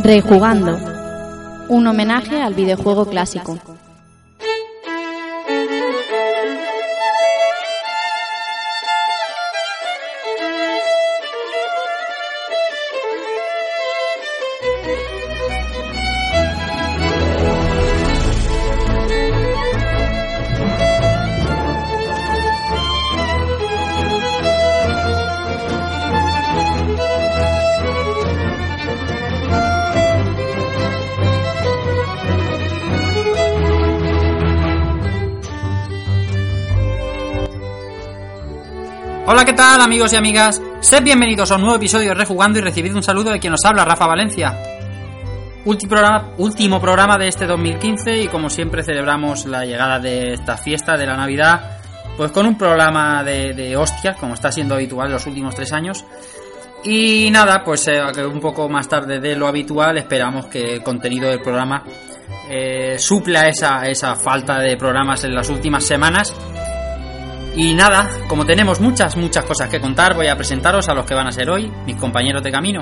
Rejugando, un homenaje al videojuego clásico. Hola, ¿qué tal, amigos y amigas? Sed bienvenidos a un nuevo episodio de Rejugando y recibid un saludo de quien os habla, Rafa Valencia. Último programa de este 2015 y como siempre celebramos la llegada de esta fiesta de la Navidad pues con un programa de hostias, como está siendo habitual los últimos 3 años. Y nada, pues un poco más tarde de lo habitual esperamos que el contenido del programa supla esa falta de programas en las últimas semanas. Y nada, como tenemos muchas cosas que contar, voy a presentaros a los que van a ser hoy mis compañeros de camino.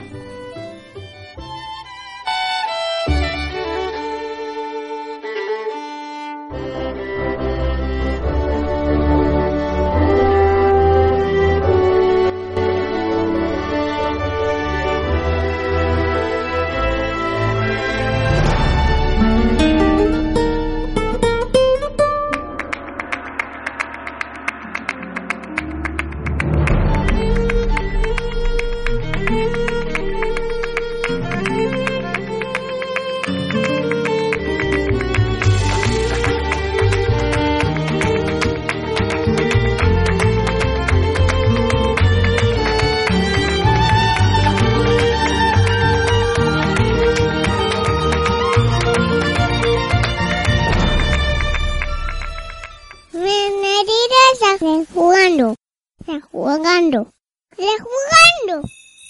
Rejugando.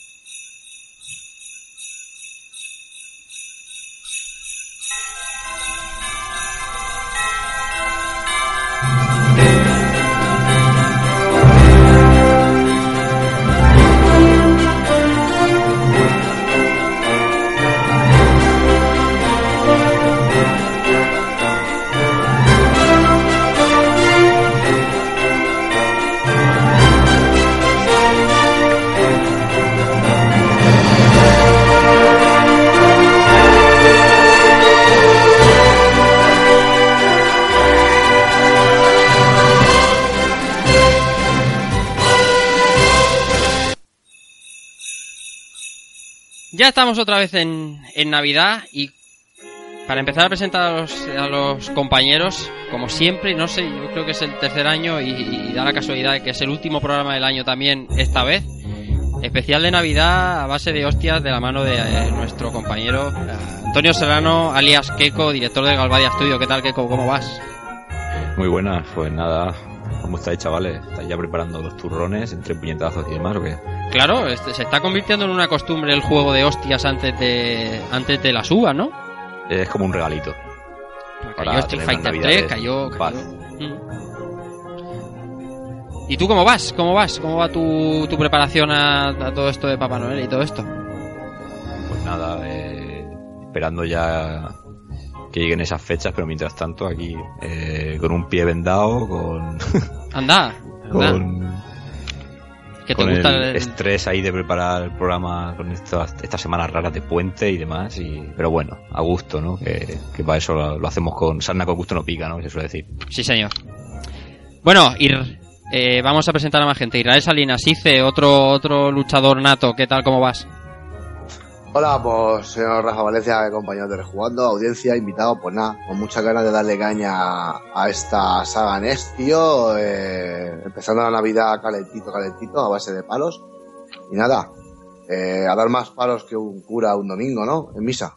Ya estamos otra vez en Navidad y para empezar a presentar a los compañeros, como siempre, no sé, yo creo que es el tercer año y da la casualidad de que es el último programa del año también esta vez. Especial de Navidad a base de hostias de la mano de nuestro compañero Antonio Serrano, alias Keiko, director de Galvadia Studio. ¿Qué tal, Keiko? ¿Cómo vas? Muy buenas, pues nada, ¿cómo estáis, chavales? ¿Estáis ya preparando los turrones entre puñetazos y demás o qué? Claro, se está convirtiendo en una costumbre el juego de hostias antes de las uvas, ¿no? Es como un regalito. Cayó Street Fighter 3, cayó. ¿Y tú cómo vas? ¿Cómo va tu preparación a todo esto de Papá Noel y todo esto? Pues nada, esperando ya que lleguen esas fechas, pero mientras tanto aquí con un pie vendado, con... Anda. ¿Qué te con gusta el estrés ahí de preparar el programa con estas semanas raras de puente y demás, pero bueno, a gusto, ¿no? Que para eso lo hacemos con sarna con gusto no pica, ¿no? Que se suele decir. Sí, señor. Bueno, vamos a presentar a más gente. Israel Salinas, Ice, otro luchador nato. ¿Qué tal? ¿Cómo vas? Hola, pues señor Rafa Valencia, compañero de Rejugando, audiencia, invitado, pues nada, con muchas ganas de darle caña a esta saga NES, tío, empezando la Navidad calentito, a base de palos, y nada, a dar más palos que un cura un domingo, ¿no? En misa.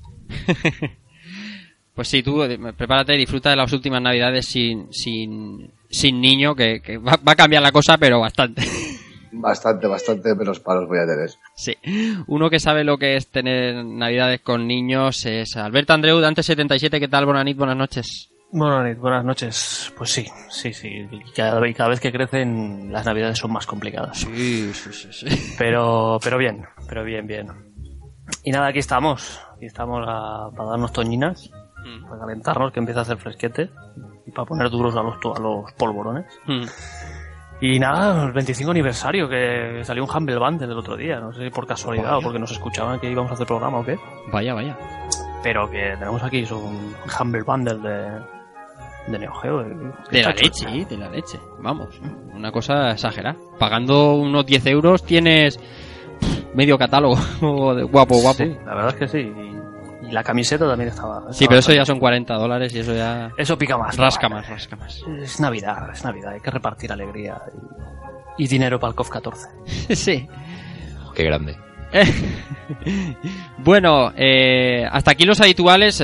Pues sí, tú prepárate, disfruta de las últimas Navidades sin niño, que va a cambiar la cosa, pero bastante. Bastante menos palos voy a tener. Sí, uno que sabe lo que es tener Navidades con niños es Alberto Andreu, Dante77. ¿Qué tal? Buenas noches. Buenas noches. Pues sí. Cada vez que crecen las Navidades son más complicadas. Sí. Pero bien. Y nada, aquí estamos para darnos toñinas, para calentarnos, que empieza a hacer fresquete, y para poner duros a los polvorones. Y nada, el 25 aniversario, que salió un Humble Bundle el otro día, no sé si por casualidad o porque nos escuchaban que íbamos a hacer programa o qué. Vaya. Pero que tenemos aquí un Humble Bundle de Neo Geo. De la leche, vamos, una cosa exagerada. Pagando unos 10 euros tienes medio catálogo de guapo. Sí, la verdad es que sí. Y la camiseta también estaba sí, pero eso ya son $40 y eso ya... Eso pica más. Rasca más. Es Navidad, hay que repartir alegría y dinero para el COF 14. Sí. Qué grande. Bueno, hasta aquí los habituales.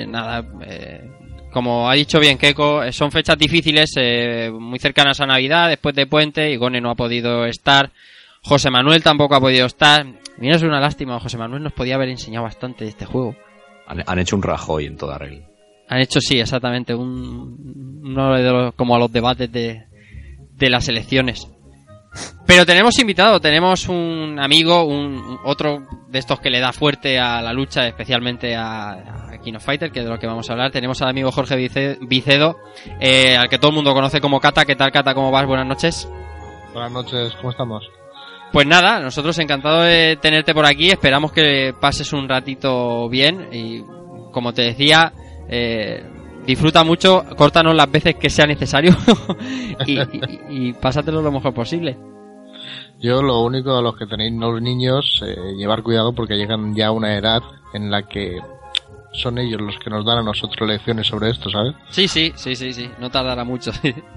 Como ha dicho bien Keiko, son fechas difíciles, muy cercanas a Navidad, después de Puente. Igone no ha podido estar, José Manuel tampoco ha podido estar. Mira, es una lástima, José Manuel nos podía haber enseñado bastante de este juego. Han hecho un Rajoy en toda regla. Han hecho, sí, exactamente, uno de los, como a los debates de las elecciones. Pero tenemos invitado, tenemos un amigo, otro de estos que le da fuerte a la lucha, especialmente a King of Fighter, que es de lo que vamos a hablar. Tenemos al amigo Jorge Vicedo, al que todo el mundo conoce como Cata. ¿Qué tal, Cata? ¿Cómo vas? Buenas noches. Buenas noches, ¿cómo estamos? Pues nada, nosotros encantados de tenerte por aquí. Esperamos que pases un ratito bien y, como te decía, disfruta mucho, córtanos las veces que sea necesario y pásatelo lo mejor posible. Yo lo único a los que tenéis los niños, llevar cuidado porque llegan ya a una edad en la que son ellos los que nos dan a nosotros lecciones sobre esto, ¿sabes? Sí, no tardará mucho.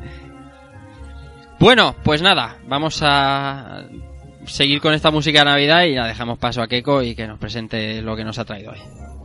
Bueno, pues nada, vamos a seguir con esta música de Navidad y ya dejamos paso a Keiko y que nos presente lo que nos ha traído hoy.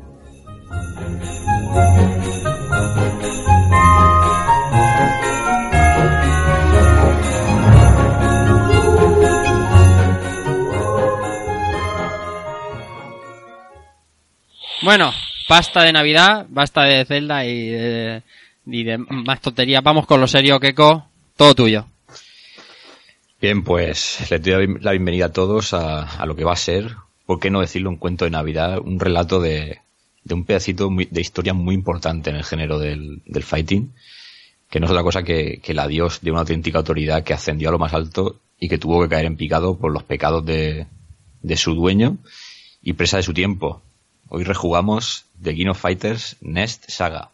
Bueno, basta de Navidad, basta de Zelda y de más tonterías. Vamos con lo serio, Keiko, todo tuyo. Bien, pues les doy la bienvenida a todos a lo que va a ser, por qué no decirlo, un cuento de Navidad, un relato de un pedacito de historia muy importante en el género del fighting, que no es otra cosa que el adiós de una auténtica autoridad que ascendió a lo más alto y que tuvo que caer en picado por los pecados de su dueño y presa de su tiempo. Hoy rejugamos The King of Fighters Next Saga.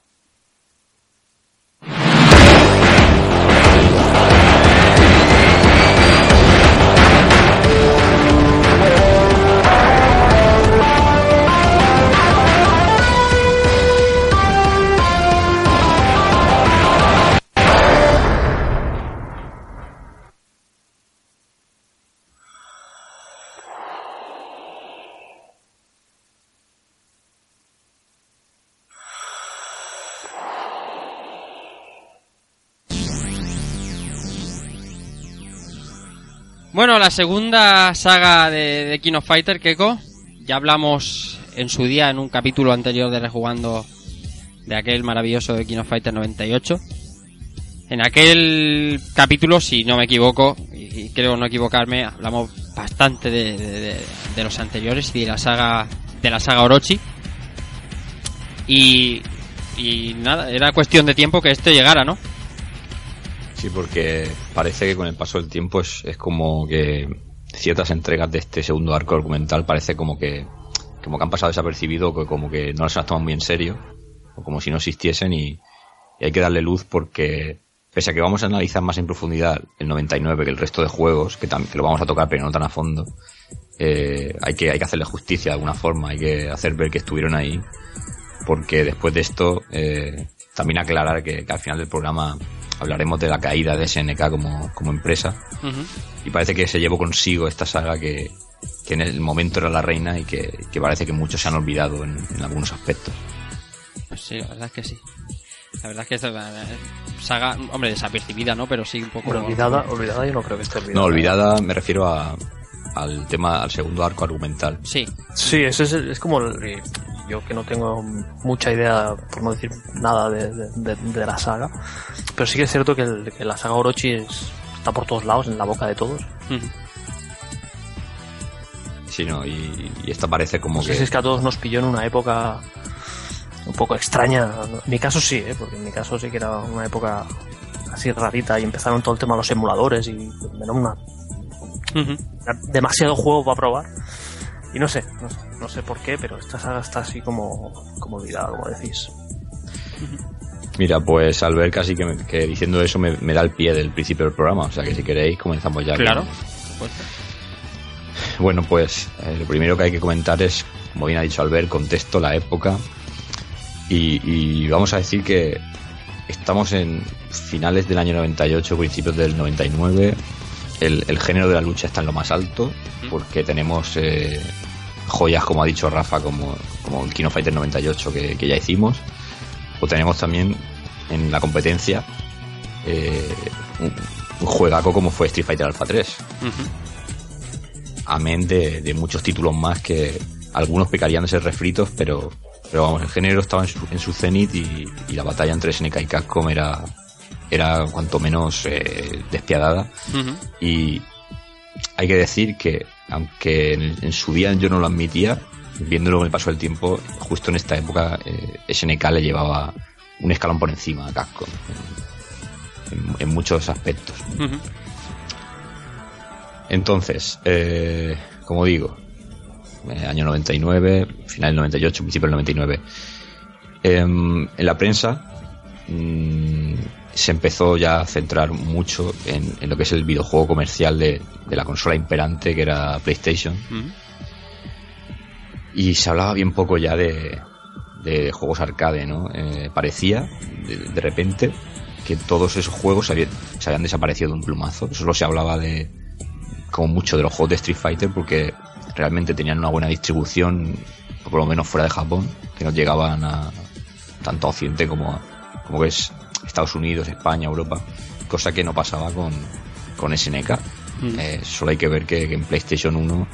Bueno, la segunda saga de King of Fighter, Keiko. Ya hablamos en su día, en un capítulo anterior de Rejugando, de aquel maravilloso de King of Fighter 98. En aquel capítulo, si no me equivoco, y creo no equivocarme, hablamos bastante de los anteriores y de la saga Orochi. Y nada, era cuestión de tiempo que este llegara, ¿no? Sí, porque parece que con el paso del tiempo es como que ciertas entregas de este segundo arco argumental parece como que han pasado desapercibido, como que no las han tomado muy en serio, o como si no existiesen, y hay que darle luz porque, pese a que vamos a analizar más en profundidad el 99 que el resto de juegos, que lo vamos a tocar pero no tan a fondo, hay que hacerle justicia de alguna forma, hay que hacer ver que estuvieron ahí, porque después de esto también aclarar que al final del programa hablaremos de la caída de SNK como empresa. Uh-huh. Y parece que se llevó consigo esta saga que en el momento era la reina y que parece que muchos se han olvidado en algunos aspectos. Pues sí, la verdad es que sí. La verdad es que esta saga, hombre, desapercibida, ¿no? Pero sí un poco... Pero olvidada yo no creo que esté olvidada. No, olvidada me refiero al segundo arco argumental. Sí. Sí, eso es como... Yo que no tengo mucha idea, por no decir nada de la saga, pero sí que es cierto que la saga Orochi está por todos lados, en la boca de todos. Sí, no, y esta parece como no sé si es que a todos nos pilló en una época un poco extraña. En mi caso sí, porque en mi caso sí que era una época así rarita y empezaron todo el tema de los emuladores y era demasiado juego para probar. Y no sé por qué, pero esta saga está así como olvidada, como decís. Mira, pues al ver casi que diciendo eso me da el pie del principio del programa, o sea que si queréis comenzamos ya. Claro. Bueno, pues lo primero que hay que comentar es, como bien ha dicho Albert, contexto, la época, y vamos a decir que estamos en finales del año 98, principios del 99, el género de la lucha está en lo más alto, porque tenemos joyas, como ha dicho Rafa, como el King of Fighter 98 que ya hicimos, o tenemos también en la competencia un juegaco como fue Street Fighter Alpha 3. Amén de muchos títulos más que algunos pecarían de ser refritos, pero vamos, el género estaba en su cenit y la batalla entre SNK y Capcom era cuanto menos despiadada. Y hay que decir que, aunque en su día yo no lo admitía, viéndolo con el paso del tiempo, justo en esta época SNK le llevaba un escalón por encima a Capcom en muchos aspectos. Entonces, como digo, año 99, final del 98, principio del 99, en la prensa se empezó ya a centrar mucho en lo que es el videojuego comercial de la consola imperante, que era PlayStation. Y se hablaba bien poco ya de juegos arcade, ¿no? Parecía de repente que todos esos juegos se habían desaparecido de un plumazo. Solo se hablaba como mucho de los juegos de Street Fighter, porque realmente tenían una buena distribución, por lo menos fuera de Japón, que nos llegaban tanto a Occidente como que es Estados Unidos, España, Europa, cosa que no pasaba con SNK. Solo hay que ver que en PlayStation 1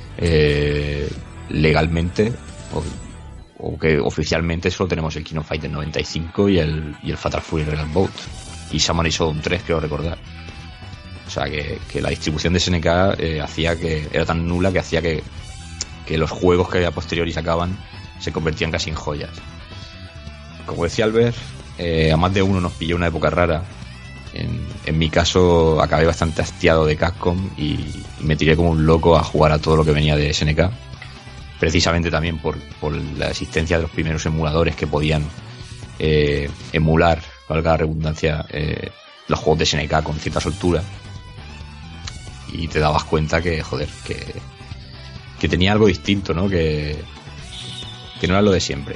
legalmente o que oficialmente solo tenemos el King of Fighter 95 y el Fatal Fury Regal Bout y Samurai Shodown 3, creo recordar. O sea que la distribución de SNK hacía que era tan nula que hacía que los juegos que a posteriori sacaban se convertían casi en joyas. Como decía Albert, a más de uno nos pilló una época rara. En mi caso acabé bastante hastiado de Capcom y me tiré como un loco a jugar a todo lo que venía de SNK, precisamente también por la existencia de los primeros emuladores que podían emular, valga la redundancia, los juegos de SNK con cierta soltura, y te dabas cuenta que tenía algo distinto, ¿no? Que no era lo de siempre.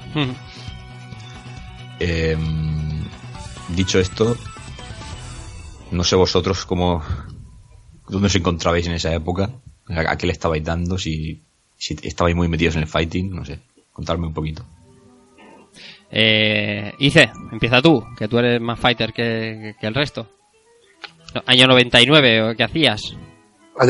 Dicho esto, no sé vosotros dónde os encontrabais en esa época, a qué le estabais dando, si estabais muy metidos en el fighting, no sé, contadme un poquito. Ice, empieza tú, que tú eres más fighter que el resto. Año 99, ¿qué hacías? Año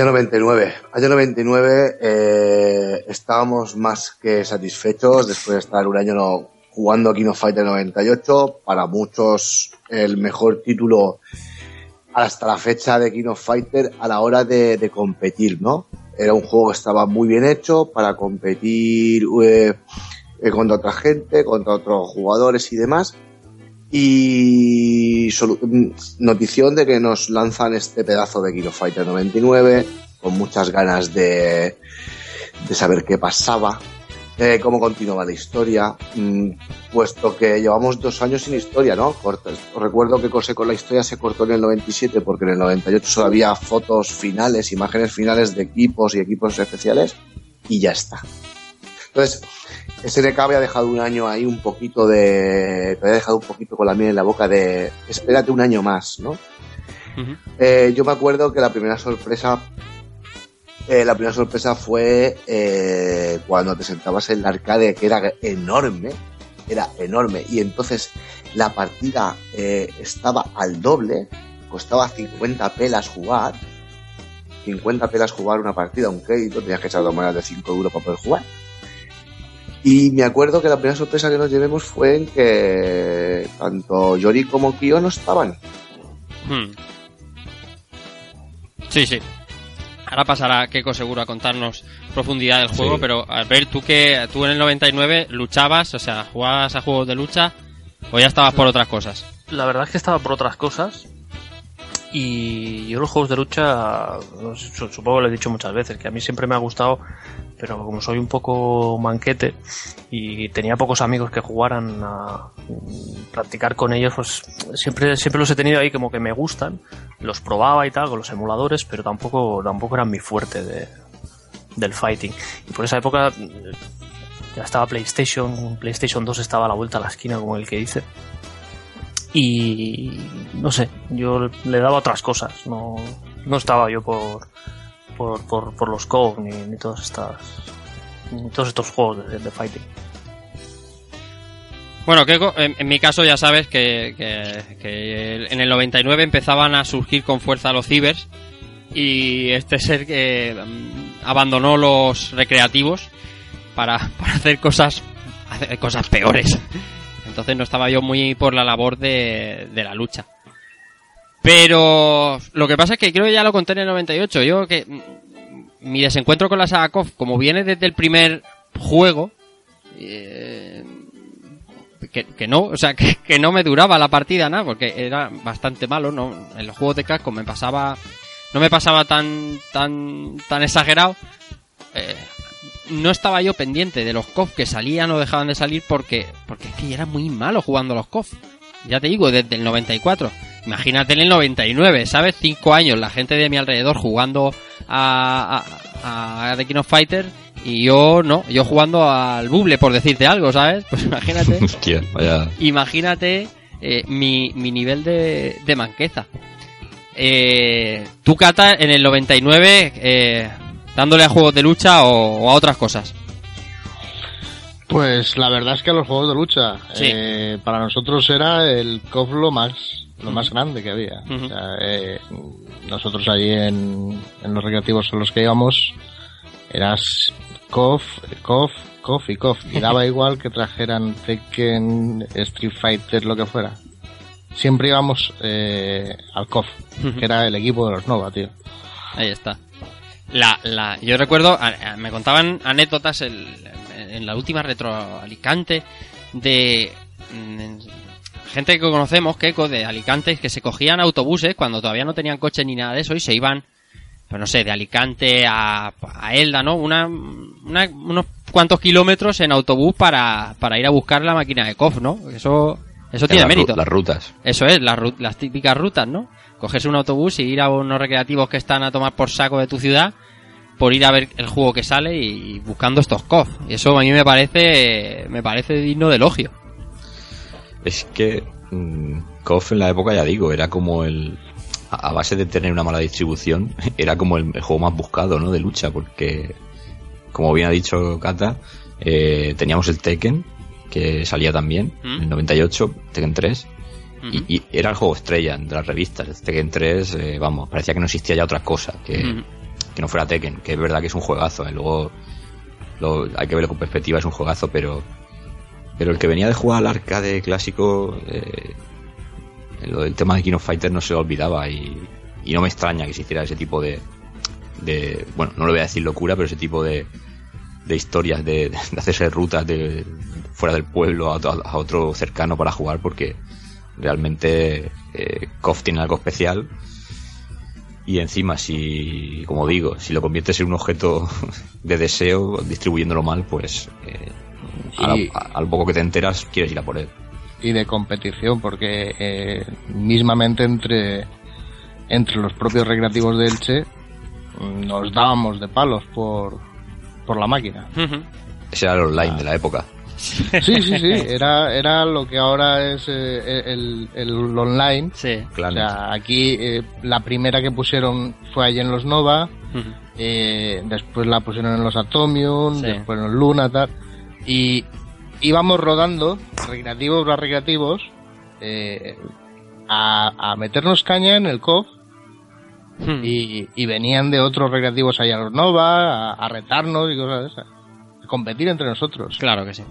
99 estábamos más que satisfechos después de estar un año jugando King of Fighter 98, para muchos el mejor título hasta la fecha de King of Fighter a la hora de competir, ¿no? Era un juego que estaba muy bien hecho para competir contra otra gente, contra otros jugadores y demás. Y notición de que nos lanzan este pedazo de King of Fighter 99 con muchas ganas de saber qué pasaba, cómo continuaba la historia, puesto que llevamos 2 años sin historia, ¿no? Os recuerdo que con la historia se cortó en el 97, porque en el 98 solo había fotos finales, imágenes finales de equipos y equipos especiales, y ya está. Entonces, SNK había dejado un año ahí un poquito con la miel en la boca de espérate un año más, ¿no? Yo me acuerdo que la primera sorpresa fue cuando te sentabas en el arcade, que era enorme, y entonces la partida estaba al doble, costaba 50 pelas jugar una partida, un crédito, tenías que echar 2 monedas de 5 euros para poder jugar. Y me acuerdo que la primera sorpresa que nos llevemos fue en que tanto Yori como Kyo no estaban. Sí. Ahora pasará Keiko seguro a contarnos profundidad del juego, Sí. pero a ver, tú en el 99 luchabas, o sea, jugabas a juegos de lucha o ya estabas por otras cosas. La verdad es que estaba por otras cosas. Y yo los juegos de lucha, supongo que lo he dicho muchas veces, que a mí siempre me ha gustado, pero como soy un poco manquete y tenía pocos amigos que jugaran a practicar con ellos, pues siempre los he tenido ahí como que me gustan, los probaba y tal con los emuladores, pero tampoco eran mi fuerte del fighting. Y por esa época ya estaba PlayStation 2 estaba a la vuelta a la esquina, como el que dice. Y no sé, yo le daba otras cosas, no estaba yo por los KOF ni todos estos juegos de fighting. Bueno, Keiko, en mi caso ya sabes que en el 99 empezaban a surgir con fuerza los cibers y este ser que abandonó los recreativos para hacer cosas peores. Entonces no estaba yo muy por la labor de la lucha. Pero lo que pasa es que creo que ya lo conté en el 98. Yo que mi desencuentro con la saga KOF, como viene desde el primer juego, que no, o sea, que no me duraba la partida nada, porque era bastante malo, ¿no? En los juegos de Capcom no me pasaba tan exagerado. No estaba yo pendiente de los KOF que salían o dejaban de salir porque es que era muy malo jugando los KOF. Ya te digo, desde el 94. Imagínate en el 99, ¿sabes? 5 años la gente de mi alrededor jugando a The King of Fighters y yo jugando al Bubble, por decirte algo, ¿sabes? Pues imagínate. Hostia, vaya. Imagínate mi nivel de manqueza. Tú, Cata, en el 99... dándole a juegos de lucha o a otras cosas. Pues la verdad es que a los juegos de lucha, sí. Para nosotros era el KOF lo más grande que había. Uh-huh. O sea, nosotros allí en los recreativos en los que íbamos, eras KOF y KOF. Y daba igual que trajeran Tekken, Street Fighter, lo que fuera. Siempre íbamos al KOF, que era el equipo de los Nova, tío. Ahí está. Yo recuerdo, me contaban anécdotas en la última Retro Alicante de gente que conocemos, Keiko, de Alicante, que se cogían autobuses cuando todavía no tenían coche ni nada de eso y se iban, pues no sé, de Alicante a Elda, ¿no? Unos cuantos kilómetros en autobús para ir a buscar la máquina de KOF, ¿no? Eso tiene mérito. Las rutas. Eso es, las típicas rutas, ¿no? Cogerse un autobús y ir a unos recreativos que están a tomar por saco de tu ciudad por ir a ver el juego que sale y buscando estos KOF. Y eso a mí me parece digno de elogio. Es que KOF en la época, ya digo, era como a base de tener una mala distribución, era como el juego más buscado, ¿no? De lucha, porque como bien ha dicho Kata, teníamos el Tekken, que salía también, en el 98, Tekken 3. Y era el juego estrella de las revistas. El Tekken 3, parecía que no existía ya otra cosa que no fuera Tekken, que es verdad que es un juegazo, luego hay que verlo con perspectiva, es un juegazo, pero el que venía de jugar al arcade clásico, el tema de King of Fighters no se lo olvidaba y no me extraña que se hiciera ese tipo de bueno, no lo voy a decir locura, pero ese tipo de historias de hacerse rutas de fuera del pueblo a otro cercano para jugar, porque realmente KOF tiene algo especial y encima como digo, si lo conviertes en un objeto de deseo distribuyéndolo mal, pues al poco que te enteras quieres ir a por él. Y de competición, porque mismamente entre los propios recreativos de Elche nos dábamos de palos por la máquina. Ese era el online de la época. Sí, era lo que ahora es el online. Sí, claro. O sea, aquí la primera que pusieron fue allí en los Nova, después la pusieron en los Atomium, después en los Luna, tal, y íbamos rodando recreativos a meternos caña en el KOF. Y venían de otros recreativos allá a los Nova a retarnos y cosas de esas, a competir entre nosotros. Claro que sí.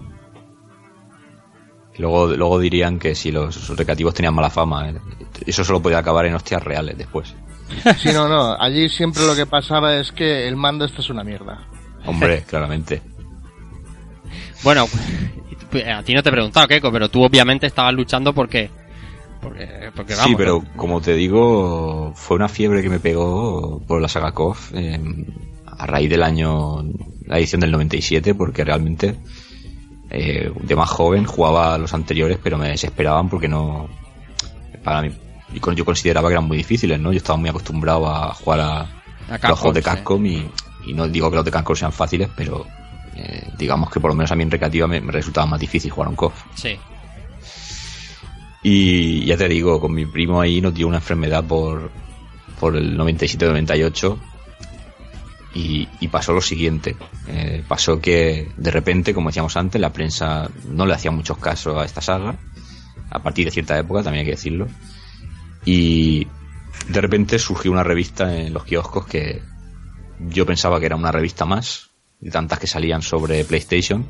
Luego dirían que si los recreativos tenían mala fama, eso solo podía acabar en hostias reales después. Sí, no, allí siempre lo que pasaba es que el mando es una mierda. Hombre, claramente. Bueno, a ti no te he preguntado, Keiko, pero tú obviamente estabas luchando porque vamos. Sí, pero como te digo, fue una fiebre que me pegó por la saga KOF a raíz del año, la edición del 97, porque realmente de más joven jugaba a los anteriores, pero me desesperaban porque no, para mí, yo consideraba que eran muy difíciles, ¿no? Yo estaba muy acostumbrado a jugar a los juegos de Capcom, sí. y no digo que los de Capcom sean fáciles, pero digamos que por lo menos a mí en recreativa me resultaba más difícil jugar a un KOF. Sí. Y ya te digo, con mi primo ahí nos dio una enfermedad por el 97-98 y pasó lo siguiente. Pasó que de repente, como decíamos antes, la prensa no le hacía muchos casos a esta saga, a partir de cierta época, también hay que decirlo. Y de repente surgió una revista en los kioscos que yo pensaba que era una revista más, de tantas que salían sobre PlayStation,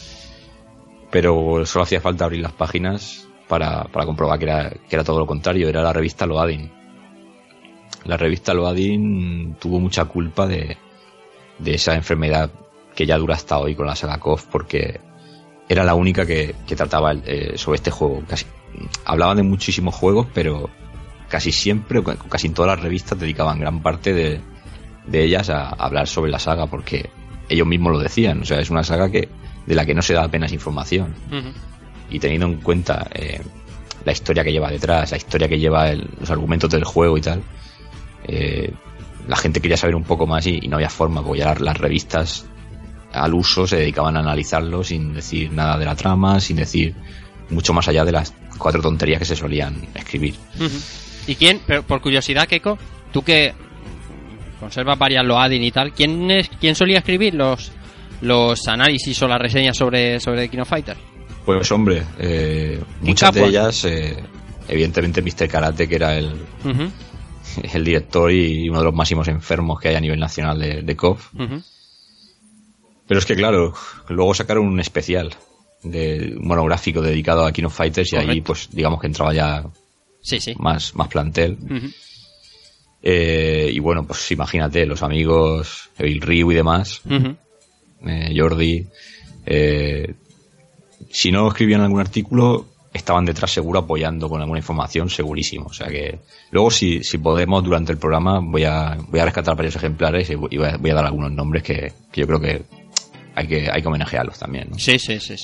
pero solo hacía falta abrir las páginas para comprobar que era todo lo contrario. Era la revista Loading. La revista Loading tuvo mucha culpa de esa enfermedad que ya dura hasta hoy con la saga KOF, porque era la única que trataba sobre este juego. Hablaban de muchísimos juegos, pero casi siempre, casi en todas las revistas dedicaban gran parte de ellas a hablar sobre la saga, porque ellos mismos lo decían. O sea, es una saga de la que no se da apenas información. Uh-huh. Y teniendo en cuenta la historia que lleva detrás, la historia que lleva los argumentos del juego y tal, la gente quería saber un poco más y no había forma, porque ya las revistas al uso se dedicaban a analizarlo sin decir nada de la trama, sin decir mucho más allá de las 4 tonterías que se solían escribir. Uh-huh. ¿Y quién, pero por curiosidad, Keiko, tú que conservas varias Loading y tal, quién solía escribir los análisis o las reseñas sobre King of Fighters? Pues hombre, muchas de ellas, evidentemente Mr. Karate, que era el director y uno de los máximos enfermos que hay a nivel nacional de KOF. Uh-huh. Pero es que claro, luego sacaron un especial un monográfico dedicado a King of Fighters. Correcto. Y ahí pues digamos que entraba ya sí. Más plantel. Uh-huh. Y bueno, pues imagínate, los amigos Evil Ryu y demás, uh-huh. Jordi, si no escribían algún artículo, estaban detrás seguro apoyando con alguna información, segurísimo. O sea que luego si podemos durante el programa voy a rescatar varios ejemplares y voy a dar algunos nombres que yo creo que hay que homenajearlos también, ¿no? Sí.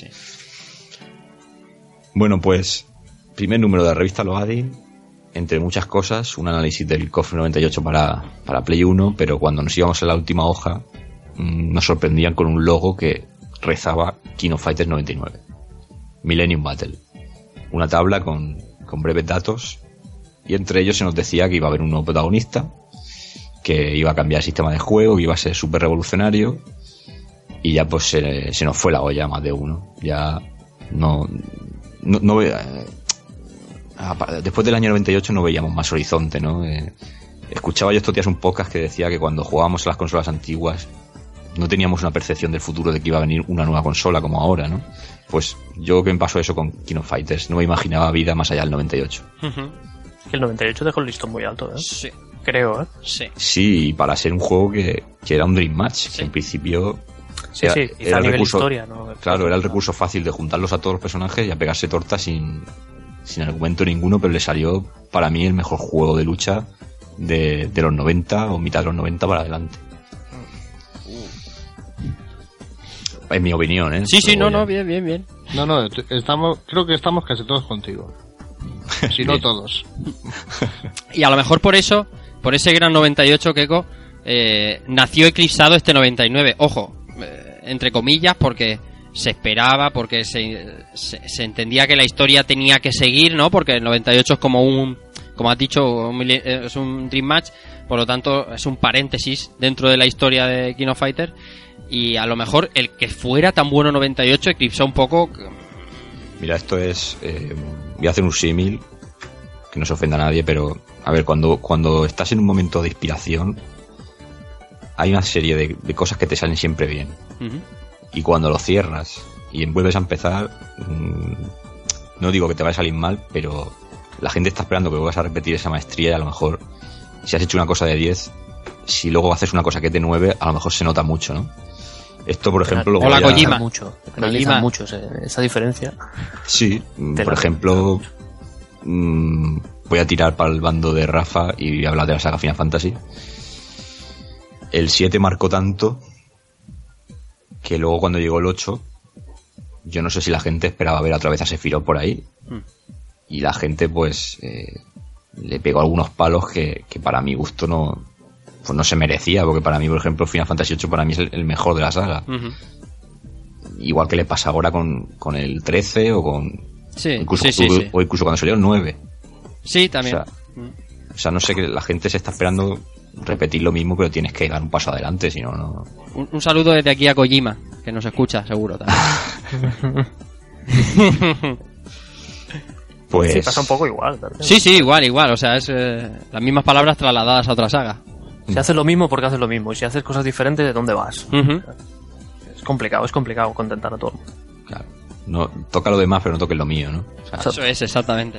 Bueno, pues primer número de la revista Loading, entre muchas cosas, un análisis del KOF 98 para Play 1, pero cuando nos íbamos a la última hoja nos sorprendían con un logo que rezaba King of Fighters 99, Millennium Battle, una tabla con breves datos, y entre ellos se nos decía que iba a haber un nuevo protagonista, que iba a cambiar el sistema de juego, que iba a ser súper revolucionario, y ya pues se nos fue la olla más de uno. Ya no después del año 98 no veíamos más horizonte, ¿no? Escuchaba yo estos días un podcast que decía que cuando jugábamos a las consolas antiguas no teníamos una percepción del futuro de que iba a venir una nueva consola como ahora, ¿no? Pues yo que me pasó eso con King of Fighters, no me imaginaba vida más allá del 98. Uh-huh. El 98 dejó el listón muy alto, ¿eh? Sí. Creo, ¿eh? Sí, y para ser un juego que era un Dream Match, sí. Que en principio... Sí, era a nivel recurso, historia, ¿no? Claro, era el recurso fácil de juntarlos a todos los personajes y a pegarse tortas sin argumento ninguno, pero le salió para mí el mejor juego de lucha de los 90 o mitad de los 90 para adelante. En mi opinión, ¿eh? Sí, bien. No, creo que estamos casi todos contigo. Si no todos. Y a lo mejor por ese gran 98, Keiko, nació eclipsado este 99. Ojo, entre comillas, porque se esperaba, porque se entendía que la historia tenía que seguir, ¿no? Porque el 98 es como has dicho, es un Dream Match, por lo tanto es un paréntesis dentro de la historia de King of Fighters, y a lo mejor el que fuera tan bueno 98 eclipsó un poco. Mira, esto es voy a hacer un símil que no se ofenda a nadie, pero a ver, cuando estás en un momento de inspiración hay una serie de cosas que te salen siempre bien. Uh-huh. Y cuando lo cierras y vuelves a empezar, no digo que te vaya a salir mal, pero la gente está esperando que vuelvas a repetir esa maestría y a lo mejor si has hecho una cosa de 10, si luego haces una cosa que es de 9, a lo mejor se nota mucho, ¿no? Esto, por ejemplo... O la Kojima. Penaliza mucho esa diferencia. Sí, por ejemplo, voy a tirar para el bando de Rafa y voy a hablar de la saga Final Fantasy. El 7 marcó tanto que luego cuando llegó el 8, yo no sé si la gente esperaba ver otra vez a Sephiroth por ahí. Y la gente, pues, le pegó algunos palos que para mi gusto no se merecía, porque para mí, por ejemplo, Final Fantasy VIII para mí es el mejor de la saga. Igual que le pasa ahora con el 13 o con... O incluso cuando salió el 9. Sí, también. O sea, no sé, que la gente se está esperando repetir lo mismo, pero tienes que dar un paso adelante, si no, no... Un saludo desde aquí a Kojima, que nos escucha, seguro también. Pues... Sí, pasa un poco igual. ¿verdad? Sí, igual. O sea, es las mismas palabras trasladadas a otra saga. Si haces lo mismo, porque haces lo mismo. Y si haces cosas diferentes, ¿de dónde vas? Es complicado contentar a todo el mundo. Claro. No, toca lo demás, pero no toques lo mío, ¿no? O sea, eso es, exactamente.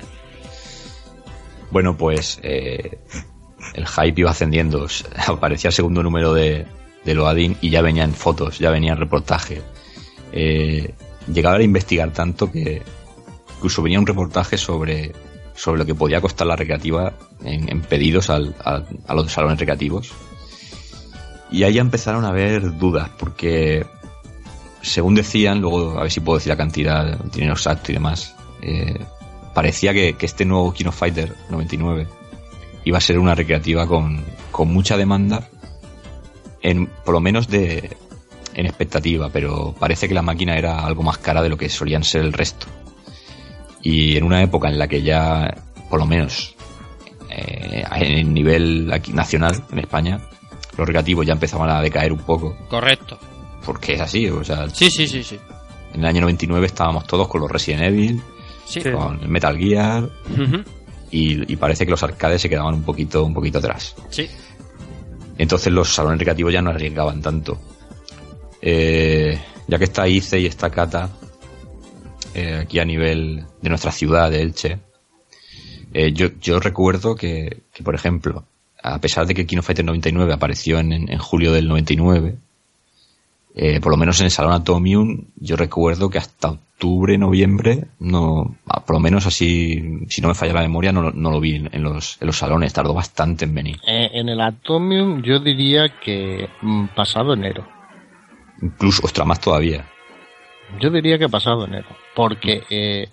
Bueno, pues el hype iba ascendiendo. Aparecía el segundo número de Loading y ya venían fotos, ya venían reportajes. Llegaba a investigar tanto que incluso venía un reportaje sobre lo que podía costar la recreativa en pedidos a los salones recreativos. Y ahí ya empezaron a haber dudas, porque según decían, luego a ver si puedo decir la cantidad, el dinero exacto y demás, parecía que este nuevo King of Fighter 99 iba a ser una recreativa con mucha demanda, por lo menos en expectativa, pero parece que la máquina era algo más cara de lo que solían ser el resto. Y en una época en la que ya, por lo menos en el nivel aquí nacional, en España, los recreativos ya empezaban a decaer un poco. Correcto. Porque es así, o sea... Sí. En el año 99 estábamos todos con los Resident Evil, con el Metal Gear, y parece que los arcades se quedaban un poquito atrás. Sí. Entonces los salones recreativos ya no arriesgaban tanto. Ya que está Ice y está Kata, aquí a nivel de nuestra ciudad de Elche, yo recuerdo que, por ejemplo, a pesar de que King of Fighter 99 apareció en julio del 99, por lo menos en el Salón Atomium, yo recuerdo que hasta octubre, noviembre, no, por lo menos así, si no me falla la memoria, no lo vi en los salones, tardó bastante en venir. En el Atomium yo diría que pasado enero. Incluso, ostras, más todavía. Yo diría que pasado enero, porque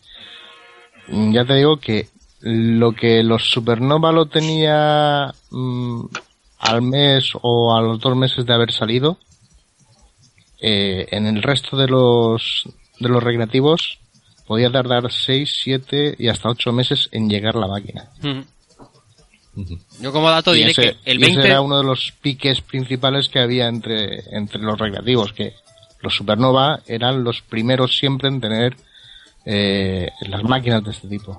ya te digo que lo que los Supernova lo tenía al mes o a los 2 meses de haber salido, en el resto de los recreativos podía tardar 6, 7 y hasta 8 meses en llegar la máquina. Yo como dato diré que el 20... ese era uno de los piques principales que había entre los recreativos, que los Supernova eran los primeros siempre en tener las máquinas de este tipo.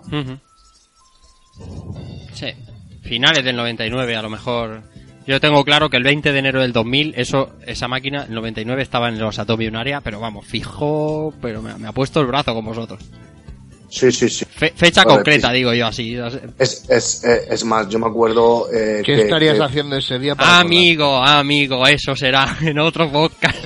Sí, finales del 99 a lo mejor. Yo tengo claro que el 20 de enero del 2000 esa máquina, el 99, estaba en los Atomium Area, pero vamos, fijo, pero me ha puesto el brazo con vosotros. Sí. Fecha concreta, digo yo así. Es más, yo me acuerdo... ¿Qué estarías haciendo ese día para Amigo, eso será en otro podcast.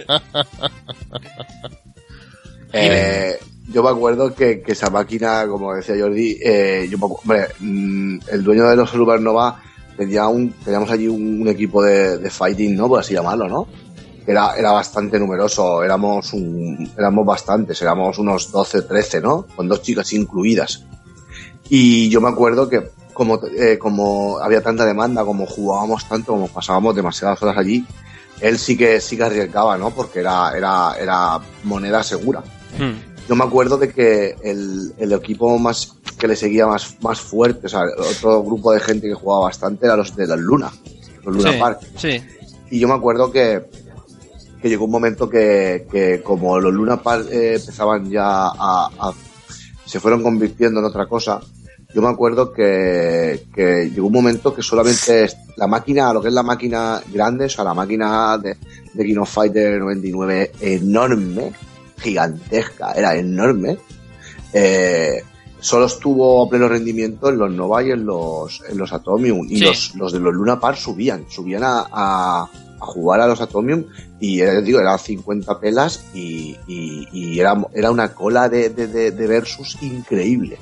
Yo me acuerdo que esa máquina, como decía Jordi, el dueño de los Supernova teníamos allí un equipo de fighting, ¿no? Por así llamarlo, ¿no? Era bastante numeroso, éramos bastantes, éramos unos 12, 13, ¿no? Con 2 chicas incluidas. Y yo me acuerdo que como había tanta demanda, como jugábamos tanto, como pasábamos demasiadas horas allí, él sí que arriesgaba, ¿no? Porque era moneda segura. Yo me acuerdo de que el equipo más que le seguía más fuerte, o sea, otro grupo de gente que jugaba bastante, era los de los Luna Park. Sí. Y yo me acuerdo que llegó un momento que como los Luna Park empezaban ya se fueron convirtiendo en otra cosa. Yo me acuerdo que llegó un momento que solamente la máquina, lo que es la máquina grande, o sea, la máquina de King of Fighter 99 enorme, gigantesca, era enorme, solo estuvo a pleno rendimiento en los Nova y en los Atomium. Y los de los Luna Park subían a jugar a los Atomium y era 50 pelas y era una cola de versus increíble.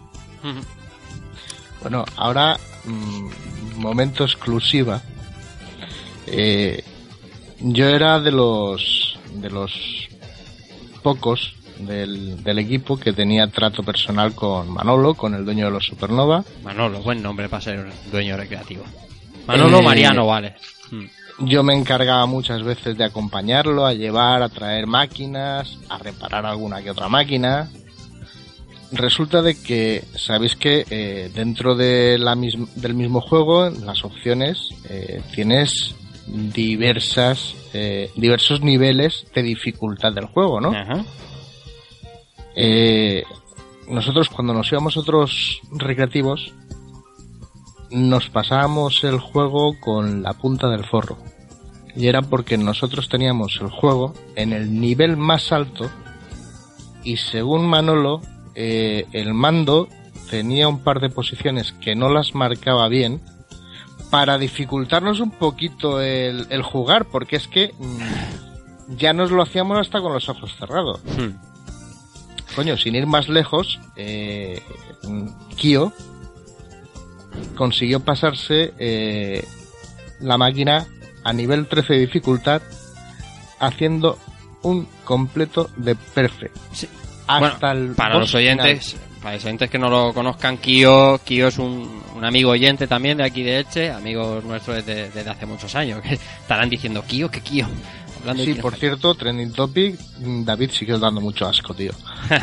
Bueno, ahora momento exclusiva. Yo era de los pocos del equipo que tenía trato personal con Manolo, con el dueño de los Supernova. Manolo, buen nombre para ser dueño recreativo. Manolo Mariano, vale. Yo me encargaba muchas veces de acompañarlo, a llevar, a traer máquinas, a reparar alguna que otra máquina. Resulta de que, sabéis que dentro de del mismo juego, en las opciones, tienes diversos niveles de dificultad del juego, ¿no? Ajá. Nosotros cuando nos íbamos a otros recreativos nos pasábamos el juego con la punta del forro, y era porque nosotros teníamos el juego en el nivel más alto y según Manolo el mando tenía un par de posiciones que no las marcaba bien para dificultarnos un poquito el jugar, porque es que ya nos lo hacíamos hasta con los ojos cerrados. Coño, sin ir más lejos, Kyo consiguió pasarse la máquina a nivel 13 de dificultad haciendo un completo de perfect. Sí. Hasta bueno, para los oyentes, para los oyentes que no lo conozcan, Kyo es un amigo oyente también de aquí de Elche, amigo nuestro desde hace muchos años, que estarán diciendo Kyo. Sí, por cierto, trending topic, David sigue dando mucho asco, tío.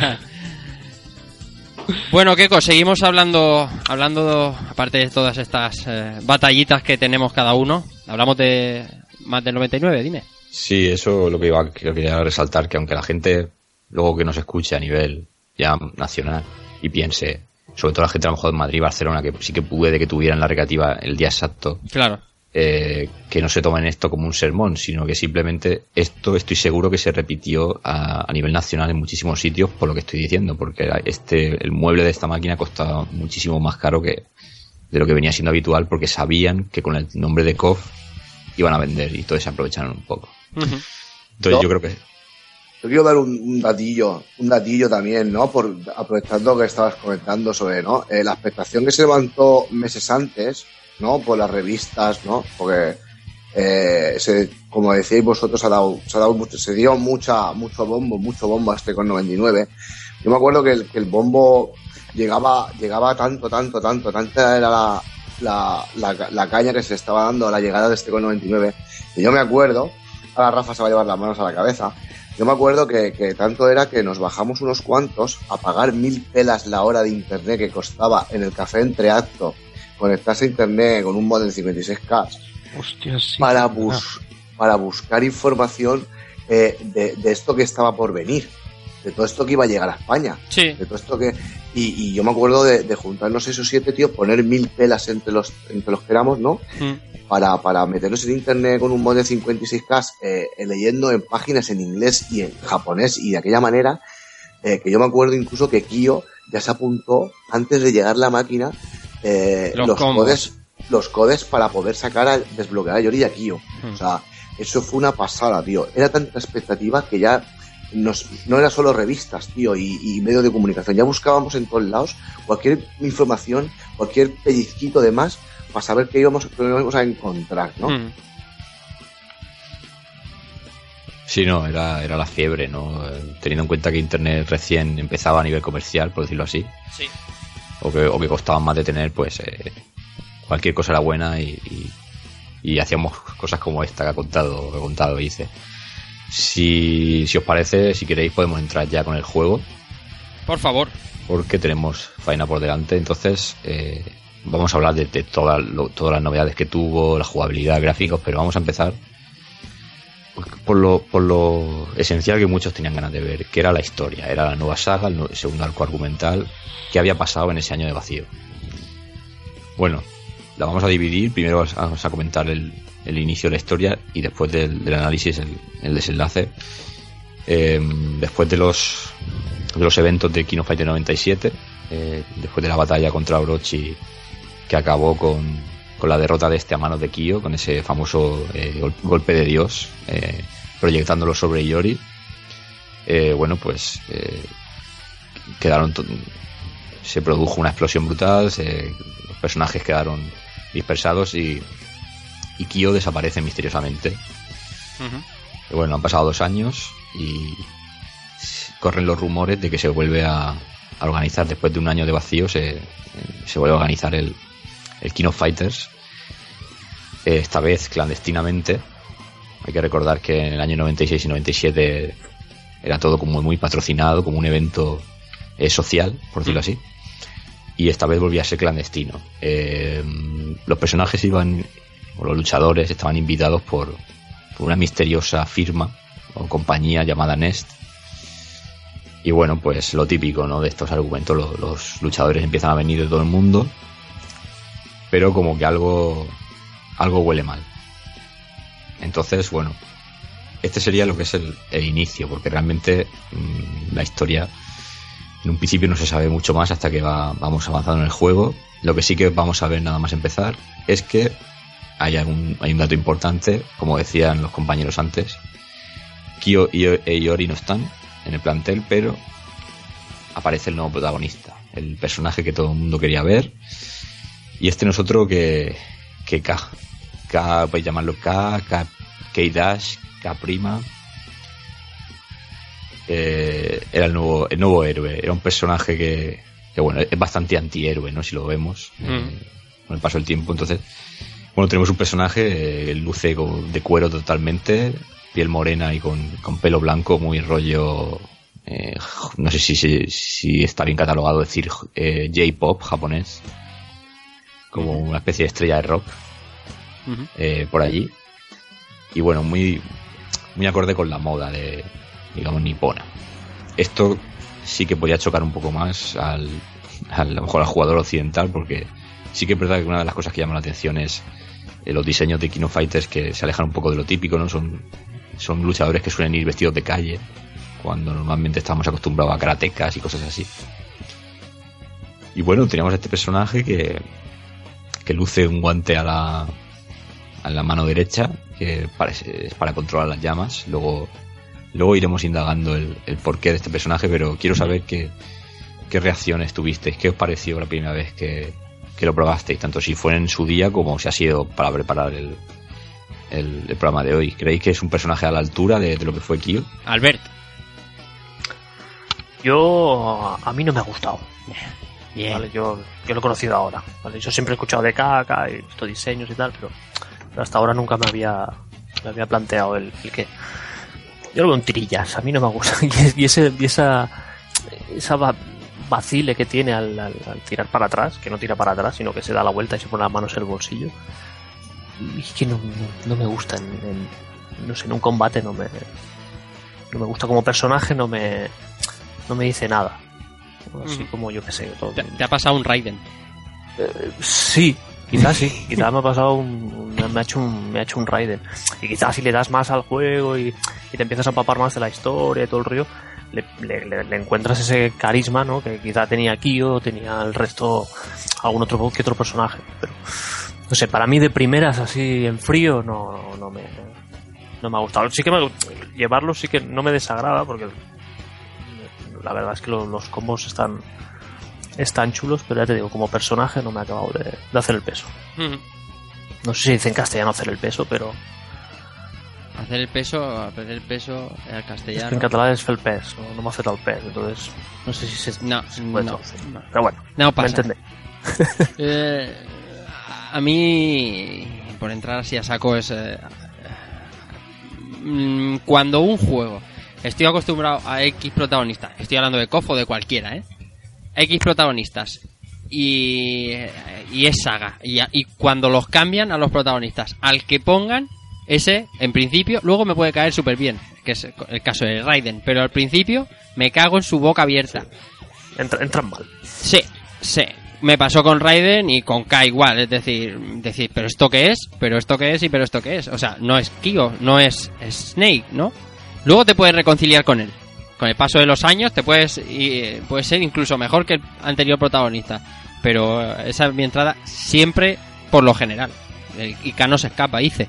Bueno, Keko, seguimos hablando aparte de todas estas batallitas que tenemos cada uno. Hablamos de más del 99, dime. Sí, eso es lo que quería resaltar, que aunque la gente luego que nos escuche a nivel ya nacional y piense, sobre todo la gente a lo mejor de Madrid, Barcelona, que sí que puede que tuvieran la recreativa el día exacto, claro, que no se tomen esto como un sermón, sino que simplemente esto estoy seguro que se repitió a nivel nacional en muchísimos sitios, por lo que estoy diciendo, porque el mueble de esta máquina costaba muchísimo más caro de lo que venía siendo habitual, porque sabían que con el nombre de KOF iban a vender y entonces se aprovecharon un poco. Entonces yo creo que yo quiero dar un datillo también, ¿no? Aprovechando que estabas comentando sobre, ¿no? La expectación que se levantó meses antes, ¿no? Por las revistas, ¿no? Porque, como decíais vosotros, se dio mucho bombo a este con 99. Yo me acuerdo que el bombo llegaba tanta era la caña que se estaba dando a la llegada de este con 99. Y yo me acuerdo, ahora Rafa se va a llevar las manos a la cabeza. Yo me acuerdo que tanto era que nos bajamos unos cuantos a pagar 1000 pelas la hora de internet que costaba en el café Entreacto conectarse a internet con un modem 56K. Hostia, sí, para buscar información de esto que estaba por venir, de todo esto que iba a llegar a España, sí. De todo esto que y yo me acuerdo de juntarnos esos 7 tíos, poner 1000 pelas entre los que éramos, ¿no? Para meternos en internet con un modem 56K, leyendo en páginas en inglés y en japonés, y de aquella manera que yo me acuerdo incluso que Kyo ya se apuntó antes de llegar la máquina los codes para poder desbloquear a Yori y a Kyo. O sea, eso fue una pasada, tío. Era tanta expectativa que ya no era solo revistas, tío, y medios de comunicación. Ya buscábamos en todos lados cualquier información, cualquier pellizquito de más para saber qué íbamos a encontrar, ¿no? Sí, no, era la fiebre, ¿no? Teniendo en cuenta que Internet recién empezaba a nivel comercial, por decirlo así. Sí. O que costaba más de tener, pues cualquier cosa era buena y hacíamos cosas como esta que he contado dice. Si os parece, si queréis podemos entrar ya con el juego. Por favor. Porque tenemos faena por delante, entonces vamos a hablar de todas las novedades que tuvo, la jugabilidad, gráficos, pero vamos a empezar por lo esencial que muchos tenían ganas de ver, que era la historia, era la nueva saga, el segundo arco argumental que había pasado en ese año de vacío. Bueno, la vamos a dividir, primero vamos a comentar el inicio de la historia y después del análisis el desenlace. Después de los eventos de King of Fighters 97, después de la batalla contra Orochi, que acabó con la derrota de este a manos de Kyo, con ese famoso golpe de Dios, proyectándolo sobre Iori. Se produjo una explosión brutal, los personajes quedaron dispersados y Kyo desaparece misteriosamente. Y bueno, han pasado 2 años y corren los rumores de que se vuelve a organizar, después de un año de vacío, se vuelve a organizar el King of Fighters, esta vez clandestinamente. Hay que recordar que en el año 96 y 97 era todo como muy patrocinado, como un evento social, por decirlo así, y esta vez volvía a ser clandestino. Los personajes los luchadores estaban invitados por una misteriosa firma o compañía llamada Nest. Y bueno, pues lo típico, ¿no?, de estos argumentos, los luchadores empiezan a venir de todo el mundo, pero como que algo huele mal. Entonces, bueno, este sería lo que es el inicio, porque realmente la historia en un principio no se sabe mucho más hasta que vamos avanzando en el juego. Lo que sí que vamos a ver nada más empezar es que hay un dato importante, como decían los compañeros antes. Kyo e Iori no están en el plantel, pero aparece el nuevo protagonista, el personaje que todo el mundo quería ver, y este no es otro que K, podéis llamarlo K-Dash, K'. Era el nuevo héroe. Era un personaje que bueno, es bastante antihéroe, ¿no?, si lo vemos con el paso del tiempo. Entonces, bueno, tenemos un personaje luce de cuero totalmente, piel morena y con pelo blanco, muy rollo, no sé si está bien catalogado decir J-pop japonés, como una especie de estrella de rock por allí. Y bueno, muy acorde con la moda de, digamos, nipona. Esto sí que podría chocar un poco más a lo mejor al jugador occidental, porque sí que es verdad que una de las cosas que llama la atención es los diseños de King of Fighters, que se alejan un poco de lo típico, ¿no? Son luchadores que suelen ir vestidos de calle, cuando normalmente estamos acostumbrados a karatecas y cosas así. Y bueno, teníamos este personaje que luce un guante a la mano derecha, que es para controlar las llamas. Luego iremos indagando el porqué de este personaje, pero quiero saber qué reacciones tuvisteis, qué os pareció la primera vez que lo probasteis, tanto si fue en su día como si ha sido para preparar el programa de hoy. ¿Creéis que es un personaje a la altura de lo que fue Kyo? Albert. A mí no me ha gustado. Bien. Vale, yo lo he conocido ahora, ¿vale? Yo siempre he escuchado de Kaka y visto diseños y tal, pero hasta ahora nunca me había planteado el qué. Yo lo veo en tirillas, a mí no me gusta. Y esa vacile que tiene al tirar para atrás, que no tira para atrás, sino que se da la vuelta y se pone las manos en el bolsillo. Y es que no me gusta no sé, en un combate no me gusta como personaje, no me dice nada. Así como yo que sé. ¿Te ha pasado un Raiden? Sí. Quizás me ha pasado me ha hecho un Raiden. Y quizás si le das más al juego y te empiezas a empapar más de la historia y todo el río, le encuentras ese carisma, ¿no?, que quizá tenía Kyo, tenía el resto, algún otro personaje. Pero no sé, para mí de primeras así en frío no me ha gustado. Sí que llevarlo sí que no me desagrada, porque la verdad es que los combos están chulos, pero ya te digo, como personaje no me ha acabado de hacer el peso. No sé si dice en castellano hacer el peso, pero hacer el peso al castellano. Es que en catalán es fer el pes, no me ha fet el pes, entonces no sé si se no. Pero bueno, no pasa. ¿me entendéis? A mí, por entrar así a saco, es cuando un juego estoy acostumbrado a X protagonistas, estoy hablando de KOF o de cualquiera, X protagonistas, y es saga, y cuando los cambian a los protagonistas, al que pongan ese, en principio, luego me puede caer súper bien, que es el caso de Raiden, pero al principio me cago en su boca abierta. Entran mal. Sí, me pasó con Raiden y con K igual, es decir, pero esto qué es, pero esto qué es y pero esto qué es. O sea, no es Kyo, no es Snake, ¿no? Luego te puedes reconciliar con él, Con el paso de los años te puede ser incluso mejor que el anterior protagonista. Pero esa es mi entrada siempre por lo general. Y K no se escapa, dice.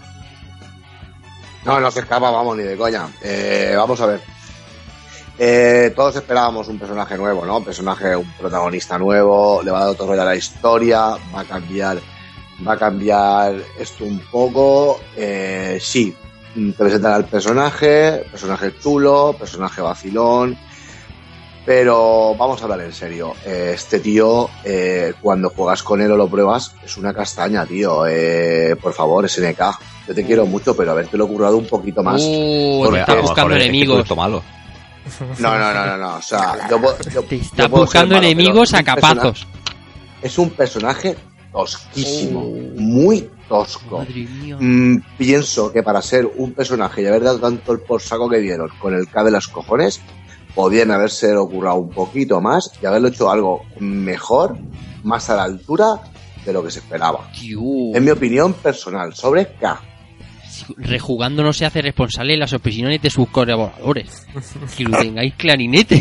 No se escapa, vamos, ni de coña. Vamos a ver. Todos esperábamos un personaje nuevo, ¿no? Un protagonista nuevo, le va a dar otro rollo a la historia, va a cambiar esto un poco. Sí, te presentan al personaje chulo, personaje vacilón, pero vamos a hablar en serio. Este tío, cuando juegas con él o lo pruebas, es una castaña, tío. Por favor, SNK, yo te quiero mucho, pero habértelo currado un poquito más. Te está buscando enemigos. No. O sea, te está buscando enemigos a capazos. Es un personaje tosquísimo, muy tosco. Madre mía. Pienso que para ser un personaje y haber dado tanto el por saco que dieron con el K de los cojones, podían haberse currado un poquito más y haberlo hecho algo mejor, más a la altura de lo que se esperaba. En mi opinión personal, sobre K. Rejugando no se hace responsable de las opiniones de sus colaboradores. Que lo tengáis clarinete.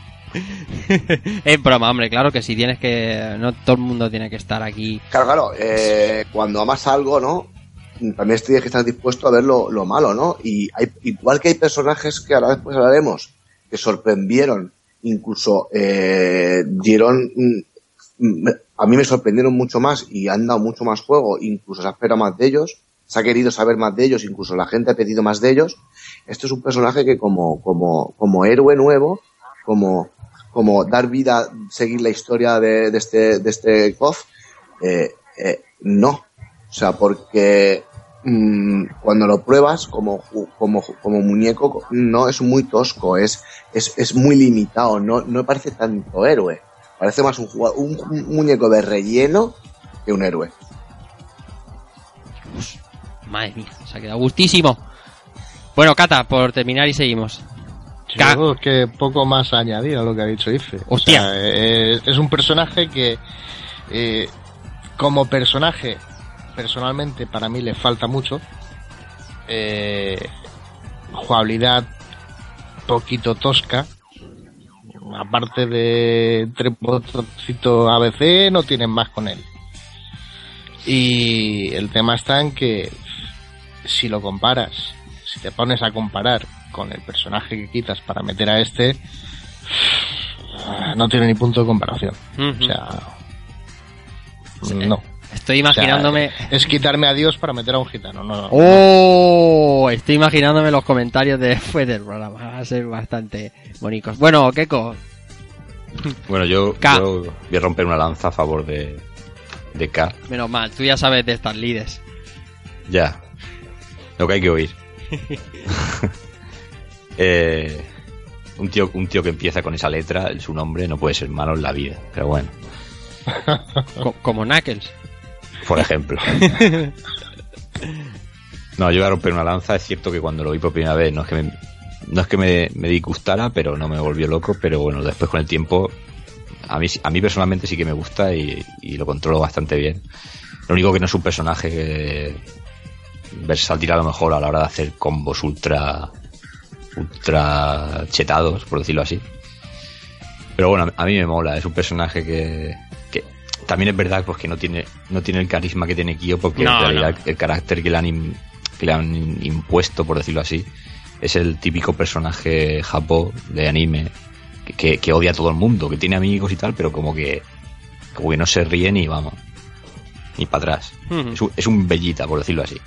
Es broma, hombre, claro que sí, tienes que... No todo el mundo tiene que estar aquí. Claro, cuando amas algo, ¿no? También tienes que estar dispuesto a ver lo malo, ¿no? Y igual que hay personajes que ahora después hablaremos, que sorprendieron, incluso dieron... A mí me sorprendieron mucho más y han dado mucho más juego, incluso se espera más de ellos. Se ha querido saber más de ellos, incluso la gente ha pedido más de ellos. Este es un personaje que como héroe nuevo, como dar vida, seguir la historia de este KOF, no. O sea, porque cuando lo pruebas como muñeco, no, es muy tosco, es muy limitado, no parece tanto héroe. Parece más un muñeco de relleno que un héroe. Madre mía, se ha quedado gustísimo. Bueno, Cata, por terminar y seguimos. Yo que poco más añadir a lo que ha dicho Ife. Hostia. O sea, es un personaje que como personaje personalmente para mí le falta mucho. Jugabilidad poquito tosca. Aparte de tres botoncitos ABC, no tienen más con él. Y el tema está en que si lo comparas, si te pones a comparar con el personaje que quitas para meter a este, no tiene ni punto de comparación. O sea, no. Estoy imaginándome... O sea, es quitarme a Dios para meter a un gitano. No. Estoy imaginándome los comentarios después del programa. Van a ser bastante bonitos. Bueno, Keiko. Bueno, yo voy a romper una lanza a favor de K. Menos mal, tú ya sabes de estas líderes. Ya. Lo que hay que oír. Un tío que empieza con esa letra, su nombre no puede ser malo en la vida, pero bueno. Como Knuckles, por ejemplo. No, yo voy a romper una lanza. Es cierto que cuando lo vi por primera vez no es que me disgustara, pero no me volvió loco. Pero bueno, después con el tiempo a mí personalmente sí que me gusta y lo controlo bastante bien. Lo único que no es un personaje que versátil a lo mejor a la hora de hacer combos ultra chetados, por decirlo así. Pero bueno, a mí me mola. Es un personaje que también es verdad pues que no tiene el carisma que tiene Kyo, porque en realidad el carácter que le han impuesto, por decirlo así, es el típico personaje japo de anime que odia a todo el mundo, que tiene amigos y tal, pero como que no se ríe ni vamos ni para atrás. Es un bellita, por decirlo así.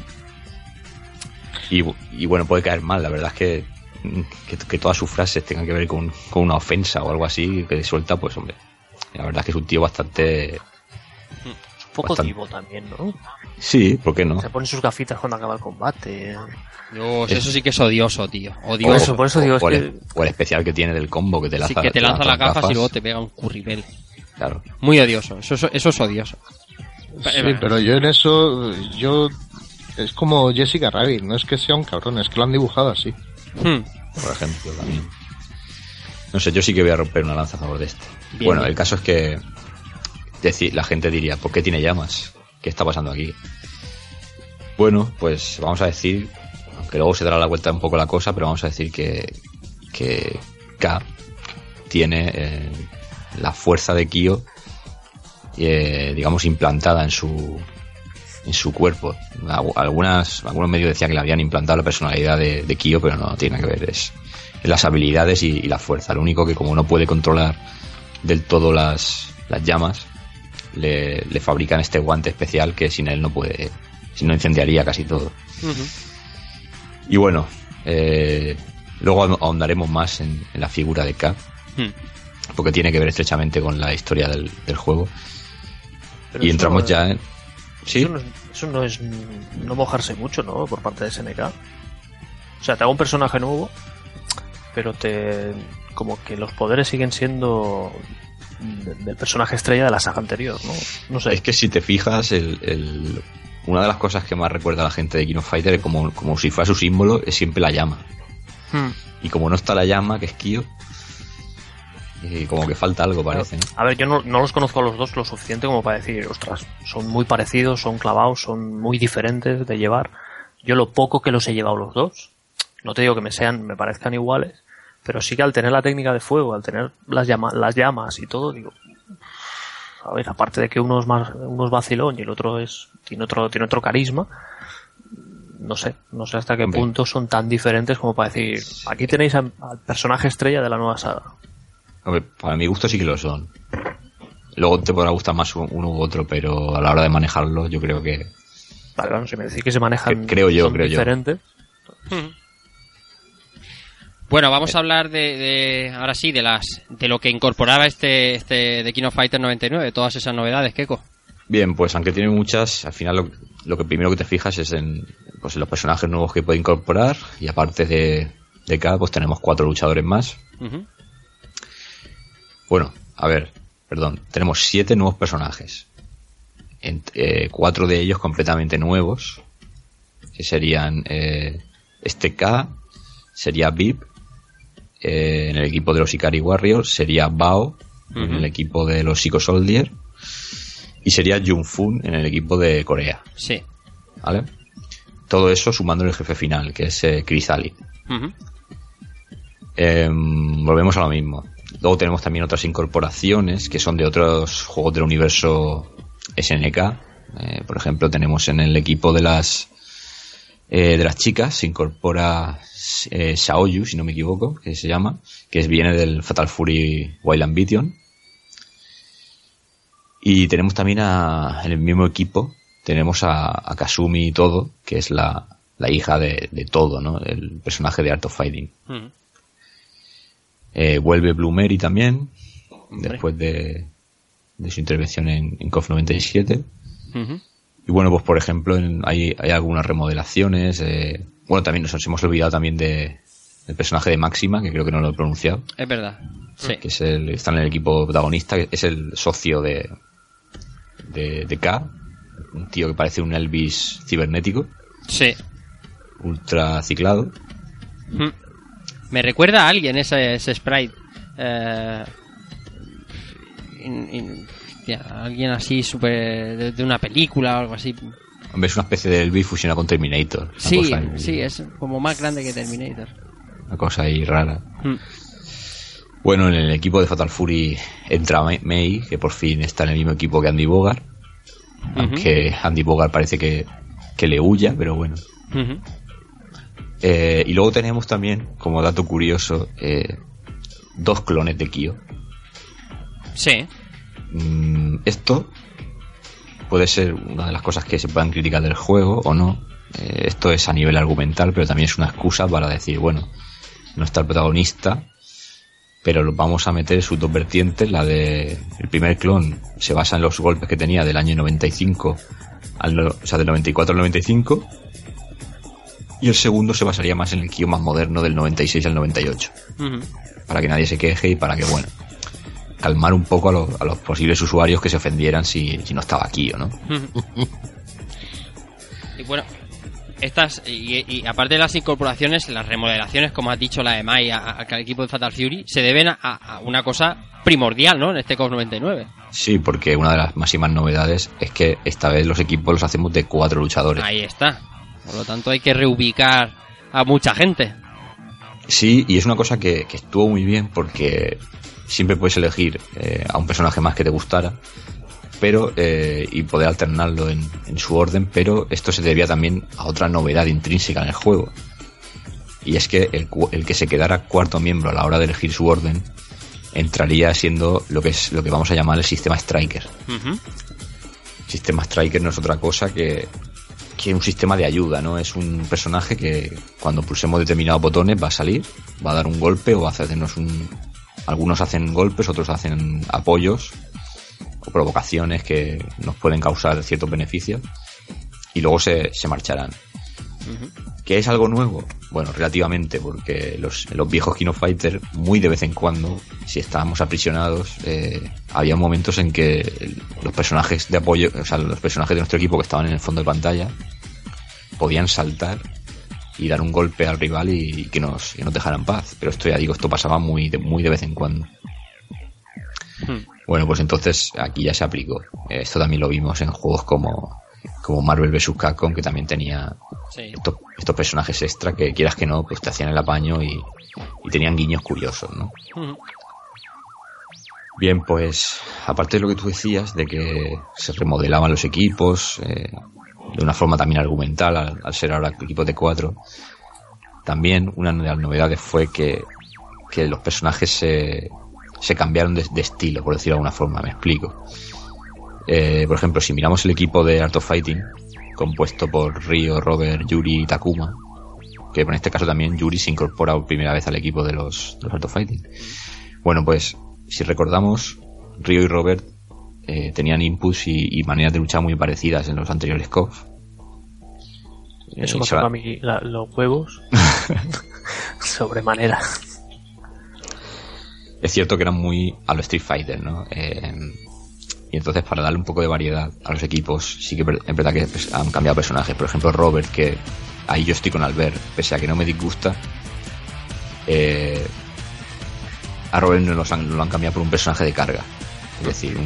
Y bueno, puede caer mal. La verdad es que todas sus frases tengan que ver con una ofensa o algo así que suelta, pues hombre, la verdad es que es un tío bastante... Un poco divo también, ¿no? Sí, ¿por qué no? Se pone sus gafitas cuando acaba el combate. Dios, eso sí que es odioso, tío. Odioso. Por eso digo, o el especial que tiene del combo que te lanza. Sí, que te lanza las gafas y luego te pega un curribel. Claro. Muy odioso, eso es odioso. Sí, pero yo en eso... Es como Jessica Rabbit, no es que sea un cabrón, es que lo han dibujado así. Por ejemplo, también. No sé, yo sí que voy a romper una lanza a favor de este. Bien. El caso es que la gente diría, ¿por qué tiene llamas? ¿Qué está pasando aquí? Bueno, pues vamos a decir, aunque luego se dará la vuelta un poco la cosa, pero vamos a decir que que K tiene la fuerza de Kyo, digamos, implantada en su cuerpo. Algunos medios decían que le habían implantado la personalidad de Kyo, pero no tiene nada que ver. Es las habilidades y la fuerza. Lo único que, como no puede controlar del todo las llamas, le fabrican este guante especial que sin él no puede, si no incendiaría casi todo. Y bueno, luego ahondaremos más en la figura de K, porque tiene que ver estrechamente con la historia del juego. Pero y entramos ya en... ¿Sí? Eso no es no mojarse mucho, ¿no? Por parte de SNK. O sea, te hago un personaje nuevo, pero como que los poderes siguen siendo del personaje estrella de la saga anterior, ¿no? No sé. Es que si te fijas, una de las cosas que más recuerda a la gente de King of Fighters, como si fuera su símbolo, es siempre la llama. Y como no está la llama, que es Kyo, como que falta algo, parece, ¿no? A ver, yo no los conozco a los dos lo suficiente como para decir, ostras, son muy parecidos, son clavados, son muy diferentes de llevar. Yo lo poco que los he llevado los dos, no te digo que me parezcan iguales, pero sí que al tener la técnica de fuego, al tener las llamas y todo, digo, a ver, aparte de que uno es vacilón y el otro tiene otro carisma, no sé hasta qué punto son tan diferentes como para decir, aquí tenéis al personaje estrella de la nueva saga. Hombre, para mi gusto sí que lo son. Luego te podrá gustar más uno u otro, pero a la hora de manejarlo yo creo que... Vale, bueno, si me decís que se manejan creo yo. diferentes. Bueno, vamos a hablar ahora sí de lo que incorporaba este de King of Fighters 99, todas esas novedades, Keiko. Bien, pues aunque tiene muchas, al final lo que primero que te fijas es en los personajes nuevos que puede incorporar, y aparte de K, pues tenemos 4 luchadores más. Bueno, tenemos 7 nuevos personajes. 4 de ellos completamente nuevos, que serían este K, sería VIP, en el equipo de los Ikari Warriors, sería Bao, en el equipo de los Psycho Soldier, y sería Jung Fun en el equipo de Corea. Sí. ¿Vale? Todo eso sumando el jefe final, que es Chrysalis. Volvemos a lo mismo. Luego tenemos también otras incorporaciones que son de otros juegos del universo SNK. Por ejemplo, tenemos en el equipo de las chicas, se incorpora Xiaoyu, si no me equivoco, que se llama, que viene del Fatal Fury Wild Ambition. Y tenemos también en el mismo equipo tenemos a Kasumi Todo, que es la hija de Todo, ¿no? El personaje de Art of Fighting. Vuelve Blue Mary también, después de su intervención en KOF 97. Y bueno, pues por ejemplo, hay algunas remodelaciones. Bueno, también nos hemos olvidado también del personaje de Máxima, que creo que no lo he pronunciado. Es verdad, sí. Que está en el equipo protagonista, que es el socio de K, un tío que parece un Elvis cibernético. Sí. Ultra ciclado. Me recuerda a alguien ese sprite. Alguien así súper de una película o algo así. Hombre, es una especie de Elvis fusionado con Terminator. Sí, es como más grande que Terminator. Una cosa ahí rara. Bueno, en el equipo de Fatal Fury entra Mei, que por fin está en el mismo equipo que Andy Bogard. Aunque Andy Bogard parece que le huya, pero bueno. Y luego tenemos también, como dato curioso, 2 clones de Kyo. Sí. Esto puede ser una de las cosas que se puedan criticar del juego o no. Esto es a nivel argumental, pero también es una excusa para decir, bueno, no está el protagonista, pero lo vamos a meter en sus 2 vertientes. La de el primer clon se basa en los golpes que tenía del año 95 del 94 al 95, y el segundo se basaría más en el Kyo más moderno del 96 al 98, para que nadie se queje y para que, bueno, calmar un poco a los posibles usuarios que se ofendieran si no estaba Kyo, ¿no? Y bueno, estas y aparte de las incorporaciones, las remodelaciones, como has dicho, la de Mai al equipo de Fatal Fury, se deben a una cosa primordial, ¿no? En este KOF 99. Sí, porque una de las máximas novedades es que esta vez los equipos los hacemos de 4 luchadores. Ahí está. Por lo tanto hay que reubicar a mucha gente. Sí, y es una cosa que estuvo muy bien porque siempre puedes elegir a un personaje más que te gustara, pero y poder alternarlo en su orden, pero esto se debía también a otra novedad intrínseca en el juego. Y es que el que se quedara cuarto miembro a la hora de elegir su orden entraría siendo lo que vamos a llamar el sistema Striker. Uh-huh. Sistema Striker no es otra cosa que un sistema de ayuda, ¿no? Es un personaje que cuando pulsemos determinados botones va a salir, va a dar un golpe o va a hacernos algunos hacen golpes, otros hacen apoyos o provocaciones que nos pueden causar ciertos beneficios y luego se marcharán. Uh-huh. ¿Qué es algo nuevo? Bueno, relativamente, porque los viejos King of Fighters, muy de vez en cuando, si estábamos aprisionados, había momentos en que los personajes de apoyo, o sea, los personajes de nuestro equipo que estaban en el fondo de pantalla, podían saltar y dar un golpe al rival y que nos dejaran paz. Pero esto, ya digo, esto pasaba muy de vez en cuando. Bueno, pues entonces aquí ya se aplicó. Esto también lo vimos en juegos como Marvel vs. Capcom, que también tenía estos personajes extra que, quieras que no, pues te hacían el apaño y tenían guiños curiosos, ¿no? Uh-huh. Bien, pues aparte de lo que tú decías de que se remodelaban los equipos de una forma también argumental al ser ahora equipos de 4, también una de las novedades fue que los personajes se cambiaron de estilo, por decirlo de alguna forma. Me explico. Por ejemplo, si miramos el equipo de Art of Fighting, compuesto por Ryo, Robert, Yuri y Takuma, que en este caso también Yuri se incorpora por primera vez al equipo de los Art of Fighting. Bueno, pues si recordamos, Ryo y Robert tenían inputs y maneras de luchar muy parecidas en los anteriores KOF. Eso me toca a mí los huevos sobremanera. Es cierto que eran muy a lo Street Fighter, ¿no? Y entonces, para darle un poco de variedad a los equipos, sí que es verdad que han cambiado personajes. Por ejemplo, Robert, que ahí yo estoy con Albert, pese a que no me disgusta, a Robert no lo han cambiado por un personaje de carga. Es decir,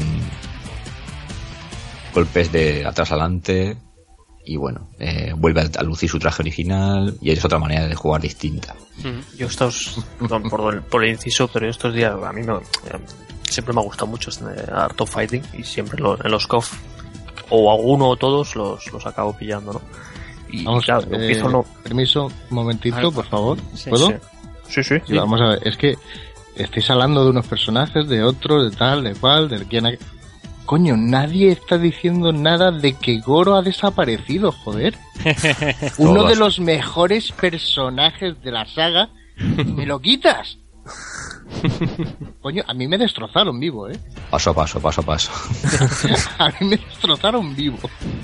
golpes de atrás adelante y bueno, vuelve a lucir su traje original y es otra manera de jugar distinta. Yo perdón por el inciso, pero estos días a mí siempre me ha gustado mucho Art of Fighting y siempre en los KOF o alguno o todos los acabo pillando, ¿no? Y vamos, claro, empiezo no. Permiso, un momentito, por favor. Sí, ¿Puedo? Sí. Vamos a ver, es que estáis hablando de unos personajes, de otros, de tal, de cual, de quién. Coño, nadie está diciendo nada de que Goro ha desaparecido, joder. Uno de los mejores personajes de la saga, ¿me lo quitas? Coño, a mí me destrozaron vivo, Paso a paso. A mí me destrozaron vivo.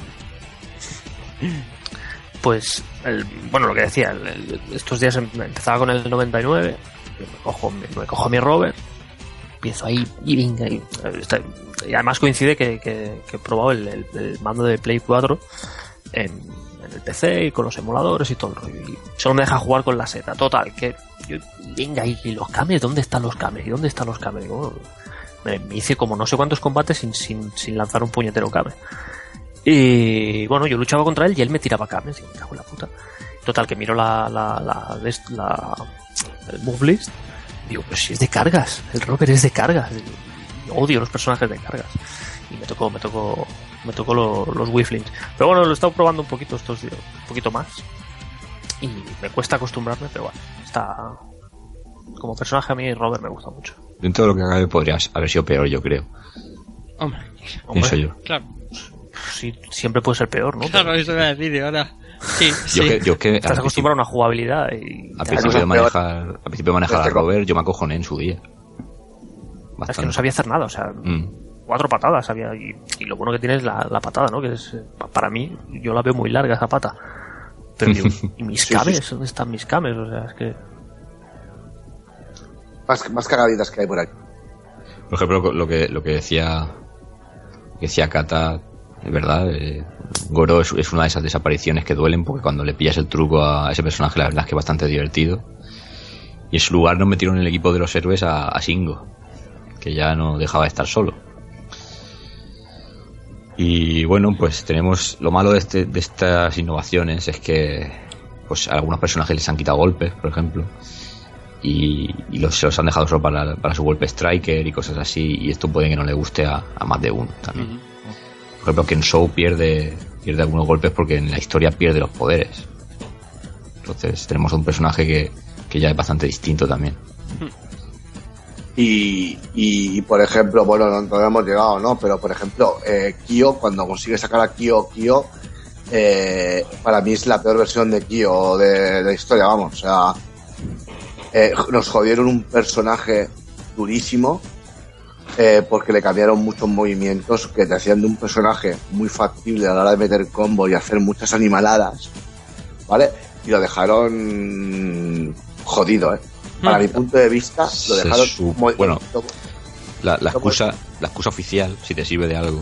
Pues, lo que decía, estos días empezaba con el 99, me cojo mi Robert, empiezo ahí y venga. Y además coincide que he probado el mando de Play 4 en el PC y con los emuladores y todo el rollo. Y solo me deja jugar con la seta. Total, que yo, venga, y los cambios, ¿dónde están los cambios? ¿Y dónde están los cambios? Bueno, me hice como no sé cuántos combates sin lanzar un puñetero cable. Y bueno, yo luchaba contra él y él me tiraba cables. Y me cago en la puta. Total, que miro el move list. Digo, pero si es de cargas, el Robert es de cargas. Odio los personajes de cargas. Y me tocó los Whifflings. Pero bueno, lo he estado probando un poquito estos días, un poquito más. Y me cuesta acostumbrarme, pero bueno, está. Como personaje a mí Robert me gusta mucho. Dentro de lo que acabe podría haber sido peor, yo creo. Hombre, pienso yo. Claro. Sí, siempre puede ser peor, ¿no? Claro, eso me va a decir ahora. Sí. Yo que estás acostumbrado a una jugabilidad y al principio de manejar a Robert yo me acojoné en su día. Bastante. Es que no sabía hacer nada, o sea, 4 patadas sabía y lo bueno que tiene es la patada, ¿no? Que es, para mí, yo la veo muy larga esa pata. Pero digo, ¿y mis cames? ¿Dónde están mis cames? O sea, es que más cagaditas que hay por ahí. Por ejemplo, lo que decía Kata, es verdad, Goro es una de esas desapariciones que duelen, porque cuando le pillas el truco a ese personaje, la verdad es que es bastante divertido. Y en su lugar nos metieron en el equipo de los héroes a Shingo, que ya no dejaba de estar solo. Y bueno, pues tenemos lo malo de estas innovaciones es que pues a algunos personajes les han quitado golpes, por ejemplo, y se los han dejado solo para su golpe striker y cosas así, y esto puede que no le guste a más de uno también. Por ejemplo, Kensou pierde algunos golpes porque en la historia pierde los poderes. Entonces tenemos un personaje que ya es bastante distinto también. Y por ejemplo, bueno, no todavía hemos llegado, ¿no? Pero por ejemplo, Kyo, cuando consigue sacar a Kyo, para mí es la peor versión de Kyo de la historia, vamos. O sea, nos jodieron un personaje durísimo porque le cambiaron muchos movimientos que te hacían de un personaje muy factible a la hora de meter combos y hacer muchas animaladas, ¿vale? Y lo dejaron jodido, Para mi punto de vista, lo dejaron bueno, la excusa oficial, si te sirve de algo,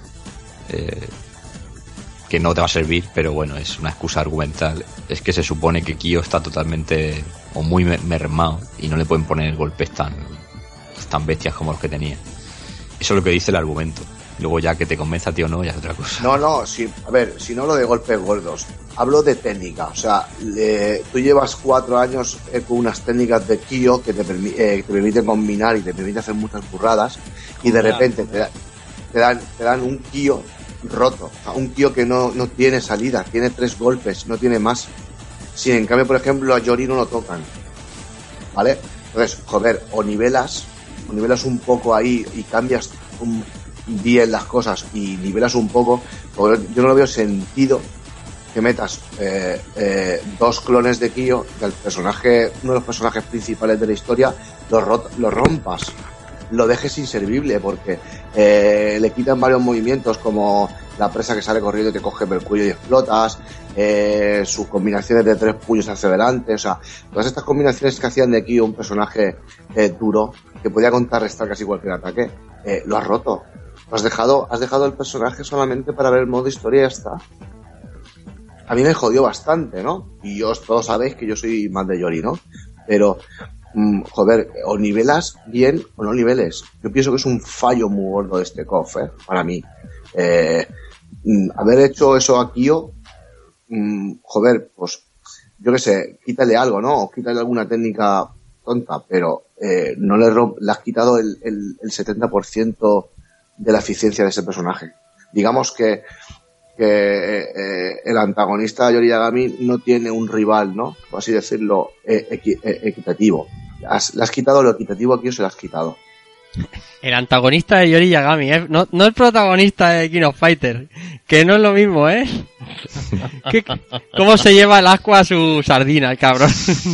que no te va a servir, pero bueno, es una excusa argumental, es que se supone que Kyo está totalmente o muy mermado y no le pueden poner golpes tan bestias como los que tenía. Eso es lo que dice el argumento. Luego ya que te convenza a ti o no, ya es otra cosa. No, sí, a ver, si no hablo de golpes gordos, hablo de técnica. O sea, tú llevas 4 años con unas técnicas de Kyo que te permiten combinar y te permiten hacer muchas burradas, y de repente te dan un Kyo roto, o sea, un Kyo que no tiene salida, tiene 3 golpes, no tiene más. Si en cambio, por ejemplo, a Yori no lo tocan, ¿vale? Entonces, joder, o nivelas un poco ahí y cambias bien las cosas y nivelas un poco, porque yo no lo veo sentido que metas 2 clones de Kyo, que el personaje, uno de los personajes principales de la historia, lo rompas, lo dejes inservible, porque le quitan varios movimientos, como la presa que sale corriendo y te coge por el cuello y explotas, sus combinaciones de 3 puños hacia adelante, o sea, todas estas combinaciones que hacían de Kyo un personaje duro, que podía contrarrestar casi cualquier ataque, lo has roto. Has dejado el personaje solamente para ver el modo historia y ya está. A mí me jodió bastante, ¿no? Y todos sabéis que yo soy más de Yori, ¿no? Pero, joder, o nivelas bien o no niveles. Yo pienso que es un fallo muy gordo de este KOF, para mí. Haber hecho eso a Kyo, joder, pues, yo qué sé, quítale algo, ¿no? O quítale alguna técnica tonta, pero no le has quitado el 70% de la eficiencia de ese personaje. Digamos que el antagonista de Yori Yagami no tiene un rival, ¿no? Por así decirlo, equitativo. Le has quitado lo equitativo, aquí se lo has quitado. El antagonista de Yori Yagami, no el protagonista de King of Fighters, que no es lo mismo, ¿Cómo se lleva el asco a su sardina, el cabrón?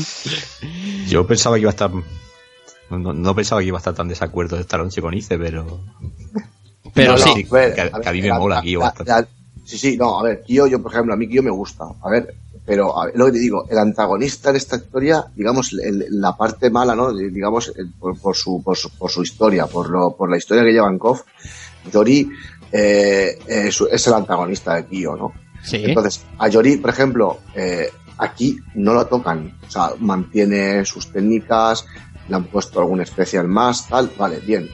Yo pensaba que iba a estar... No pensaba que iba a estar tan desacuerdo de esta noche con Ice, pero sí, que a mí me mola Kyo bastante. Sí, no, a ver, Kyo, yo por ejemplo, a mí Kyo me gusta, a ver, pero lo que te digo, el antagonista de esta historia, digamos, la parte mala, ¿no? Digamos, por su historia, por la historia que lleva en KOF, Yori es el antagonista de Kyo, ¿no? Sí. Entonces, a Yori, por ejemplo, aquí no lo tocan, o sea, mantiene sus técnicas, le han puesto alguna especial más, tal, vale, bien.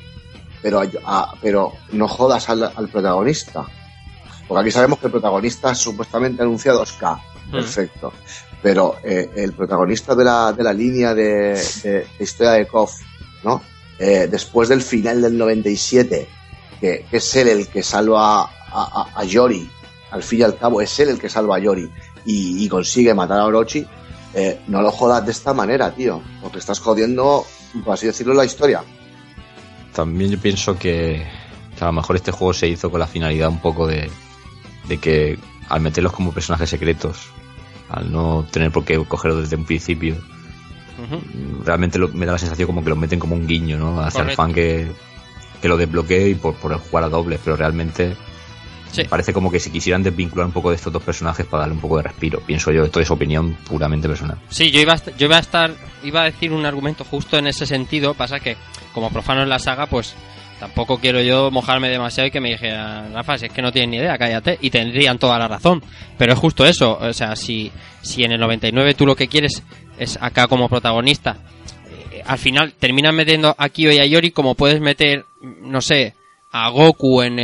Pero no jodas al protagonista. Porque aquí sabemos que el protagonista supuestamente anunciado es K. Perfecto. Pero el protagonista de la línea de historia de KOF, ¿no? Después del final del 97, que es él el que salva a Yori, al fin y al cabo es él el que salva a Yori y consigue matar a Orochi, no lo jodas de esta manera, tío, porque estás jodiendo, por así decirlo, la historia. También yo pienso que a lo mejor este juego se hizo con la finalidad un poco de que al meterlos como personajes secretos, al no tener por qué cogerlos desde un principio, realmente me da la sensación como que los meten como un guiño, ¿no? Hacia el fan que lo desbloquee y por el jugar a dobles, pero realmente parece como que si quisieran desvincular un poco de estos dos personajes para darle un poco de respiro, pienso yo. Esto es opinión puramente personal. Sí, yo iba a decir un argumento justo en ese sentido. Pasa que como profano en la saga, pues tampoco quiero yo mojarme demasiado y que me dijeran, Rafa, si es que no tienes ni idea, cállate, y tendrían toda la razón. Pero es justo eso, o sea, si en el 99 tú lo que quieres es acá como protagonista, al final terminan metiendo a Kyo y a Yori, como puedes meter, no sé, a Goku en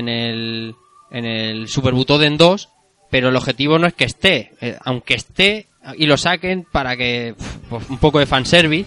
el Super Butoden 2, pero el objetivo no es que esté, aunque esté, y lo saquen para que pues, un poco de fanservice.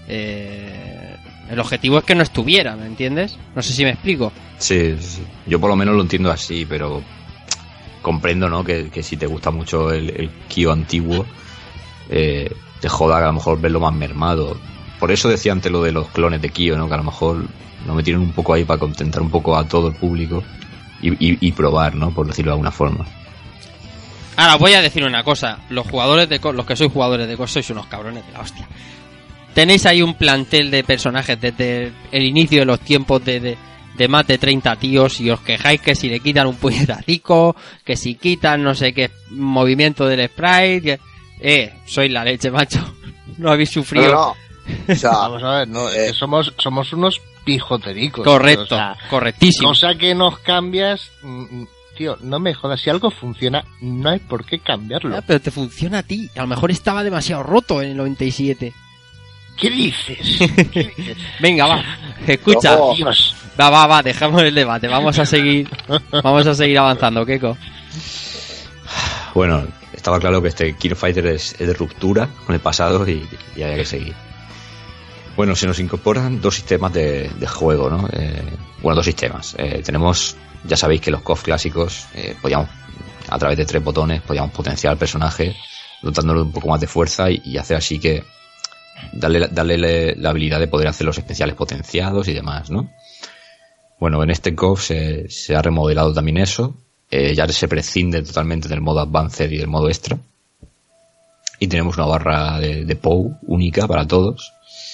El objetivo es que no estuviera, ¿me entiendes? No sé si me explico. Sí. Yo por lo menos lo entiendo así, pero comprendo, ¿no? Que si te gusta mucho el Kyo antiguo, te joda que a lo mejor verlo más mermado. Por eso decía antes lo de los clones de Kyo, ¿no? Que a lo mejor lo metieron un poco ahí para contentar un poco a todo el público y probar, ¿no? Por decirlo de alguna forma. Ahora voy a decir una cosa. Los que sois jugadores de COF sois unos cabrones de la hostia. Tenéis ahí un plantel de personajes desde el inicio de los tiempos de más de 30 tíos y os quejáis que si le quitan un puñetacico, que si quitan no sé qué movimiento del sprite, sois la leche, macho. No habéis sufrido. No. O sea, vamos a ver, no, somos unos pijotericos. Correcto, tío, o sea, correctísimo. Cosa que nos cambias, tío, no me jodas, si algo funciona, no hay por qué cambiarlo. Pero te funciona a ti. A lo mejor estaba demasiado roto en el 97. ¿Qué dices? Venga, va. Escucha. No. Dios. Va, dejamos el debate. Vamos a seguir avanzando, Keiko. Bueno, estaba claro que este King of Fighter es de ruptura con el pasado y había que seguir. Bueno, se nos incorporan dos sistemas de juego, ¿no? Dos sistemas. Tenemos, ya sabéis que los KOF clásicos, podíamos, a través de 3 botones, podíamos potenciar al personaje, dotándole un poco más de fuerza y hacer así que darle la habilidad de poder hacer los especiales potenciados y demás, ¿no? Bueno, en este KOF se ha remodelado también eso. Ya se prescinde totalmente del modo Advanced y del modo Extra. Y tenemos una barra de POW única para todos.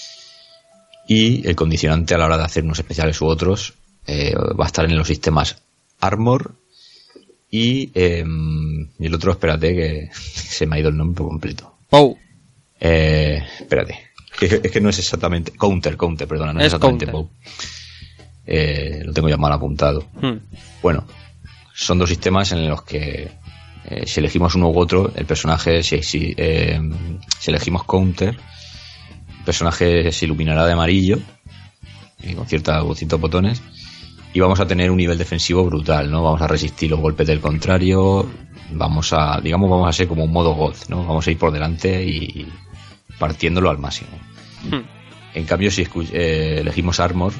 Y el condicionante a la hora de hacer unos especiales u otros va a estar en los sistemas Armor y el otro, espérate, que se me ha ido el nombre por completo. POW. Espérate, es que no es exactamente Counter, perdona, no es exactamente POW. Lo tengo ya mal apuntado. Bueno, son dos sistemas en los que si elegimos uno u otro, el personaje, si elegimos Counter, el personaje se iluminará de amarillo con ciertos botones y vamos a tener un nivel defensivo brutal, ¿no? Vamos a resistir los golpes del contrario, vamos a ser como un modo God, ¿no? Vamos a ir por delante y partiéndolo al máximo. En cambio, si elegimos Armor,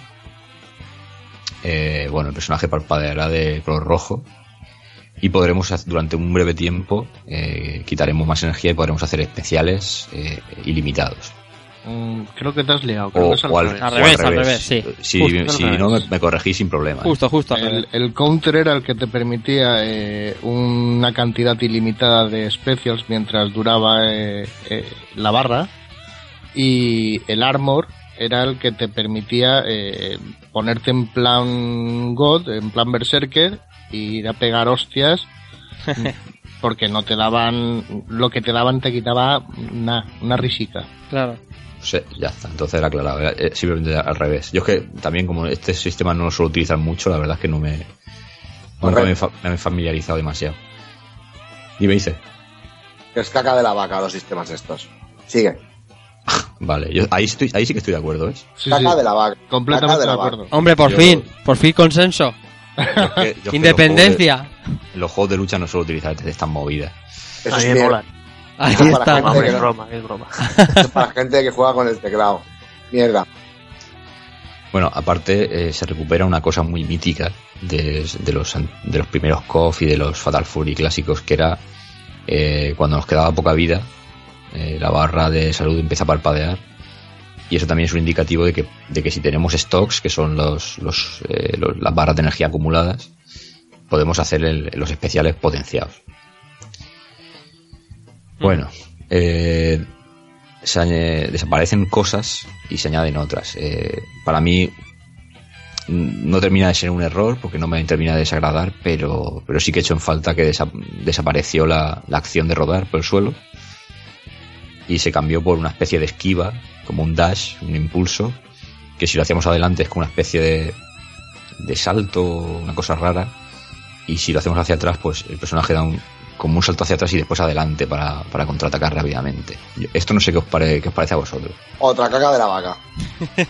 el personaje parpadeará de color rojo y podremos, durante un breve tiempo, quitaremos más energía y podremos hacer especiales ilimitados. Creo que te has liado. Al revés, sí. Si no, me corregí sin problema. Justo. El counter era el que te permitía una cantidad ilimitada de specials mientras duraba la barra, y el armor era el que te permitía ponerte en plan God, en plan berserker, e ir a pegar hostias porque no te daban, lo que te daban te quitaba una risica. Claro. Sí, ya está, entonces era aclarado, era simplemente al revés. Yo es que también, como este sistema no lo suelo utilizar mucho, la verdad es que nunca me he familiarizado demasiado. Y me dice que es caca de la vaca los sistemas estos. Sigue. Vale, ahí sí que estoy de acuerdo, ¿ves? Sí, caca de la vaca. Completamente de acuerdo. Hombre, por fin consenso. Yo Independencia. En los juegos de lucha no suelo utilizar estas movidas. Eso Ahí es mola. Ahí Para está. gente que Es no- broma, es broma. Eso es para gente que juega con el teclado. Mierda. Bueno, aparte se recupera una cosa muy mítica de los primeros KOF y de los Fatal Fury clásicos, que era cuando nos quedaba poca vida, la barra de salud empieza a parpadear, y eso también es un indicativo de que si tenemos stocks, que son las barras de energía acumuladas, podemos hacer los especiales potenciados. Bueno, desaparecen cosas y se añaden otras. Para mí no termina de ser un error porque no me termina de desagradar, pero sí que he hecho en falta que desapareció la acción de rodar por el suelo y se cambió por una especie de esquiva, como un dash, un impulso, que si lo hacíamos adelante es como una especie de salto, una cosa rara, y si lo hacemos hacia atrás, pues el personaje da como un salto hacia atrás y después adelante para contraatacar rápidamente. Esto no sé qué os parece a vosotros. Otra caca de la vaca.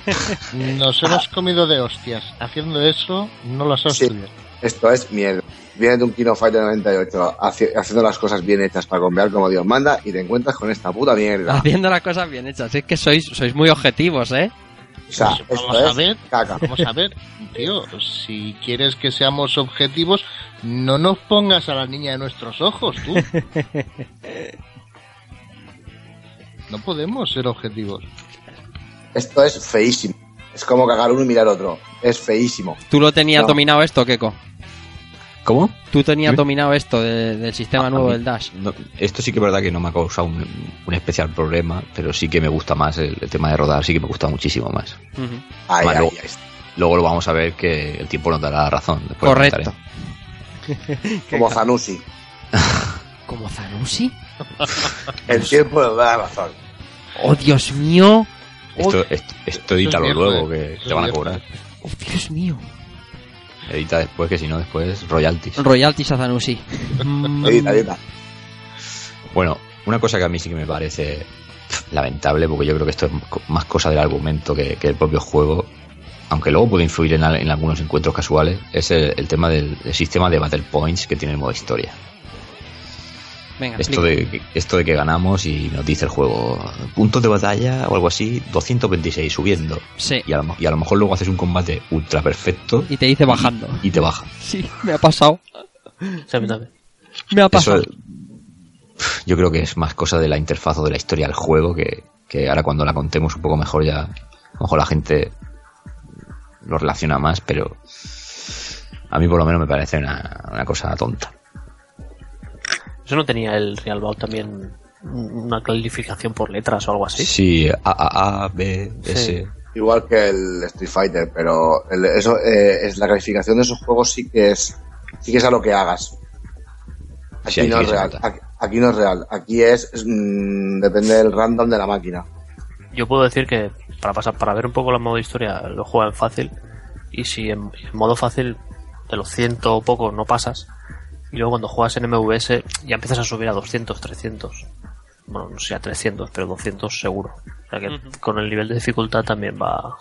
Nos hemos comido de hostias. Haciendo eso, no las has Sí. estudiado. Esto es mierda. vienes de un King of Fighter 98 haciendo las cosas bien hechas para convear como Dios manda y te encuentras con esta puta mierda. Haciendo las cosas bien hechas. Es que sois muy objetivos, ¿eh? O sea, Pues esto vamos a es ver, caca. vamos a ver, tío, si quieres que seamos objetivos, no nos pongas a la niña de nuestros ojos, tú. No podemos ser objetivos. Esto es feísimo. Es como cagar uno y mirar otro. Es feísimo. ¿Tú lo tenías No. dominado esto, Keiko? ¿Cómo? ¿Tú tenías ¿Sí? dominado esto del sistema nuevo del Dash? No, esto sí que es verdad que no me ha causado un especial problema, pero sí que me gusta más el tema de rodar, sí que me gusta muchísimo más. Ujú. Ay, Vale, ay, luego- ay. Luego lo vamos a ver que el tiempo nos dará la razón. Después lo Correcto. comentaré. Como Zanussi. ¿Como Zanussi? El tiempo nos da la razón. ¡Oh, Dios mío! Esto edítalo viejo, luego, que eso te van a es viejo. cobrar. ¡Oh, Dios mío! Edita después, que si no, después royalties. Royalties a Zanussi. Edita. Bueno, una cosa que a mí sí que me parece lamentable, porque yo creo que esto es más cosa del argumento que el propio juego, aunque luego puede influir en algunos encuentros casuales, es el tema del sistema de Battle Points que tiene el modo historia. Venga, Esto de que ganamos y nos dice el juego puntos de batalla o algo así, 226 subiendo. Sí. Y a lo mejor luego haces un combate ultra perfecto Y te dice bajando. y te baja. Sí, me ha pasado. Sí, a mí también. Me ha pasado. Eso, yo creo que es más cosa de la interfaz o de la historia del juego que ahora cuando la contemos un poco mejor ya, a lo mejor la gente lo relaciona más, pero a mí por lo menos me parece una cosa tonta. ¿Eso no tenía el Real Bout también una clasificación por letras o algo así? Sí, A, B, Sí. S. Igual que el Street Fighter, pero eso es la calificación de esos juegos sí que es a lo que hagas. Aquí Sí, no aquí es se real. nota. Aquí no es real. Aquí depende del random de la máquina. Yo puedo decir que para ver un poco el modo historia lo juega en fácil, y si en modo fácil de los 100 o poco no pasas, y luego cuando juegas en MVS ya empiezas a subir a 200, 300. Bueno, no sé a 300, pero 200 seguro. O sea que con el nivel de dificultad también va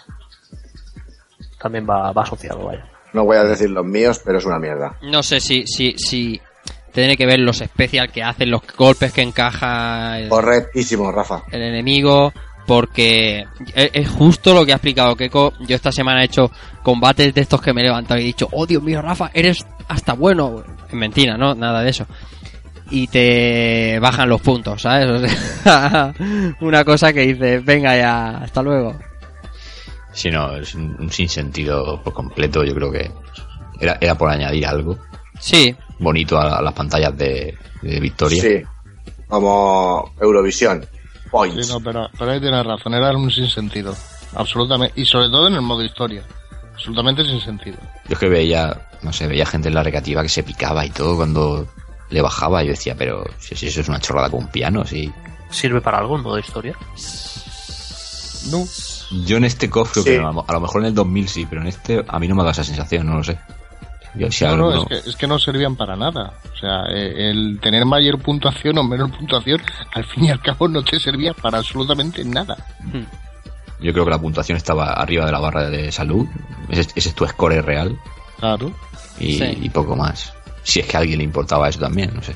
asociado, vaya. No voy a decir los míos, pero es una mierda. No sé si tiene que ver los especial que hacen, los golpes que encaja Correctísimo, Rafa. el enemigo, porque es justo lo que ha explicado Keiko. Yo esta semana he hecho combates de estos que me he levantado y he dicho, oh Dios mío, Rafa, eres hasta bueno. Es mentira, ¿no? Nada de eso. Y te bajan los puntos, ¿sabes? O sea, una cosa que dices, venga ya, hasta luego. Si no, es un sinsentido por completo. Yo creo que era por añadir algo Sí, bonito a las pantallas de victoria. Sí. Como Eurovisión. Points. Sí, no, pero ahí tienes razón, era un sinsentido. Absolutamente. Y sobre todo en el modo historia. Absolutamente sin sentido. Yo es que veía gente en la recreativa que se picaba y todo cuando le bajaba. Y yo decía, pero si eso es una chorrada con un piano, sí. ¿Sirve para algo en modo historia? No. Yo en este KOF creo Sí. que no, a lo mejor en el 2000 sí, pero en este a mí no me ha dado esa sensación, no lo sé. Yo, si No, alguno- es que no servían para nada. O sea, el tener mayor puntuación o menor puntuación, al fin y al cabo no te servía para absolutamente nada. yo creo que la puntuación estaba arriba de la barra de salud. Ese es tu score real Claro. y, Sí. y poco más. Si es que a alguien le importaba eso también, no sé.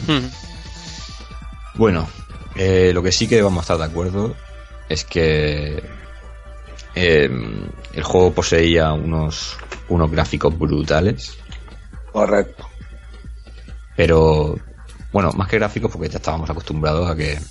Bueno, lo que sí que vamos a estar de acuerdo es que el juego poseía unos gráficos brutales, Correcto. pero bueno, más que gráficos porque ya estábamos acostumbrados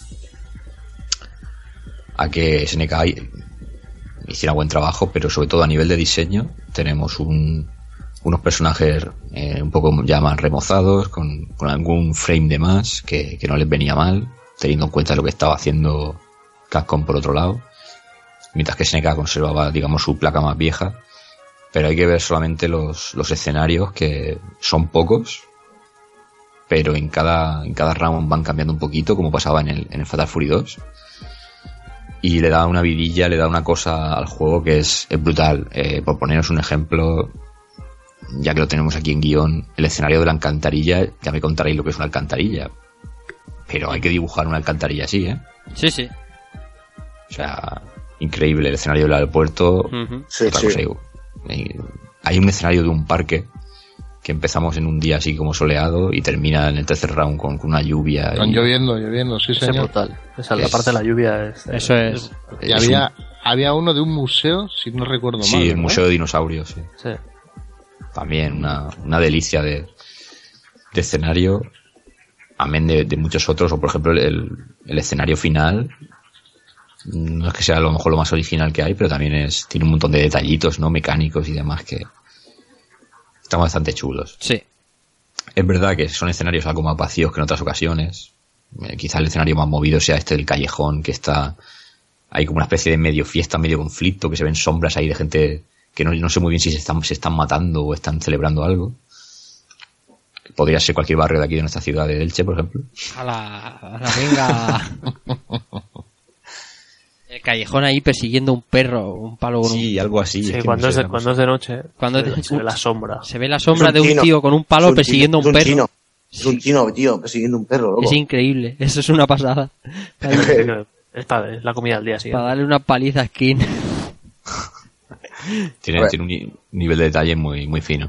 a que SNK hiciera buen trabajo, pero sobre todo a nivel de diseño tenemos unos personajes un poco ya más remozados, con algún frame de más que no les venía mal, teniendo en cuenta lo que estaba haciendo Capcom por otro lado, mientras que SNK conservaba, digamos, su placa más vieja. Pero hay que ver solamente los escenarios, que son pocos, pero en cada round van cambiando un poquito, como pasaba en el Fatal Fury 2. Y le da una vidilla, le da una cosa al juego que es brutal. Por poneros un ejemplo, ya que lo tenemos aquí en guión, el escenario de la alcantarilla, ya me contaréis lo que es una alcantarilla. Pero hay que dibujar una alcantarilla así, ¿eh? sí, sí. O sea, increíble el escenario del aeropuerto. Ujú. Sí, Otra sí. cosa, hay un escenario de un parque empezamos en un día así como soleado y termina en el tercer round con una lluvia. Están lloviendo, sí, señor. Es brutal. La parte de la lluvia es... Eso es. Y había uno de un museo, si no recuerdo mal. Sí, el Museo de Dinosaurios, sí. Sí. También una delicia de escenario, amén de muchos otros, o por ejemplo el escenario final, no es que sea a lo mejor lo más original que hay, pero también tiene un montón de detallitos, ¿no? Mecánicos y demás que están bastante chulos. Sí. Es verdad que son escenarios algo más vacíos que en otras ocasiones. Quizás el escenario más movido sea este del callejón, que está hay como una especie de medio fiesta, medio conflicto, que se ven sombras ahí de gente que no sé muy bien si se están matando o están celebrando algo. Podría ser cualquier barrio de aquí de nuestra ciudad de Elche, por ejemplo. A la venga. El callejón ahí persiguiendo un perro, un palo con sí, algo así. Sí, cuando es de noche, se ve la sombra. Se ve la sombra de un tío con un palo persiguiendo un perro. Es un chino, tío, persiguiendo un perro, loco. Es increíble, eso es una pasada. Es la comida del día siguiente. Para darle una paliza a Skin. Tiene un nivel de detalle muy, muy fino.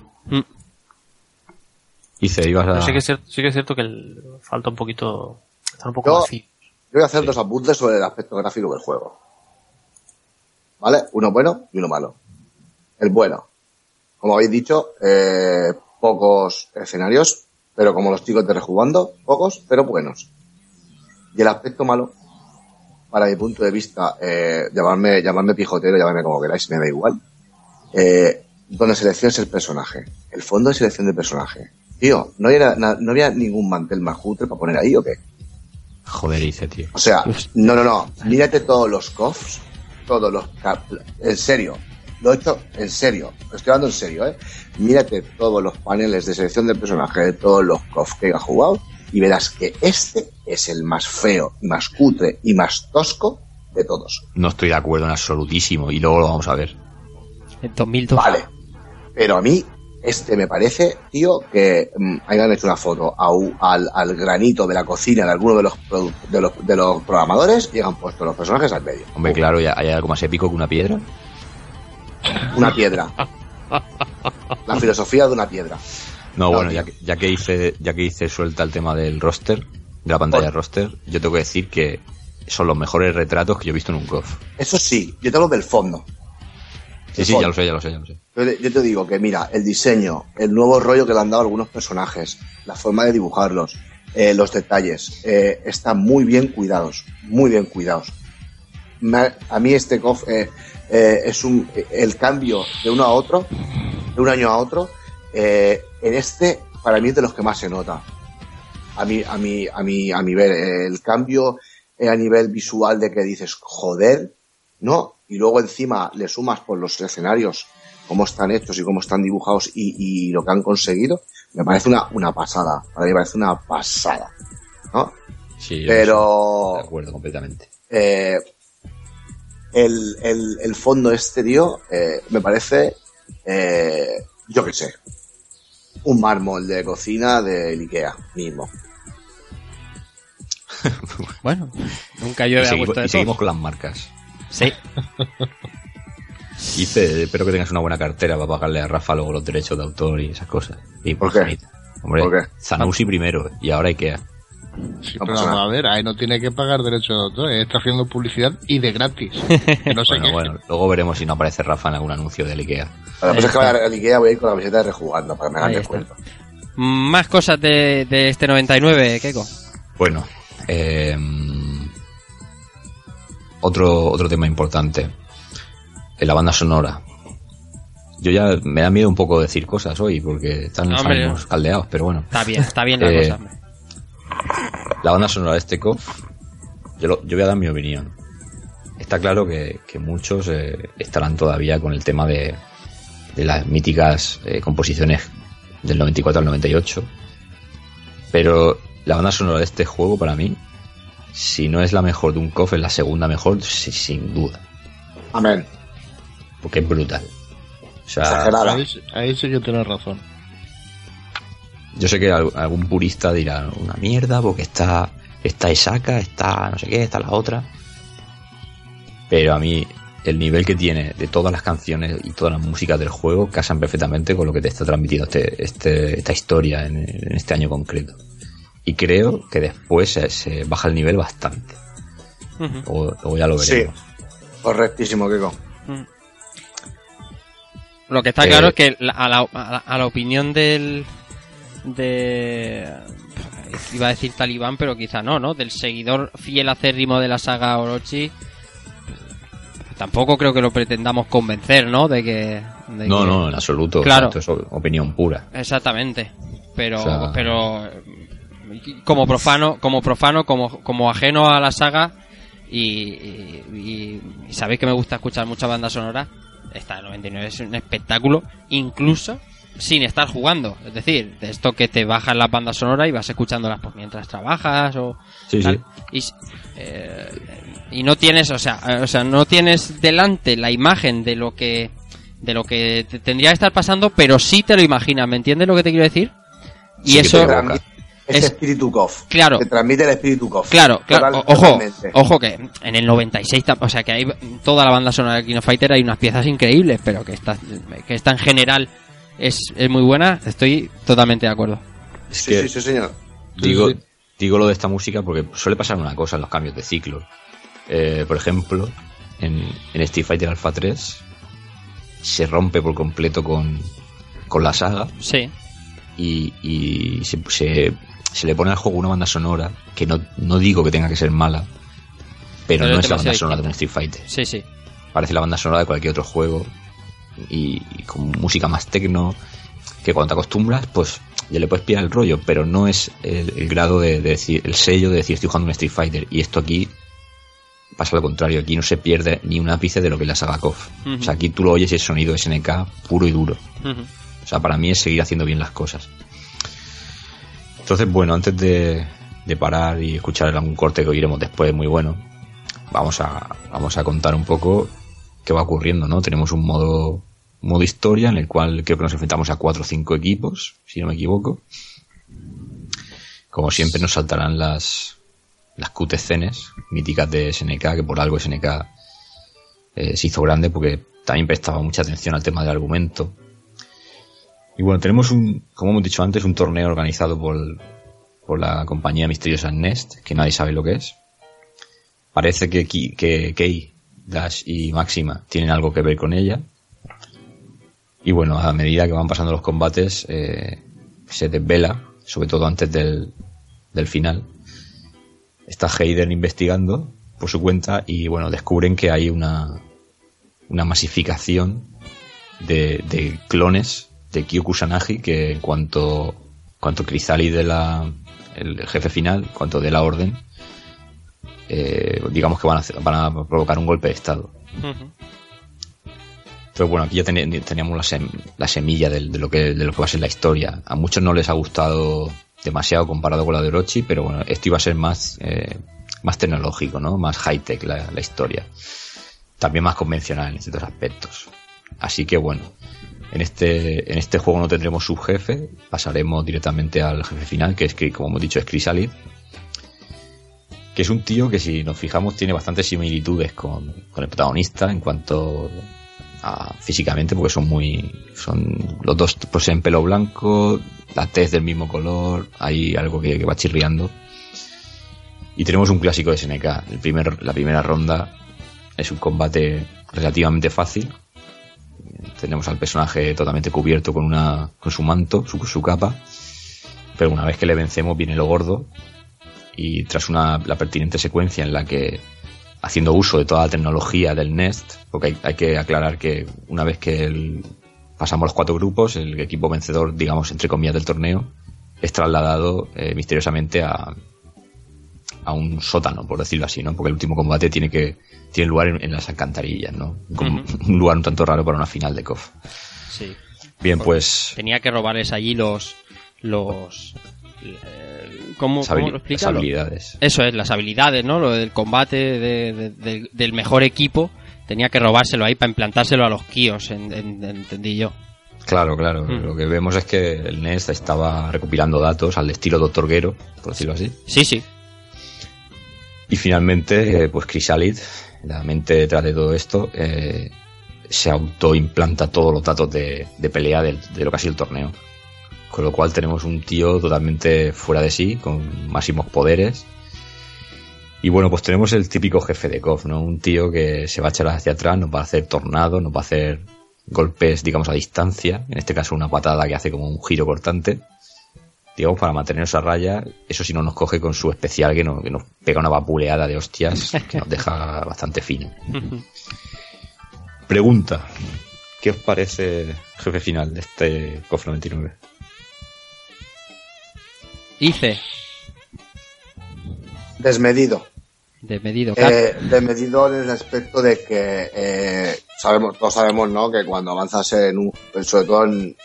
Ibas a... Sí que es cierto que falta un poquito... Está un poco más fino. Yo voy a hacer dos apuntes sobre el aspecto gráfico del juego. ¿Vale? Uno bueno y uno malo. El bueno. Como habéis dicho, pocos escenarios, pero como los chicos de Rejugando, pocos, pero buenos. Y el aspecto malo, para mi punto de vista, llamarme pijotero, llamarme como queráis, me da igual. Donde selecciones el personaje. El fondo de selección del personaje. Tío, ¿no había ningún mantel más cutre para poner ahí o qué? Joder, hice, tío. O sea, no. Mírate todos los COFs, en serio. Lo he hecho en serio. Lo estoy hablando en serio, ¿eh? Mírate todos los paneles de selección del personaje de todos los COFs que haya jugado y verás que este es el más feo, más cutre y más tosco de todos. No estoy de acuerdo en absolutísimo y luego lo vamos a ver. En 2002. Vale. Pero a mí me parece, tío, que hayan hecho una foto al granito de la cocina de alguno de los programadores y han puesto los personajes al medio. Hombre, claro, ¿hay algo más épico que una piedra? Una piedra. La filosofía de una piedra. No, bueno, ya que hice suelta el tema del roster, de la pantalla roster, yo tengo que decir que son los mejores retratos que yo he visto en un KOF. Eso sí, yo te hablo del fondo. Sí, ya lo sé. Yo te digo que mira, el diseño, el nuevo rollo que le han dado a algunos personajes, la forma de dibujarlos, los detalles, están muy bien cuidados, muy bien cuidados. A mí este KOF es el cambio de uno a otro, de un año a otro, en este para mí es de los que más se nota. A mi ver, el cambio a nivel visual de que dices, joder, ¿no? Y luego encima le sumas por los escenarios, cómo están hechos y cómo están dibujados y lo que han conseguido, me parece una pasada. Para mí me parece una pasada, ¿no? Sí, pero de acuerdo completamente. El fondo tío, me parece, yo qué sé, un mármol de cocina del Ikea mismo. Bueno, nunca yo había puesto y seguimos con las marcas. Sí. Espero que tengas una buena cartera para pagarle a Rafa luego los derechos de autor y esas cosas. Y ¿Por qué? Hombre, ¿Por qué? Zanussi primero y ahora Ikea. Sí, pero vamos a ver, ahí no tiene que pagar derechos de autor, está haciendo publicidad y de gratis. No sé bueno, luego veremos si no aparece Rafa en algún anuncio del Ikea. Para la próxima vez que vaya al Ikea voy a ir con la camiseta de Rejugando para que me hagan descuento. Más cosas de este 99, Keiko. Bueno, otro tema importante, la banda sonora. Yo ya me da miedo un poco decir cosas hoy porque están los ánimos caldeados, pero bueno. Está bien la cosa. La banda sonora de este KOF, yo voy a dar mi opinión. Está claro que muchos estarán todavía con el tema de las míticas composiciones del 94 al 98, pero la banda sonora de este juego para mí, si no es la mejor de un KOF, es la segunda mejor, sin duda. Amén. Porque es brutal. O sea, exagerada. Ahí sí que tienes razón. Yo sé que algún purista dirá una mierda porque está Isaka, está no sé qué, está la otra. Pero a mí el nivel que tiene de todas las canciones y todas las músicas del juego casan perfectamente con lo que te está transmitiendo esta historia en este año concreto. Y creo que después se baja el nivel bastante. O ya lo veremos. Sí, correctísimo, Keiko. Lo que está claro es que a la opinión iba a decir talibán, pero quizá no, del seguidor fiel acérrimo de la saga Orochi, tampoco creo que lo pretendamos convencer, ¿no? No, en absoluto. Claro. Esto es opinión pura. Exactamente. Pero como profano, como ajeno a la saga y sabéis que me gusta escuchar mucha banda sonora, esta 99 es un espectáculo, incluso sin estar jugando. Es decir, de esto que te bajas la banda sonora y vas escuchándolas pues mientras trabajas o sí, tal. Sí. Y no tienes, o sea, no tienes delante la imagen de lo que tendría que estar pasando, pero sí te lo imaginas. ¿Me entiendes lo que te quiero decir? Y sí, eso es espíritu KOF. Claro. Te transmite el espíritu KOF. Claro. Ojo que en el 96, o sea, que hay toda la banda sonora de King of Fighter, hay unas piezas increíbles, pero que esta en general es muy buena. Estoy totalmente de aculo. Sí, señor. Digo lo de esta música porque suele pasar una cosa en los cambios de ciclo. Por ejemplo, en Street Fighter Alpha 3 se rompe por completo con la saga. Sí. Y se le pone al juego una banda sonora que no digo que tenga que ser mala, pero no es la banda sonora de un Street Fighter. Sí. Parece la banda sonora de cualquier otro juego y con música más techno, que cuando te acostumbras pues ya le puedes pillar el rollo, pero no es el grado de decir, el sello de decir estoy jugando un Street Fighter. Y esto aquí pasa lo contrario, aquí no se pierde ni un ápice de lo que es la saga KOF. O sea, aquí tú lo oyes y el sonido SNK puro y duro. O sea, para mí es seguir haciendo bien las cosas. Entonces, bueno, antes de parar y escuchar algún corte que oiremos después, muy bueno, vamos a contar un poco qué va ocurriendo, ¿no? Tenemos un modo historia en el cual creo que nos enfrentamos a 4 o 5 equipos, si no me equivoco. Como siempre nos saltarán las cutscenes míticas de SNK, que por algo SNK se hizo grande porque también prestaba mucha atención al tema del argumento. Y bueno, tenemos como hemos dicho antes, un torneo organizado por la compañía misteriosa Nest, que nadie sabe lo que es. Parece que Kei, Dash y Máxima tienen algo que ver con ella. Y bueno, a medida que van pasando los combates, se desvela, sobre todo antes del final. Está Hayden investigando por su cuenta y bueno, descubren que hay una masificación de clones de Kyo Kusanagi, que en cuanto Crisálid el jefe final, en cuanto de la orden, digamos que van a provocar un golpe de estado. Entonces bueno, aquí ya teníamos la semilla de lo que va a ser la historia. A muchos no les ha gustado demasiado comparado con la de Orochi, pero bueno, esto iba a ser más tecnológico, ¿no? Más high-tech la historia. También más convencional en ciertos aspectos. Así que bueno, en este juego no tendremos subjefe, pasaremos directamente al jefe final, que es, como hemos dicho, es Crisálid, que es un tío que, si nos fijamos, tiene bastantes similitudes con el protagonista en cuanto a físicamente, porque son los dos poseen pelo blanco, la tez del mismo color, hay algo que va chirriando. Y tenemos un clásico de SNK. La primera ronda es un combate relativamente fácil. Tenemos al personaje totalmente cubierto con su manto, su capa, pero una vez que le vencemos viene lo gordo, y tras la pertinente secuencia en la que, haciendo uso de toda la tecnología del Nest, porque hay que aclarar que una vez que pasamos los 4 grupos, el equipo vencedor, digamos, entre comillas, del torneo, es trasladado misteriosamente a un sótano, por decirlo así, ¿no? Porque el último combate tiene lugar en las alcantarillas, ¿no? Un lugar un tanto raro para una final de KOF. Sí. Bien, pues tenía que robarles allí ¿cómo lo explica? Las habilidades. Eso es, las habilidades, ¿no? Lo del combate del mejor equipo, tenía que robárselo ahí para implantárselo a los Kios, entendí yo. Claro. Lo que vemos es que el Nest estaba recopilando datos al estilo Dr. Gero, por decirlo así. Sí. Y finalmente, pues Chrysalid, la mente detrás de todo esto, se autoimplanta todos los datos de pelea de lo que ha sido el torneo. Con lo cual tenemos un tío totalmente fuera de sí, con máximos poderes. Y bueno, pues tenemos el típico jefe de KOF, ¿no? Un tío que se va a echar hacia atrás, nos va a hacer tornado, nos va a hacer golpes, digamos, a distancia. En este caso una patada que hace como un giro cortante. Digamos, para mantenernos a raya. Eso sí, no nos coge con su especial que nos pega una vapuleada de hostias que nos deja bastante fino. Pregunta: ¿qué os parece jefe final de este KOF 99? Hice. Desmedido. Desmedido. Desmedido en el aspecto de que todos sabemos, ¿no? Que cuando avanzas sobre todo en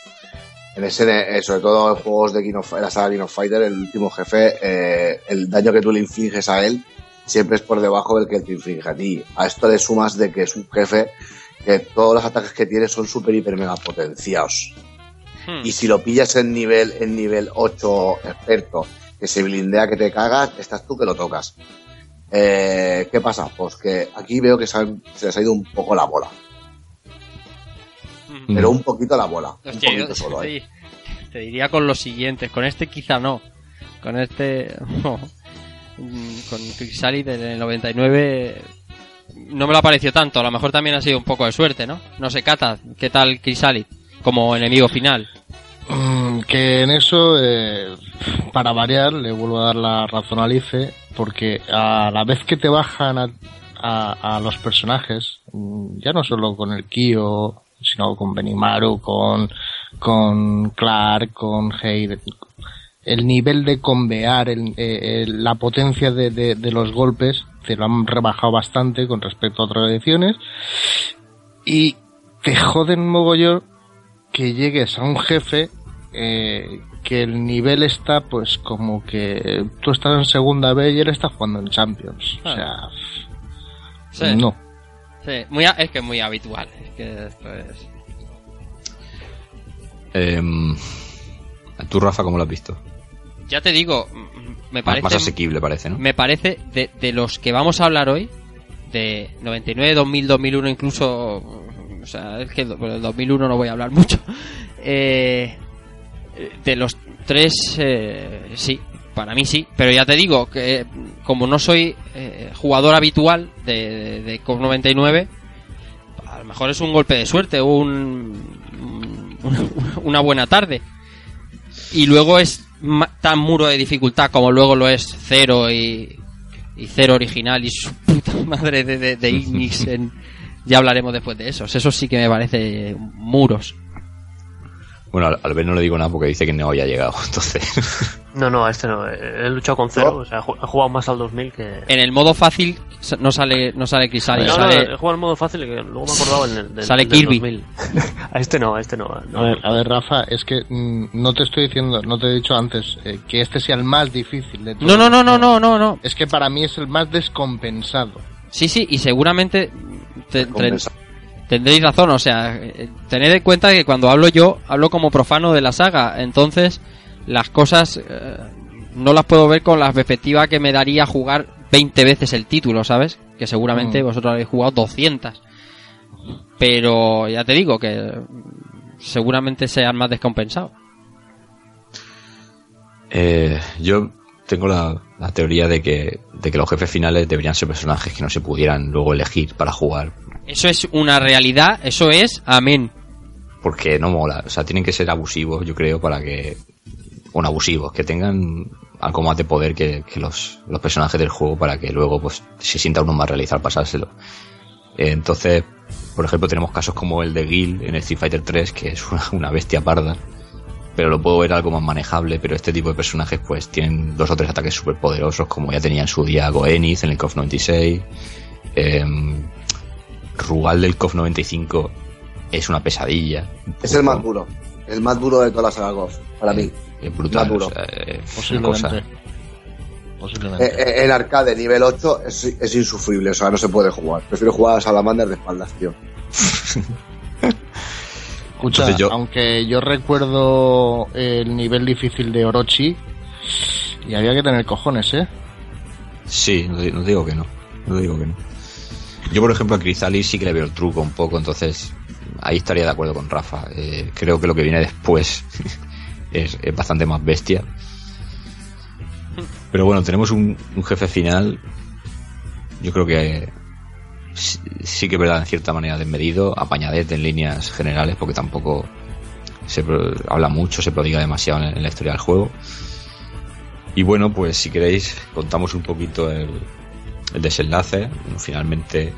juegos de la saga King of Fighter, el último jefe, el daño que tú le infliges a él siempre es por debajo del que te inflige a ti. A esto le sumas de que es un jefe que todos los ataques que tiene son super hiper mega potenciados. Y si lo pillas en nivel 8 experto, que se blindea que te cagas, estás tú que lo tocas. ¿Qué pasa? Pues que aquí veo que se les ha ido un poco la bola. Pero un poquito la bola. Hostia, un poquito solo, te diría con los siguientes. Con este quizá no. Con este... No. Con Chrysalid en el 99... No me lo ha parecido tanto. A lo mejor también ha sido un poco de suerte, ¿no? No sé, Cata, ¿qué tal Chrysalid como enemigo final? Que en eso, para variar, le vuelvo a dar la razón a Alice, porque a la vez que te bajan a los personajes, ya no solo con el Kyo, sino con Benimaru, con Clark, con Heider, el nivel de combear, la potencia de los golpes, te lo han rebajado bastante con respecto a otras ediciones, y te joden mogollón que llegues a un jefe que el nivel está pues como que tú estás en segunda B y él está jugando en Champions. O sea, sí. No. Sí, es que es muy habitual. Es que esto es... ¿Tú, Rafa, cómo lo has visto? Ya te digo, me parece... Más asequible parece, ¿no? Me parece, de los que vamos a hablar hoy, de 99, 2000, 2001 incluso... O sea, es que del 2001 no voy a hablar mucho. De los tres, sí, para mí sí. Pero ya te digo que como no soy jugador habitual de KOF 99, a lo mejor es un golpe de suerte, una buena tarde. Y luego es tan muro de dificultad como luego lo es Zero y Zero original y su puta madre de Ignis ya hablaremos después de esos. Eso sí que me parece muros. Bueno, al ver no le digo nada porque dice que no había llegado, entonces... No, a este no. He luchado con Zero, o sea, he jugado más al 2000 que... En el modo fácil no sale Chrysalid. No, he jugado en modo fácil, que luego me acordaba en el sale Kirby. 2000. A este no. A ver, Rafa, es que no te estoy diciendo, no te he dicho antes que este sea el más difícil de todos. No. Es que para mí es el más descompensado. Sí, y seguramente tendréis razón, o sea, tened en cuenta que cuando hablo yo, hablo como profano de la saga, entonces las cosas no las puedo ver con la perspectiva que me daría jugar 20 veces el título, ¿sabes? Que seguramente vosotros habéis jugado 200. Pero ya te digo que seguramente sean más descompensados. Yo tengo la teoría de que los jefes finales deberían ser personajes que no se pudieran luego elegir para jugar. Eso es una realidad, eso es amén. Porque no mola, o sea, tienen que ser abusivos, yo creo, para que... Bueno, abusivos, que tengan algo más de poder que los personajes del juego para que luego pues se sienta uno más realizado al pasárselo. Entonces, por ejemplo, tenemos casos como el de Gil en el Street Fighter 3, que es una bestia parda, pero lo puedo ver algo más manejable. Pero este tipo de personajes pues tienen 2 o 3 ataques súper poderosos, como ya tenía en su día Goenith en el KOF 96. Rugal del KOF 95 es una pesadilla. Es el más duro de toda la saga KOF, para mí. Es brutal. Más duro. O sea, Posiblemente. En arcade nivel 8 es insufrible, o sea, no se puede jugar. Prefiero jugar a Salamander de espaldas, tío. Escucha, aunque yo recuerdo el nivel difícil de Orochi, y había que tener cojones, Sí, no digo que no. Yo, por ejemplo, a Chrysalis sí que le veo el truco un poco, entonces ahí estaría de acuerdo con Rafa. Creo que lo que viene después es bastante más bestia. Pero bueno, tenemos un jefe final, yo creo que sí que es verdad, en cierta manera desmedido, apañadete en líneas generales, porque tampoco se habla mucho, se prodiga demasiado en la historia del juego. Y bueno, pues si queréis contamos un poquito el desenlace. Finalmente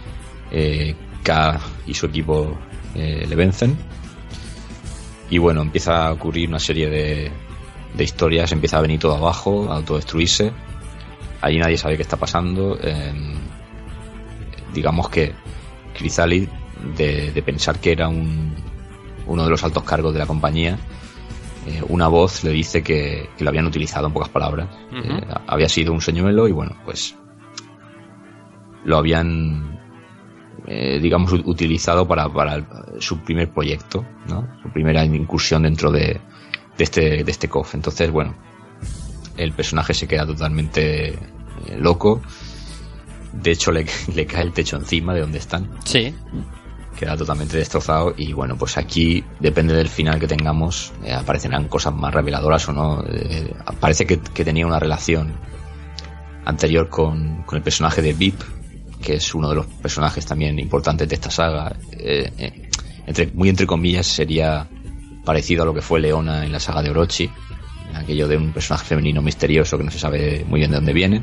K y su equipo le vencen, y bueno, empieza a ocurrir una serie de historias, empieza a venir todo abajo, a autodestruirse. Allí nadie sabe qué está pasando. Digamos que Chrysalis, de pensar que era uno de los altos cargos de la compañía, una voz le dice que lo habían utilizado, en pocas palabras. Había sido un señuelo y bueno, pues lo habían digamos utilizado para su primer proyecto, ¿no? Su primera incursión dentro de este KOF. Entonces, bueno, el personaje se queda totalmente loco. De hecho, le cae el techo encima de donde están. Sí. Queda totalmente destrozado. Y bueno, pues aquí, depende del final que tengamos, aparecerán cosas más reveladoras o no. Parece que tenía una relación anterior con el personaje de Vip, que es uno de los personajes también importantes de esta saga. Muy entre comillas, sería parecido a lo que fue Leona en la saga de Orochi, aquello de un personaje femenino misterioso que no se sabe muy bien de dónde viene.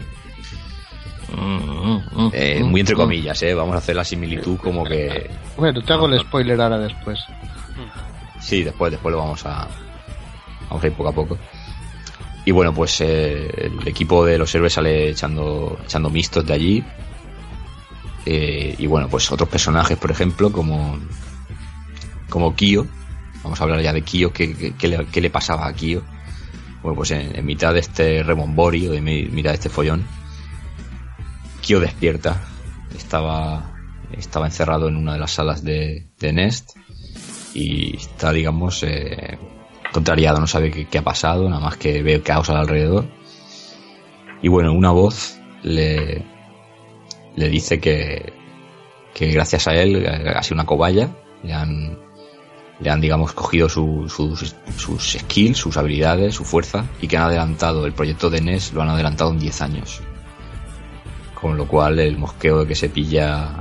Muy entre comillas, vamos a hacer la similitud como que... Bueno, te hago el spoiler ahora después. Sí, después lo vamos a ir poco a poco. Y bueno, pues el equipo de los héroes sale echando mistos de allí. Y bueno, pues otros personajes, por ejemplo, como Kyo. Vamos a hablar ya de Kyo. ¿Qué le pasaba a Kyo? Bueno, pues en mitad de este remombori, o en mitad de este follón, Kyo despierta. Estaba encerrado en una de las salas de Nest y está, digamos, contrariado, no sabe qué ha pasado, nada más que ve caos alrededor. Y bueno, una voz le dice que gracias a él, ha sido una cobaya, le han digamos cogido sus skills, sus habilidades, su fuerza, y que han adelantado el proyecto de NES, lo han adelantado en 10 años. Con lo cual el mosqueo que se pilla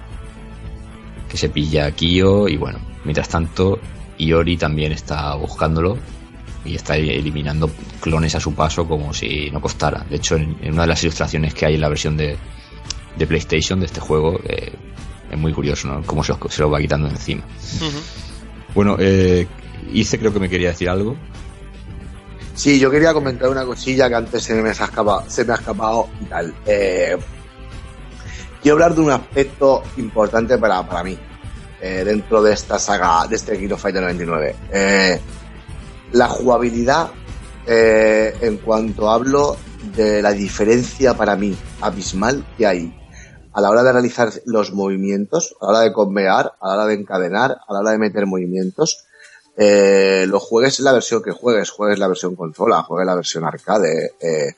a Kyo. Y bueno, mientras tanto Iori también está buscándolo y está eliminando clones a su paso como si no costara. De hecho, en una de las ilustraciones que hay en la versión de PlayStation de este juego, es muy curioso, ¿no? Cómo se lo va quitando encima. Bueno, Ice creo que me quería decir algo. Sí, yo quería comentar una cosilla que antes se me ha escapado y tal. Quiero hablar de un aspecto importante para mí dentro de esta saga, de este King of Fighters 99. La jugabilidad, en cuanto hablo de la diferencia para mí abismal que hay a la hora de realizar los movimientos, a la hora de combear, a la hora de encadenar, a la hora de meter movimientos. Lo juegues en la versión que juegues la versión consola, juegues la versión arcade.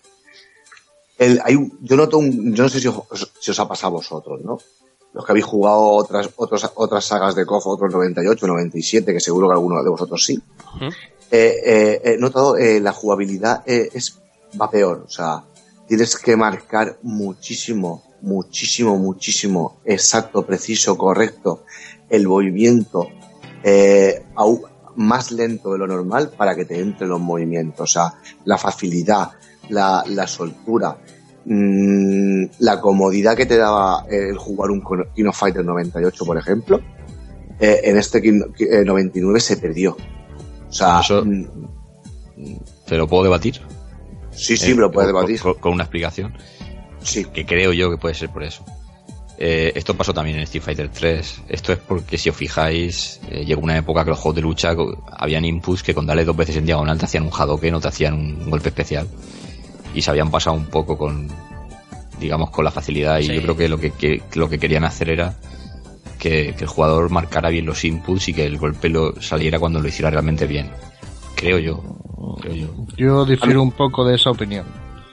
Yo noto yo no sé si os ha pasado a vosotros, ¿no? Los que habéis jugado otras sagas de KOF, otros 98, 97, que seguro que alguno de vosotros sí. He notado la jugabilidad va peor, o sea, tienes que marcar muchísimo, exacto, preciso, correcto, el movimiento, aún más lento de lo normal para que te entren los movimientos. O sea, la facilidad, la soltura, la comodidad que te daba el jugar un King of Fighters 98, por ejemplo, en este 99 se perdió. O sea, eso, ¿te lo puedo debatir? Sí, me lo puedes debatir. Con una explicación. Sí. Que creo yo que puede ser por eso. Esto pasó también en Street Fighter 3. Esto es porque, si os fijáis, llegó una época que los juegos de lucha habían inputs que con darle 2 veces en diagonal te hacían un Hadouken o te hacían un golpe especial. Y se habían pasado un poco con la facilidad. Y sí, yo creo que lo que querían hacer era que el jugador marcara bien los inputs y que el golpe saliera cuando lo hiciera realmente bien. Creo yo. Yo difiero un poco de esa opinión.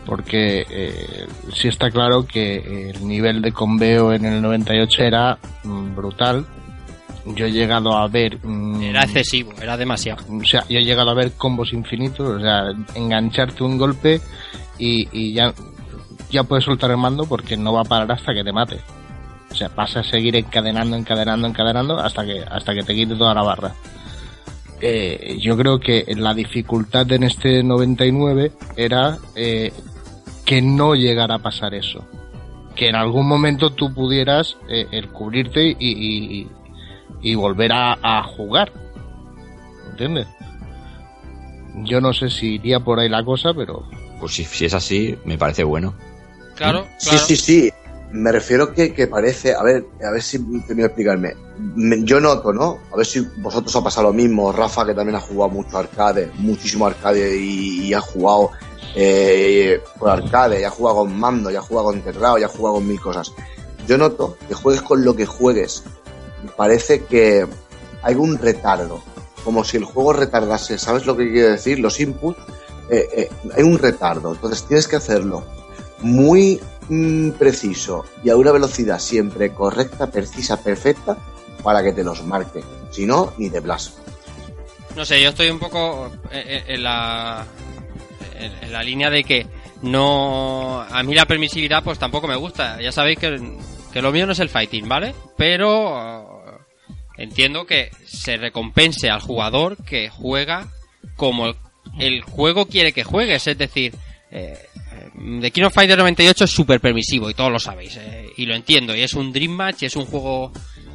porque sí está claro que el nivel de conveo en el 98 era brutal. Yo he llegado a ver... era excesivo, era demasiado. O sea, yo he llegado a ver combos infinitos, o sea, engancharte un golpe y ya puedes soltar el mando porque no va a parar hasta que te mate. O sea, vas a seguir encadenando hasta que te quite toda la barra. Yo creo que la dificultad en este 99 era que no llegara a pasar eso. Que en algún momento tú pudieras el cubrirte y volver a jugar. ¿Entiendes? Yo no sé si iría por ahí la cosa, pero... Pues si es así, me parece bueno. Claro. Sí. Me refiero que parece... A ver si termino de explicarme. Yo noto, ¿no? A ver si vosotros os ha pasado lo mismo. Rafa, que también ha jugado mucho arcade, muchísimo arcade, y ha jugado por arcade, y ha jugado con mando, y ha jugado con teclado, y ha jugado con mil cosas. Yo noto que juegues con lo que juegues, parece que hay un retardo, como si el juego retardase. ¿Sabes lo que quiero decir? Los inputs, hay un retardo, entonces tienes que hacerlo muy preciso y a una velocidad siempre correcta, precisa, perfecta, para que te los marque. Si no, ni de plasma. No sé, yo estoy un poco en la línea de que no... A mí la permisividad pues tampoco me gusta. Ya sabéis que lo mío no es el fighting, ¿vale? Pero entiendo que se recompense al jugador que juega como el juego quiere que juegues. Es decir, The King of Fighters 98 es súper permisivo y todos lo sabéis, y lo entiendo, y es un Dream Match, y es un juego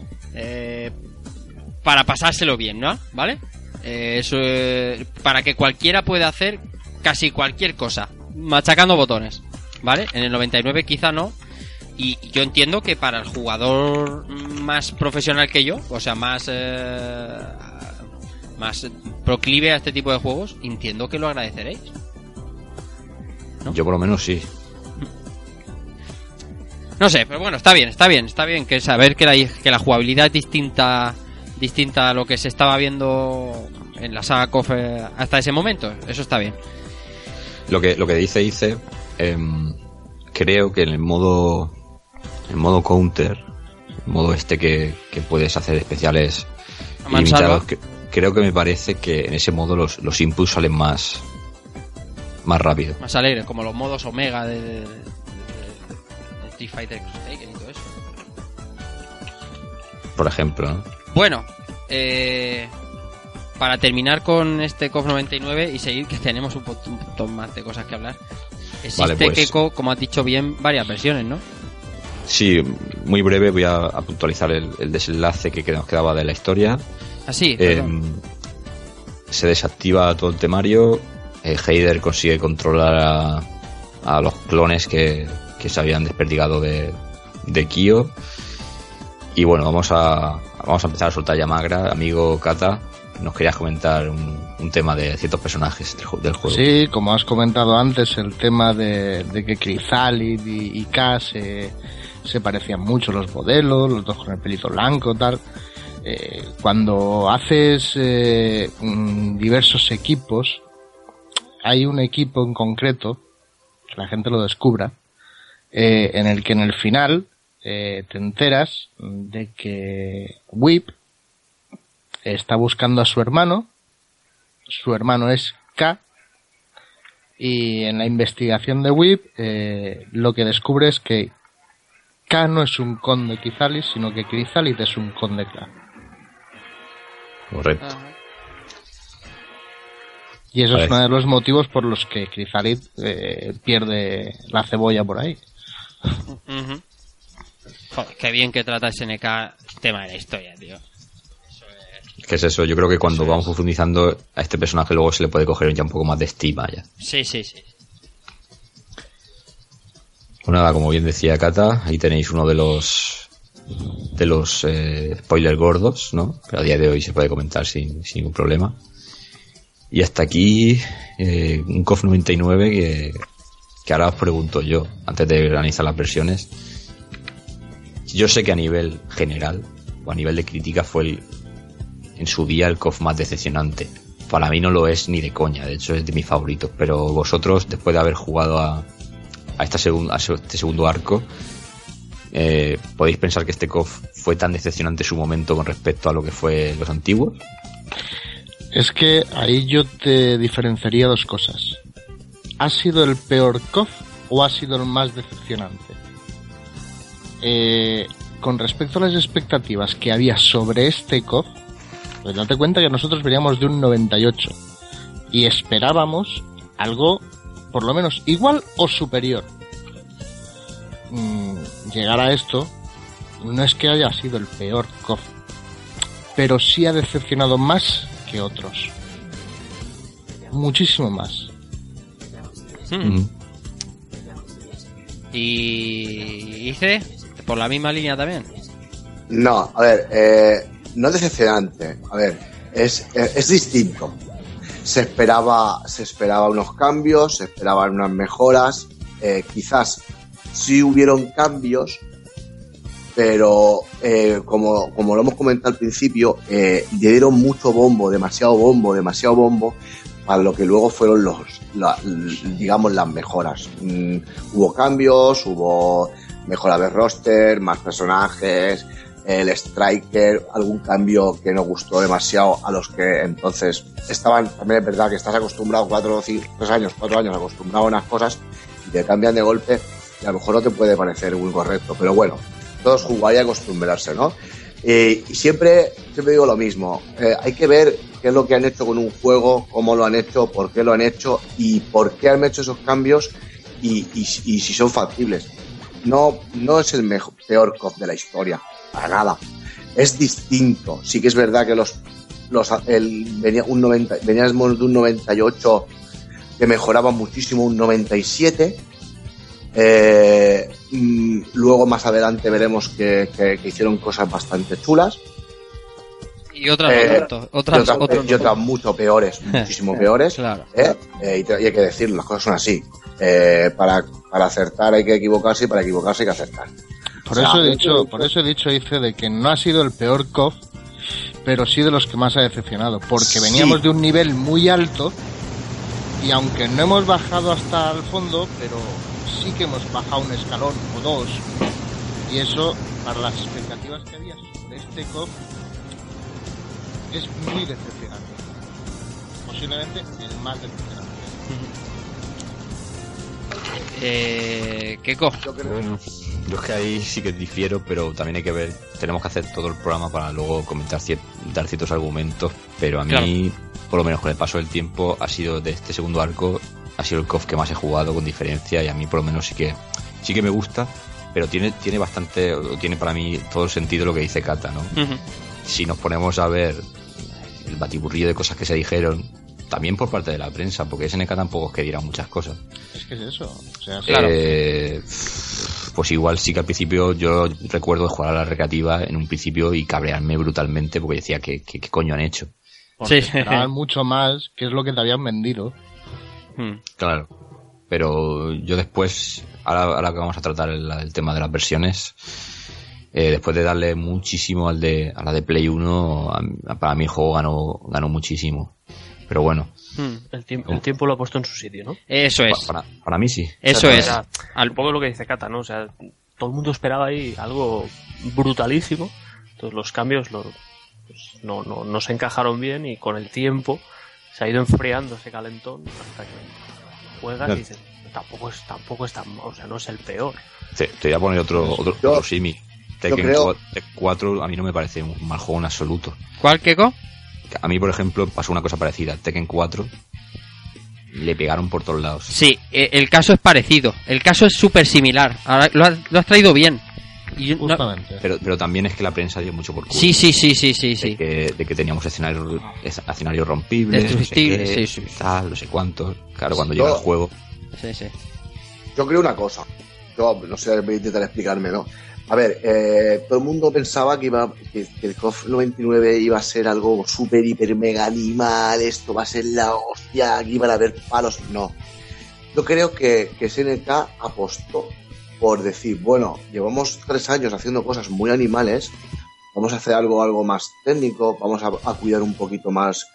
para pasárselo bien, ¿no? ¿Vale? Para que cualquiera pueda hacer casi cualquier cosa machacando botones, ¿vale? En el 99 quizá no, y yo entiendo que para el jugador más profesional que yo, o sea, más proclive a este tipo de juegos, entiendo que lo agradeceréis, ¿no? Yo por lo menos sí. No sé, pero bueno, está bien que saber que la jugabilidad es distinta a lo que se estaba viendo en la saga KOF hasta ese momento. Eso está bien. Lo que dice creo que en el modo counter, el modo que puedes hacer especiales ilimitados, creo que me parece que en ese modo los inputs salen más rápido, más alegre, como los modos Omega de Street Fighter Taken y todo eso, por ejemplo, ¿no? Bueno, para terminar con este KOF 99 y seguir, que tenemos un montón más de cosas que hablar, existe, vale, pues, Keiko, como has dicho bien, varias versiones, ¿no? Sí, muy breve voy a puntualizar el desenlace que nos quedaba de la historia. Así, se desactiva todo el temario. Heider consigue controlar a los clones que se habían desperdigado de Kyo. Y bueno, vamos a empezar a soltar ya magra. Amigo Kata, nos querías comentar un tema de ciertos personajes del juego. Sí, como has comentado antes, el tema de que Chrysalis y K se parecían mucho los modelos, los dos con el pelito blanco, tal. Cuando haces diversos equipos, hay un equipo en concreto, que la gente lo descubra, en el que en el final te enteras de que Whip está buscando a su hermano es K, y en la investigación de Whip lo que descubre es que K no es un con de Chrysalis, sino que Chrysalis es un con de K. Correcto. Y eso es uno de los motivos por los que Chrysalis pierde la cebolla por ahí. Uh-huh. Joder, qué bien que trata SNK el tema de la historia, tío. ¿Qué es eso? Yo creo que cuando vamos profundizando a este personaje luego se le puede coger ya un poco más de estima ya. Sí. Bueno, nada, como bien decía Kata, ahí tenéis uno de los spoilers gordos, ¿no? Pero a día de hoy se puede comentar sin ningún problema. Y hasta aquí un KOF 99 que ahora os pregunto yo, antes de analizar las versiones. Yo sé que a nivel general o a nivel de crítica fue en su día el KOF más decepcionante. Para mí no lo es ni de coña, de hecho es de mis favoritos. Pero vosotros, después de haber jugado a a este segundo arco, ¿podéis pensar que este KOF fue tan decepcionante en su momento con respecto a lo que fue los antiguos? Es que ahí yo te diferenciaría dos cosas. ¿Ha sido el peor KOF o ha sido el más decepcionante? Con respecto a las expectativas que había sobre este KOF, pues date cuenta que nosotros veníamos de un 98 y esperábamos algo por lo menos igual o superior. Llegar a esto no es que haya sido el peor KOF, pero sí ha decepcionado más que otros, muchísimo más. ¿Y hice por la misma línea también? No, a ver, no es decepcionante, a ver, es distinto. Se esperaba unos cambios, se esperaban unas mejoras, quizás sí hubieron cambios, pero como lo hemos comentado al principio, le dieron mucho bombo, demasiado bombo para lo que luego fueron digamos las mejoras. Hubo cambios, hubo mejora de roster, más personajes, el Striker, algún cambio que no gustó demasiado a los que entonces estaban. También es verdad que estás acostumbrado 4 años acostumbrado a unas cosas y te cambian de golpe y a lo mejor no te puede parecer muy correcto, pero bueno, todos jugar y acostumbrarse, ¿no? Y siempre digo lo mismo, hay que ver qué es lo que han hecho con un juego, cómo lo han hecho, por qué lo han hecho y por qué han hecho esos cambios y si son factibles. No es el peor KOF de la historia, para nada. Es distinto. Sí que es verdad que veníamos de un 98 que mejoraba muchísimo, un 97. Luego más adelante veremos que hicieron cosas bastante chulas. Y otras mucho peores, muchísimo peores. Claro. Y hay que decirlo, las cosas son así. Para acertar hay que equivocarse y para equivocarse hay que acertar. Por eso he dicho, Ice, de que no ha sido el peor KOF, pero sí de los que más ha decepcionado, porque veníamos de un nivel muy alto y aunque no hemos bajado hasta el fondo, pero sí que hemos bajado un escalón o dos, y eso, para las expectativas que había sobre este KOF, es muy decepcionante. Posiblemente el más decepcionante. ¿Qué KOF? Yo es que ahí sí que difiero, pero también hay que ver, tenemos que hacer todo el programa para luego comentar, dar ciertos argumentos, pero a mí, por lo menos con el paso del tiempo, ha sido de este segundo arco, ha sido el KOF que más he jugado con diferencia, y a mí por lo menos sí que me gusta, pero tiene para mí todo el sentido lo que dice Kata, ¿no? Si nos ponemos a ver el batiburrillo de cosas que se dijeron, también por parte de la prensa, porque SNK tampoco es que diera muchas cosas. Es que es eso, o sea, claro. Pues igual sí que al principio yo recuerdo jugar a la recreativa en un principio y cabrearme brutalmente porque decía ¿qué coño han hecho? Porque esperaban mucho más, que es lo que te habían vendido. Claro, pero yo después, ahora que vamos a tratar el tema de las versiones, después de darle muchísimo a la de Play 1, para mí el juego ganó muchísimo. Pero bueno. El tiempo lo ha puesto en su sitio, ¿no? Eso es. Para mí sí. Eso es. Un poco lo que dice Kata, ¿no? O sea, todo el mundo esperaba ahí algo brutalísimo. Entonces los cambios pues no se encajaron bien y con el tiempo se ha ido enfriando ese calentón hasta que juegas y dices, tampoco es tan, o sea, no es el peor. Te voy a poner otro simi. Tekken 4 a mí no me parece un mal juego en absoluto. ¿Cuál, Keko? A mí, por ejemplo, pasó una cosa parecida. Tekken 4 le pegaron por todos lados. Sí, el caso es parecido. El caso es súper similar. Ahora lo has traído bien. Justamente. Pero también es que la prensa dio mucho por culo. Sí. De que teníamos escenarios rompibles, destructibles, no sé cuántos. Claro, cuando llega el juego. Sí. Yo creo una cosa. Yo no sé, voy a intentar explicarme, ¿no? A ver, todo el mundo pensaba que el KOF 99 iba a ser algo súper, hiper, mega animal, esto va a ser la hostia, aquí van a haber palos. No. Yo creo que SNK apostó por decir, bueno, llevamos 3 años haciendo cosas muy animales, vamos a hacer algo más técnico, vamos a cuidar un poquito más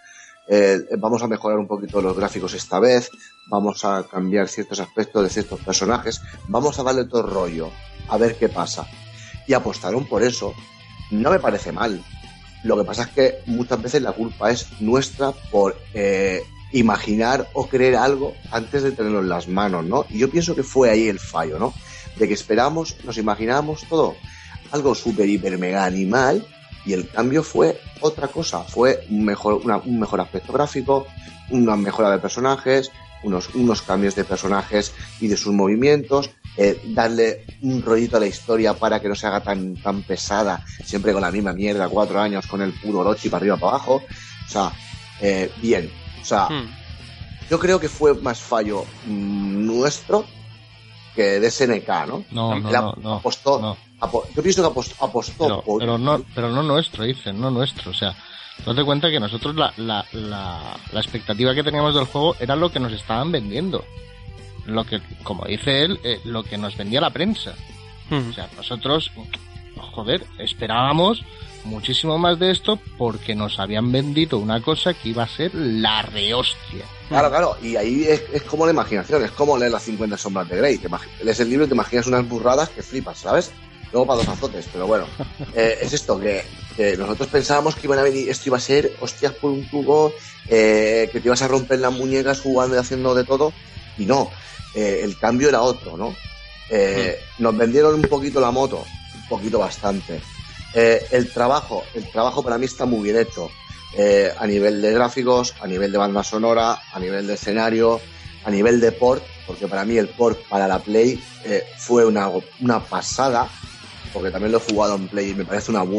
vamos a mejorar un poquito los gráficos esta vez, vamos a cambiar ciertos aspectos de ciertos personajes, vamos a darle todo el rollo, a ver qué pasa. Y apostaron por eso. No me parece mal. Lo que pasa es que muchas veces la culpa es nuestra por imaginar o creer algo antes de tenerlo en las manos, ¿no? Y yo pienso que fue ahí el fallo, ¿no? De que esperamos, nos imaginábamos todo algo súper, hiper, mega animal, y el cambio fue otra cosa. Fue un mejor aspecto gráfico, una mejora de personajes, unos cambios de personajes y de sus movimientos, darle un rollito a la historia para que no se haga tan pesada, siempre con la misma mierda, 4 años con el puro Orochi para arriba para abajo. O sea, bien. O sea, yo creo que fue más fallo nuestro que de SNK, ¿no? No. Apostó. No. Yo pienso que apostó pero no nuestro, dicen, no nuestro. O sea, date cuenta que nosotros la expectativa que teníamos del juego era lo que nos estaban vendiendo. Lo que, como dice él, lo que nos vendía la prensa. O sea, nosotros, joder, esperábamos muchísimo más de esto porque nos habían vendido una cosa que iba a ser la rehostia. Claro, y ahí es como la imaginación, es como leer las 50 sombras de Grey. Lees el libro y te imaginas unas burradas que flipas, ¿sabes? Luego para 2 azotes, pero bueno, es esto, que nosotros pensábamos que iban a venir, esto iba a ser hostias por un tubo, que te ibas a romper las muñecas jugando y haciendo de todo, y no, el cambio era otro, ¿no? Nos vendieron un poquito la moto, un poquito bastante. El trabajo para mí está muy bien hecho, a nivel de gráficos, a nivel de banda sonora, a nivel de escenario, a nivel de port, porque para mí el port para la Play fue una pasada, porque también lo he jugado en Play y me parece una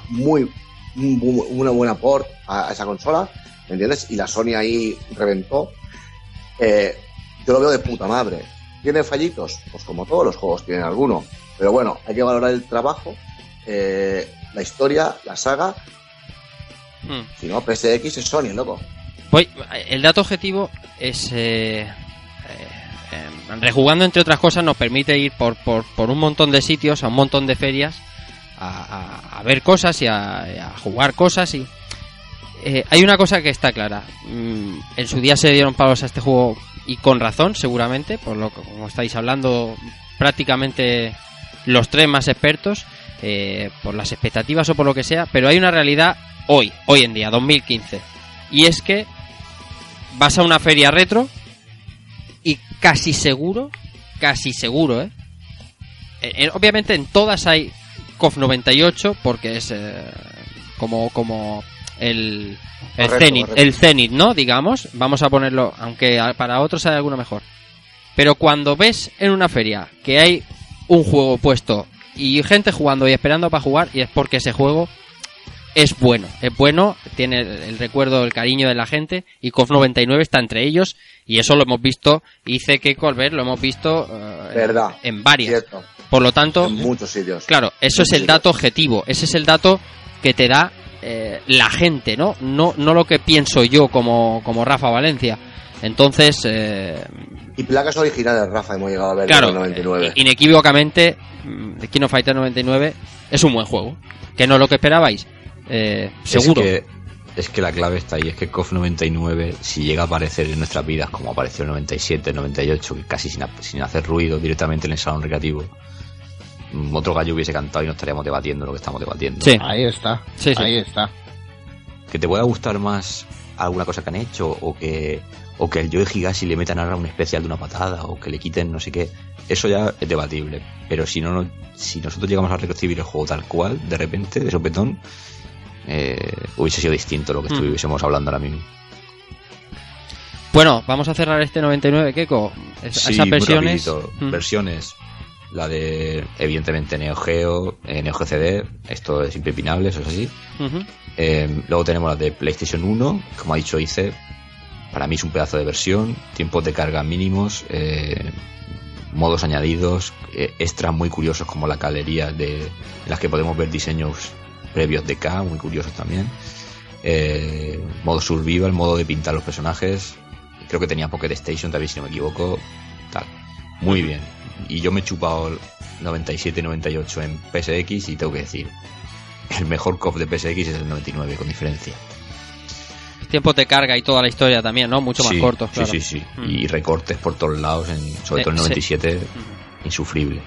buena port a esa consola, ¿me entiendes? Y la Sony ahí reventó. Yo lo veo de puta madre. ¿Tiene fallitos? Pues como todos los juegos tienen alguno, pero bueno, hay que valorar el trabajo, la historia, la saga. Si no, PSX es Sony, loco. Pues el dato objetivo es rejugando, entre otras cosas, nos permite ir por un montón de sitios, a un montón de ferias, a ver cosas y a jugar cosas. Y hay una cosa que está clara. En su día se dieron palos a este juego, y con razón, seguramente, por lo que, como estáis hablando, prácticamente los 3 más expertos, por las expectativas o por lo que sea. Pero hay una realidad hoy en día, 2015, y es que vas a una feria retro y casi seguro, obviamente en todas hay KOF 98, porque es como el Zenith, ¿no? Digamos, vamos a ponerlo, aunque para otros hay alguno mejor. Pero cuando ves en una feria que hay un juego puesto y gente jugando y esperando para jugar, y es porque ese juego es bueno, tiene el recuerdo, el cariño de la gente, y KOF 99 está entre ellos, y eso lo hemos visto, hice que Colbert lo hemos visto en varias. Cierto. Por lo tanto, en muchos sitios. Claro, eso es el dato objetivo, ese es el dato que te da la gente, ¿no? No lo que pienso yo como Rafa Valencia. Entonces, y placas originales, Rafa, hemos llegado a ver, claro, en 99. Inequívocamente, King of Fighters 99 es un buen juego, que no es lo que esperabais. Seguro. Es que la clave está ahí, es que KOF 99, si llega a aparecer en nuestras vidas como apareció en 97, 98, que casi sin hacer ruido directamente en el salón recreativo, otro gallo hubiese cantado y no estaríamos debatiendo lo que estamos debatiendo. Sí. Ahí está. Está. Que te pueda gustar más alguna cosa que han hecho, o que el Yoe Higashi le metan ahora un especial de una patada, o que le quiten no sé qué, eso ya es debatible. Pero si nosotros llegamos a recibir el juego tal cual, de repente, de sopetón, hubiese sido distinto lo que estuviésemos hablando ahora mismo. Bueno, vamos a cerrar este 99, Keiko. Esas versiones. Versiones. La de, evidentemente, Neo Geo, Neo Geo CD, esto es impepinable, eso es así. Luego tenemos la de PlayStation 1, como ha dicho Ice, para mí es un pedazo de versión, tiempos de carga mínimos, modos añadidos, extras muy curiosos como la galería en las que podemos ver diseños previos de K, muy curiosos también. Modo survival, modo de pintar los personajes, creo que tenía Pocket Station también, si no me equivoco, tal, muy bien. Y yo me he chupado el 97-98 en PSX y tengo que decir, el mejor KOF de PSX es el 99, con diferencia. Tiempos de carga y toda la historia también, ¿no? Mucho más cortos, claro. Sí. Y recortes por todos lados, sobre todo en 97, insufrible.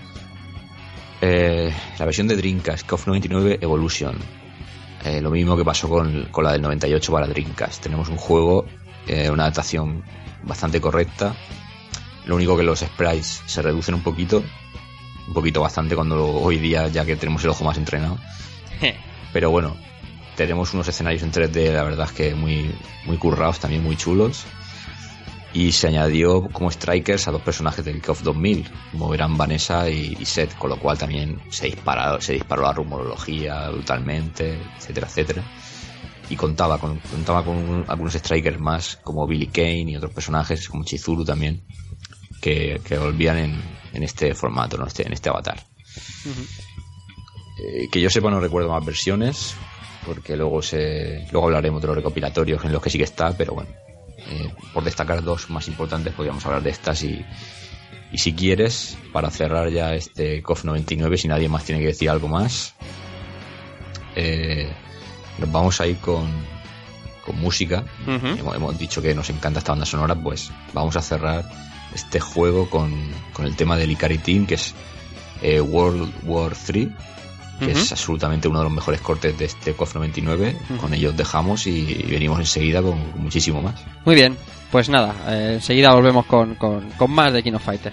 La versión de Dreamcast, KOF 99 Evolution. Lo mismo que pasó con la del 98 para Dreamcast. Tenemos un juego, una adaptación bastante correcta. Lo único que los sprites se reducen un poquito bastante hoy día, ya que tenemos el ojo más entrenado. Pero bueno, tenemos unos escenarios en 3D, la verdad es que muy, muy currados, también muy chulos. Y se añadió como strikers a 2 personajes del KOF 2000, como eran Vanessa y Seth, con lo cual también se disparó la rumorología brutalmente, etcétera, etcétera. Y contaba con algunos strikers más, como Billy Kane y otros personajes, como Chizuru también, que volvían en este formato, ¿no? en este avatar. Que yo sepa, no recuerdo más versiones, porque luego hablaremos de los recopilatorios en los que sí que está, pero bueno, por destacar 2 más importantes podríamos hablar de estas. Y si quieres, para cerrar ya este KOF 99, si nadie más tiene que decir algo más, nos vamos a ir con música. Hemos dicho que nos encanta esta banda sonora, pues vamos a cerrar este juego con el tema del Ikari Team, que es World War 3, que es absolutamente uno de los mejores cortes de este KOF 99. Con ellos dejamos y venimos enseguida con muchísimo más. Muy bien, pues nada, enseguida volvemos con más de King of Fighters.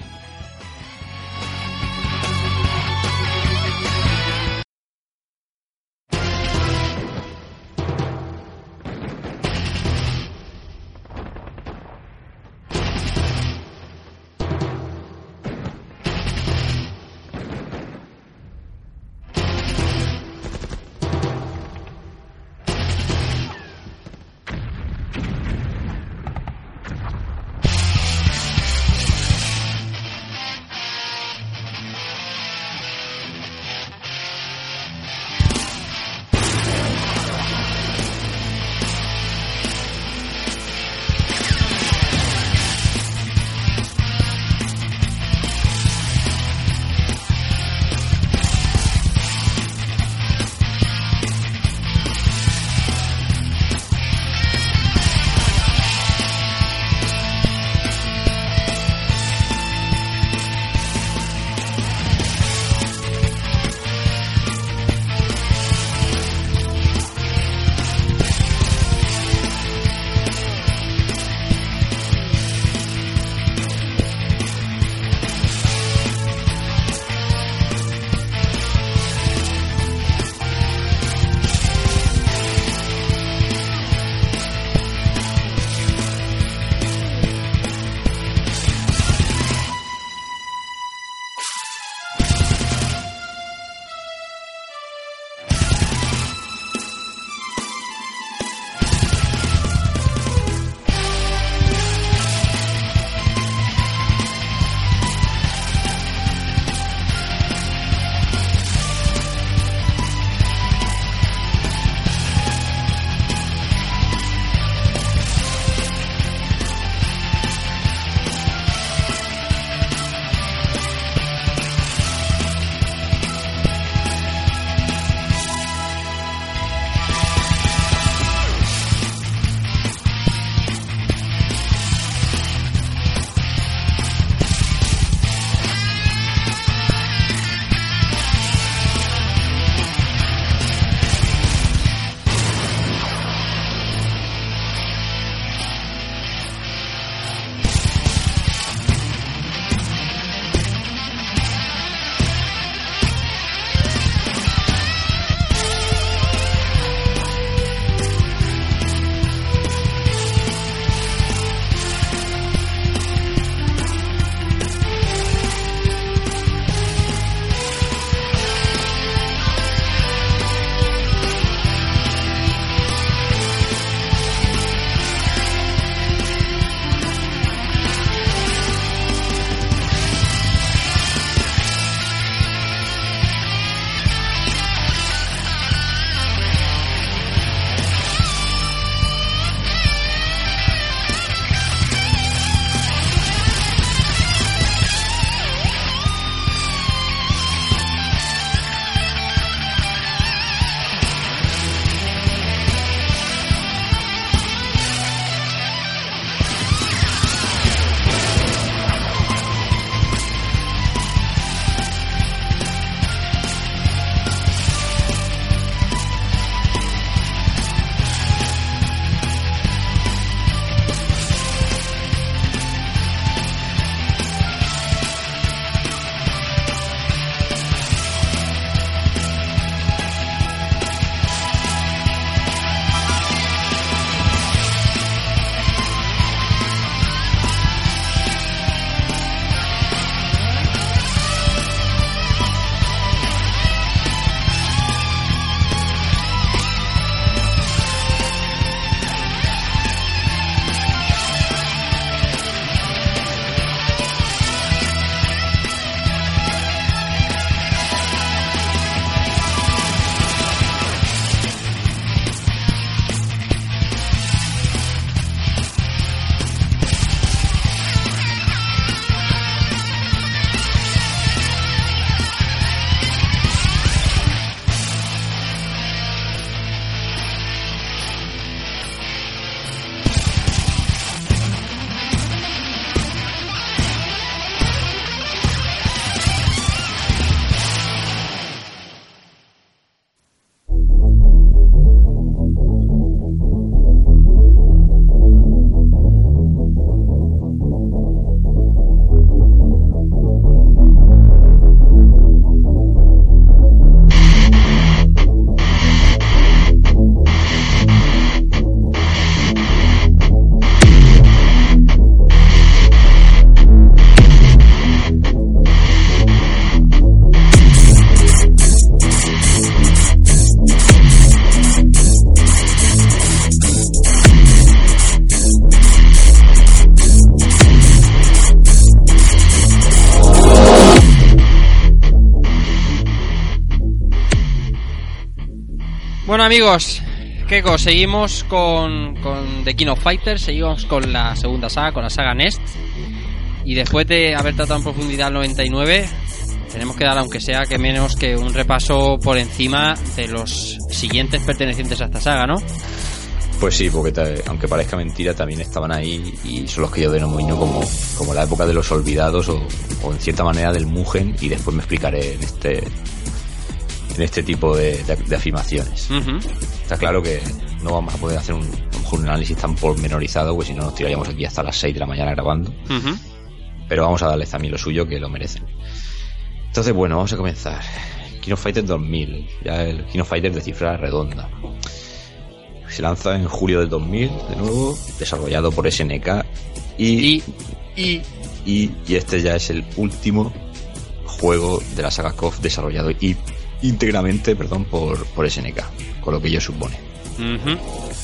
amigos, Keiko, seguimos con The King of Fighters, seguimos con la segunda saga, con la saga Nest. Y después de haber tratado en profundidad el 99, tenemos que dar, aunque sea que menos, que un repaso por encima de los siguientes pertenecientes a esta saga, ¿no? Pues sí, porque aunque parezca mentira, también estaban ahí y son los que yo denomino como la época de los olvidados o en cierta manera del Mugen, y después me explicaré en este tipo de afirmaciones. Uh-huh. Está claro que no vamos a poder hacer a lo mejor un análisis tan pormenorizado, porque si no nos tiraríamos aquí hasta las 6 de la mañana grabando. Uh-huh. Pero vamos a darles también lo suyo, que lo merecen. Entonces, bueno, vamos a comenzar. King of Fighters 2000, ya el King of Fighters de cifra redonda. Se lanza en julio del 2000, de nuevo, desarrollado por SNK y este ya es el último juego de la saga KOF desarrollado íntegramente por SNK, con lo que ello supone. Uh-huh.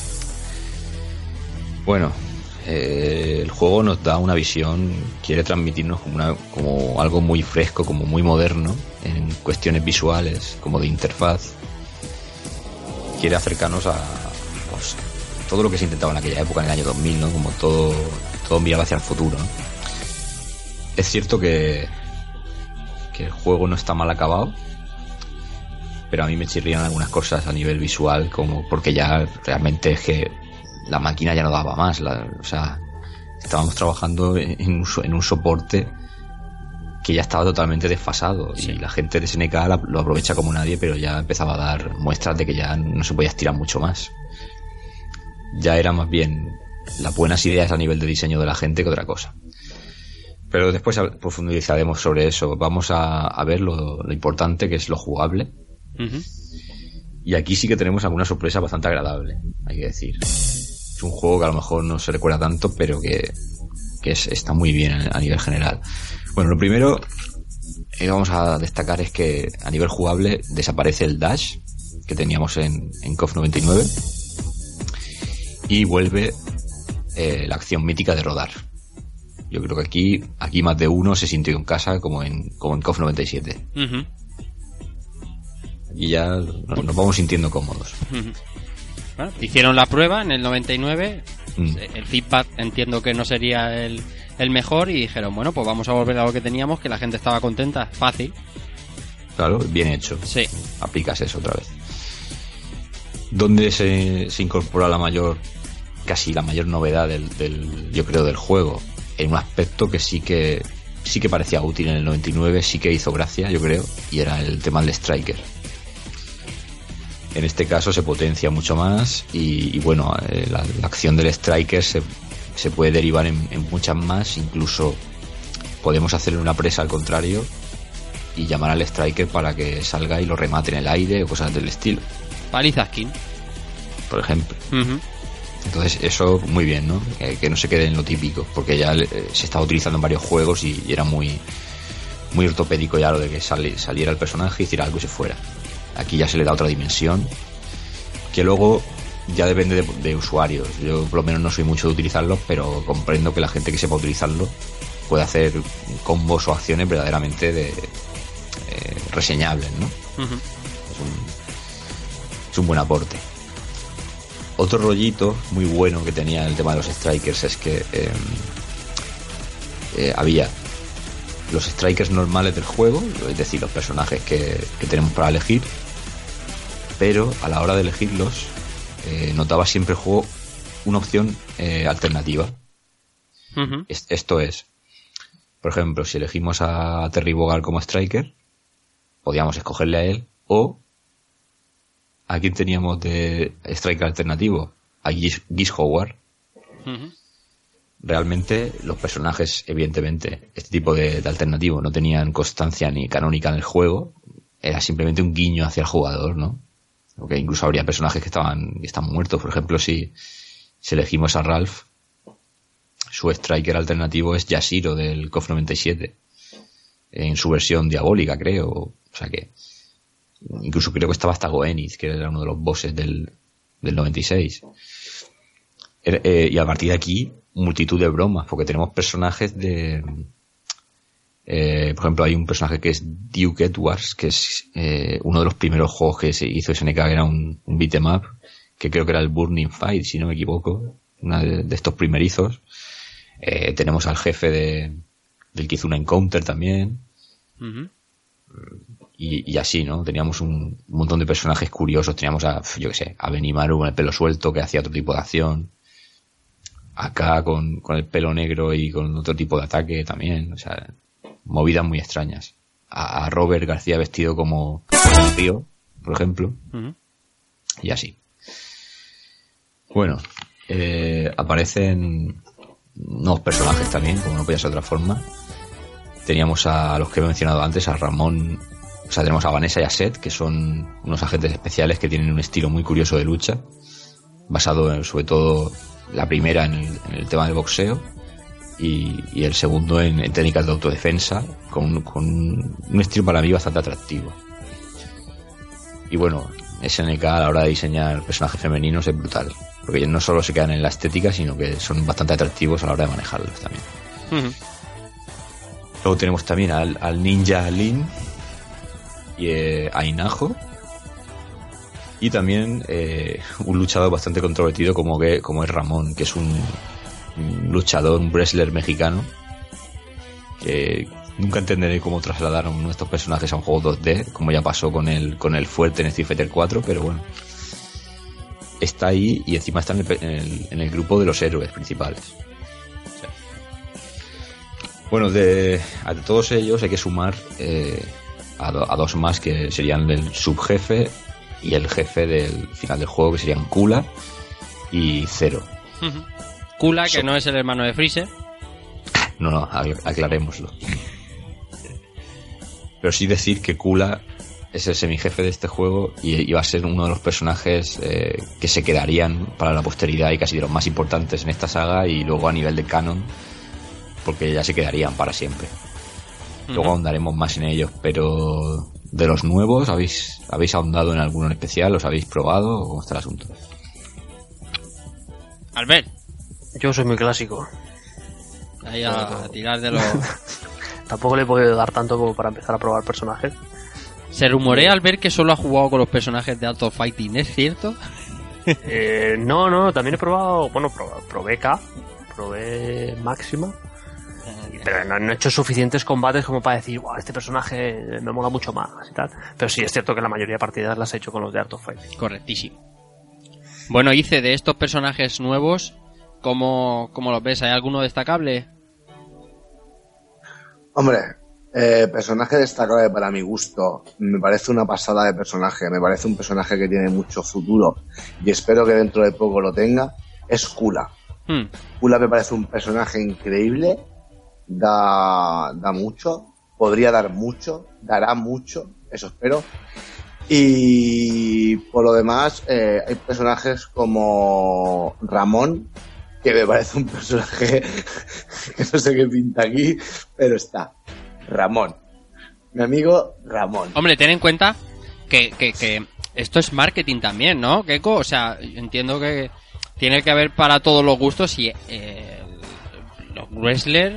Bueno, el juego nos da una visión, quiere transmitirnos como algo muy fresco, como muy moderno en cuestiones visuales, como de interfaz. Quiere acercarnos a todo lo que se intentaba en aquella época, en el año 2000, ¿no? Como todo miraba hacia el futuro, ¿no? Es cierto que el juego no está mal acabado, pero a mí me chirrían algunas cosas a nivel visual, como porque ya realmente es que la máquina ya no daba más, o sea, estábamos trabajando en un soporte que ya estaba totalmente desfasado, sí. Y la gente de SNK lo aprovecha como nadie, pero ya empezaba a dar muestras de que ya no se podía estirar mucho más. Ya era más bien las buenas ideas a nivel de diseño de la gente que otra cosa. Pero después profundizaremos sobre eso. Vamos a ver lo importante, que es lo jugable. Uh-huh. Y aquí sí que tenemos alguna sorpresa bastante agradable, hay que decir. Es un juego que a lo mejor no se recuerda tanto, pero que está muy bien a nivel general. Bueno, lo primero que vamos a destacar es que a nivel jugable desaparece el dash que teníamos en KOF 99 y vuelve la acción mítica de rodar. Yo creo que aquí más de uno se sintió en casa como en KOF 97. Uh-huh. Y ya nos vamos sintiendo cómodos. Uh-huh. Bueno, hicieron la prueba en el 99. El feedback entiendo que no sería el mejor y dijeron, bueno, pues vamos a volver a lo que teníamos, que la gente estaba contenta, fácil. Claro, bien hecho. Sí. Aplicas eso otra vez. ¿Dónde se incorpora casi la mayor novedad yo creo, del juego? En un aspecto que sí que parecía útil en el 99, sí que hizo gracia, yo creo, y era el tema del Striker. En este caso se potencia mucho más y bueno, la acción del Striker se puede derivar en muchas más. Incluso podemos hacerle una presa al contrario y llamar al Striker para que salga y lo remate en el aire o cosas del estilo. Paliza skin, por ejemplo. Uh-huh. Entonces eso muy bien, ¿no? Que no se quede en lo típico, porque ya se estaba utilizando en varios juegos y era muy muy ortopédico ya lo de que saliera el personaje, hiciera algo y se fuera. Aquí ya se le da otra dimensión, que luego ya depende de usuarios. Yo por lo menos no soy mucho de utilizarlo, pero comprendo que la gente que sepa utilizarlo puede hacer combos o acciones verdaderamente reseñables, ¿no? Uh-huh. Es un buen aporte. Otro rollito muy bueno que tenía el tema de los strikers es que había los strikers normales del juego, es decir, los personajes que tenemos para elegir, pero a la hora de elegirlos notaba siempre el juego una opción alternativa. Uh-huh. Esto es, por ejemplo, si elegimos a Terry Bogard como striker, podíamos escogerle a él, o ¿a quién teníamos de striker alternativo? A Geese Howard. Uh-huh. Realmente los personajes, evidentemente, este tipo de alternativo no tenían constancia ni canónica en el juego, era simplemente un guiño hacia el jugador, ¿no? Porque incluso habría personajes que están muertos. Por ejemplo, si elegimos a Ralph, su striker alternativo es Yashiro del KOF 97, en su versión diabólica, creo. O sea que incluso creo que estaba hasta Goenith, que era uno de los bosses del 96. Y a partir de aquí, multitud de bromas, porque tenemos personajes de Por ejemplo, hay un personaje que es Duke Edwards, que es uno de los primeros juegos que se hizo SNK, que era un beat'em up, que creo que era el Burning Fight, si no me equivoco, una de estos primerizos. Tenemos al jefe del que hizo un Encounter también. Uh-huh. Y así, ¿no? Teníamos un montón de personajes curiosos. Teníamos a Benimaru con el pelo suelto, que hacía otro tipo de acción. Acá con el pelo negro y con otro tipo de ataque también. O sea, movidas muy extrañas. A Robert García vestido como un río, por ejemplo. Uh-huh. Y así. Bueno, aparecen nuevos personajes también, como no podía ser de otra forma. Teníamos a los que he mencionado antes, a Ramón. O sea, tenemos a Vanessa y a Seth, que son unos agentes especiales que tienen un estilo muy curioso de lucha, basado sobre todo la primera en el tema del boxeo y el segundo en técnicas de autodefensa, con un estilo para mí bastante atractivo. Y bueno, SNK a la hora de diseñar personajes femeninos es brutal, porque no solo se quedan en la estética, sino que son bastante atractivos a la hora de manejarlos también. Uh-huh. Luego tenemos también al ninja Lin y a Inajo, y también un luchador bastante controvertido como es Ramón, que es un luchador, un wrestler mexicano, que nunca entenderé cómo trasladaron nuestros personajes a un juego 2D, como ya pasó con el fuerte en Street Fighter 4, pero bueno, está ahí y encima está en el grupo de los héroes principales. O sea, bueno, a todos ellos hay que sumar a dos más, que serían el subjefe y el jefe del final del juego, que serían Kula y Zero. Uh-huh. Kula, que no es el hermano de Freezer. No, aclarémoslo. Pero sí decir que Kula es el semijefe de este juego y va a ser uno de los personajes que se quedarían para la posteridad y casi de los más importantes en esta saga, y luego a nivel de canon, porque ya se quedarían para siempre. Luego ahondaremos más en ellos, pero de los nuevos, ¿habéis ahondado en alguno en especial? ¿Los habéis probado? ¿O cómo está el asunto? Albert. Yo soy muy clásico. Ahí a tirar de los... Tampoco le he podido dar tanto como para empezar a probar personajes. Se rumorea, Albert, que solo ha jugado con los personajes de Art of Fighting, ¿es cierto? No, también he probado... Bueno, probé K, probé Máxima, pero no he hecho suficientes combates como para decir, wow, este personaje me mola mucho más y tal. Pero sí, es cierto que la mayoría de partidas las he hecho con los de Art of Fighting. Correctísimo. Bueno, Ice, de estos personajes nuevos, ¿cómo los ves? ¿Hay alguno destacable? Hombre, personaje destacable para mi gusto. Me parece una pasada de personaje. Me parece un personaje que tiene mucho futuro y espero que dentro de poco lo tenga. Es Kula. Kula me parece un personaje increíble. Da mucho. Podría dar mucho. Dará mucho. Eso espero. Y por lo demás, hay personajes como Ramón, que me parece un personaje que no sé qué pinta aquí, pero está. Ramón. Mi amigo Ramón. Hombre, ten en cuenta que esto es marketing también, ¿no, Keiko? O sea, entiendo que tiene que haber para todos los gustos y los wrestlers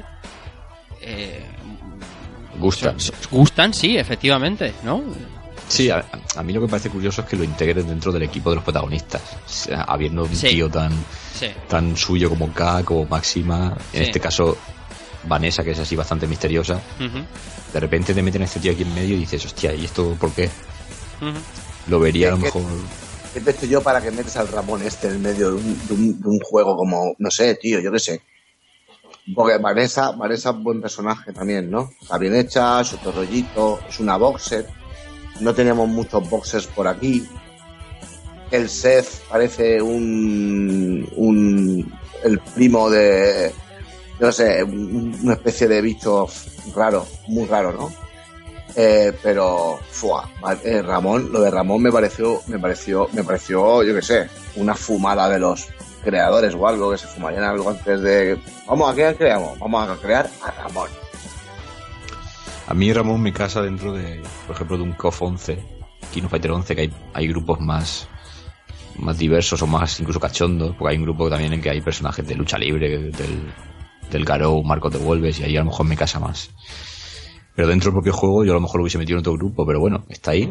gustan, sí, efectivamente, ¿no? Sí, a mí lo que me parece curioso es que lo integren dentro del equipo de los protagonistas, o sea, habiendo un tío tan suyo como K, como Máxima, en este caso Vanessa, que es así bastante misteriosa. De repente te meten a este tío aquí en medio y dices, hostia, ¿y esto por qué? Lo vería a lo mejor... ¿Qué te he hecho yo para que metes al Ramón en el medio de un juego como, no sé, tío, yo qué sé? Porque Vanessa es buen personaje también, ¿no? Está bien hecha, su rollito, es una boxer. No tenemos muchos boxers por aquí. El Seth parece el primo de, no sé, una especie de bicho raro, muy raro, ¿no? Pero Ramón, lo de Ramón me pareció, yo qué sé, una fumada de los creadores o algo, que se fumarían algo antes de... Vamos a crear a Ramón. A mí Ramón me casa dentro de, por ejemplo, de un KOF 11, King of Fighter 11, que hay grupos más diversos o más incluso cachondos, porque hay un grupo también en que hay personajes de lucha libre, del Garou, Marcos de Wolves, y ahí a lo mejor me casa más. Pero dentro del propio juego yo a lo mejor lo hubiese metido en otro grupo, pero bueno, está ahí.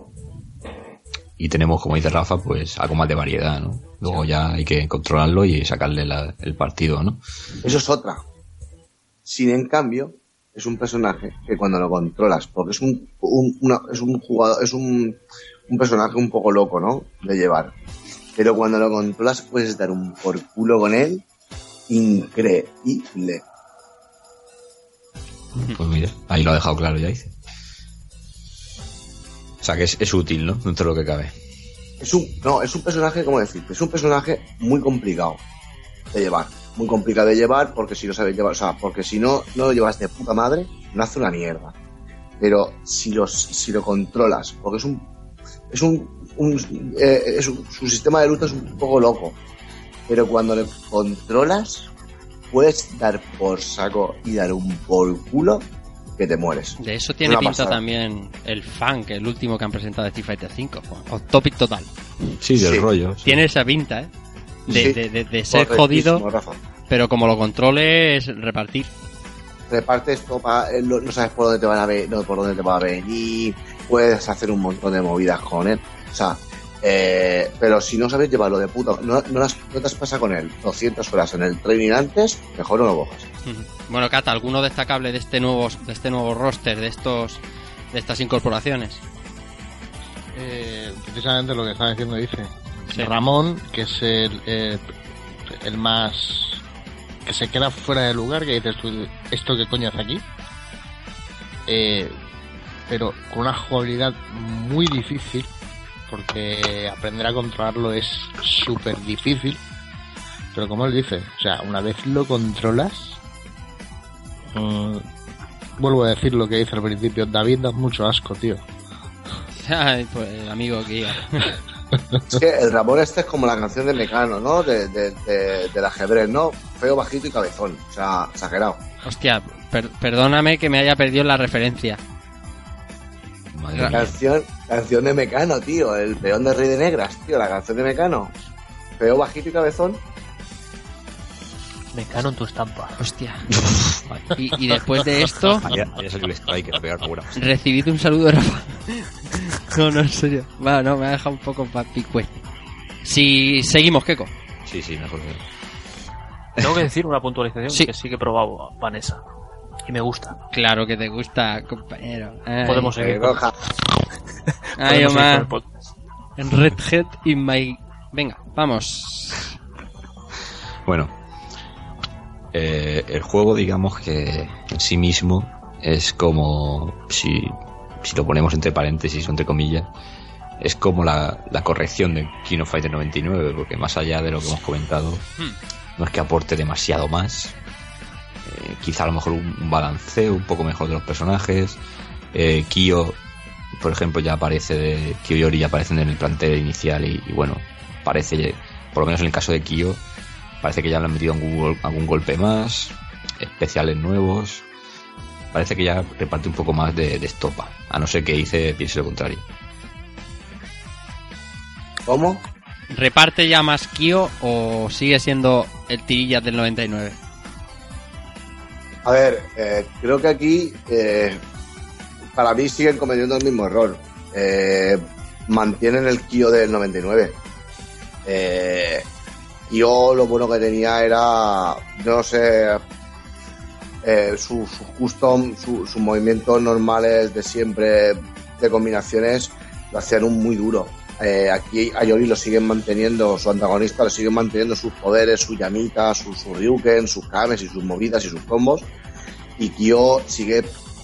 Y tenemos, como dice Rafa, pues algo más de variedad, ¿no? Luego ya hay que controlarlo y sacarle el partido, ¿no? Eso es otra. Sin en cambio, es un personaje que cuando lo controlas, porque es un jugador, es un personaje un poco loco, ¿no? De llevar. Pero cuando lo controlas puedes dar un por culo con él increíble. Pues mira, ahí lo ha dejado claro ya, dice. O sea que es útil, ¿no? Dentro de lo que cabe. Es un personaje, ¿cómo decirte? Es un personaje muy complicado de llevar. Muy complicado de llevar porque si lo sabes llevar, o sea, porque si no lo llevas de puta madre, no hace una mierda. Pero si lo controlas, porque su sistema de lucha es un poco loco. Pero cuando lo controlas, puedes dar por saco y dar un por culo que te mueres. De eso tiene pinta también el Funk, el último que han presentado de Street Fighter 5. Off Topic total. Sí, del rollo. Sí. Tiene esa pinta, ¿eh? De ser jodido, Rafa. Pero como lo controles, repartir. Repartes topa, no sabes por dónde te van a ver, no por dónde te va a venir, puedes hacer un montón de movidas con él. O sea, pero si no sabes llevarlo de puta, no te has pasado con él 200 horas en el training antes, mejor no lo cojas. Bueno, Cata, ¿alguno destacable de este nuevo roster, de estas incorporaciones? Precisamente lo que estaba diciendo dice. Sí. Ramón, que es el más que se queda fuera de lugar, que dices tú, ¿esto qué coño hace aquí? Pero con una jugabilidad muy difícil, porque aprender a controlarlo es súper difícil. Pero como él dice, o sea, una vez lo controlas, vuelvo a decir lo que dice al principio, David da mucho asco, tío. Ay, pues amigo que iba. Es que el Ramón es como la canción de Mecano, ¿no? Del ajedrez, ¿no? Feo, bajito y cabezón. O sea, exagerado. Hostia, perdóname que me haya perdido la referencia. Canción de Mecano, tío. El peón de Rey de Negras, tío. La canción de Mecano. Feo, bajito y cabezón. Mecano en tu estampa. Hostia. Y después de esto, recibid un saludo de Rafa. No, en serio. Va, no, me ha dejado un poco papicue. Si seguimos, Keko. Sí, mejor. Tengo que decir una puntualización, sí. Que sí que he probado Vanessa. Y me gusta. Claro que te gusta, compañero. Ay. Podemos seguir. Ay, Omar. En Redhead in my... Venga, vamos. Bueno. El juego, digamos que en sí mismo es como, si lo ponemos entre paréntesis o entre comillas, es como la corrección de King of Fighters 99, porque más allá de lo que hemos comentado, no es que aporte demasiado más. Quizá a lo mejor un balanceo un poco mejor de los personajes. Kyo, por ejemplo, Kyo y Ori ya aparecen en el plantel inicial y bueno, parece, por lo menos en el caso de Kyo, parece que ya le han metido algún golpe más, especiales nuevos. Parece que ya reparte un poco más de estopa, a no ser que piense lo contrario. ¿Cómo? ¿Reparte ya más Kyo o sigue siendo el tirillas del 99? A ver, creo que aquí para mí siguen cometiendo el mismo error. Mantienen el Kyo del 99. Yo lo bueno que tenía era, no sé, sus custom, sus movimientos normales de siempre, de combinaciones, lo hacían muy duro. Aquí a Yori lo siguen manteniendo, su antagonista lo siguen manteniendo sus poderes, su llamita, sus ryuken, sus kames y sus movidas y sus combos. Y Kyo sigue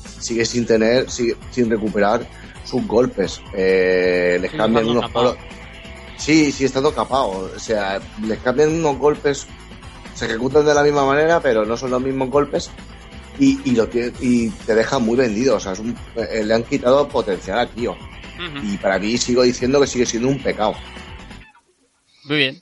sin recuperar sus golpes. Les cambian unos polos. Sí, estando capado. O sea, les cambian unos golpes, se ejecutan de la misma manera, pero no son los mismos golpes y te dejan muy vendido. O sea, le han quitado potencial a Kyo. Y para mí sigo diciendo que sigue siendo un pecado. Muy bien.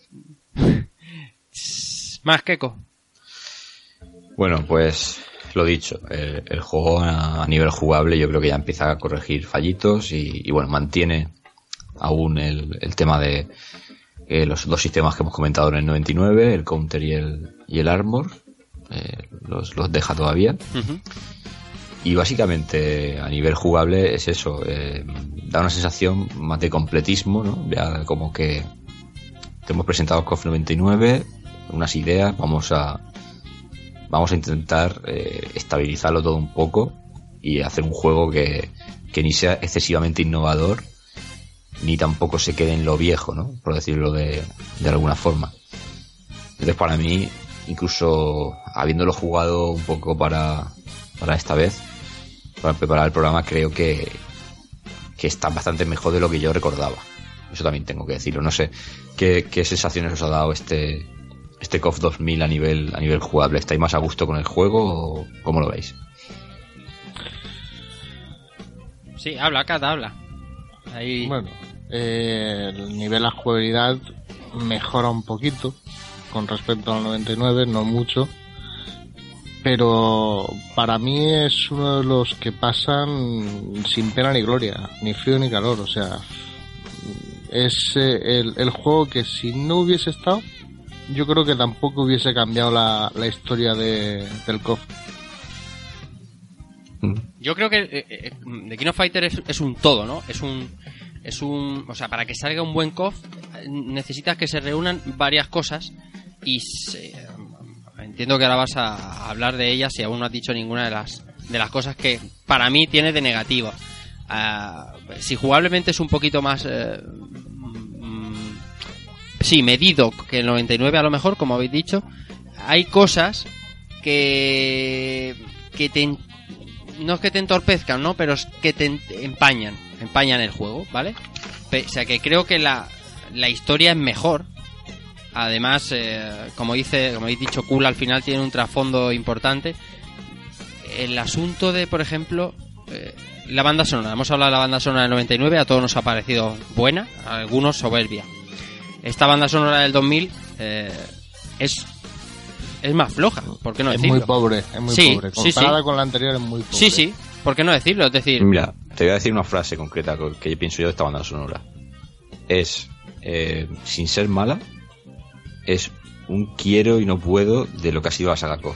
Más Keko. Bueno, pues lo dicho, el juego a nivel jugable yo creo que ya empieza a corregir fallitos y bueno, mantiene aún el tema de los dos sistemas que hemos comentado en el 99, el counter y el armor, los deja todavía. Y básicamente a nivel jugable es eso, da una sensación más de completismo, ¿no? Ya como que te hemos presentado KOF 99, unas ideas, vamos a intentar estabilizarlo todo un poco y hacer un juego que ni sea excesivamente innovador ni tampoco se quede en lo viejo, ¿no? Por decirlo de alguna forma. Entonces para mí, incluso habiéndolo jugado un poco para esta vez, para preparar el programa, creo que está bastante mejor de lo que yo recordaba. Eso también tengo que decirlo. No sé qué sensaciones os ha dado este KOF 2000 a nivel jugable. ¿Estáis más a gusto con el juego o cómo lo veis? Sí, habla, Cata, habla. Ahí... Bueno, el nivel de jugabilidad mejora un poquito con respecto al 99, no mucho. Pero para mí es uno de los que pasan sin pena ni gloria, ni frío ni calor. O sea, es el juego que si no hubiese estado, yo creo que tampoco hubiese cambiado la historia del KOF. Yo creo que The King of Fighters es un todo, ¿no? Es un, o sea, para que salga un buen KOF necesitas que se reúnan varias cosas y entiendo que ahora vas a hablar de ellas y aún no has dicho ninguna de las cosas que para mí tiene de negativo. Si jugablemente es un poquito más medido que el 99 a lo mejor, como habéis dicho, hay cosas que no es que te entorpezcan, ¿no? Pero es que te empañan el juego, ¿vale? O sea que creo que la historia es mejor. Además, como habéis dicho, Cool al final tiene un trasfondo importante. El asunto de, por ejemplo, la banda sonora. Hemos hablado de la banda sonora del 99, a todos nos ha parecido buena, a algunos soberbia. Esta banda sonora del 2000 es más floja, ¿por qué no decirlo? Es muy pobre. Comparada con la anterior es muy pobre. Sí, ¿por qué no decirlo? Es decir... Mira, te voy a decir una frase concreta que yo pienso yo de esta banda sonora. Es, sin ser mala, es un quiero y no puedo de lo que ha sido la saga KOF.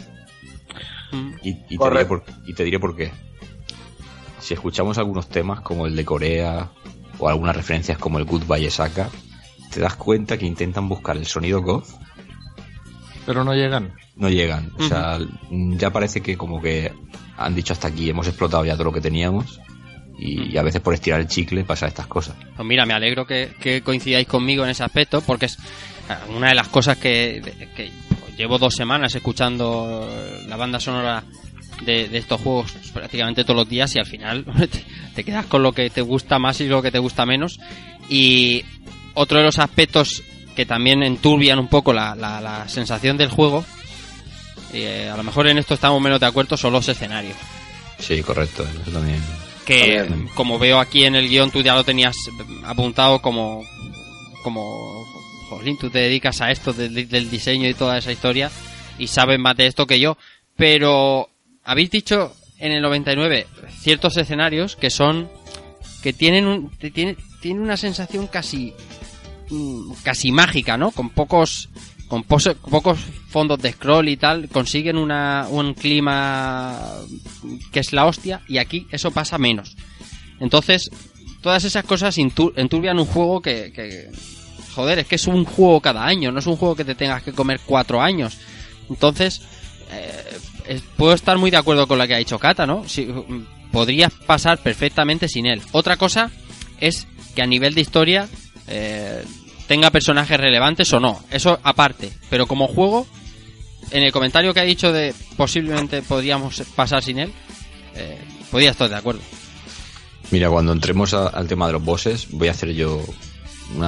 Y te diré por qué. Si escuchamos algunos temas como el de Corea o algunas referencias como el Goodbye Saka, te das cuenta que intentan buscar el sonido KOF, pero no llegan. O sea, ya parece que como que han dicho hasta aquí, hemos explotado ya todo lo que teníamos y a veces por estirar el chicle pasa estas cosas. Pues mira, me alegro que coincidáis conmigo en ese aspecto, porque es una de las cosas que llevo 2 semanas escuchando la banda sonora de estos juegos prácticamente todos los días y al final te quedas con lo que te gusta más y lo que te gusta menos. Y otro de los aspectos que también enturbian un poco la sensación del juego, a lo mejor en esto estamos menos de acuerdo, son los escenarios. Sí, correcto, eso también. Que como veo aquí en el guión, tú ya lo tenías apuntado como jolín, tú te dedicas a esto del diseño y toda esa historia y sabes más de esto que yo, pero habéis dicho en el 99 ciertos escenarios que tienen una sensación casi mágica, ¿no? Con pocos fondos de scroll y tal, consiguen un clima que es la hostia, y aquí eso pasa menos. Entonces, todas esas cosas enturbian un juego que joder, es que es un juego cada año, no es un juego que te tengas que comer 4 años. Entonces, puedo estar muy de acuerdo con lo que ha dicho Cata, ¿no? Podrías pasar perfectamente sin él. Otra cosa es que a nivel de historia tenga personajes relevantes o no, eso aparte, pero como juego, en el comentario que ha dicho de posiblemente podríamos pasar sin él, podría estar de acuerdo. Mira, cuando entremos al tema de los bosses, voy a hacer yo una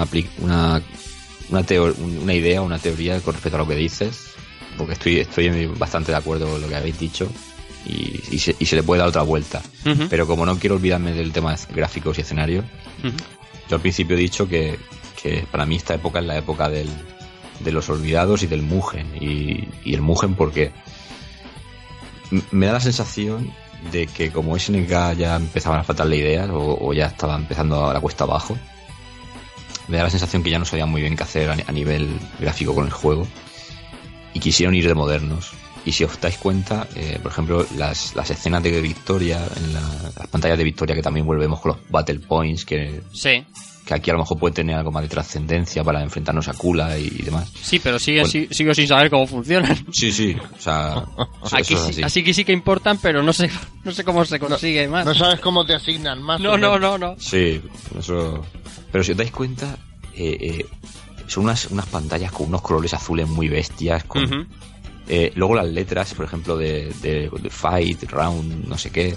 idea, una teoría con respecto a lo que dices, porque estoy bastante de acuerdo con lo que habéis dicho y se le puede dar otra vuelta. Uh-huh. Pero como no quiero olvidarme del tema de gráficos y escenarios, uh-huh, yo al principio he dicho que para mí esta época es la época de los olvidados y del Mugen, y el Mugen porque me da la sensación de que como SNK ya empezaban a faltarle ideas o ya estaba empezando a la cuesta abajo, me da la sensación que ya no sabían muy bien qué hacer a nivel gráfico con el juego y quisieron ir de modernos Y si os dais cuenta, por ejemplo, las escenas de victoria, las pantallas de victoria que también volvemos con los Battle Points, que aquí a lo mejor puede tener algo más de trascendencia para enfrentarnos a Kula y demás. Sí, pero sigo sin saber cómo funcionan. Sí, o sea... Aquí eso es así que sí que importan, pero no sé cómo se consigue más. No sabes cómo te asignan más. No. Sí, eso... Pero si os dais cuenta, son unas pantallas con unos colores azules muy bestias, con... luego las letras, por ejemplo, de Fight, Round, no sé qué.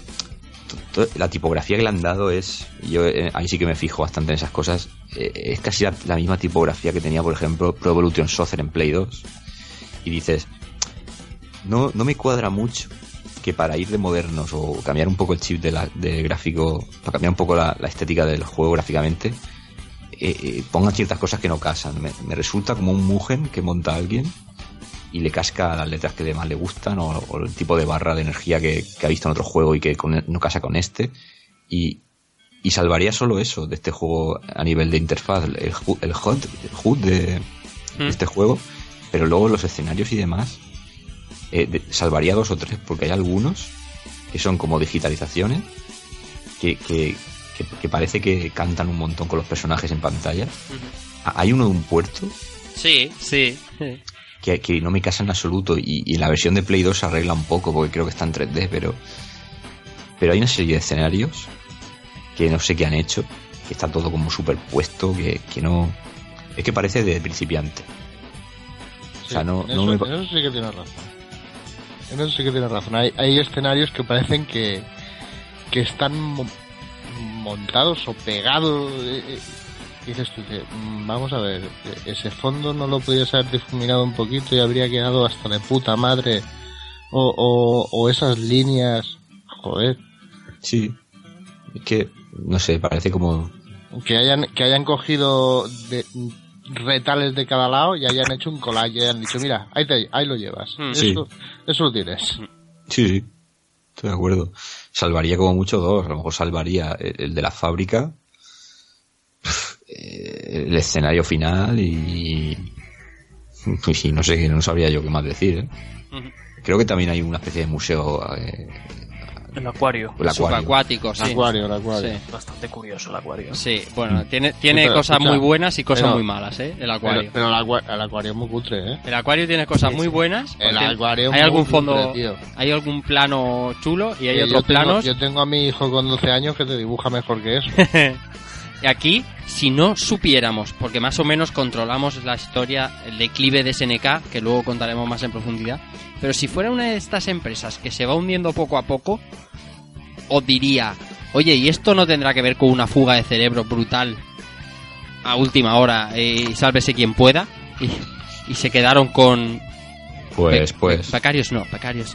La tipografía que le han dado es... Yo ahí sí que me fijo bastante en esas cosas. Es casi la misma tipografía que tenía, por ejemplo, Pro Evolution Soccer en Play 2. Y dices... No me cuadra mucho que para ir de modernos o cambiar un poco el chip de gráfico, para cambiar un poco la estética del juego gráficamente, pongan ciertas cosas que no casan. Me resulta como un Mugen que monta a alguien y le casca las letras que más le gustan o el tipo de barra de energía que ha visto en otro juego y que no casa con este, y salvaría solo eso de este juego a nivel de interfaz, el HUD de este juego, pero luego los escenarios y demás salvaría 2 o 3, porque hay algunos que son como digitalizaciones que parece que cantan un montón con los personajes en pantalla. Hay uno de un puerto sí que no me casa en absoluto, y en la versión de Play 2 se arregla un poco porque creo que está en 3D, pero hay una serie de escenarios que no sé qué han hecho, que está todo como superpuesto, que no... Es que parece de principiante. Sí, o sea, eso sí que tienes razón. En eso sí que tienes razón. Hay escenarios que parecen que están montados o pegados... Dices tú que, vamos a ver, ese fondo no lo podías haber difuminado un poquito y habría quedado hasta de puta madre, o esas líneas, joder. Sí, es que, no sé, parece como... Que hayan cogido retales de cada lado y hayan hecho un collage y hayan dicho, mira, ahí lo llevas, sí. Eso lo tienes. Sí, estoy de acuerdo. Salvaría como mucho 2, a lo mejor salvaría el de la fábrica, el escenario final y no sé, no sabría yo qué más decir, Creo que también hay una especie de museo, el acuario subacuático, sí. El acuario. Sí. Bastante curioso el acuario. Sí, bueno, tiene cosas muy buenas y cosas muy malas, el acuario. Pero el acuario es muy cutre, El acuario tiene cosas muy buenas. El acuario hay algún fondo, cutre, tío. Hay algún plano chulo y hay otros planos. Yo tengo a mi hijo con 12 años que te dibuja mejor que eso. Y aquí, si no supiéramos, porque más o menos controlamos la historia, el declive de SNK, que luego contaremos más en profundidad, pero si fuera una de estas empresas que se va hundiendo poco a poco, os diría, oye, ¿y esto no tendrá que ver con una fuga de cerebro brutal a última hora y sálvese quien pueda? Y se quedaron con... Pues... Becarios no. Becarios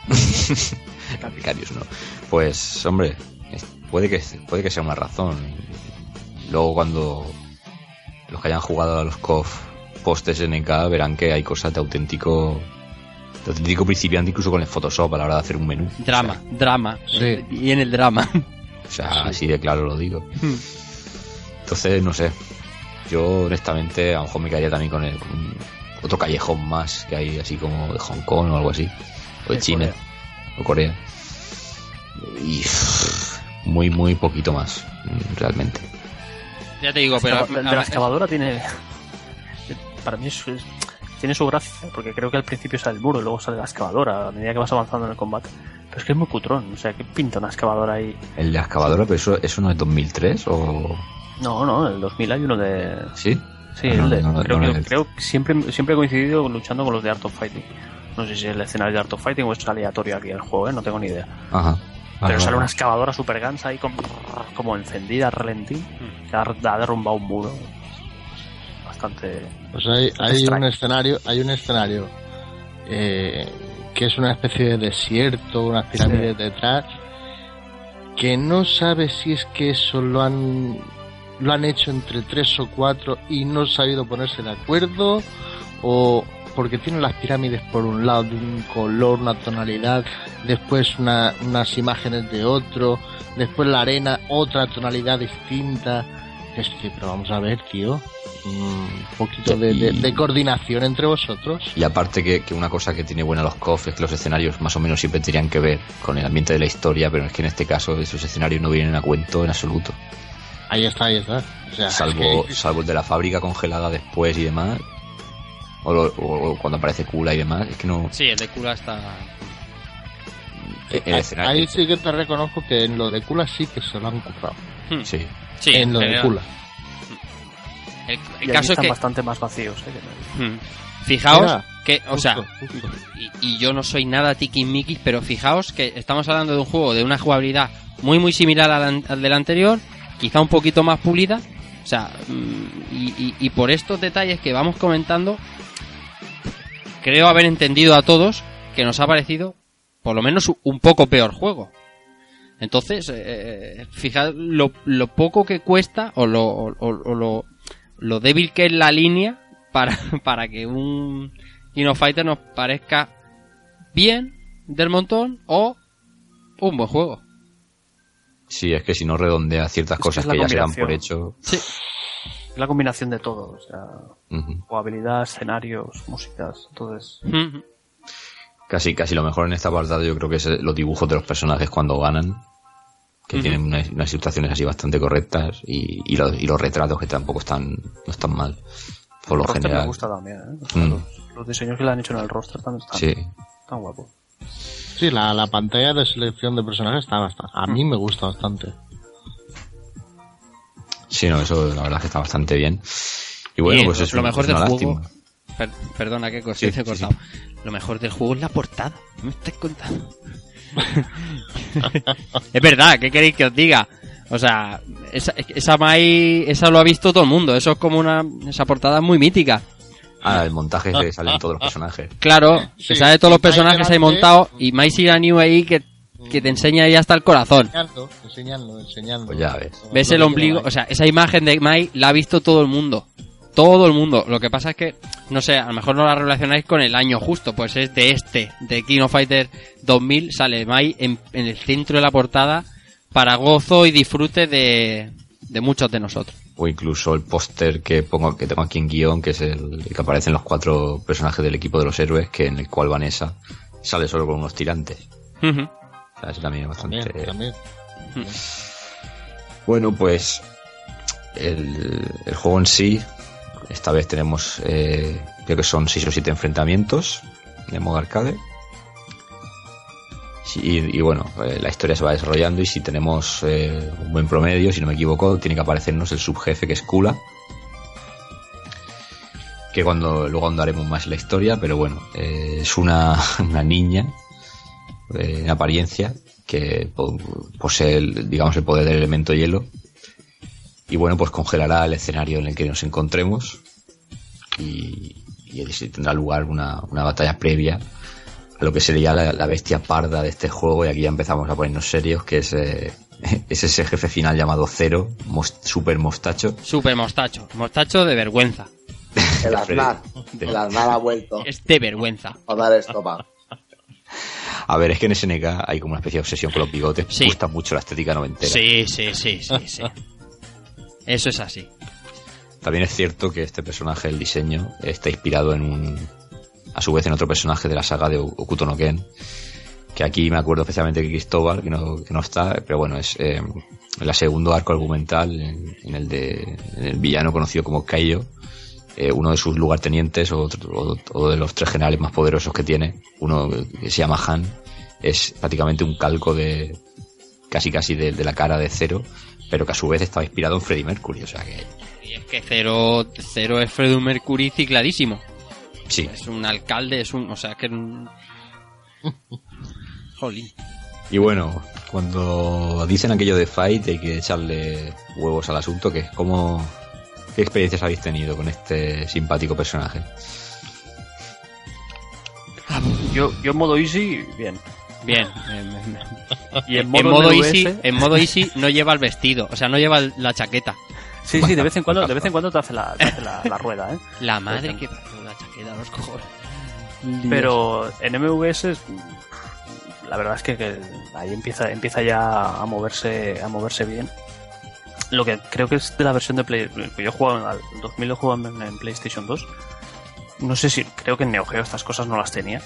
no. Pues, hombre, puede que sea una razón. Luego cuando los que hayan jugado a los KOF post SNK verán que hay cosas de auténtico principiante, incluso con el Photoshop a la hora de hacer un menú. Drama. Sí. Y en el drama. O sea, así de claro lo digo. Entonces, no sé. Yo, honestamente, a lo mejor me quedaría también con otro callejón más que hay, así como de Hong Kong o algo así. O de China. O Corea. Y muy, muy poquito más, realmente. Ya te digo, pero... La excavadora tiene... Para mí tiene su gracia, porque creo que al principio sale el muro y luego sale la excavadora a medida que vas avanzando en el combate. Pero es que es muy cutrón, o sea, ¿qué pinta una excavadora ahí? ¿El de la excavadora? ¿Pero eso no es 2003 o...? No, en el 2000 hay uno de... ¿Sí? Sí, creo que siempre he coincidido luchando con los de Art of Fighting. No sé si el escenario de Art of Fighting o es aleatorio aquí en el juego, no tengo ni idea. Ajá. Pero sale una excavadora super gansa ahí como encendida, ralentí, que ha derrumbado un muro. Bastante... Pues hay un escenario que es una especie de desierto, unas pirámides detrás, que no sabe si es que eso lo han hecho entre 3 o 4 y no han sabido ponerse de acuerdo, o porque tienen las pirámides por un lado de un color, una tonalidad, después unas imágenes de otro, después la arena, otra tonalidad distinta. Es que, pero vamos a ver, tío, un poquito de coordinación entre vosotros. Y aparte que una cosa que tiene buena los KOF es que los escenarios más o menos siempre tenían que ver con el ambiente de la historia, pero es que en este caso esos escenarios no vienen a cuento en absoluto. Ahí está. O sea, salvo el de la fábrica congelada después y demás, o cuando aparece Kula y demás, es que no... Sí, el de Kula está... Ahí sí que te reconozco que en lo de Kula sí que se lo han currado. Sí. En lo de Kula. El caso es que... bastante más vacíos. Fijaos Mira, que, o sea, y yo no soy nada tiquismiquis, pero fijaos que estamos hablando de un juego de una jugabilidad muy similar al del anterior, quizá un poquito más pulida, o sea, y por estos detalles que vamos comentando, creo haber entendido a todos que nos ha parecido por lo menos un poco peor juego. Entonces, fijad lo poco que cuesta o lo débil que es la línea para que un King of Fighters nos parezca bien del montón o un buen juego. Sí, es que si no redondea ciertas cosas que ya se dan por hecho. Sí. Es la combinación de todo, o sea, jugabilidad, escenarios, músicas, entonces... Casi lo mejor en esta apartado yo creo que es los dibujos de los personajes cuando ganan, que tienen unas ilustraciones así bastante correctas y los retratos que tampoco no están mal. Por lo general. Me gusta también, ¿eh? O sea, los diseños que le han hecho en el roster también están guapos. Sí, la pantalla de selección de personajes está bastante... A mí me gusta bastante. Sí, no, eso la verdad es que está bastante bien. Y bueno, pues es lo mejor del juego... lástima. Perdona que te he cortado. Lo mejor del juego es la portada. ¿Me estás contando? Es verdad, ¿qué queréis que os diga? O sea, esa Mai, esa lo ha visto todo el mundo. Eso es como esa portada muy mítica. El montaje que salen todos los personajes. Claro, que sale todos los personajes ahí montados y Mai Shiranui ahí que te enseña ahí hasta el corazón. Enseñando. Pues ya ves. Ves el ombligo, o sea, esa imagen de Mai la ha visto todo el mundo. Todo el mundo. Lo que pasa es que, no sé, a lo mejor no la relacionáis con el año justo, pues es de King of Fighters 2000, sale Mai en el centro de la portada para gozo y disfrute de muchos de nosotros. O incluso el póster que tengo aquí en guión, que es el que aparecen los 4 personajes del equipo de los héroes, que en el cual Vanessa sale solo con unos tirantes. O sea, eso también es bastante... También. Bueno, pues el juego en sí, esta vez tenemos, creo que son 6 o 7 enfrentamientos en modo arcade. Y bueno, la historia se va desarrollando y si tenemos un buen promedio, si no me equivoco, tiene que aparecernos el subjefe, que es Kula, que luego andaremos más en la historia, pero bueno, es una niña en apariencia que posee digamos el poder del elemento hielo y bueno, pues congelará el escenario en el que nos encontremos y tendrá lugar una batalla previa a lo que sería la bestia parda de este juego, y aquí ya empezamos a ponernos serios, que es ese jefe final llamado Zero, super mostacho. Super mostacho de vergüenza. El Aznar ha vuelto. Es de vergüenza. A dar esto, pa. A ver, es que en SNK hay como una especie de obsesión con los bigotes. Sí. Gusta mucho la estética noventera. Sí. Eso es así. También es cierto que este personaje, el diseño, está inspirado a su vez en otro personaje de la saga de Hokuto no Ken, que aquí me acuerdo especialmente de Cristóbal, que no está, pero bueno, es el segundo arco argumental en el villano conocido como Kaiyo, uno de sus lugartenientes o de los 3 generales más poderosos que tiene, uno que se llama Han, es prácticamente un calco de casi de la cara de Zero, pero que a su vez estaba inspirado en Freddie Mercury, o sea que... Y es que Zero es Freddie Mercury cicladísimo. Sí. Es un alcalde, o sea que... Jolín. Y bueno, cuando dicen aquello de Fight hay que echarle huevos al asunto, que ¿qué experiencias habéis tenido con este simpático personaje? Yo en modo easy, bien. Y en modo modo easy no lleva el vestido, o sea, no lleva la chaqueta. Sí, de vez en cuando te hace la rueda, ¿eh? La madre que pasó la chaqueta, los cojones. Pero en MVS la verdad es que ahí empieza ya a moverse bien. lo que creo que es de la versión de Play, que yo jugaba al 2000, lo jugaba en PlayStation 2. No sé si, creo que en Neo Geo estas cosas no las tenía.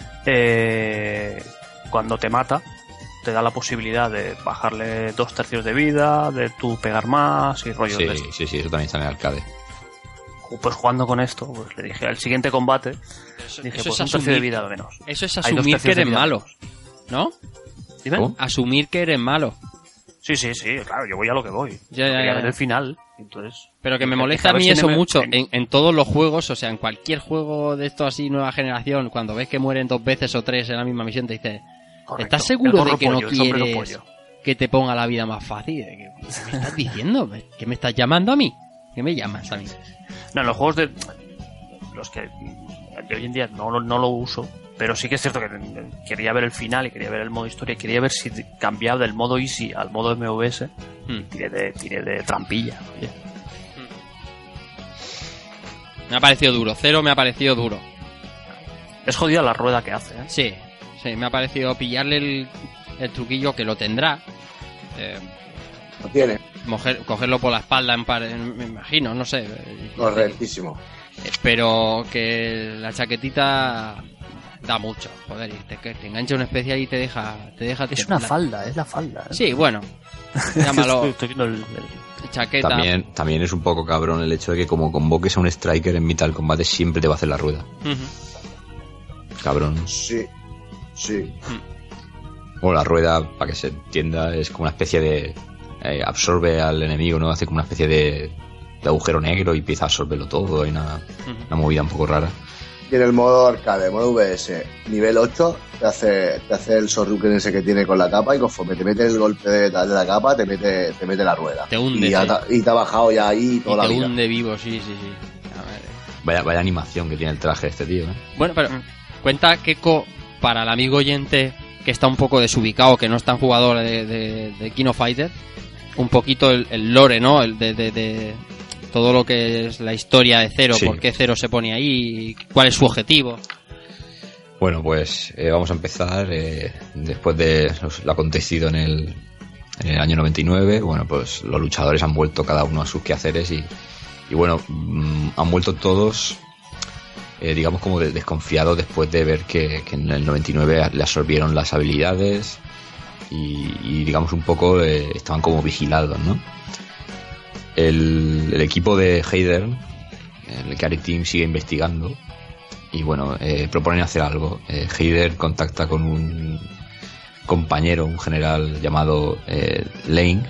Cuando te mata, te da la posibilidad de bajarle 2/3 de vida, de tú pegar más y rollos de esto. Sí, eso también está en el arcade. Pues jugando con esto, pues le dije al siguiente combate, dije, eso pues es 1/3 de vida al menos. Eso es Hay asumir 2/3 que eres de vida. malo, ¿no? ¿Dime? ¿Cómo? Asumir que eres malo. Sí, claro, yo voy a lo que voy. Ya, Quería ya. ver el final, entonces... Pero que me Dije, molesta a ver mí si eso me- mucho en todos los juegos, o sea, en cualquier juego de esto así, nueva generación, cuando ves que mueren 2 veces o 3 en la misma misión, te dices, Correcto. ¿estás seguro El de que no gorro pollo, el sombrero quieres pollo. que te ponga la vida más fácil? ¿Qué me estás diciendo? ¿Qué me estás llamando a mí? ¿Qué me llamas a mí? No, en los juegos de... los que de hoy en día no lo uso, pero sí que es cierto que quería ver el final y quería ver el modo historia y quería ver si cambiaba del modo easy al modo MVS. Tiré de trampilla. Oye. Me ha parecido duro, Cero me ha parecido duro. Es jodida la rueda que hace, ¿eh? Sí, me ha parecido pillarle el truquillo que lo tendrá. Lo tiene. Cogerlo por la espalda, me imagino, no sé. Correctísimo. Pero que la chaquetita da mucho, joder, y te engancha una especial y te deja Es una falda, es la falda. ¿eh? Sí, bueno, llámalo Estoy viendo el... chaqueta. También es un poco cabrón el hecho de que como convoques a un striker en mitad del combate siempre te va a hacer la rueda. Cabrón. Sí. O la rueda, para que se entienda, es como una especie de... absorbe al enemigo, ¿no? Hace como una especie de agujero negro y empieza a absorberlo todo. Hay una movida un poco rara. Y en el modo arcade, modo VS, nivel 8, te hace el Shoryuken ese que tiene con la capa y conforme te mete el golpe de la capa, te mete la rueda. Te hunde, y te ha bajado ya ahí toda la te vida. hunde vivo, sí. A ver. Vaya animación que tiene el traje de este tío, ¿eh? Bueno, pero cuenta, Keiko, para el amigo oyente que está un poco desubicado, que no es tan jugador de King of Fighter, un poquito el lore, ¿no? El de todo lo que es la historia de Cero, Sí. por qué Cero se pone ahí, cuál es su objetivo. Bueno, pues vamos a empezar después de lo acontecido en el año 99. Bueno, pues los luchadores han vuelto cada uno a sus quehaceres y bueno, han vuelto todos, digamos, como desconfiados después de ver que en el 99 le absorbieron las habilidades y digamos un poco estaban como vigilados, ¿no? El equipo de Heider, el Carry Team, sigue investigando y bueno, proponen hacer algo. Heider contacta con un compañero, un general llamado Lin,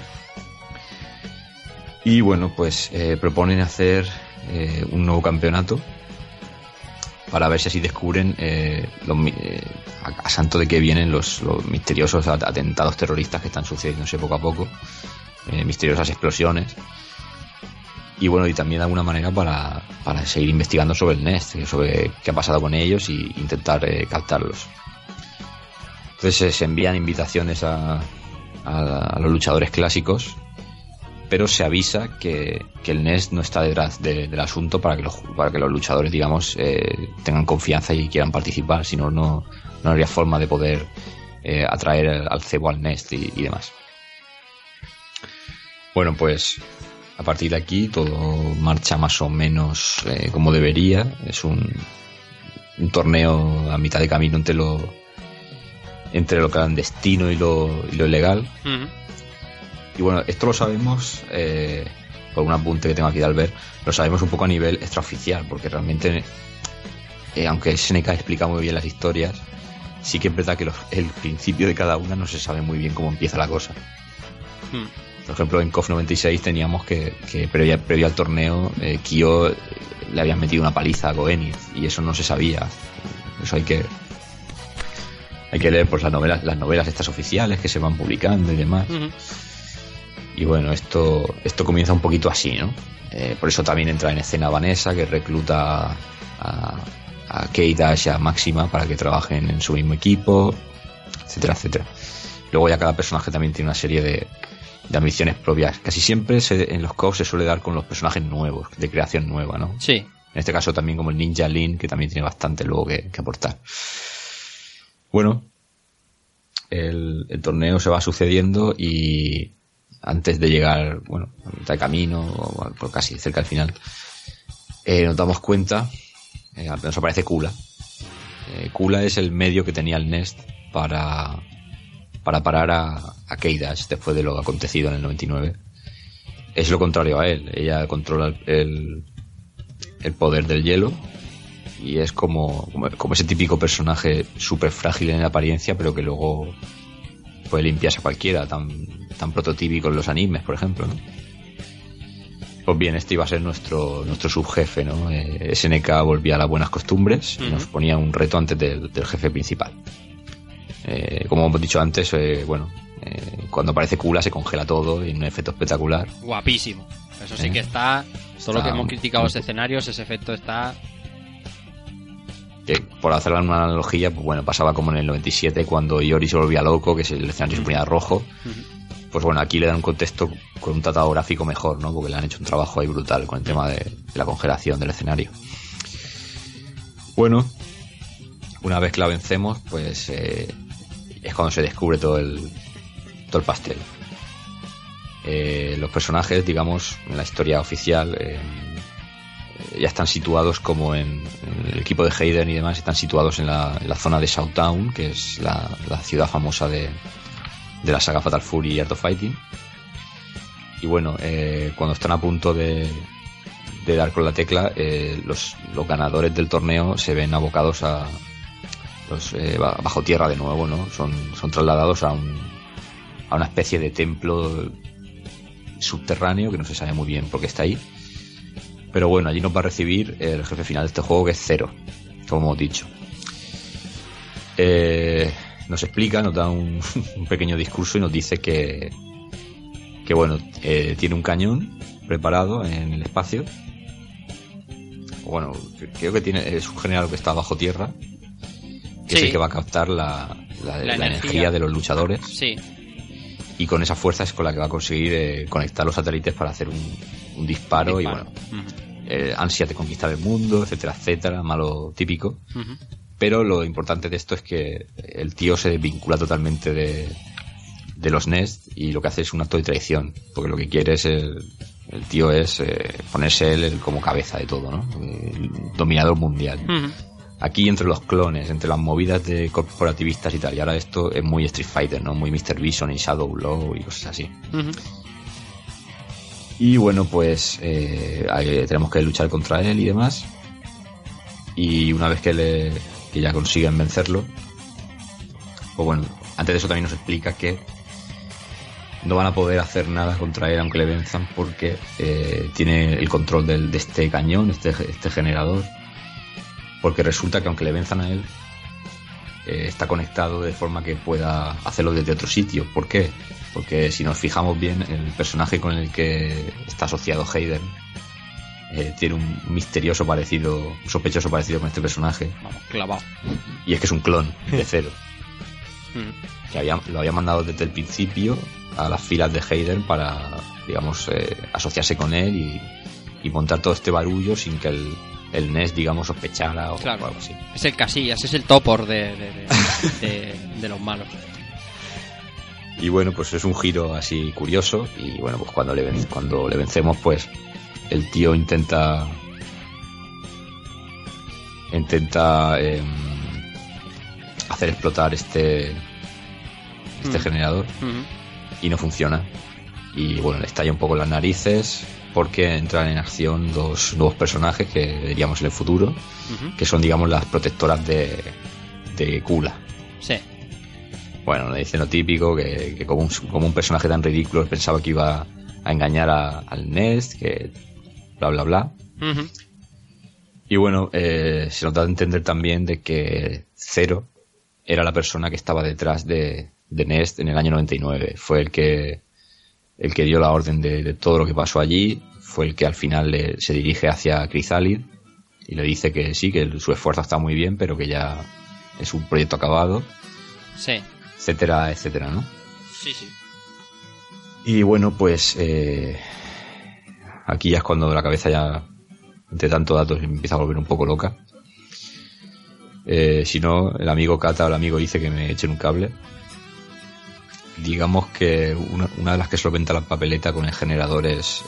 y bueno, pues proponen hacer un nuevo campeonato para ver si así descubren a santo de qué vienen los misteriosos atentados terroristas que están sucediéndose poco a poco, misteriosas explosiones. Y bueno, y también de alguna manera para seguir investigando sobre el Nest, sobre qué ha pasado con ellos y intentar captarlos. Entonces se envían invitaciones a los luchadores clásicos, pero se avisa que el Nest no está detrás del asunto para que los luchadores, digamos, tengan confianza y quieran participar, si no, no habría forma de poder atraer al cebo al Nest y demás. Bueno, pues a partir de aquí todo marcha más o menos como debería. Es un torneo a mitad de camino entre lo clandestino y lo ilegal. Y bueno, esto lo sabemos, por un apunte que tengo aquí de Albert, lo sabemos un poco a nivel extraoficial, porque realmente, aunque SNK explica muy bien las historias, sí que es verdad que el principio de cada una no se sabe muy bien cómo empieza la cosa. Por ejemplo, en KOF 96 teníamos que previo al torneo, Kyo le habían metido una paliza a Goenith, y eso no se sabía. Eso hay que leer pues las novelas estas oficiales que se van publicando y demás. Y bueno, esto comienza un poquito así, ¿no? Por eso también entra en escena Vanessa, que recluta a Kate y a Máxima para que trabajen en su mismo equipo, etcétera, etcétera. Luego ya cada personaje también tiene una serie de ambiciones propias. Casi siempre en los KOF se suele dar con los personajes nuevos, de creación nueva, ¿no? Sí. En este caso también como el Ninja Lin, que también tiene bastante luego que aportar. Bueno, el torneo se va sucediendo y antes de llegar, bueno, a mitad de camino, o por casi cerca del final, nos damos cuenta, nos aparece Kula. Kula es el medio que tenía el Nest para parar a Kaidash después de lo acontecido en el 99. Es lo contrario a él. Ella controla el poder del hielo y es como ese típico personaje súper frágil en apariencia, pero que luego puede limpiarse a cualquiera, tan prototípico en los animes, por ejemplo, ¿no? Pues bien, este iba a ser nuestro subjefe, ¿no? SNK volvía a las buenas costumbres y nos ponía un reto antes del jefe principal. Como hemos dicho antes, cuando aparece Kula se congela todo y un efecto espectacular. Guapísimo. Eso sí que está... Todo lo que hemos criticado los escenarios, ese efecto está... Que, por hacer una analogía, pues bueno, pasaba como en el 97 cuando Iori se volvía loco, que el escenario se ponía rojo. Pues bueno, aquí le dan un contexto con un tratado gráfico mejor, ¿no? Porque le han hecho un trabajo ahí brutal con el tema de la congelación del escenario. Bueno, una vez que la vencemos, pues es cuando se descubre todo el pastel. Los personajes, digamos, en la historia oficial ya están situados como en el equipo de Hayden y demás, están situados en la zona de Southtown, que es la ciudad famosa de la saga Fatal Fury y Art of Fighting. Y bueno, cuando están a punto de dar con la tecla, los ganadores del torneo se ven abocados a bajo tierra de nuevo, ¿no? Son trasladados a una especie de templo subterráneo que no se sabe muy bien por qué está ahí. Pero bueno, allí nos va a recibir el jefe final de este juego, que es Zero, como hemos dicho. Nos explica, nos da un pequeño discurso y nos dice que bueno, tiene un cañón preparado en el espacio. Bueno, creo que es un generador que está bajo tierra, que es el que va a captar la energía de los luchadores. Sí. Y con esa fuerza es con la que va a conseguir conectar los satélites para hacer un disparo. Y bueno, ansia de conquistar el mundo, etcétera, etcétera, malo típico. Pero lo importante de esto es que el tío se desvincula totalmente de los Nest y lo que hace es un acto de traición, porque lo que quiere es el tío es ponerse él como cabeza de todo, ¿no? El dominador mundial. Aquí entre los clones, entre las movidas de corporativistas y tal, y ahora esto es muy Street Fighter, ¿no? Muy Mr. Bison y Shadow Law y cosas así. Y bueno, pues tenemos que luchar contra él y demás. Y una vez que ya consiguen vencerlo, pues bueno, antes de eso también nos explica que no van a poder hacer nada contra él aunque le venzan, porque tiene el control de este cañón, este generador. Porque resulta que aunque le venzan a él, está conectado de forma que pueda hacerlo desde otro sitio. ¿Por qué? Porque si nos fijamos bien, el personaje con el que está asociado Hayden tiene un misterioso parecido, un sospechoso parecido con este personaje. Vamos, clavado. Y es que es un clon de Zero. Que lo había mandado desde el principio a las filas de Hayden para, digamos, asociarse con él y montar todo este barullo sin que el Nest, digamos, sospechara o algo así. Es el Casillas, es el topor de los malos. Y bueno, pues es un giro así curioso. Y bueno, pues cuando le vencemos, pues el tío intenta hacer explotar este generador y no funciona. Y bueno, le estalla un poco las narices, porque entran en acción dos nuevos personajes que veríamos en el futuro, que son, digamos, las protectoras de Kula. Sí. Bueno, le dice lo típico, que como un personaje tan ridículo pensaba que iba a engañar al Nest, que bla bla bla. Y bueno, se nos da a entender también de que Zero era la persona que estaba detrás de Nest en el año 99. Fue el que dio la orden de todo lo que pasó allí. Fue el que al final se dirige hacia Chrysalid y le dice que sí, que su esfuerzo está muy bien, pero que ya es un proyecto acabado. Sí. Etcétera, etcétera, ¿no? Sí, sí. Y bueno, pues aquí ya es cuando la cabeza ya, entre tantos datos, empieza a volver un poco loca. Si no, el amigo Kata o el amigo dice que me echen un cable. digamos que una de las que solventa la papeleta con el generador es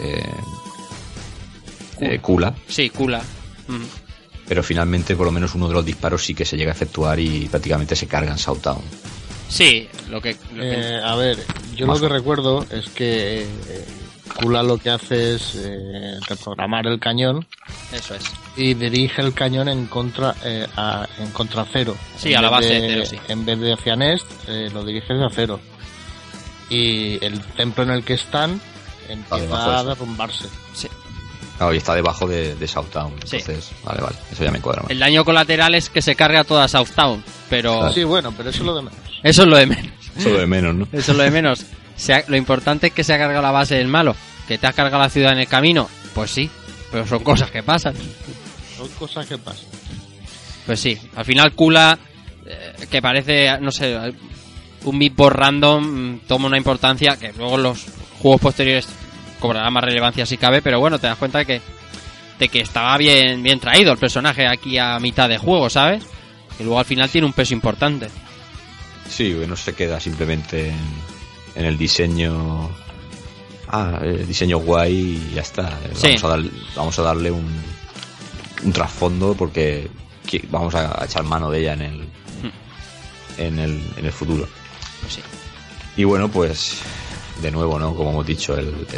Kula. Sí, Kula. Pero finalmente por lo menos uno de los disparos sí que se llega a efectuar y prácticamente se carga en Southtown. Sí, a ver, yo lo que recuerdo es que Kula lo que hace es reprogramar el cañón. Eso es. Y dirige el cañón en contra cero. Sí, a la base de cero, sí. En vez de hacia Nest, lo dirige hacia cero. Y el templo en el que están empieza a derrumbarse. Sí. Claro, y está debajo de Southtown. Entonces, sí. Vale, eso ya me cuadra más. El daño colateral es que se carga toda Southtown, pero... Sí, bueno, pero eso es lo de menos. Eso es lo de menos. Eso es lo de menos, ¿no? Eso es lo de menos. Lo importante es que se ha cargado la base del malo. ¿Que te has cargado la ciudad en el camino? Pues sí, pero son cosas que pasan. Son cosas que pasan. Pues sí, al final Kula, que parece, no sé, un meatball random, toma una importancia que luego en los juegos posteriores cobrará más relevancia si cabe, pero bueno, te das cuenta de que estaba bien traído el personaje aquí a mitad de juego, ¿sabes? Y luego al final tiene un peso importante. Sí, no se queda simplemente en el diseño. El diseño guay y ya está. Sí. Vamos a darle un trasfondo porque vamos a echar mano de ella en el futuro. Pues sí. Y bueno, pues de nuevo, ¿no? Como hemos dicho,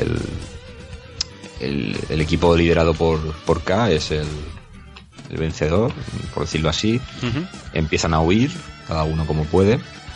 el equipo liderado por K es el vencedor, por decirlo así. Uh-huh. Empiezan a huir, cada uno como puede.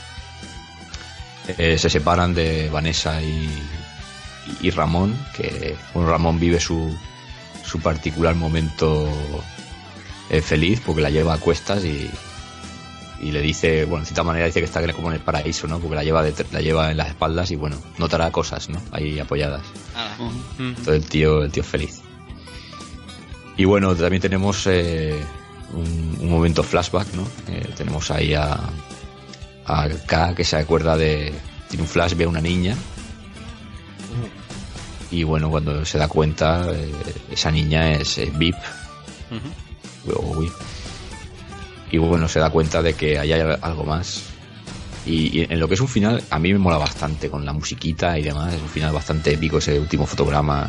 Se separan de Vanessa y Ramón, que Ramón vive su particular momento feliz porque la lleva a cuestas y le dice, bueno, de cierta manera dice que está como en el paraíso, ¿no? Porque la lleva en las espaldas y bueno, notará cosas, ¿no? Ahí apoyadas. Todo el tío feliz. Y bueno, también tenemos un momento flashback, ¿no? Tenemos ahí a K, que se acuerda tiene un flash, ve a una niña. Y bueno, cuando se da cuenta, esa niña es Vip. O Vip. Y bueno, se da cuenta de que hay algo más. Y en lo que es un final, a mí me mola bastante, con la musiquita y demás. Es un final bastante épico, ese último fotograma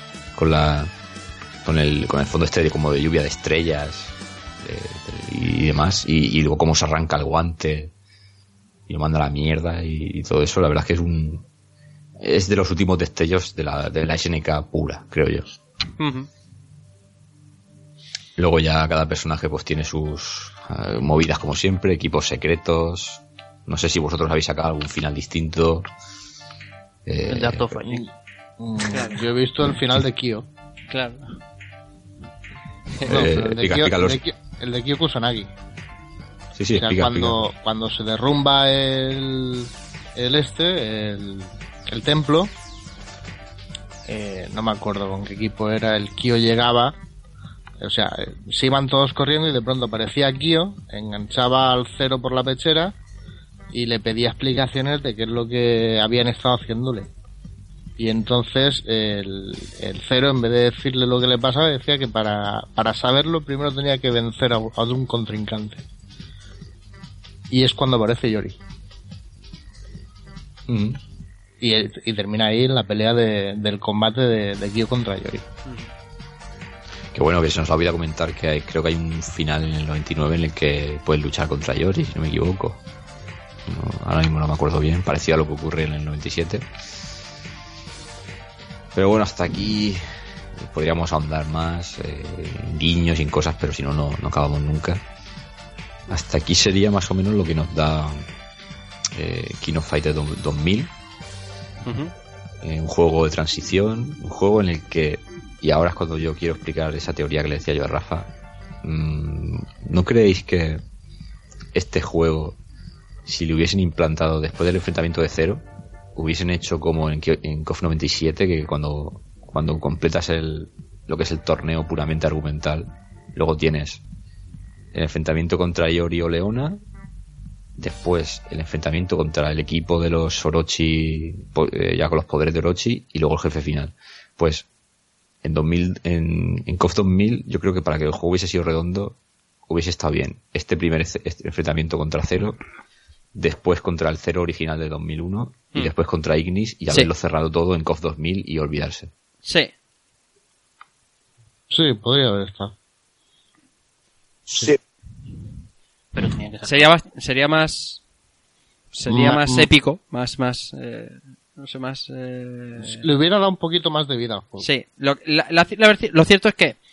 con el fondo como de lluvia de estrellas y demás. Y luego cómo se arranca el guante y lo manda a la mierda y todo eso. La verdad es que es de los últimos destellos de la SNK pura, creo yo. Uh-huh. Luego ya cada personaje pues tiene sus movidas como siempre, equipos secretos. No sé si vosotros habéis sacado algún final distinto. El de Art of Fighting. Yo he visto el final de Kyo. Claro. No, el de Kyo Kusanagi. Sí, o sea, cuando se derrumba el templo, no me acuerdo con qué equipo era, el Kyo llegaba, o sea, se iban todos corriendo y de pronto aparecía Kyo, enganchaba al Zero por la pechera y le pedía explicaciones de qué es lo que habían estado haciéndole. Y entonces el Zero, en vez de decirle lo que le pasaba, decía que para saberlo primero tenía que vencer a un contrincante. Y es cuando aparece Yori. Mm. Y termina ahí en la pelea del combate de Kyo contra Yori. Qué bueno, que se nos olvida comentar que creo que hay un final en el 99 en el que puedes luchar contra Yori, si no me equivoco. Ahora mismo no me acuerdo bien, parecido a lo que ocurre en el 97. Pero bueno, hasta aquí podríamos ahondar más en guiños y en cosas, pero si no acabamos nunca. Hasta aquí sería más o menos lo que nos da King of Fighters 2000. Uh-huh. Un juego de transición, un juego en el que, y ahora es cuando yo quiero explicar esa teoría que le decía yo a Rafa, ¿no creéis que este juego, si lo hubiesen implantado después del enfrentamiento de Zero, hubiesen hecho como en KOF 97, que cuando completas lo que es el torneo puramente argumental, luego tienes el enfrentamiento contra Yori o Leona, después el enfrentamiento contra el equipo de los Orochi, ya con los poderes de Orochi, y luego el jefe final? Pues en KOF 2000, yo creo que para que el juego hubiese sido redondo, hubiese estado bien este primer enfrentamiento contra Zero después contra el Zero original de 2001 y después contra Ignis y Sí. haberlo cerrado todo en KOF 2000 y olvidarse. Sí. Sí, podría haber estado. Sí. Pero tenía que ser. Sería más épico, más no sé, más Le hubiera dado un poquito más de vida al juego. sí. Lo cierto es que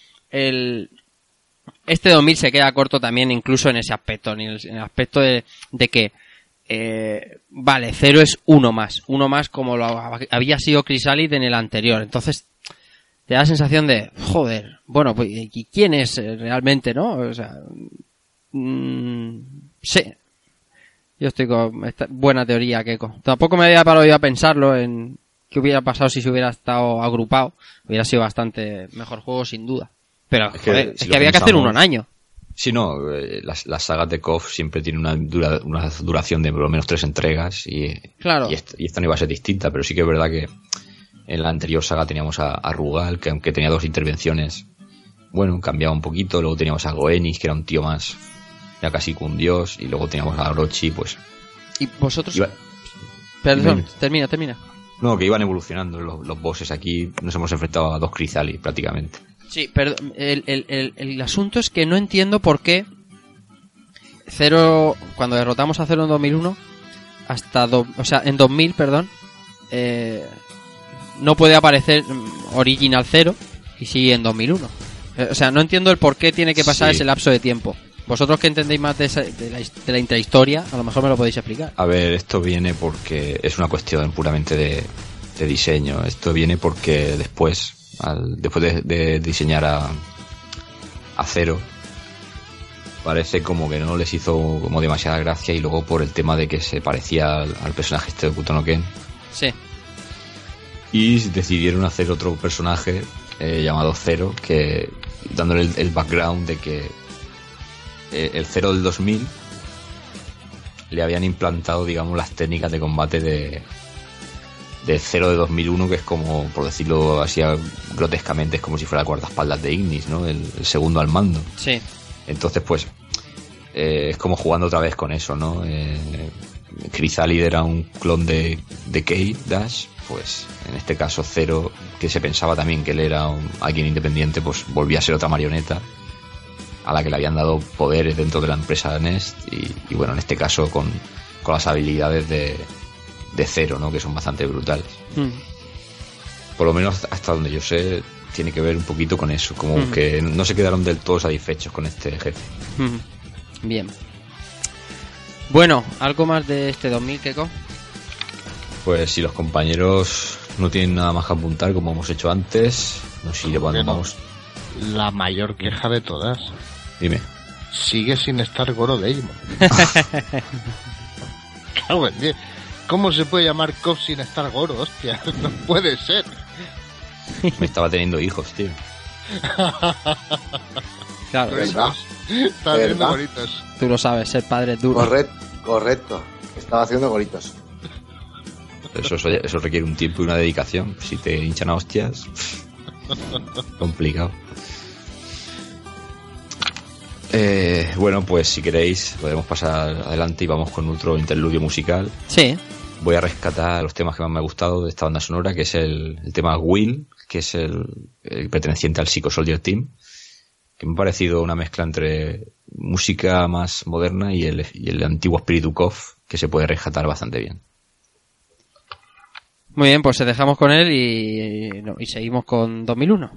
este 2000 se queda corto también incluso en ese aspecto, en el aspecto de que vale, Zero es uno más como lo había sido Chrysalid en el anterior. Entonces te da la sensación de, joder, bueno, pues ¿y quién es realmente, no? O sea, sí. Yo estoy con esta buena teoría, Keiko. Tampoco me había parado yo a pensarlo en qué hubiera pasado si se hubiera estado agrupado. Hubiera sido bastante mejor juego, sin duda. Pero, Es que, joder, si es lo que había que hacer pensamos- uno en año. Sí, no, las sagas de KOF siempre tienen una duración de por lo menos 3 entregas y, Claro. y esta no iba a ser distinta, pero sí que es verdad que en la anterior saga teníamos a Rugal, que aunque tenía 2 intervenciones, bueno, cambiaba un poquito, luego teníamos a Goenix, que era un tío más, ya casi un dios, y luego teníamos a Orochi, pues... Y vosotros... iba- Perdón, Dime. termina. No, que iban evolucionando los bosses. Aquí nos hemos enfrentado a 2 Chrysalid prácticamente. Sí, perdón, el asunto es que no entiendo por qué Zero, cuando derrotamos a Zero en 2001, en 2000, perdón, no puede aparecer Original Zero y sí en 2001. O sea, no entiendo el por qué tiene que pasar Sí. ese lapso de tiempo. Vosotros que entendéis más de la intrahistoria, a lo mejor me lo podéis explicar. A ver, esto viene porque es una cuestión puramente de diseño. Esto viene porque después de diseñar a Zero, parece como que no les hizo como demasiada gracia, y luego por el tema de que se parecía al personaje este de Kutono Ken, Sí. y decidieron hacer otro personaje llamado Zero, que dándole el background de que el Zero del 2000 le habían implantado, digamos, las técnicas de combate de Zero de 2001, que es como, por decirlo así grotescamente, es como si fuera el guardaespaldas de Ignis, ¿no? El segundo al mando. Sí. Entonces, pues, es como jugando otra vez con eso, ¿no? Chrysalid era un clon de K-Dash, pues en este caso Zero, que se pensaba también que él era alguien independiente, pues volvía a ser otra marioneta a la que le habían dado poderes dentro de la empresa Nest, y bueno, en este caso con las habilidades de Zero, ¿no? Que son bastante brutales. Por lo menos hasta donde yo sé, tiene que ver un poquito con eso, como que no se quedaron del todo satisfechos con este jefe. Bien. Bueno, ¿algo más de este 2000, Keiko? Pues si los compañeros no tienen nada más que apuntar, como hemos hecho antes, nos iremos. Vamos. La mayor queja de todas. Dime. Sigue sin estar Goro Daemon. Claro, ¿cómo se puede llamar KOF sin estar Goro? Hostia, no puede ser. Me estaba teniendo hijos, tío. Claro, ¿Verdad? Está haciendo ¿Verdad? bonitos. tú lo sabes, ser padre es duro. Correcto. Estaba haciendo golitos. Eso requiere un tiempo y una dedicación. Si te hinchan a hostias, complicado. Bueno, pues si queréis podemos pasar adelante y vamos con otro interludio musical. Sí. Voy a rescatar los temas que más me ha gustado de esta banda sonora, que es el tema Will, que es el perteneciente al Psycho Soldier Team, que me ha parecido una mezcla entre música más moderna y el antiguo espíritu KOF, que se puede rescatar bastante bien. Muy bien, pues dejamos con él y seguimos con 2001.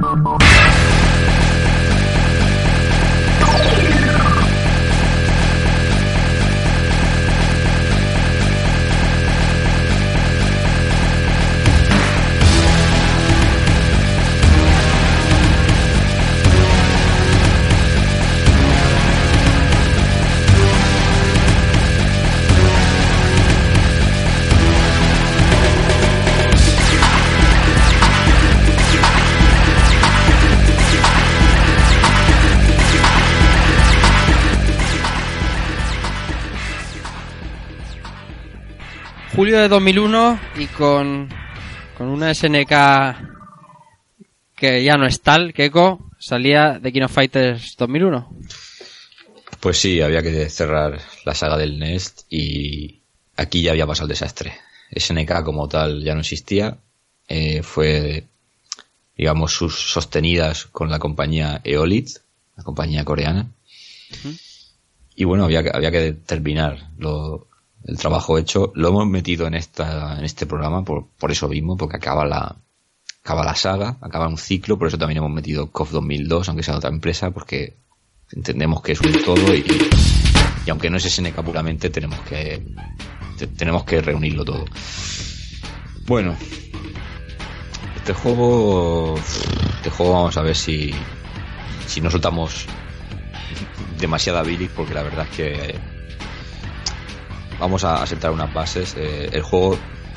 Julio de 2001 y con una SNK que ya no es tal, Keiko, salía de King of Fighters 2001. Pues sí, había que cerrar la saga del Nest y aquí ya había pasado el desastre. SNK como tal ya no existía, fue, digamos, sostenidas con la compañía Eolit, la compañía coreana. Uh-huh. Y bueno, había que terminar el trabajo hecho. Lo hemos metido en este programa por eso mismo, porque acaba la saga, acaba un ciclo. Por eso también hemos metido KOF 2002, aunque sea otra empresa, porque entendemos que es un todo y aunque no es SNK puramente, tenemos que reunirlo todo. Bueno, este juego vamos a ver si no soltamos demasiada bilis, porque la verdad es que vamos a sentar unas bases. El juego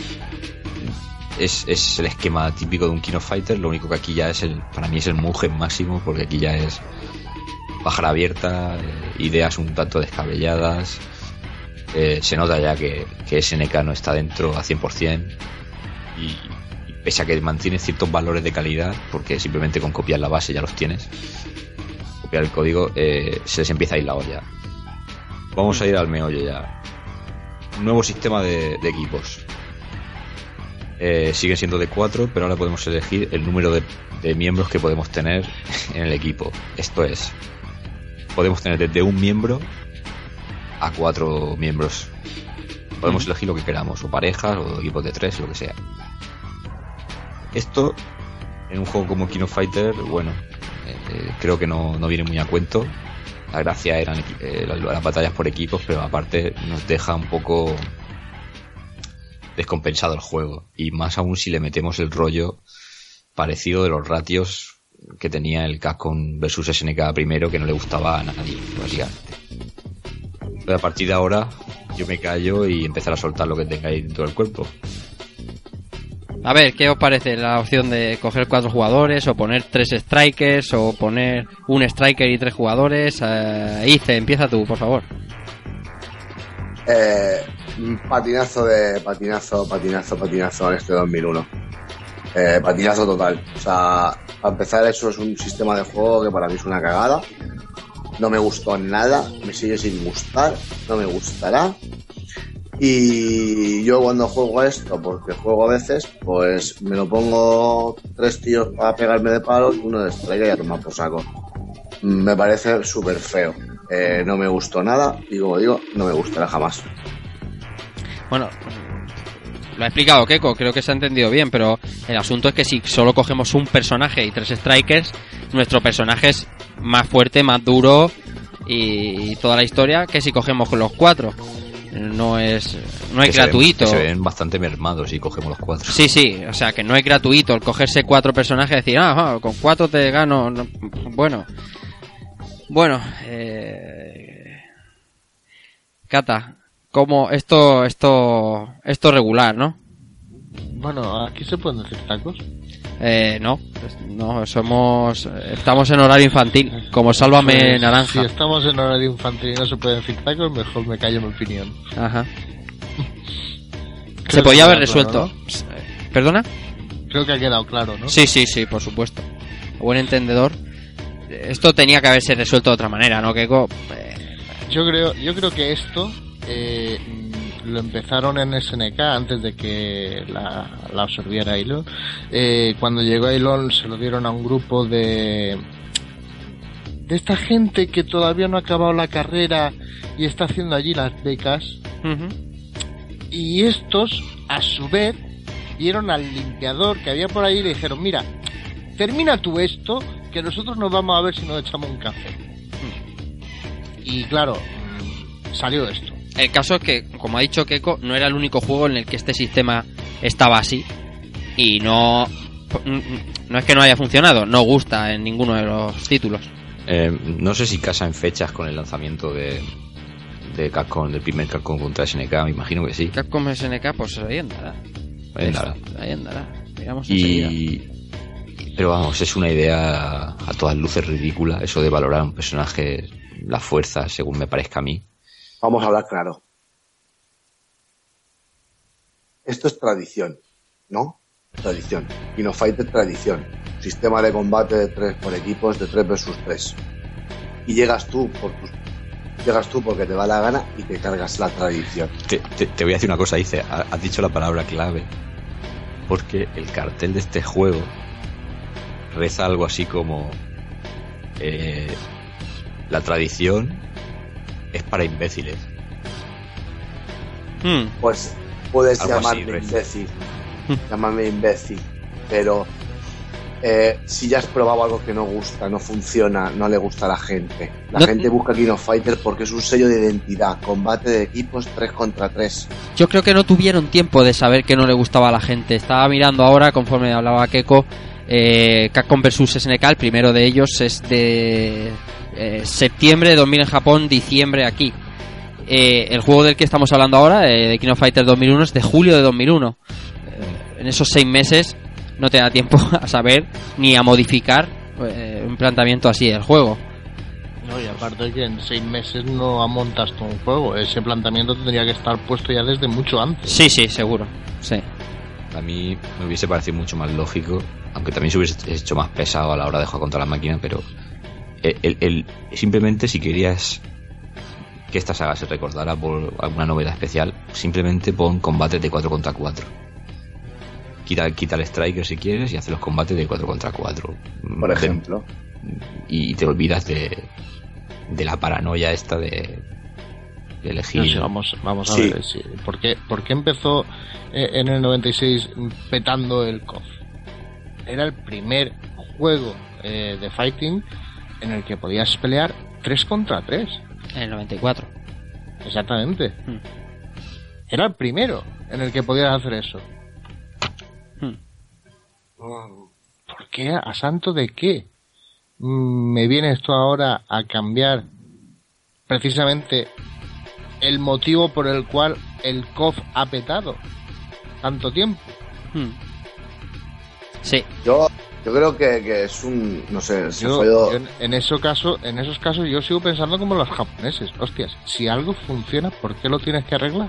es el esquema típico de un King of Fighters, lo único que aquí ya para mí es el Mugen máximo, porque aquí ya es pájara abierta, ideas un tanto descabelladas. Se nota ya que SNK no está dentro a 100%, y pese a que mantiene ciertos valores de calidad, porque simplemente con copiar la base ya los tienes, copiar el código, se les empieza a ir la olla. Vamos a ir al meollo ya. Un nuevo sistema de equipos. Siguen siendo de 4, pero ahora podemos elegir el número de miembros que podemos tener en el equipo. Esto es, podemos tener desde un miembro a 4 miembros. Podemos elegir lo que queramos, o parejas, o equipos de 3, lo que sea. Esto, en un juego como King of Fighters, bueno, creo que no viene muy a cuento. La gracia eran las batallas por equipos, pero aparte nos deja un poco descompensado el juego. Y más aún si le metemos el rollo parecido de los ratios que tenía el Capcom vs SNK primero, que no le gustaba a nadie, básicamente. Pero a partir de ahora yo me callo y empezar a soltar lo que tengáis dentro del cuerpo. A ver, ¿qué os parece la opción de coger 4 jugadores, o poner 3 strikers, o poner un striker y 3 jugadores? Ice, empieza tú, por favor. Patinazo en este 2001. Patinazo total. O sea, para empezar, eso es un sistema de juego que para mí es una cagada. No me gustó nada, me sigue sin gustar, no me gustará. Y yo cuando juego a esto, porque juego a veces, pues me lo pongo 3 tíos para pegarme de palos, uno de striker y a tomar por saco. Me parece súper feo. No me gustó nada y, como digo, no me gustará jamás. Bueno, lo ha explicado Keiko, creo que se ha entendido bien, pero el asunto es que si solo cogemos un personaje y 3 strikers, nuestro personaje es más fuerte, más duro y toda la historia que si cogemos los 4. No es gratuito. Se ven bastante mermados si cogemos los 4. Sí, o sea que no es gratuito el cogerse 4 personajes y decir, con 4 te gano. No, bueno, Cata, como esto regular, ¿no? Bueno, aquí se pueden decir tacos. No, estamos en horario infantil, como Sálvame pues, Naranja. Si estamos en horario infantil y no se pueden decir tacos, mejor me callo mi opinión. Ajá. Se podía haber resuelto, ¿no? ¿Perdona? Creo que ha quedado claro, ¿no? Sí, por supuesto. Buen entendedor. Esto tenía que haberse resuelto de otra manera, ¿no, Keiko? Yo creo que esto lo empezaron en SNK antes de que la absorbiera Eilon. Cuando llegó Eilon se lo dieron a un grupo de esta gente que todavía no ha acabado la carrera y está haciendo allí las becas. Uh-huh. Y estos, a su vez, vieron al limpiador que había por ahí y le dijeron, mira, termina tú esto, que nosotros nos vamos a ver si nos echamos un café. Y claro, salió esto. El caso es que, como ha dicho Keiko, no era el único juego en el que este sistema estaba así. Y no es que no haya funcionado, no gusta en ninguno de los títulos. No sé si casa en fechas con el lanzamiento de Capcom, del primer Capcom contra SNK, me imagino que sí. Capcom SNK, pues ahí andará. Ahí andará. Digamos enseguida. Pero vamos, es una idea a todas luces ridícula, eso de valorar a un personaje, la fuerza, según me parezca a mí. Vamos a hablar claro. Esto es tradición, ¿no? Tradición. King of Fighters, tradición. Sistema de combate de 3 por equipos, de 3 versus 3. Y llegas tú porque te va la gana y te cargas la tradición. Te voy a decir una cosa, dice, has dicho la palabra clave, porque el cartel de este juego reza algo así como la tradición es para imbéciles. Pues puedes algo llamarme así, imbécil. Llámame imbécil. Pero si ya has probado algo que no gusta, no funciona, no le gusta a la gente. La gente busca King of Fighters porque es un sello de identidad. Combate de equipos 3 contra 3. Yo creo que no tuvieron tiempo de saber que no le gustaba a la gente. Estaba mirando ahora, conforme hablaba Keiko, Capcom vs SNK. El primero de ellos es de septiembre de 2000 en Japón, diciembre aquí. El juego del que estamos hablando ahora, de King of Fighters 2001, es de julio de 2001. En esos 6 meses no te da tiempo a saber ni a modificar un planteamiento así del juego. No, y aparte que en 6 meses no montas todo un juego. Ese planteamiento tendría que estar puesto ya desde mucho antes. Sí, seguro. Sí. A mí me hubiese parecido mucho más lógico, aunque también se hubiese hecho más pesado a la hora de jugar contra la máquina, pero simplemente si querías que esta saga se recordara por alguna novedad especial, simplemente pon combates de 4 contra 4. Quita el Striker si quieres y hace los combates de 4 contra 4. Por ejemplo. Y te olvidas de la paranoia esta de elegir. No sé, vamos a ver. Sí. ¿Por qué empezó en el 96 petando el KOF? Era el primer juego de fighting en el que podías pelear 3 contra 3. En el 94. Exactamente. Era el primero en el que podías hacer eso. ¿Por qué? ¿A santo de qué? Me viene esto ahora a cambiar precisamente el motivo por el cual el KOF ha petado tanto tiempo. Sí. Yo creo que es un, no sé, en esos casos yo sigo pensando como los japoneses. Hostias, si algo funciona, ¿por qué lo tienes que arreglar?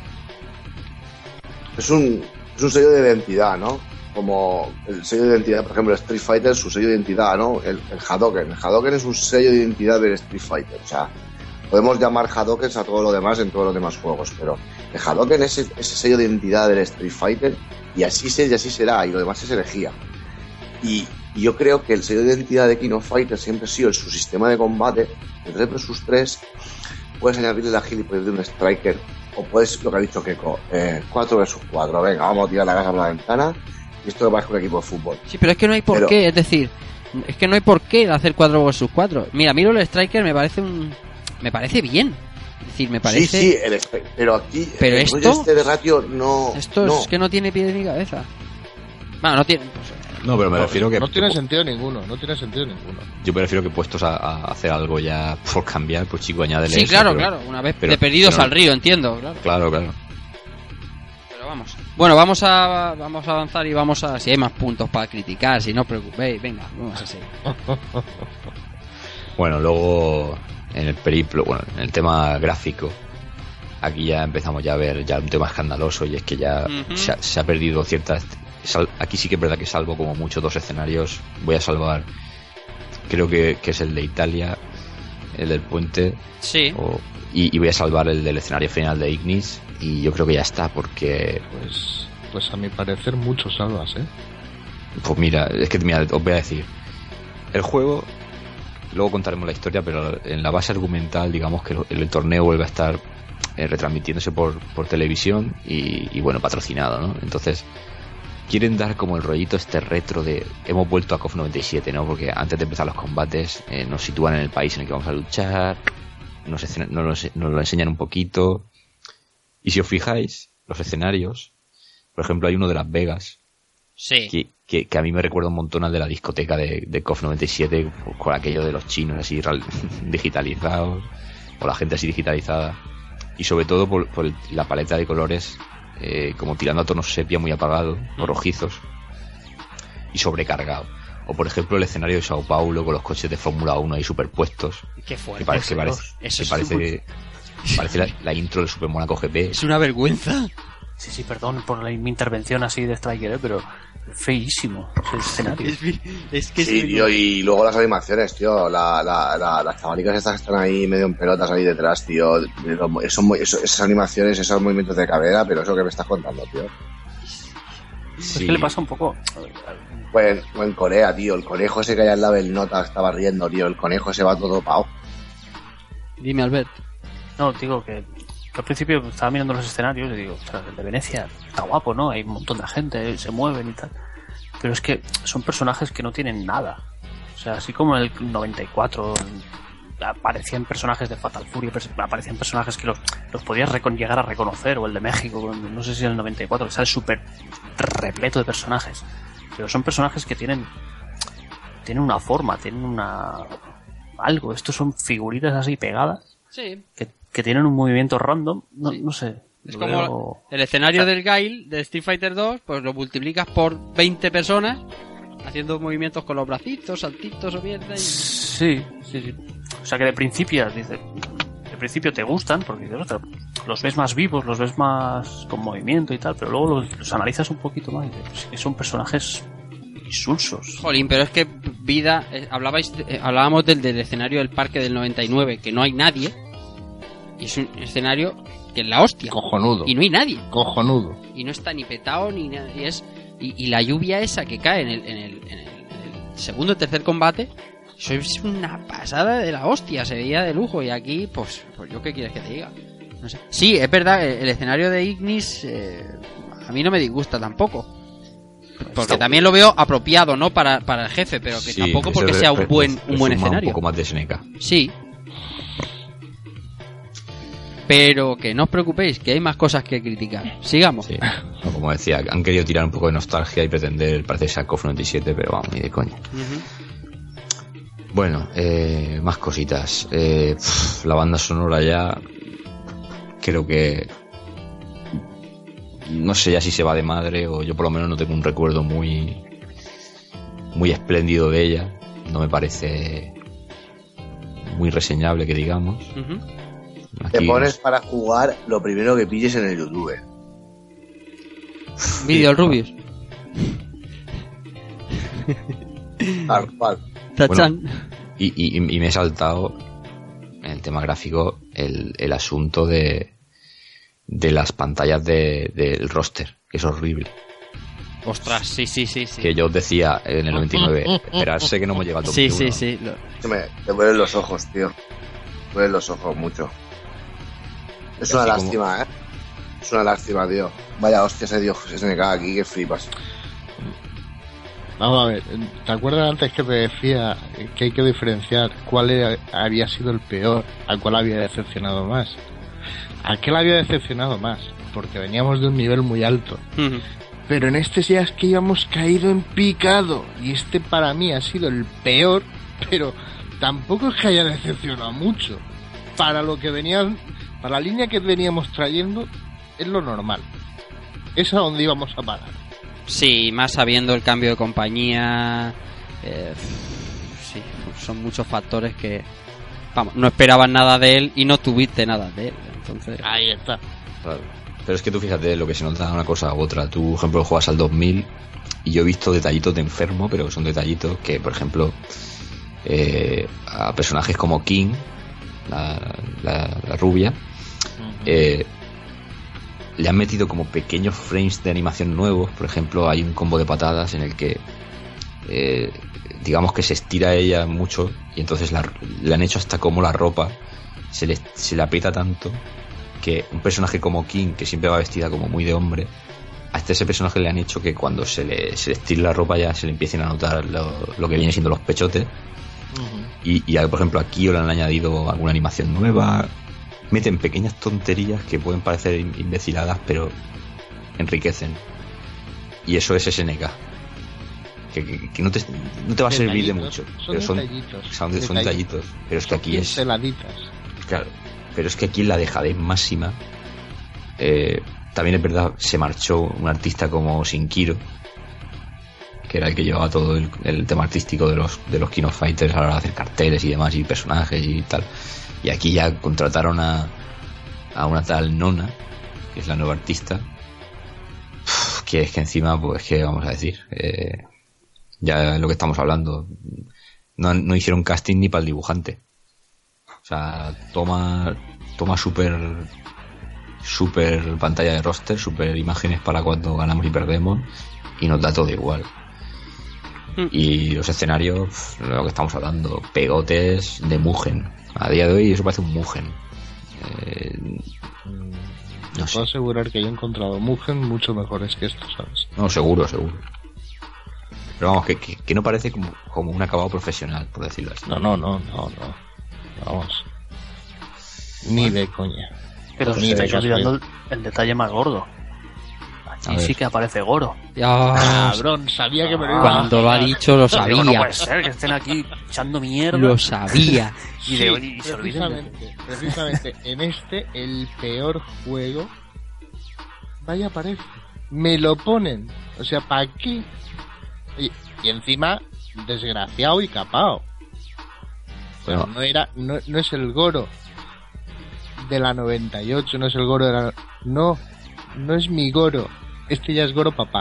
Es un sello de identidad, ¿no? Como el sello de identidad, por ejemplo, el Street Fighter, su sello de identidad, ¿no? El Hadouken. El Hadouken es un sello de identidad del Street Fighter. O sea, podemos llamar Hadoukens a todo lo demás en todos los demás juegos, pero el Hadouken es ese sello de identidad del Street Fighter, y así será, y lo demás es herejía. Y yo creo que el sello de identidad de King of Fighters siempre ha sido su sistema de combate, de 3 vs 3, puedes añadirle la gilipollez de un Striker, o puedes, lo que ha dicho Keiko, 4 vs 4, venga, vamos a tirar la casa por la ventana, y esto va con un equipo de fútbol. Sí, pero es que no hay por qué, es decir, es que no hay por qué hacer 4 vs 4. Mira, miro el Striker, me parece bien. Es decir, me parece... Sí, pero aquí pero el esto, rollo este de ratio no... Esto no. Es que no tiene pie ni cabeza. Bueno, no tiene... Pues, no, pero me refiero que... No tiene sentido ninguno. Yo prefiero que puestos a hacer algo ya por cambiar, pues chico, añádele sí, eso. claro, una vez de perdidos al río, entiendo. Claro. Pero vamos. Bueno, vamos a avanzar y vamos a... Si hay más puntos para criticar, si no os preocupéis, venga, vamos a seguir. Bueno, luego... En el periplo, bueno, en el tema gráfico, aquí ya empezamos ya a ver ya un tema escandaloso, y es que ya se ha perdido ciertas... Aquí sí que es verdad que salvo como mucho 2 escenarios. Voy a salvar, creo que es el de Italia, el del puente. Sí. Y voy a salvar el del escenario final de Ignis, y yo creo que ya está, porque... Pues a mi parecer mucho salvas, ¿eh? Pues mira, es que mira, os voy a decir. El juego... Luego contaremos la historia, pero en la base argumental, digamos que el torneo vuelve a estar retransmitiéndose por televisión y bueno, patrocinado, ¿no? Entonces, quieren dar como el rollito este retro de hemos vuelto a KOF 97, ¿no? Porque antes de empezar los combates nos sitúan en el país en el que vamos a luchar, nos lo enseñan un poquito. Y si os fijáis, los escenarios, por ejemplo, hay uno de Las Vegas, sí, que a mí me recuerda un montón al de la discoteca de KOF 97, con aquello de los chinos así digitalizados, o la gente así digitalizada, y sobre todo por la paleta de colores, como tirando a tonos sepia muy apagados, o rojizos, y sobrecargado. O por ejemplo el escenario de Sao Paulo con los coches de Fórmula 1 ahí superpuestos. Qué fuerte. Que parece la intro del Super Monaco GP. Es una vergüenza. Sí, perdón por mi intervención así de Striker, pero feísimo el escenario. Es que sí, tío, y luego las animaciones, tío, las chavalicas estas que están ahí medio en pelotas ahí detrás, tío, esas animaciones, esos movimientos de cadera, pero eso que me estás contando, tío. Sí. Es que le pasa un poco... Pues en Corea, tío, el conejo ese que hay al lado del nota estaba riendo, tío, el conejo ese va todo pao. Dime, Albert. No, digo que al principio estaba mirando los escenarios y digo, ostras, el de Venecia está guapo, ¿no? Hay un montón de gente, se mueven y tal. Pero es que son personajes que no tienen nada. O sea, así como en el 94 aparecían personajes de Fatal Fury, aparecían personajes que los podías llegar a reconocer, o el de México, no sé si en el 94, que sale súper repleto de personajes. Pero son personajes que tienen una forma, tienen algo. Estos son figuritas así pegadas. Sí. Que tienen un movimiento random, no sé. Es como el escenario del Guile de Street Fighter 2, pues lo multiplicas por 20 personas haciendo movimientos con los bracitos, saltitos o mierda. Sí. O sea que de principio te gustan porque los ves más vivos, los ves más con movimiento y tal, pero luego los analizas un poquito más y dices que son personajes insulsos. Jolín, pero es que vida, hablábamos del escenario del parque del 99, que no hay nadie. Y es un escenario que es la hostia. Cojonudo. Y no hay nadie. Cojonudo. Y no está ni petado ni nada. Y la lluvia esa que cae en el segundo y tercer combate, eso es una pasada de la hostia. Se veía de lujo. Y aquí, pues yo qué quieres que te diga. No sé. Sí, es verdad, el escenario de Ignis a mí no me disgusta tampoco. Porque también lo veo apropiado, ¿no? Para el jefe, pero que tampoco porque sea un buen escenario. Un poco más de SNK. Sí. Pero que no os preocupéis, que hay más cosas que criticar. Sigamos. Sí. No, como decía, han querido tirar un poco de nostalgia y pretender parecerse a KOF 97, pero vamos, ni de coña. Bueno, más cositas. La banda sonora ya creo que no sé ya si se va de madre, o yo por lo menos no tengo un recuerdo muy espléndido de ella. No me parece muy reseñable, que digamos. Te pones para jugar lo primero que pilles en el YouTube. Vídeo el Rubius. Bueno, y me he saltado en el tema gráfico el asunto de las pantallas del roster, que es horrible. Ostras, sí. Que yo os decía en el 99, esperarse que no me llega al 2001. Sí. Te vuelven los ojos, tío. Te vuelven los ojos mucho. Es una lástima, Es una lástima, tío. Vaya hostia ese Dios SNK aquí, que flipas. Vamos a ver, ¿te acuerdas antes que te decía que hay que diferenciar cuál había sido el peor, a cuál había decepcionado más? ¿A qué le había decepcionado más? Porque veníamos de un nivel muy alto. Pero en este ya es que íbamos caído en picado. Y este para mí ha sido el peor, pero tampoco es que haya decepcionado mucho. Para lo que venían... Para la línea que veníamos trayendo es lo normal. Es a donde íbamos a parar. Sí, más sabiendo el cambio de compañía. Sí, son muchos factores que... Vamos, no esperaban nada de él y no tuviste nada de él. Entonces... Ahí está. Claro. Pero es que tú fíjate lo que se nota una cosa u otra. Tú, por ejemplo, juegas al 2000 y yo he visto detallitos de enfermo, pero son detallitos que, por ejemplo, a personajes como King, la rubia, le han metido como pequeños frames de animación nuevos. Por ejemplo, hay un combo de patadas en el que digamos que se estira ella mucho y entonces le han hecho hasta como la ropa se le aprieta tanto que un personaje como King, que siempre va vestida como muy de hombre, hasta ese personaje le han hecho que cuando se le estira la ropa ya se le empiecen a notar lo que viene siendo los pechotes. Y por ejemplo aquí le han añadido alguna animación nueva, meten pequeñas tonterías que pueden parecer imbeciladas pero enriquecen, y eso es SNK, que no te va a servir de mucho, pero son detallitos, pero es que aquí es peladitas. Claro, pero es que aquí en la dejadez máxima. También es verdad, se marchó un artista como Shinkiro, que era el que llevaba todo el tema artístico de los King of Fighters a la hora de hacer carteles y demás, y personajes y tal. Y aquí ya contrataron a una tal Nona, que es la nueva artista, que es que encima, pues que vamos a decir, ya es lo que estamos hablando, no hicieron casting ni para el dibujante. O sea, toma super pantalla de roster, super imágenes para cuando ganamos y perdemos, y nos da todo igual. Y los escenarios, lo que estamos hablando, pegotes de Mugen. A día de hoy eso parece un Mugen. No puedo asegurar que yo he encontrado Mugen mucho mejores que estos, ¿sabes? No, seguro. Pero vamos, que no parece como un acabado profesional, por decirlo así. No. Vamos. Ni de coña. Pero se estáis olvidando el detalle más gordo. Aquí sí que aparece Goro. Cabrón, sabía que me lo iba a... Cuando lo ha dicho, lo sabía. No puede ser que estén aquí echando mierda. Lo sabía. Y se olviden. Precisamente, en el peor juego, vaya aparece. Me lo ponen. O sea, ¿para qué? Y encima, desgraciado y capao. Bueno, no es el Goro de la 98, no es el Goro de la... No es mi Goro. Este ya es Goro papá.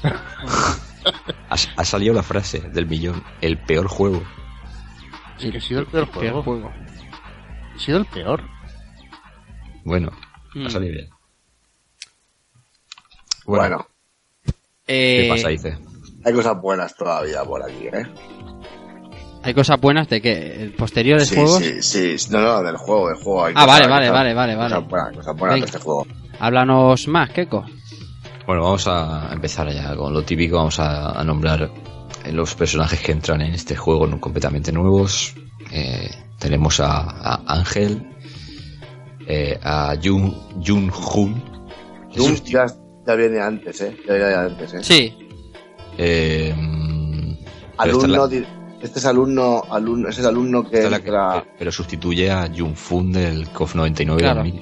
Ha salido la frase del millón. El peor juego. Sí, que ha sido el peor juego. Ha sido el peor. Bueno, ha salido bien. Bueno. ¿Qué pasa, dice? Hay cosas buenas todavía por aquí, ¿eh? ¿Hay cosas buenas de qué? ¿El posteriores juegos? Sí. No, del juego. Hay vale. Cosas buenas de este juego. Háblanos más, Keiko. Bueno, vamos a empezar ya con lo típico. Vamos a nombrar los personajes que entran en este juego completamente nuevos. Tenemos a Ángel, a Jun-Hun. Jun ya viene antes, ¿eh? Ya viene antes, ¿eh? Sí. Alumno... Este es el alumno que entra... pero sustituye a Jun-Fun del KOF 99 claro. 2000.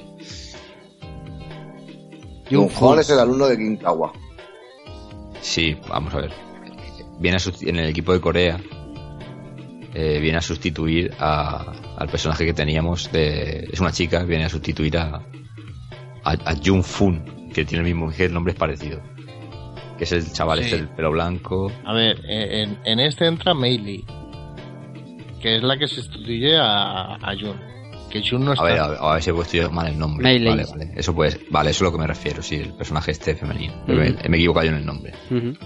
Jun-Fun es el alumno de Kinkawa. Sí, vamos a ver. Viene en el equipo de Corea. Viene a sustituir al personaje que teníamos es una chica, viene a sustituir a Jun-Fun, que tiene el mismo, que el nombre es parecido. Que es el chaval este del pelo blanco. A ver, en este entra Meili, que es la que sustituye a Jun. Que Jun no está. A ver si he puesto yo mal el nombre. Meili. Vale. Eso pues, eso es a lo que me refiero, sí, el personaje este femenino. Me he equivocado yo en el nombre.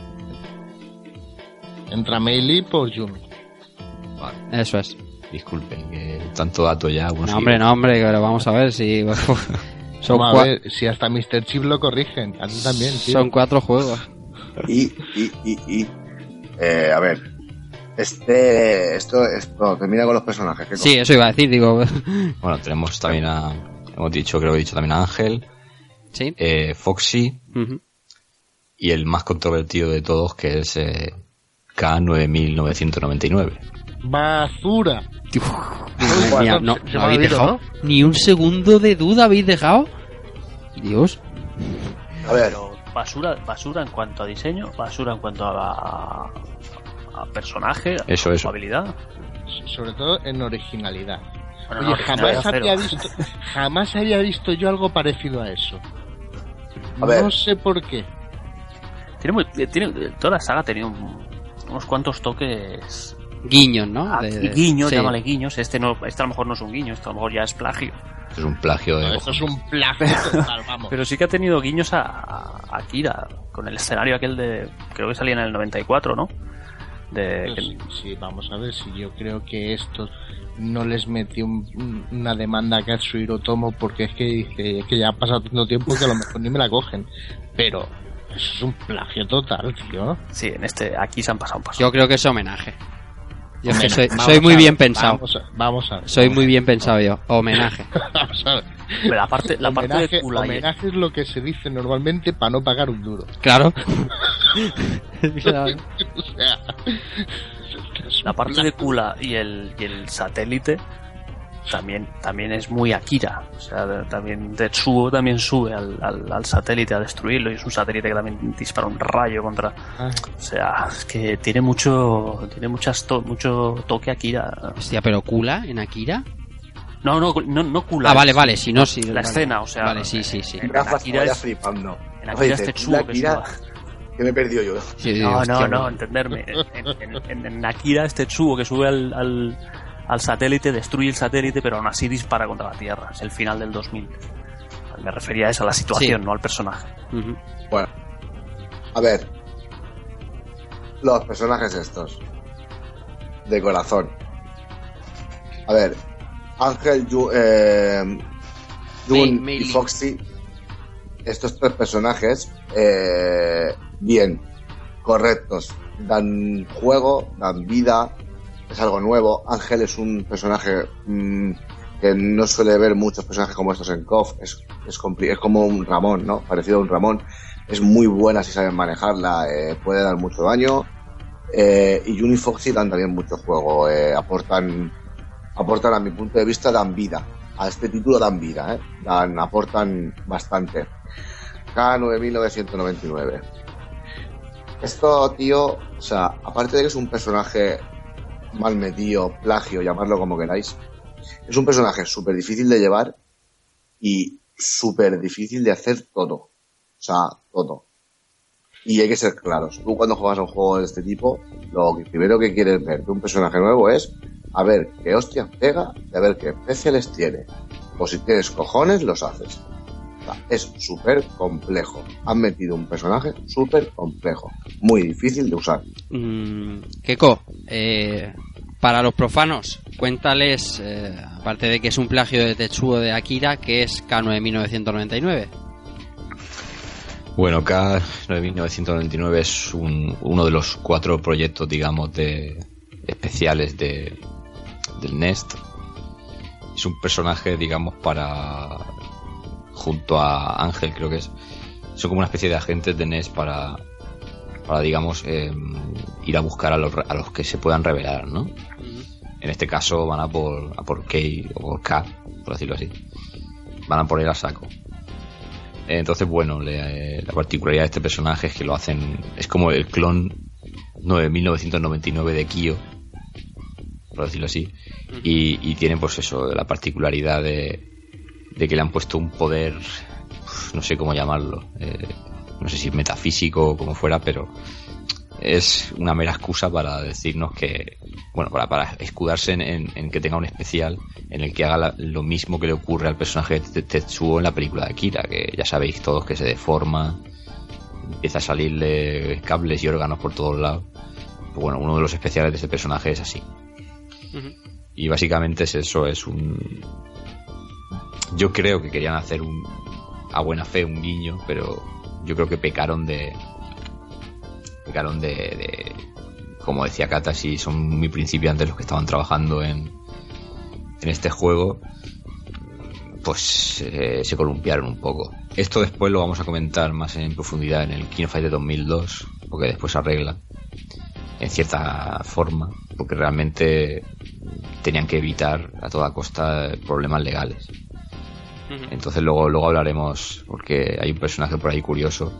Entra Meili por Jun. Vale. Eso es. Disculpen, que tanto dato ya. No, hombre, pero vamos a ver si... A ver, si hasta Mr. Chip lo corrigen. A ti también, tío. Son 4 juegos. A ver, esto termina con los personajes. Sí, eso iba a decir, digo. Bueno, tenemos también creo que he dicho también a Ángel, sí, Foxy, y el más controvertido de todos, que es K9999. ¡Basura! No habéis dejado ni un segundo de duda, habéis dejado. Dios. A ver. Basura en cuanto a diseño, basura en cuanto a personaje, eso. habilidad. Sobre todo en originalidad. Bueno, oye, jamás había visto yo algo parecido a eso. No sé por qué. Toda la saga ha tenido unos cuantos toques. Guiños, ¿no? Guiños, llámale guiños. Este a lo mejor no es un guiño, esto a lo mejor ya es plagio. Esto es un plagio. Esto es un plagio total, vamos. Pero sí que ha tenido guiños a Akira, con el escenario aquel de... Creo que salía en el 94, ¿no? Sí, vamos a ver, si yo creo que esto no les metió una demanda a Katsuhiro Tomo porque es que ya ha pasado tanto tiempo que a lo mejor ni me la cogen. Pero Eso es un plagio total, tío. Sí, aquí se han pasado un paso. Yo creo que es homenaje. Yo es que soy muy bien pensado. Vamos a ver. Soy muy bien pensado yo. Homenaje. Vamos a ver. Pero la parte de Kulai. Homenaje es lo que se dice normalmente para no pagar un duro. Claro. Claro. O sea, la parte de Kula y el satélite también es muy Akira. O sea, también Tetsuo también sube al satélite a destruirlo, y es un satélite que también dispara un rayo contra. O sea, es que tiene mucho toque Akira. Hostia, pero Kula en Akira. No Kula. Ah, vale, si no, sí. La vale. escena, o sea. Vale, sí. En Akira es flipando. En Akira es Tetsuo que me he perdido yo. Sí, no, entenderme. En Akira es Tetsuo que sube al satélite, destruye el satélite, pero aún así dispara contra la Tierra. Es el final del 2000. Me refería a eso, a la situación, no al personaje. Uh-huh. Bueno, a ver, los personajes estos de corazón. A ver, Ángel, Jun y Foxy, estos tres personajes, bien, correctos, dan juego, dan vida, es algo nuevo. Ángel es un personaje que no suele ver muchos personajes como estos en KOF, es como un Ramón, ¿no? Parecido a un Ramón. Es muy buena si saben manejarla, puede dar mucho daño. Y Jun y Foxy dan también mucho juego, aportan a mi punto de vista, dan vida. A este título dan vida, aportan bastante. K9999. Esto, tío, o sea, aparte de que es un personaje mal metido, plagio, llamarlo como queráis, es un personaje súper difícil de llevar y súper difícil de hacer todo. O sea, todo. Y hay que ser claros. Tú cuando juegas a un juego de este tipo, lo primero que quieres ver de un personaje nuevo es a ver qué hostias pega y a ver qué especiales tiene. O si tienes cojones, los haces. O sea, es súper complejo. Han metido un personaje súper complejo. Muy difícil de usar. Keiko, para los profanos, cuéntales, aparte de que es un plagio de Tetsuo de Akira, ¿qué es K9999? Bueno, K9999 es uno de los 4 proyectos, digamos, especiales del Nest. Es un personaje, digamos, junto a Ángel, creo que son como una especie de agentes de Nest para digamos, ir a buscar a los que se puedan revelar, ¿no? En este caso van a por Kei o por K, por decirlo así. Van a por él a saco. Entonces, bueno, la particularidad de este personaje es que lo hacen, es como el clon 1999 de Kyo, por decirlo así, y tiene, pues eso, la particularidad de que le han puesto un poder, no sé cómo llamarlo, no sé si metafísico o como fuera, pero es una mera excusa para decirnos que, bueno, para escudarse en que tenga un especial en el que haga lo mismo que le ocurre al personaje de Tetsuo en la película de Akira, que ya sabéis todos que se deforma, empieza a salirle cables y órganos por todos lados. Pues bueno, uno de los especiales de este personaje es así. Y básicamente es eso, yo creo que querían hacer a buena fe un guiño, pero yo creo que pecaron de como decía Kata, si son muy principiantes los que estaban trabajando en este juego, pues se columpiaron un poco. Esto después lo vamos a comentar más en profundidad en el King of Fighters 2002, porque después se arregla en cierta forma, porque realmente tenían que evitar a toda costa problemas legales. Entonces luego hablaremos, porque hay un personaje por ahí curioso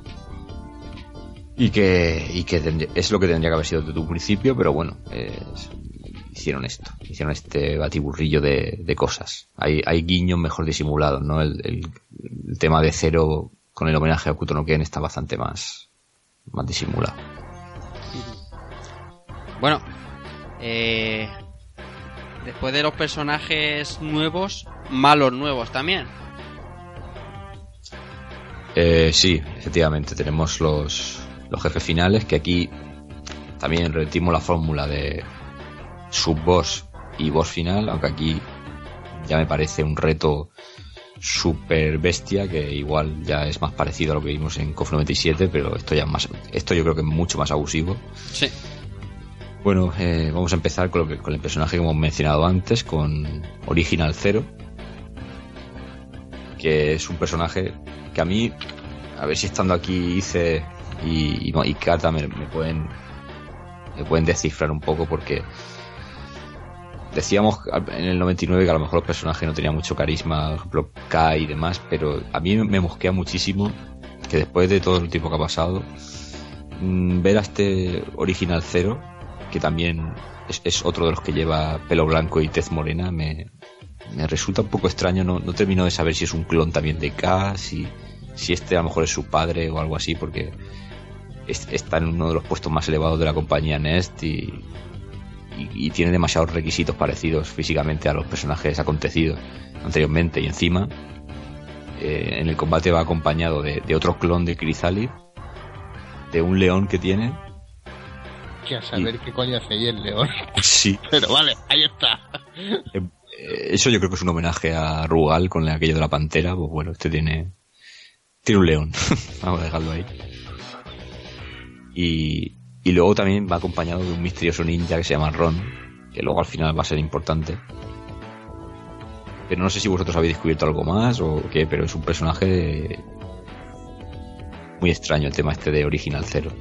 y que es lo que tendría que haber sido desde un principio, pero bueno, hicieron este batiburrillo de cosas. Hay guiños mejor disimulados, ¿no? El tema de Zero con el homenaje a Kuto no Ken está bastante más disimulado. Bueno, después de los personajes nuevos, malos nuevos también. Sí, efectivamente, tenemos los jefes finales, que aquí también repetimos la fórmula de subboss y boss final, aunque aquí ya me parece un reto super bestia, que igual ya es más parecido a lo que vimos en KOF 97, pero esto yo creo que es mucho más abusivo. Sí. Bueno, vamos a empezar con el personaje que hemos mencionado antes, con Original Zero, que es un personaje que a mí, a ver si estando aquí Ice y Kata me pueden descifrar un poco, porque decíamos en el 99 que a lo mejor los personajes no tenían mucho carisma, por ejemplo Kai y demás, pero a mí me mosquea muchísimo que después de todo el tiempo que ha pasado, ver a este Original Zero, que también es otro de los que lleva pelo blanco y tez morena, me resulta un poco extraño. No termino de saber si es un clon también de K, si este a lo mejor es su padre o algo así, porque está en uno de los puestos más elevados de la compañía Nest y tiene demasiados requisitos parecidos físicamente a los personajes acontecidos anteriormente, y encima en el combate va acompañado de otro clon de Chrysalis, de un león que tiene, que a saber qué coño hace ahí el león. Sí, pero vale, ahí está. Eso yo creo que es un homenaje a Rugal con aquello de la pantera. Pues bueno, este tiene un león. Vamos a dejarlo ahí. Y luego también va acompañado de un misterioso ninja que se llama Ron, que luego al final va a ser importante. Pero no sé si vosotros habéis descubierto algo más o qué, pero es un personaje muy extraño el tema este de Original Zero.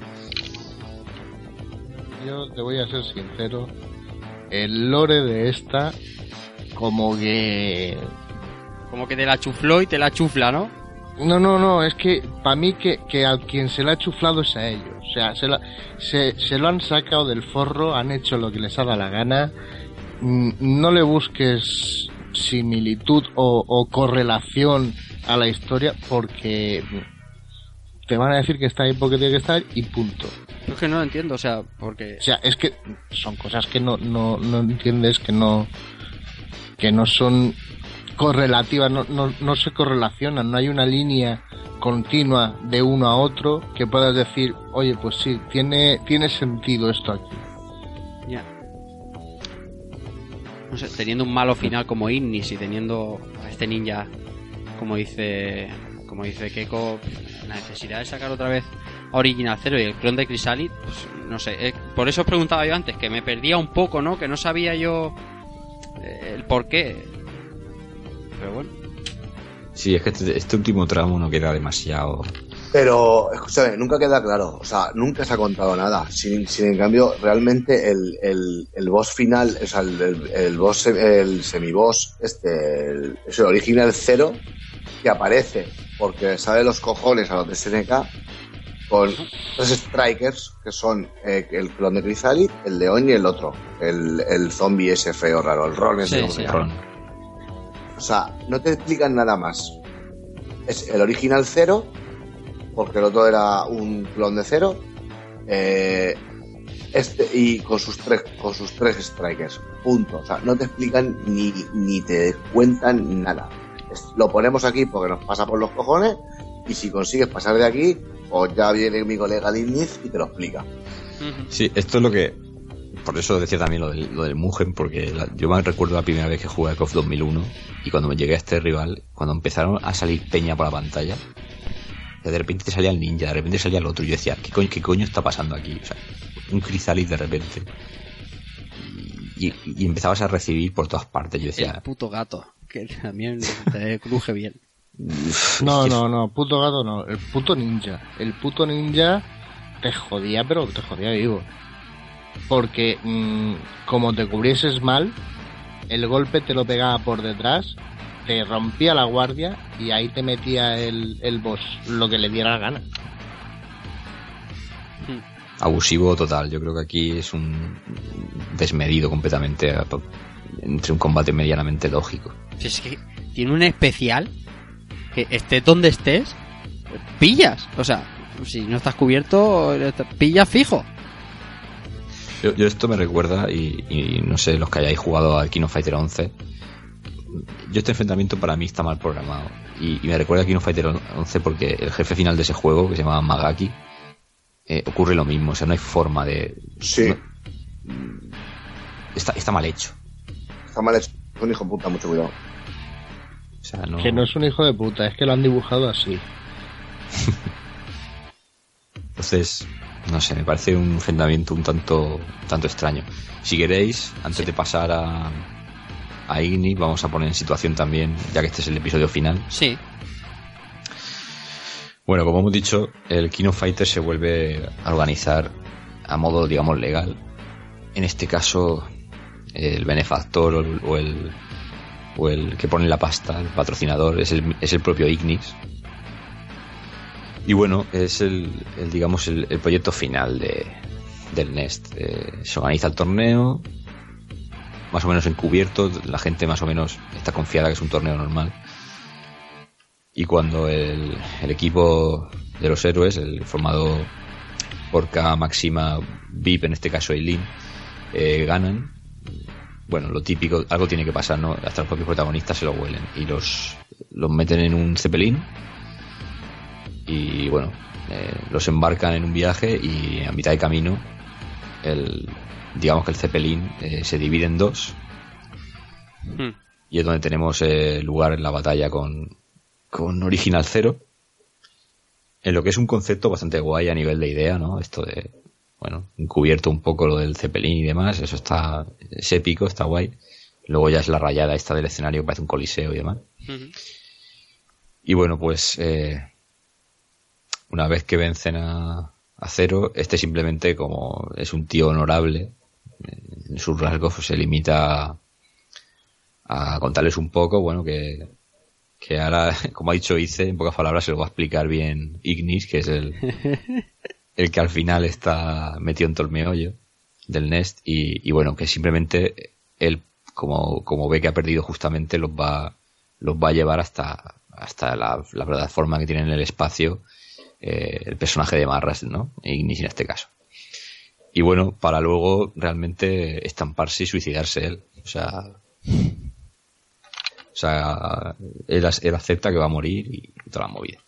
Yo te voy a ser sincero, el lore de esta como que te la chufló y te la chufla, ¿no? No, es que para mí que a quien se la ha chuflado es a ellos. O sea, se lo han sacado del forro, han hecho lo que les ha dado la gana. No le busques similitud o correlación a la historia, porque te van a decir que está ahí porque tiene que estar y punto. Yo es que no lo entiendo, o sea, porque... O sea, es que son cosas que no entiendes, que no son correlativas, no se correlacionan, no hay una línea continua de uno a otro que puedas decir, oye, pues sí, tiene sentido esto aquí. Ya. No sé, teniendo un malo final como Ignis y teniendo a este ninja, como dice Keiko, la necesidad de sacar otra vez a Original Zero y el clon de Chrysalis, pues no sé, por eso os preguntaba yo antes, que me perdía un poco, ¿no? Que no sabía yo el porqué. Pero bueno. Sí, es que este último tramo no queda demasiado. Pero, escúchame, nunca queda claro. O sea, nunca se ha contado nada. Sin en cambio, realmente el boss final, o sea, el boss, el semiboss, ese Original Zero, que aparece porque sale los cojones a los de SNK, con 3 strikers, que son el clon de Chrysalis, el león y el otro, el zombie ese feo raro, el Ron ese. Sí. O sea, no te explican nada más. Es el Original Zero, porque el otro era un clon de Zero, y con sus tres strikers, punto. O sea, no te explican ni te cuentan nada. Lo ponemos aquí porque nos pasa por los cojones, y si consigues pasar de aquí, pues ya viene mi colega Digniz y te lo explica. Sí, esto es lo que... Por eso decía también lo del Mugen, porque yo me recuerdo la primera vez que jugué a KOF 2001, y cuando me llegué a este rival, cuando empezaron a salir peña por la pantalla, de repente te salía el ninja, de repente salía el otro, y yo decía, ¿qué coño está pasando aquí? O sea, un Chrysalis de repente. Y empezabas a recibir por todas partes. Yo decía... El puto gato, que también te cruje bien. No, puto gato no, el puto ninja. El puto ninja te jodía, pero te jodía vivo. Porque como te cubrieses mal, el golpe te lo pegaba por detrás, te rompía la guardia y ahí te metía el boss lo que le diera la gana. Abusivo total. Yo creo que aquí es un desmedido completamente entre un combate medianamente lógico. Es que tiene un especial que estés donde estés, pillas. O sea, si no estás cubierto, pillas fijo. Yo esto me recuerda, y no sé, los que hayáis jugado al King of Fighter 11, yo este enfrentamiento para mí está mal programado. Y me recuerda a King of Fighter 11 porque el jefe final de ese juego, que se llama Magaki, ocurre lo mismo. O sea, no hay forma de... Sí. Está mal hecho. Está mal hecho. Un hijo de puta, mucho cuidado. O sea, no... Que no es un hijo de puta, es que lo han dibujado así. Entonces, no sé, me parece un enfrentamiento un tanto extraño. Si queréis, antes de pasar a Ignis, vamos a poner en situación también, ya que este es el episodio final. Sí. Bueno, como hemos dicho, el King of Fighters se vuelve a organizar a modo, digamos, legal. En este caso, el benefactor o el que pone la pasta, el patrocinador, es el propio Ignis. Y bueno, es el proyecto final del Nest. Se organiza el torneo, más o menos encubierto, la gente más o menos está confiada que es un torneo normal. Y cuando el equipo de los héroes, el formado por K, Máxima, VIP, en este caso Eileen, ganan, bueno, lo típico, algo tiene que pasar, ¿no? Hasta los propios protagonistas se lo huelen y los meten en un Zeppelin y bueno, los embarcan en un viaje y a mitad de camino digamos que el Zeppelin se divide en dos y es donde tenemos lugar en la batalla con Original Zero, en lo que es un concepto bastante guay a nivel de idea, ¿no? Esto de, bueno, encubierto un poco lo del Zeppelin y demás, es épico, está guay. Luego ya es la rayada esta del escenario que parece un coliseo y demás. Y bueno, pues una vez que vencen a Zero, simplemente, como es un tío honorable, en sus rasgos pues, se limita a contarles un poco, bueno, que ahora, como ha dicho Ice, en pocas palabras se lo va a explicar bien Ignis, que es el que al final está metido en todo el meollo del Nest, y bueno, que simplemente él, como ve que ha perdido justamente, los va a llevar hasta la plataforma que tiene en el espacio el personaje de Marras, ¿no? Ignis en este caso. Y bueno, para luego realmente estamparse y suicidarse él. O sea, él acepta que va a morir y toda la movida.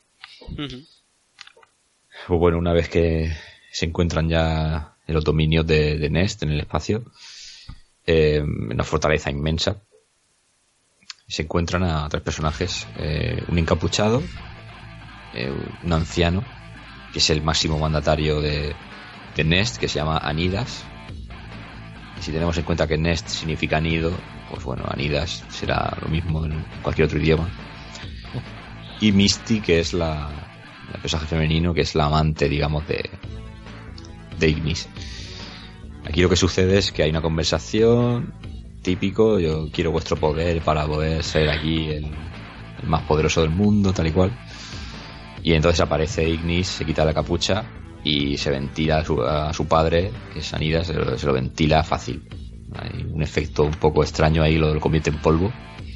Pues bueno, una vez que se encuentran ya en los dominios de Nest en el espacio, en una fortaleza inmensa, se encuentran a tres personajes, un encapuchado, un anciano, que es el máximo mandatario de Nest, que se llama Anidas. Y si tenemos en cuenta que Nest significa nido, pues bueno, Anidas será lo mismo en cualquier otro idioma. Y Misty, que es el personaje femenino, que es la amante, digamos, de Ignis. Aquí lo que sucede es que hay una conversación típico, yo quiero vuestro poder para poder ser aquí el más poderoso del mundo, tal y cual. Y entonces aparece Ignis, se quita la capucha y se ventila a su padre, que es Anidas, se lo ventila fácil. Hay un efecto un poco extraño ahí, lo convierte en polvo.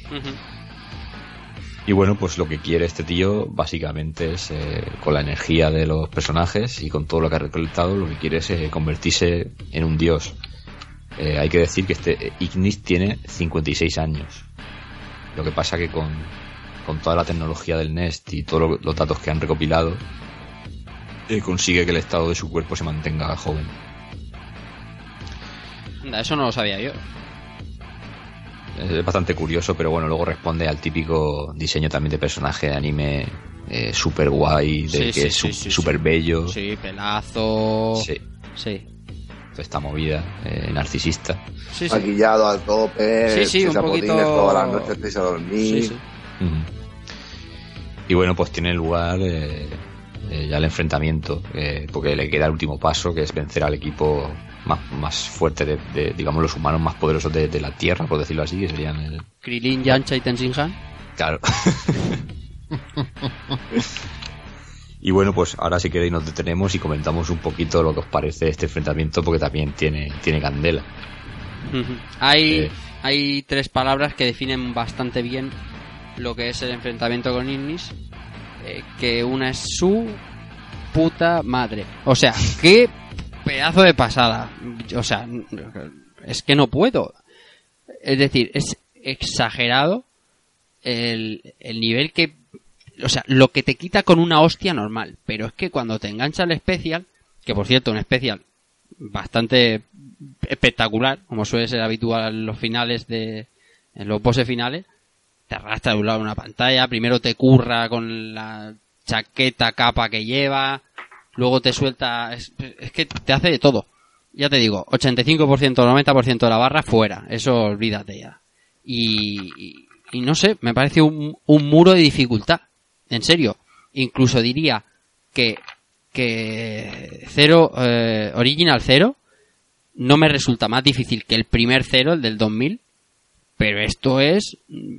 Y bueno, pues lo que quiere este tío básicamente es, con la energía de los personajes y con todo lo que ha recolectado, lo que quiere es convertirse en un dios. Hay que decir que Ignis tiene 56 años. Lo que pasa que con toda la tecnología del Nest y todos los datos que han recopilado, consigue que el estado de su cuerpo se mantenga joven. Eso no lo sabía yo. Es bastante curioso, pero bueno, luego responde al típico diseño también de personaje de anime super guay, es super bello. Sí, pelazo. Sí. Toda esta movida narcisista. Maquillado al tope, un poquito todas las noches antes de dormir. Sí. Y bueno, pues tiene lugar ya el enfrentamiento, porque le queda el último paso, que es vencer al equipo más fuerte de digamos, los humanos más poderosos de la Tierra, por decirlo así, que serían el Krilin, Yamcha y Tenzin Han. Claro. Y bueno, pues ahora si queréis nos detenemos y comentamos un poquito lo que os parece este enfrentamiento, porque también tiene candela. Hay tres palabras que definen bastante bien lo que es el enfrentamiento con Ignis, que una es su puta madre. O sea, qué pedazo de pasada. O sea, es que no puedo. Es decir, es exagerado el nivel que... O sea, lo que te quita con una hostia normal. Pero es que cuando te engancha el especial, que por cierto, un especial bastante espectacular, como suele ser habitual en los finales en los bosses finales, te arrastra de un lado una pantalla, primero te curra con la chaqueta, capa que lleva, luego te suelta, es que te hace de todo. Ya te digo, 85% o 90% de la barra fuera, eso olvídate ya. Y no sé, me parece un muro de dificultad, en serio. Incluso diría que Original 0 no me resulta más difícil que el primer 0, el del 2000, pero esto es,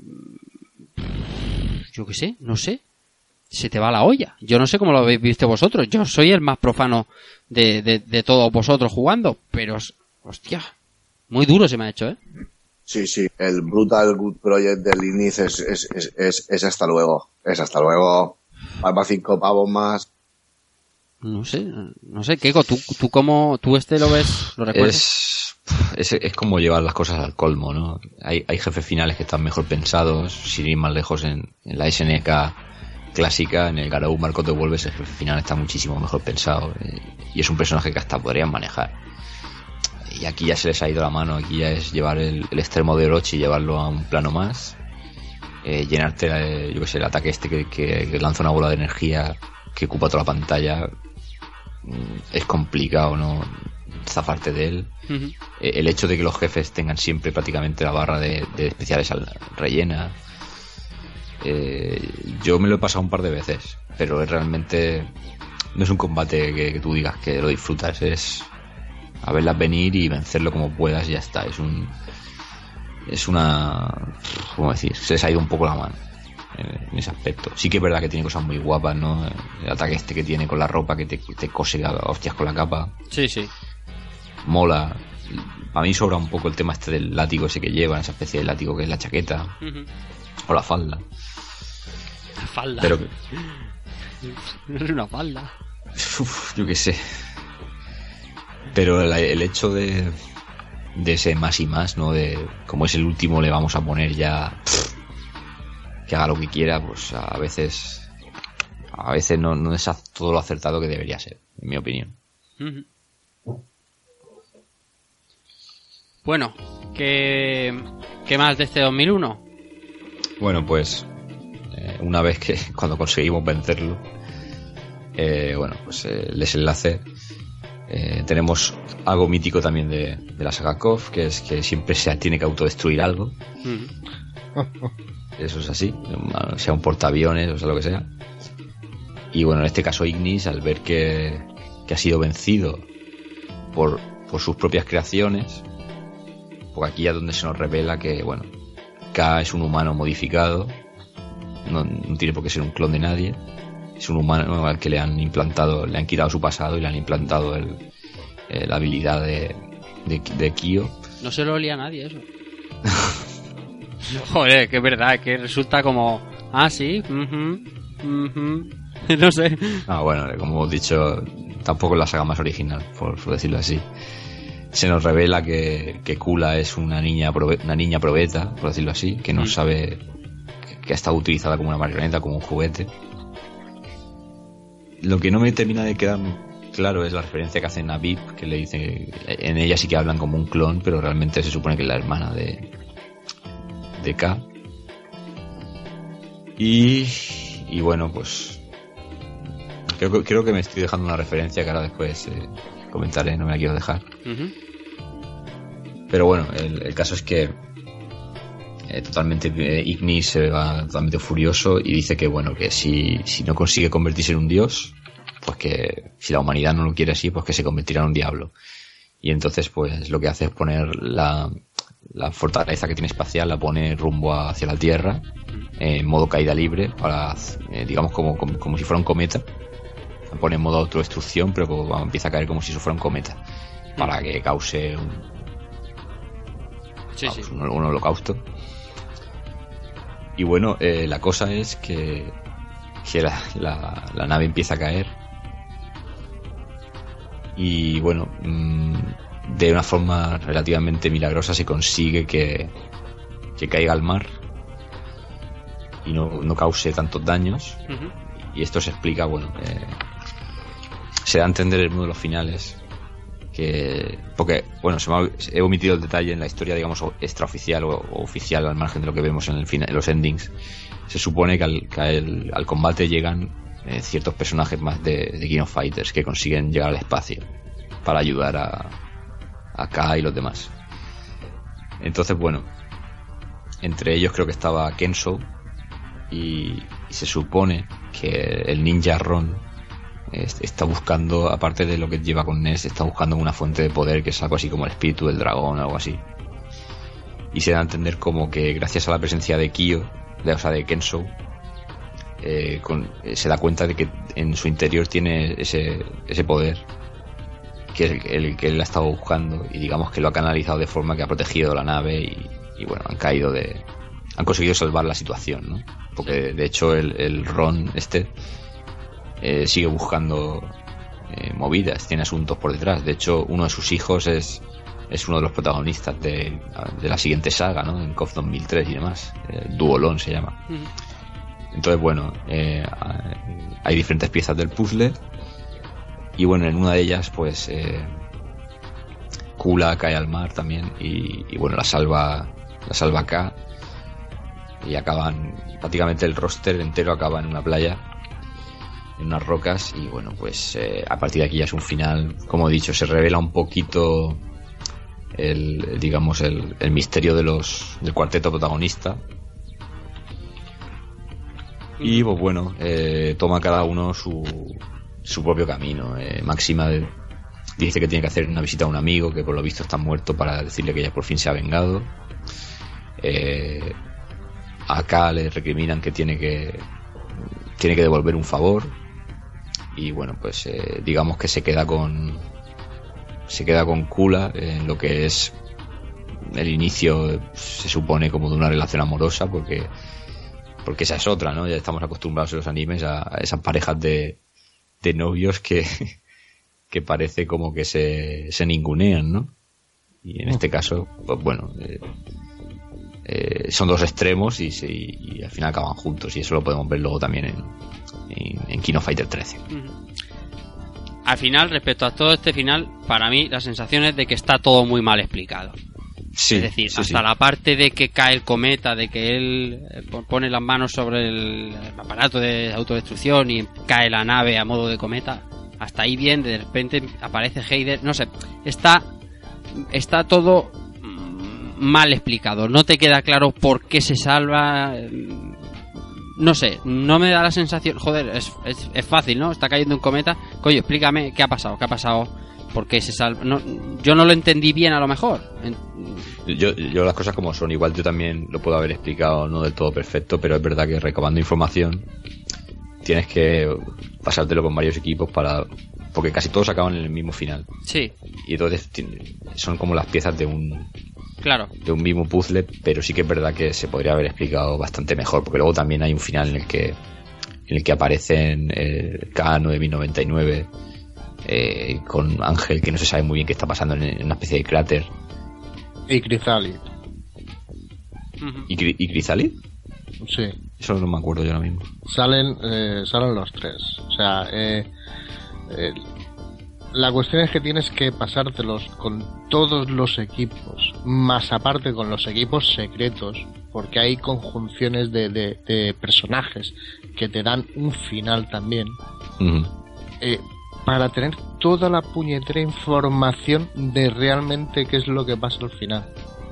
yo qué sé, no sé, se te va la olla. Yo no sé cómo lo habéis visto vosotros, yo soy el más profano de todos vosotros jugando, pero hostia, muy duro se me ha hecho, Sí, el Brutal Good Project del Ignis es hasta luego, Palma 5 pavos más. No sé, Keiko, ¿tú cómo, tú lo ves, lo recuerdas? Es como llevar las cosas al colmo, ¿no? Hay jefes finales que están mejor pensados, sin ir más lejos en la SNK clásica, en el Garou Marco de Wolves el jefe final está muchísimo mejor pensado, y es un personaje que hasta podrían manejar. Y aquí ya se les ha ido la mano, aquí ya es llevar el extremo de Orochi y llevarlo a un plano más, llenarte, yo que sé, el ataque que lanza una bola de energía que ocupa toda la pantalla. Es complicado, ¿no? Zafarte de él. Uh-huh. El hecho de que los jefes tengan siempre prácticamente la barra de especiales rellena. Yo me lo he pasado un par de veces, pero realmente no es un combate que tú digas que lo disfrutas, es a verlas venir y vencerlo como puedas y ya está. Es una, ¿cómo decir? Se les ha ido un poco la mano en ese aspecto. Sí que es verdad que tiene cosas muy guapas, ¿no? El ataque que tiene con la ropa, que te cose a hostias con la capa. Sí. Mola. A mí sobra un poco el tema del látigo ese que lleva, esa especie de látigo que es la chaqueta. Uh-huh. O la falda. La falda. Pero es una falda. Yo qué sé. Pero el hecho de ese más y más, ¿no? De como es el último, le vamos a poner ya que haga lo que quiera, pues a veces no es todo lo acertado que debería ser, en mi opinión. Uh-huh. Bueno, ¿qué más de este 2001? Bueno, pues una vez que cuando conseguimos vencerlo, pues el desenlace, tenemos algo mítico también de la saga KOF, que es que siempre se tiene que autodestruir algo. Uh-huh. Eso es así, sea un portaaviones o sea lo que sea. Y bueno, en este caso Ignis, al ver que ha sido vencido por sus propias creaciones, porque aquí ya donde se nos revela que, bueno, K es un humano modificado, no tiene por qué ser un clon de nadie, es un humano al que le han quitado su pasado y le han implantado la habilidad de Kyo. No se lo olía a nadie eso. Joder, que es verdad, que resulta como... Ah, sí, no sé. Bueno, como hemos dicho, tampoco es la saga más original, por decirlo así. Se nos revela que Kula es una niña probeta, por decirlo así, que no sabe, que ha estado utilizada como una marioneta, como un juguete. Lo que no me termina de quedar claro es la referencia que hacen a Vip, que le dice, en ella sí que hablan como un clon, pero realmente se supone que es la hermana de K. Y bueno, pues creo que me estoy dejando una referencia que ahora después comentaré, no me la quiero dejar. Uh-huh. Pero bueno, el caso es que Ignis se va totalmente furioso y dice que bueno, que si no consigue convertirse en un dios, pues que si la humanidad no lo quiere así, pues que se convertirá en un diablo. Y entonces pues lo que hace es poner la fortaleza que tiene espacial, la pone rumbo hacia la Tierra, en modo caída libre, para digamos como si fuera un cometa. La pone en modo autodestrucción, pero empieza a caer como si eso fuera un cometa, para que cause un holocausto. Y bueno, la cosa es que la nave empieza a caer y bueno, de una forma relativamente milagrosa se consigue que caiga al mar y no cause tantos daños. Uh-huh. Y esto se explica, bueno, se da a entender en uno de los finales porque, bueno, he omitido el detalle en la historia, digamos, extraoficial o oficial, al margen de lo que vemos en los endings. Se supone que al combate llegan ciertos personajes más de King of Fighters que consiguen llegar al espacio para ayudar a K y los demás. Entonces, bueno, entre ellos creo que estaba Kenzo y se supone que el ninja Ron está buscando, aparte de lo que lleva con Ness, está buscando una fuente de poder que es algo así como el espíritu del dragón o algo así. Y se da a entender como que gracias a la presencia de Kyo, de Kenzo, se da cuenta de que en su interior tiene ese poder, que es el que él ha estado buscando, y digamos que lo ha canalizado de forma que ha protegido la nave y bueno, han conseguido salvar la situación, ¿no? Porque de hecho el Ron sigue buscando movidas, tiene asuntos por detrás. De hecho, uno de sus hijos es uno de los protagonistas de la siguiente saga, ¿no? En KOF 2003 y demás. Duolón se llama. Entonces, bueno, hay diferentes piezas del puzzle. Y bueno, en una de ellas, pues, Kula cae al mar también. Y bueno, la salva K. Y acaban, prácticamente el roster entero acaba en una playa, en unas rocas. Y bueno, pues a partir de aquí ya es un final. Como he dicho, se revela un poquito el misterio del cuarteto protagonista. Y pues bueno, toma cada uno su propio camino. Máxima dice que tiene que hacer una visita a un amigo que por lo visto está muerto, para decirle que ya por fin se ha vengado. Acá le recriminan que tiene que devolver un favor. Y bueno, pues digamos que se queda con Kula en lo que es el inicio, se supone, como de una relación amorosa, porque esa es otra, ¿no? Ya estamos acostumbrados en los animes a esas parejas de novios que parece como que se ningunean, ¿no? Y en este caso, pues bueno, son dos extremos y al final acaban juntos, y eso lo podemos ver luego también en King of Fighters 13. Al final, respecto a todo este final, para mí la sensación es de que está todo muy mal explicado. Sí, es decir, hasta la parte de que cae el cometa, de que él pone las manos sobre el aparato de autodestrucción y cae la nave a modo de cometa, hasta ahí bien. De repente aparece Heider, no sé, está todo mal explicado, no te queda claro por qué se salva. No sé, no me da la sensación. Joder, es fácil, ¿no? Está cayendo un cometa. Coño, explícame qué ha pasado, por qué se salva. No, yo no lo entendí bien, a lo mejor. Yo las cosas como son. Igual yo también lo puedo haber explicado no del todo perfecto, pero es verdad que recabando información tienes que pasártelo con varios equipos porque casi todos acaban en el mismo final. Sí. Y entonces son como las piezas de un mismo puzzle, pero sí que es verdad que se podría haber explicado bastante mejor, porque luego también hay un final en el que aparecen K9099 con Ángel, que no se sabe muy bien qué está pasando en una especie de cráter. Y Chrysalis. ¿Y Chrysalis? Sí. Eso no me acuerdo yo ahora mismo. Salen los tres. O sea, la cuestión es que tienes que pasártelos con todos los equipos, más aparte con los equipos secretos, porque hay conjunciones de personajes que te dan un final también. Para tener toda la puñetera información de realmente qué es lo que pasa al final.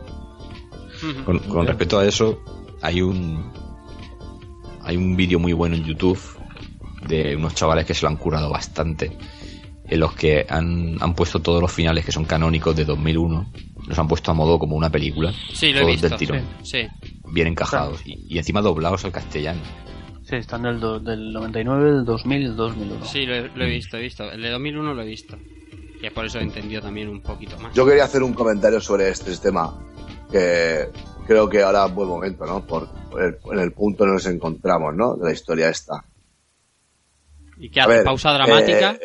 Con respecto a eso, hay un vídeo muy bueno en YouTube de unos chavales que se lo han currado bastante, en los que han puesto todos los finales que son canónicos de 2001, los han puesto a modo como una película. Sí, lo he visto. Del tirón. Sí. Bien encajados y encima doblados al castellano. Sí, están del 99, del 2000 y del 2001. Sí, lo he visto. El de 2001 lo he visto. Y por eso he entendido también un poquito más. Yo quería hacer un comentario sobre este sistema, que creo que ahora es buen momento, ¿no? En el punto en el que nos encontramos, ¿no? De la historia esta. ¿Y qué hace? ¿Pausa dramática?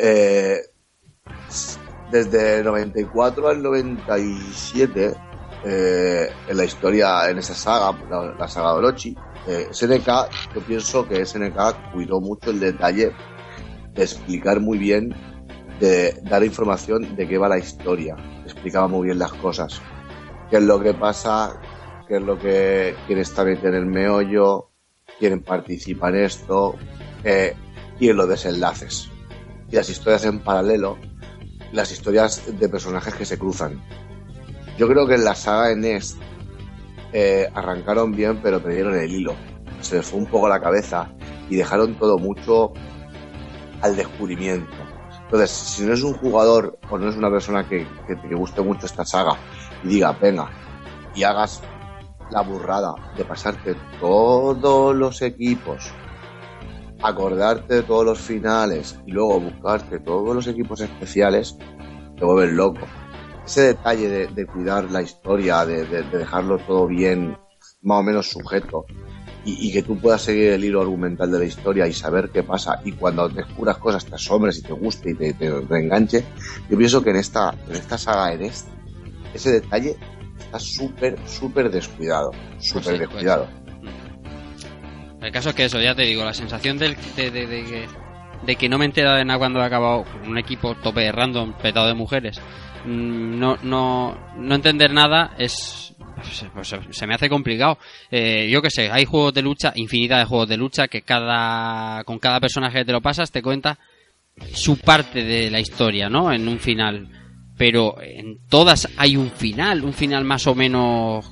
Desde el 94 al 97, en la historia, en esa saga, la saga de Orochi, SNK, yo pienso que SNK cuidó mucho el detalle de explicar muy bien de dar información de qué va la historia. Explicaba muy bien las cosas. Qué es lo que pasa, qué es lo que quién está metido en el meollo, quién participa en esto, y en los desenlaces. Y las historias en paralelo, las historias de personajes que se cruzan. Yo creo que en la saga de NES arrancaron bien, pero perdieron el hilo. Se les fue un poco la cabeza y dejaron todo mucho al descubrimiento. Entonces, si no es un jugador o no es una persona que te guste mucho esta saga y diga, venga, y hagas la burrada de pasarte todos los equipos, acordarte de todos los finales y luego buscarte todos los equipos especiales, te vuelves loco. Ese detalle de cuidar la historia, de dejarlo todo bien, más o menos sujeto, y que tú puedas seguir el hilo argumental de la historia y saber qué pasa, y cuando descubras cosas te asombres y te guste y te reenganche. Yo pienso que en esta saga de NES ese detalle está súper descuidado, descuidado. El caso es que eso, ya te digo, la sensación de que no me he enterado de nada cuando he acabado un equipo tope random petado de mujeres, no entender nada pues se me hace complicado. Yo qué sé, hay juegos de lucha, infinidad de juegos de lucha que con cada personaje que te lo pasas te cuenta su parte de la historia, ¿no? En un final, pero en todas hay un final más o menos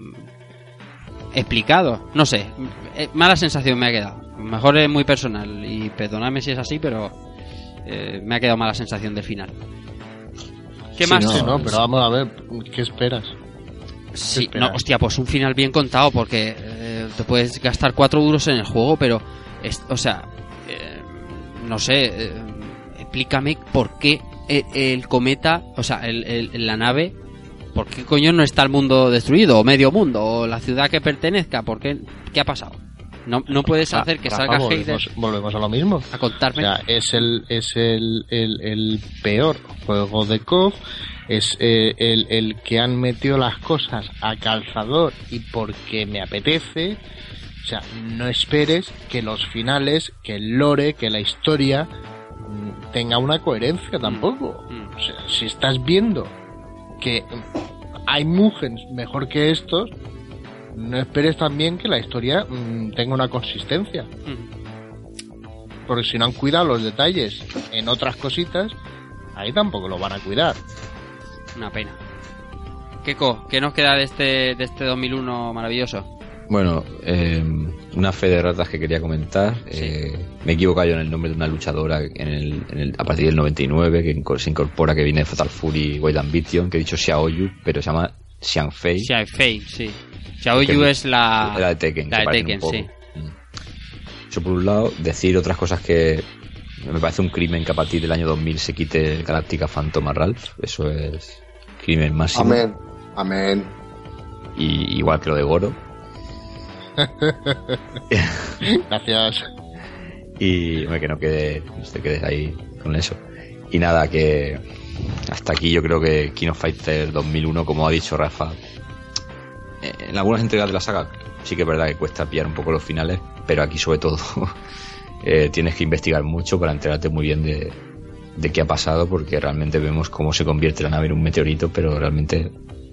explicado. No sé, mala sensación me ha quedado. Mejor es muy personal y perdonadme si es así, pero me ha quedado mala sensación del final. ¿Qué más? No, pero vamos a ver, ¿qué esperas? Sí, no, hostia, pues un final bien contado, porque te puedes gastar 4 duros en el juego, pero no sé, explícame por qué el cometa, o sea, la nave, ¿por qué coño no está el mundo destruido, o medio mundo, o la ciudad que pertenezca? ¿Por qué? ¿Qué ha pasado? No puedes hacer que salga Heider. Volvemos a lo mismo. A contarme. O sea, es el peor juego de KOF. Es el que han metido las cosas a calzador y porque me apetece. O sea, no esperes que los finales, que el lore, que la historia tenga una coherencia tampoco. O sea, si estás viendo que hay Mugens mejor que estos, no esperes también que la historia tenga una consistencia. Porque si no han cuidado los detalles en otras cositas, ahí tampoco lo van a cuidar. Una pena. Keko, ¿qué nos queda de este 2001 maravilloso? Bueno, una fe de ratas que quería comentar. Me he equivocado yo en el nombre de una luchadora a partir del 99 que se incorpora, que viene de Fatal Fury Wild Ambition, que he dicho Xiaoyu, pero se llama Xianfei. Xianfei, sí. Xiaoyu es la de Tekken. La de Tekken, sí. Eso por un lado. Decir otras cosas que me parece un crimen que a partir del año 2000 se quite Galactica Phantom a Ralph. Eso es crimen máximo. Amén. Y igual que lo de Goro. Gracias. Y que no te quedes ahí con eso. Y nada, que hasta aquí yo creo que King of Fighters 2001, como ha dicho Rafa, en algunas entregas de la saga sí que es verdad que cuesta pillar un poco los finales, pero aquí sobre todo tienes que investigar mucho para enterarte muy bien de qué ha pasado, porque realmente vemos cómo se convierte la nave en un meteorito, pero realmente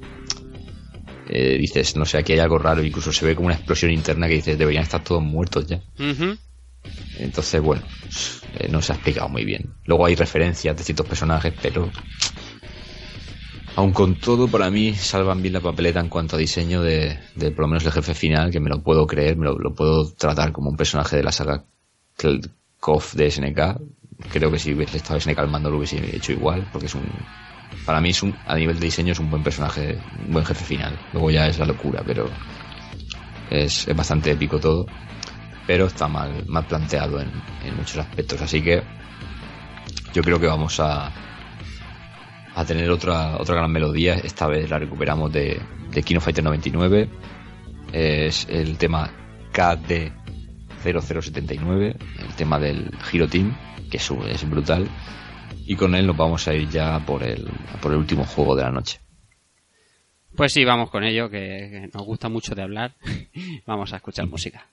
dices, no sé, aquí hay algo raro, incluso se ve como una explosión interna que dices, deberían estar todos muertos ya. Entonces, bueno, no se ha explicado muy bien. Luego hay referencias de ciertos personajes, pero aun con todo, para mí salvan bien la papeleta en cuanto a diseño de por lo menos el jefe final, que me lo puedo creer, lo puedo tratar como un personaje de la saga KOF de SNK. Creo que si hubiese estado SNK al mando lo hubiese hecho igual, porque para mí a nivel de diseño es un buen personaje, un buen jefe final. Luego ya es la locura, pero es bastante épico todo, pero está mal planteado en muchos aspectos. Así que yo creo que vamos a tener otra gran melodía. Esta vez la recuperamos de King of Fighters 99. Es el tema KD0079, el tema del Hero Team, que es brutal. Y con él nos vamos a ir ya por el último juego de la noche. Pues sí, vamos con ello, que nos gusta mucho de hablar. Vamos a escuchar música.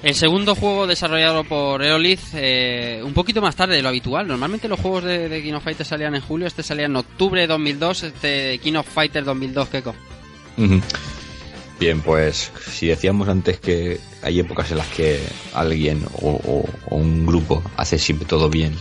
El segundo juego desarrollado por Eolith, un poquito más tarde de lo habitual. Normalmente los juegos de King of Fighters salían en julio, este salía en octubre de 2002, King of Fighters 2002, Keiko. Bien, pues si decíamos antes que hay épocas en las que alguien o un grupo hace siempre todo bien,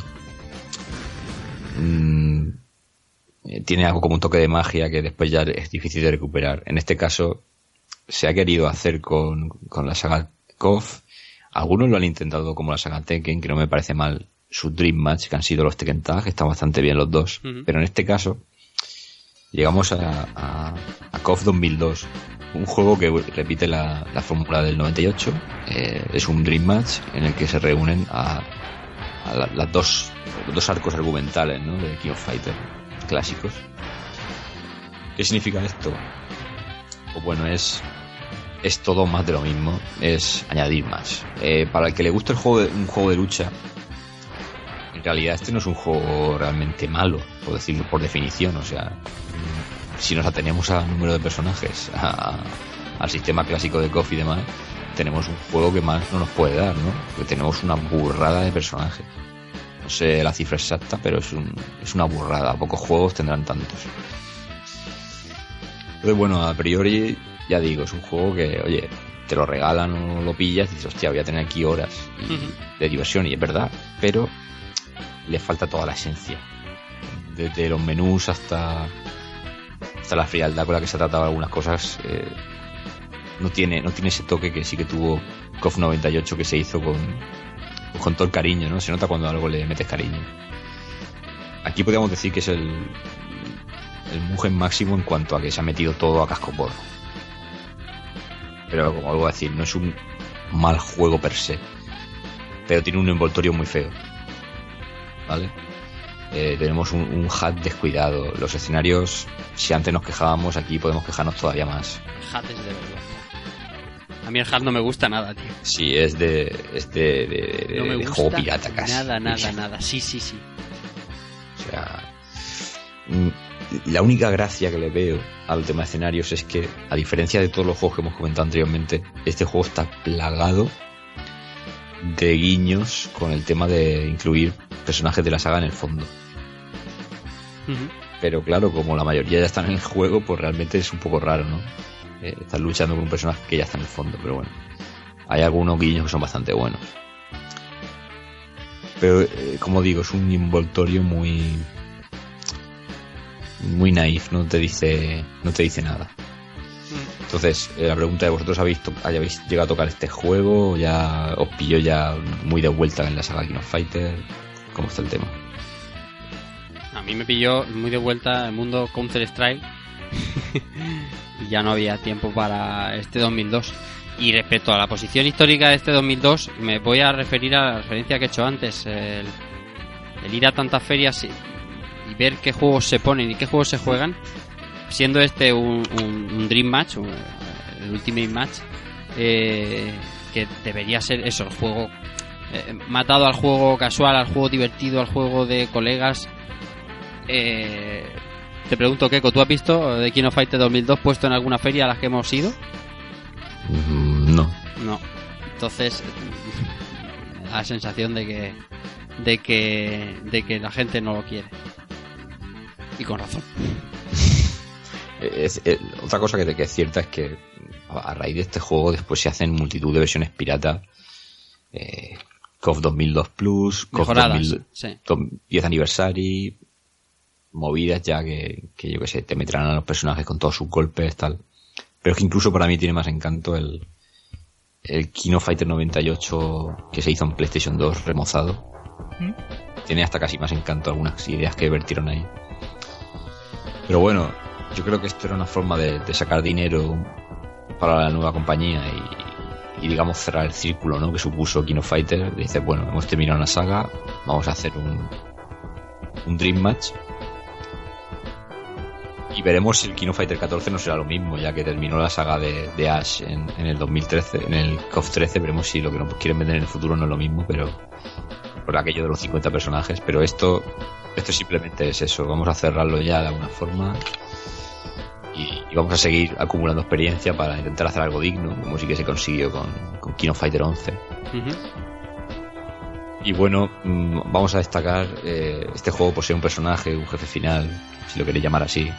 tiene algo como un toque de magia que después ya es difícil de recuperar. En este caso se ha querido hacer con la saga KOF. Algunos lo han intentado como la saga Tekken, que no me parece mal, su Dream Match, que han sido los Tekken Tag, que están bastante bien los dos. Pero en este caso llegamos a KOF 2002, un juego que repite la fórmula del 98. Es un Dream Match en el que se reúnen a los dos arcos argumentales, ¿no?, de King of Fighters clásicos. ¿Qué significa esto? Pues bueno, es todo más de lo mismo, es añadir más. Para el que le guste un juego de lucha, en realidad este no es un juego realmente malo, por decirlo por definición. O sea, si nos atenemos al número de personajes, al sistema clásico de KOF y demás, tenemos un juego que más no nos puede dar, ¿no? Porque tenemos una burrada de personajes. No sé la cifra exacta, pero es una burrada. Pocos juegos tendrán tantos. Entonces, bueno, a priori, ya digo, es un juego que, oye, te lo regalan o lo pillas y dices, hostia, voy a tener aquí horas de diversión, y es verdad, pero le falta toda la esencia. Desde los menús hasta la frialdad con la que se ha tratado algunas cosas, no tiene ese toque que sí que tuvo KOF 98, que se hizo con todo el cariño, ¿no? Se nota cuando a algo le metes cariño. Aquí podríamos decir que es el Mugen máximo en cuanto a que se ha metido todo a cascoporro. Pero como vuelvo a decir, no es un mal juego per se, pero tiene un envoltorio muy feo, ¿vale? Tenemos un HUD descuidado. Los escenarios, si antes nos quejábamos, aquí podemos quejarnos todavía más. HUD es de vergüenza. A mí el HUD no me gusta nada, tío. Sí, es de no me gusta juego pirata casi. Nada. Sí. O sea, la única gracia que le veo al tema de escenarios es que, a diferencia de todos los juegos que hemos comentado anteriormente, este juego está plagado de guiños con el tema de incluir personajes de la saga en el fondo. Pero claro, como la mayoría ya están en el juego, pues realmente es un poco raro, ¿no? Estás luchando con un personaje que ya está en el fondo, pero bueno, hay algunos guiños que son bastante buenos. Pero como digo, es un envoltorio muy naif, no te dice nada. Entonces, la pregunta de vosotros, ¿habéis llegado a tocar este juego? ¿Ya os pilló ya muy de vuelta en la saga King of Fighters? ¿Cómo está el tema? A mí me pilló muy de vuelta el mundo Counter-Strike y ya no había tiempo para este 2002. Y respecto a la posición histórica de este 2002, me voy a referir a la referencia que he hecho antes. El ir a tantas ferias y ver qué juegos se ponen y qué juegos se juegan, siendo este un Dream Match, el Ultimate Match, que debería ser eso, el juego matado al juego casual, al juego divertido, al juego de colegas. Te pregunto, Keiko, ¿tú has visto The King of Fighters 2002 puesto en alguna feria a las que hemos ido? No. Entonces me da la sensación de que la gente no lo quiere, y con razón. Otra cosa que es cierta es que a raíz de este juego después se hacen multitud de versiones pirata. KOF 2002 Plus, KOF 10 Anniversary, movidas ya que yo que sé, te meterán a los personajes con todos sus golpes, tal. Pero es que incluso para mí tiene más encanto el King of Fighters 98 que se hizo en PlayStation 2 remozado. Tiene hasta casi más encanto algunas ideas que vertieron ahí. Pero bueno, yo creo que esto era una forma de sacar dinero para la nueva compañía y digamos cerrar el círculo, ¿no?, que supuso King of Fighters. Dice, bueno, hemos terminado una saga, vamos a hacer un Dream Match y veremos si el King of Fighters 14 no será lo mismo, ya que terminó la saga de Ash en el 2013, en el KOF 13. Veremos si lo que nos quieren vender en el futuro no es lo mismo, pero por aquello de los 50 personajes. Pero esto simplemente es eso, vamos a cerrarlo ya de alguna forma y vamos a seguir acumulando experiencia para intentar hacer algo digno, como sí que se consiguió con King of Fighters 11. Y bueno, vamos a destacar este juego posee un personaje, un jefe final, si lo queréis llamar así.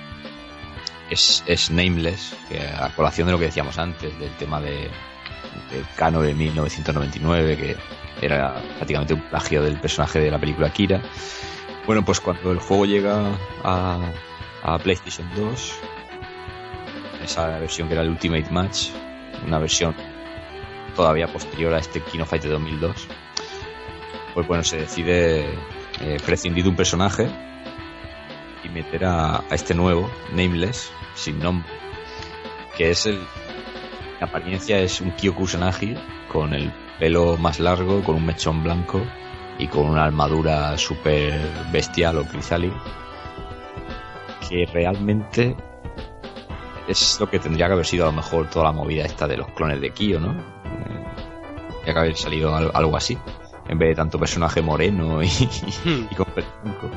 Es Nameless, que a colación de lo que decíamos antes, del tema del Kano de 1999, que era prácticamente un plagio del personaje de la película Akira. Bueno, pues cuando el juego llega a PlayStation 2, esa versión que era el Ultimate Match, una versión todavía posterior a este King of Fighters 2002, pues bueno, se decide prescindir de un personaje y meter a este nuevo, Nameless, sin nombre, que es en apariencia es un Kyo Kusanagi con el pelo más largo, con un mechón blanco y con una armadura super bestial o crisálida, que realmente es lo que tendría que haber sido a lo mejor toda la movida esta de los clones de Kyo, ¿no? Tendría que haber salido algo así, en vez de tanto personaje moreno y con pelo blanco.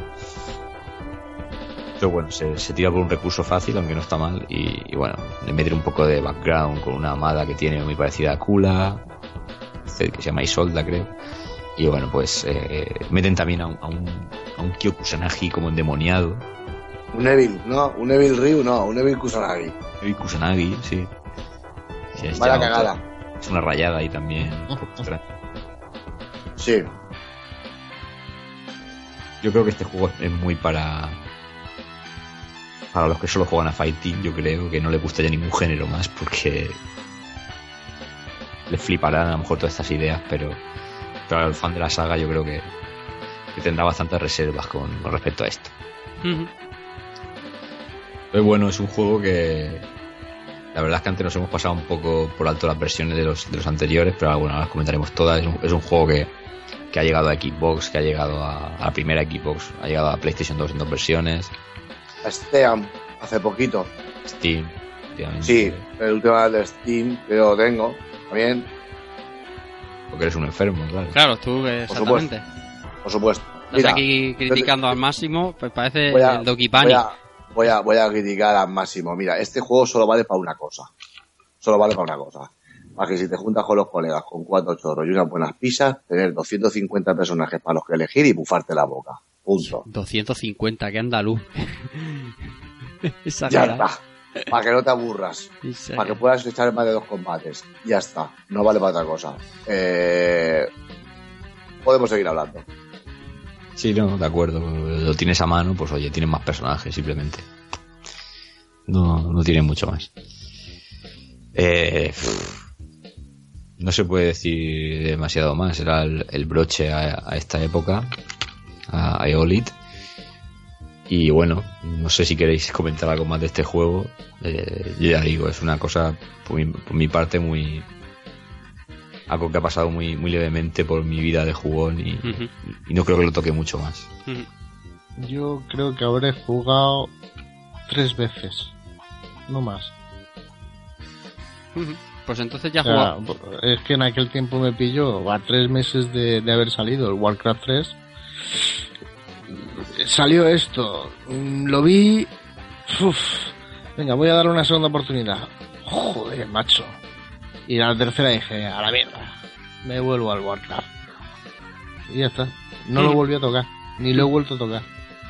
Pero bueno, se tira por un recurso fácil, aunque no está mal, y bueno, le meten un poco de background con una amada que tiene muy parecida a Kula, que se llama Isolda, creo. Y bueno, pues meten también a un Kyo Kusanagi como endemoniado. Un Evil, ¿no? Un Evil Ryu, no, un Evil Kusanagi. Evil Kusanagi, sí. Mala cagada. Es una rayada ahí también. Sí. Yo creo que este juego es muy para los que solo juegan a Fighting. Yo creo que no le gustaría ningún género más, porque les fliparán a lo mejor todas estas ideas, pero al fan de la saga yo creo que tendrá bastantes reservas con respecto a esto. Pero bueno, es un juego que la verdad es que antes nos hemos pasado un poco por alto las versiones de los anteriores, pero bueno, ahora las comentaremos todas. Es un juego que ha llegado a Xbox, que ha llegado a la primera Xbox, ha llegado a PlayStation 2 en 2 versiones. A Steam, hace poquito. Steam, sí, el último de Steam, que yo lo tengo también. Porque eres un enfermo, claro. Claro, tú, exactamente. Por supuesto. Estás mira, aquí criticando al Máximo, pues parece el Dokipani. Voy a criticar al Máximo. Mira, este juego solo vale para una cosa. Para que si te juntas con los colegas con 4 chorros y unas buenas pizzas, tener 250 personajes para los que elegir y bufarte la boca. Punto. 250, que andaluz. Ya está. Para que no te aburras. Para que puedas echar más de 2 combates. Ya está. No vale para otra cosa. Podemos seguir hablando. Sí, no, de acuerdo. Lo tienes a mano, pues oye, tienes más personajes, simplemente. No tiene mucho más. No se puede decir demasiado más. Era el broche a esta época, a Eolit. Y bueno, no sé si queréis comentar algo más de este juego. Yo ya digo, es una cosa por mi parte muy... algo que ha pasado muy, muy levemente por mi vida de jugón y no creo que lo toque mucho más. Yo creo que habré jugado 3 veces, no más. Pues entonces ya jugado. Es que en aquel tiempo me pilló a 3 meses de haber salido el Warcraft 3. Salió esto, lo vi. Venga, voy a darle una segunda oportunidad. Joder, macho. Y a la tercera dije, a la mierda, me vuelvo al Warcraft. Y ya está. No lo volví a tocar, ni lo he vuelto a tocar.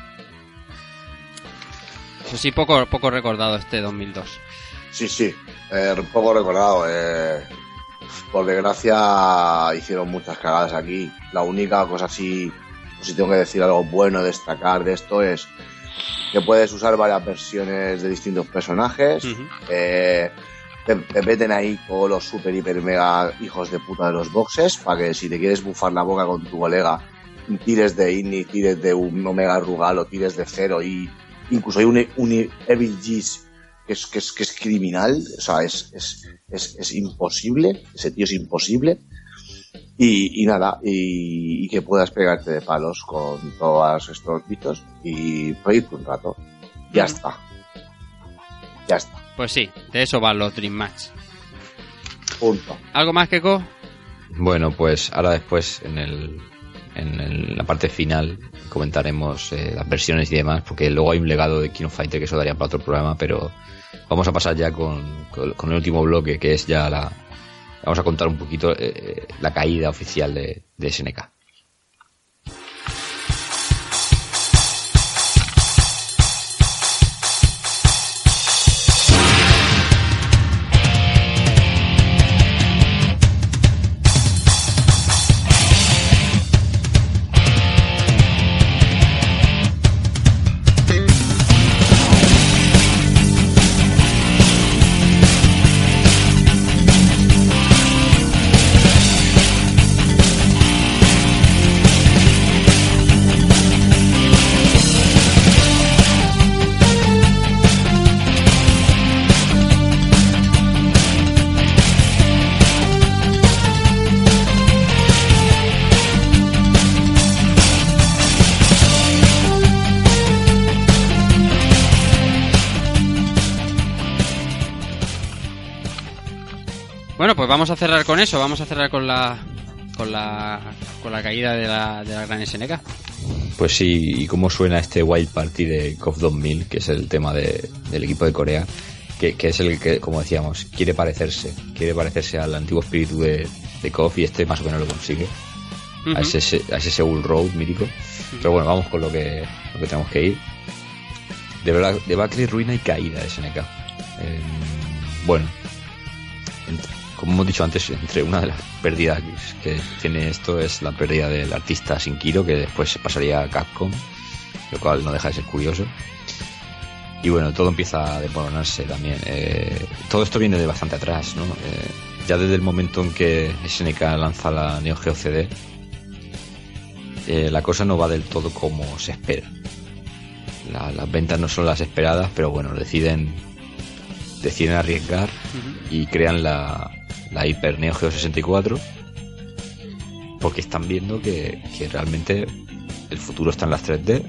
Eso sí, poco recordado este 2002. Sí, poco recordado. Por desgracia hicieron muchas cagadas aquí. La única cosa así, si tengo que decir algo bueno, destacar de esto, es que puedes usar varias versiones de distintos personajes. Te meten ahí todos los super hiper mega hijos de puta de los boxes para que si te quieres bufar la boca con tu colega, tires de Inni, tires de un Omega Rugal o tires de Zero, y incluso hay un Evil G's que es criminal. O sea, es imposible. Ese tío es imposible. Y nada, y que puedas pegarte de palos con todos estos bichos y reírte un rato. Ya está. Pues sí, de eso van los Dream Match. Punto. ¿Algo más, Keko? Bueno, pues ahora después en la parte final comentaremos las versiones y demás, porque luego hay un legado de King of Fighters que eso daría para otro programa, pero vamos a pasar ya con el último bloque, que es ya vamos a contar un poquito la caída oficial de SNK. Bueno, pues vamos a cerrar con eso, vamos a cerrar con la caída de la gran SNK. Pues sí, y cómo suena este Wild Party de KOF 2000, que es el tema del equipo de Corea, que es el que, como decíamos, quiere parecerse al antiguo espíritu de KOF, y este más o menos lo consigue. Uh-huh. A ese Seoul Road mítico. Pero bueno, vamos con lo que tenemos que ir. De Bacle, ruina y caída de SNK. Bueno, como hemos dicho antes, entre una de las pérdidas que tiene esto es la pérdida del artista Shinkiro, que después se pasaría a Capcom, lo cual no deja de ser curioso. Y bueno, todo empieza a desmoronarse también. Todo esto viene de bastante atrás, ¿no? Ya desde el momento en que SNK lanza la Neo Geo CD, la cosa no va del todo como se espera. Las ventas no son las esperadas, pero bueno, deciden arriesgar y crean la Hyper Neo Geo 64, porque están viendo que realmente el futuro está en las 3D,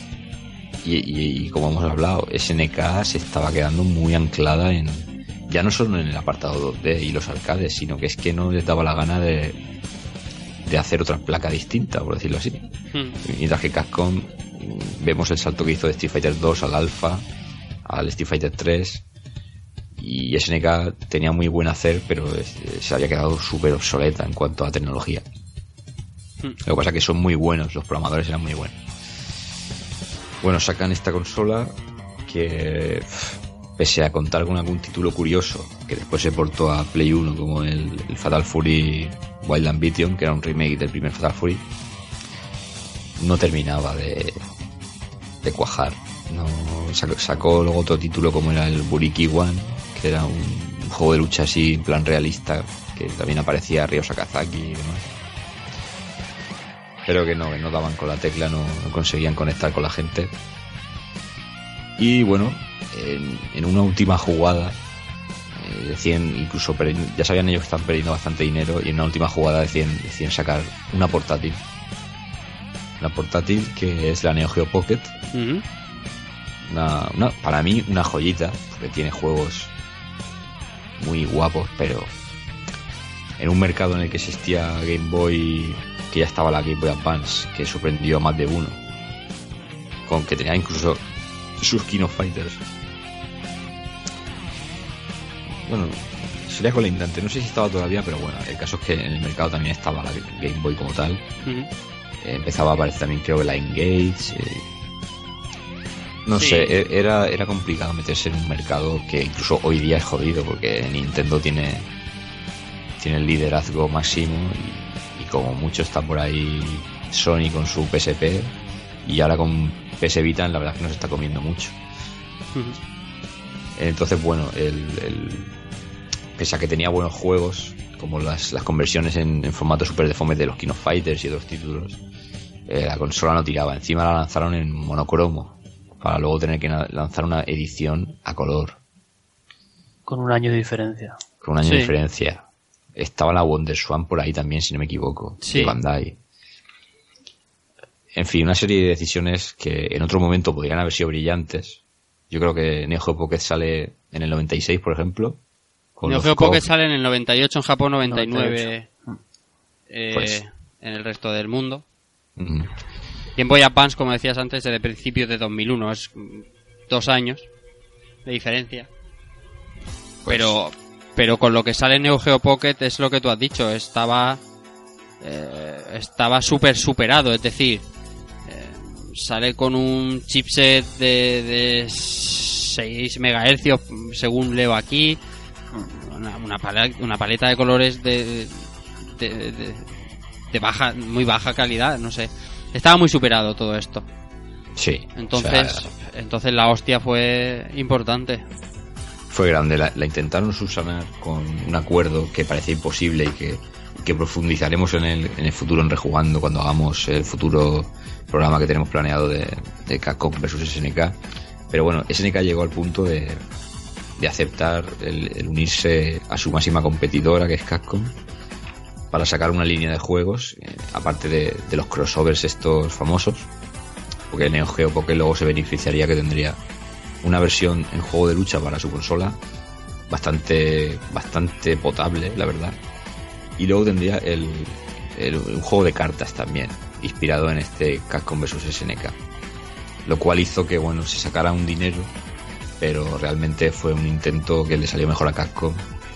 y como hemos hablado, SNK se estaba quedando muy anclada ya no solo en el apartado 2D y los arcades, sino que es que no les daba la gana de hacer otra placa distinta, por decirlo así. Mientras que Capcom, vemos el salto que hizo de Street Fighter 2 al Alpha, al Street Fighter 3, y SNK tenía muy buen hacer, pero se había quedado súper obsoleta en cuanto a tecnología. Lo que pasa es que son muy buenos, los programadores eran muy buenos. Bueno, sacan esta consola que, pese a contar con algún título curioso, que después se portó a Play 1, como el Fatal Fury Wild Ambition, que era un remake del primer Fatal Fury, no terminaba de cuajar. No, sacó luego otro título como era el Buriki One, que era un juego de lucha así en plan realista, que también aparecía Ryo Sakazaki y demás, pero que no daban con la tecla, no conseguían conectar con la gente. Y bueno, en una última jugada decían, incluso ya sabían ellos que estaban perdiendo bastante dinero, y en una última jugada decían sacar una portátil que es la Neo Geo Pocket. Uh-huh. Para mí una joyita, porque tiene juegos muy guapos, pero en un mercado en el que existía Game Boy, que ya estaba la Game Boy Advance, que sorprendió a más de uno, con que tenía incluso sus King of Fighters. Bueno, sería colindante, no sé si estaba todavía, pero bueno, el caso es que en el mercado también estaba la Game Boy como tal. Uh-huh. Empezaba a aparecer también, creo, la Engage. No sé, era complicado meterse en un mercado que incluso hoy día es jodido, porque Nintendo tiene el liderazgo máximo, y como mucho está por ahí Sony con su PSP, y ahora con PS Vita la verdad es que no se está comiendo mucho. Uh-huh. Entonces bueno, pese a que tenía buenos juegos, como las conversiones en formato Super Deformed de los King of Fighters y otros títulos, la consola no tiraba. Encima la lanzaron en monocromo, para luego tener que lanzar una edición a color. Con un año de diferencia. Con un año de diferencia. Estaba la WonderSwan por ahí también, si no me equivoco, de Bandai. En fin, una serie de decisiones que en otro momento podrían haber sido brillantes. Yo creo que Neo Geo Pocket sale en el 96, por ejemplo. Neo Geo Pocket sale en el 98 en Japón, 99 en el resto del mundo. Uh-huh. Game Boy Advance, como decías antes, desde principios de 2001, es 2 años de diferencia. Pero Pero con lo que sale en Neo Geo Pocket es lo que tú has dicho, estaba súper superado, es decir, sale con un chipset de 6 MHz según leo aquí, una paleta de colores de muy baja calidad, no sé, estaba muy superado todo esto. Sí. Entonces la hostia fue importante. Fue grande, la intentaron subsanar con un acuerdo que parecía imposible y que profundizaremos en el futuro en Rejugando cuando hagamos el futuro programa que tenemos planeado de Capcom versus SNK. Pero bueno, SNK llegó al punto de aceptar el unirse a su máxima competidora, que es Capcom, para sacar una línea de juegos, aparte de los crossovers estos famosos, porque Neo Geo Pocket luego se beneficiaría que tendría una versión en juego de lucha para su consola bastante potable, la verdad, y luego tendría un juego de cartas también inspirado en este Capcom vs SNK, lo cual hizo que bueno, se sacara un dinero, pero realmente fue un intento que le salió mejor a Capcom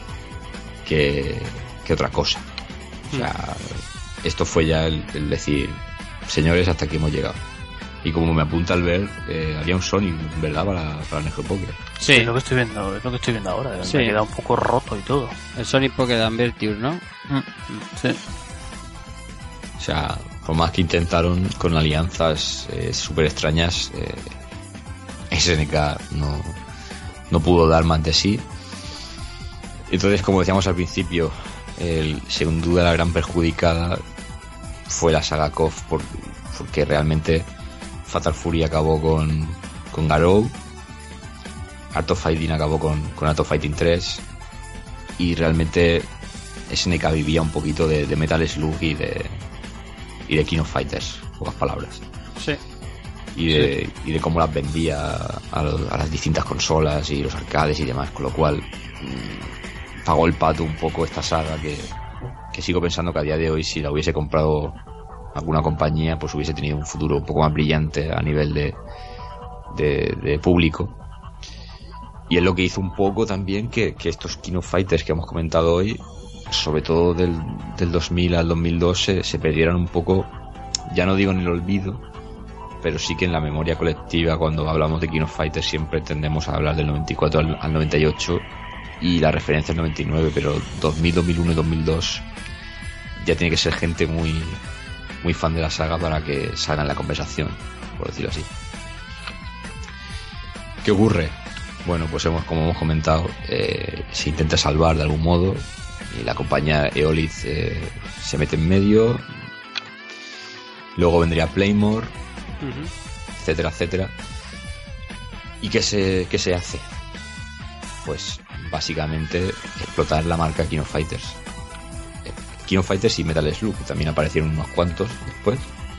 que otra cosa. O sea, esto fue ya el decir, señores, hasta aquí hemos llegado. Y como me apunta Albert, había un Sonic, ¿verdad? Para Neo Geo Pocket. Sí, es lo que estoy viendo ahora. Sí. Me queda un poco roto y todo. El Sonic Pocket Adventure, ¿no? Sí. O sea, por más que intentaron con alianzas súper extrañas, SNK no pudo dar más de sí. Entonces, como decíamos al principio, sin duda la gran perjudicada fue la saga KOF, porque realmente Fatal Fury acabó con Garou, Art of Fighting acabó con Art of Fighting 3, y realmente SNK vivía un poquito de Metal Slug y de King of Fighters, pocas palabras. Sí. Y de cómo las vendía a las distintas consolas y los arcades y demás, con lo cual pagó el pato un poco esta saga que sigo pensando que a día de hoy, si la hubiese comprado alguna compañía, pues hubiese tenido un futuro un poco más brillante a nivel de público. Y es lo que hizo un poco también que estos King of Fighters que hemos comentado hoy, sobre todo del 2000 al 2002, se perdieran un poco, ya no digo en el olvido, pero sí que en la memoria colectiva. Cuando hablamos de King of Fighters siempre tendemos a hablar del 94 al 98 y la referencia es 99, pero 2000, 2001 y 2002 ya tiene que ser gente muy muy fan de la saga para que salga en la conversación, por decirlo así. ¿Qué ocurre? Bueno, pues como hemos comentado, se intenta salvar de algún modo y la compañía Eolith se mete en medio. Luego vendría Playmore, etcétera, etcétera. ¿Y qué se hace? Pues básicamente explotar la marca King of Fighters. King of Fighters y Metal Slug, que también aparecieron unos cuantos después,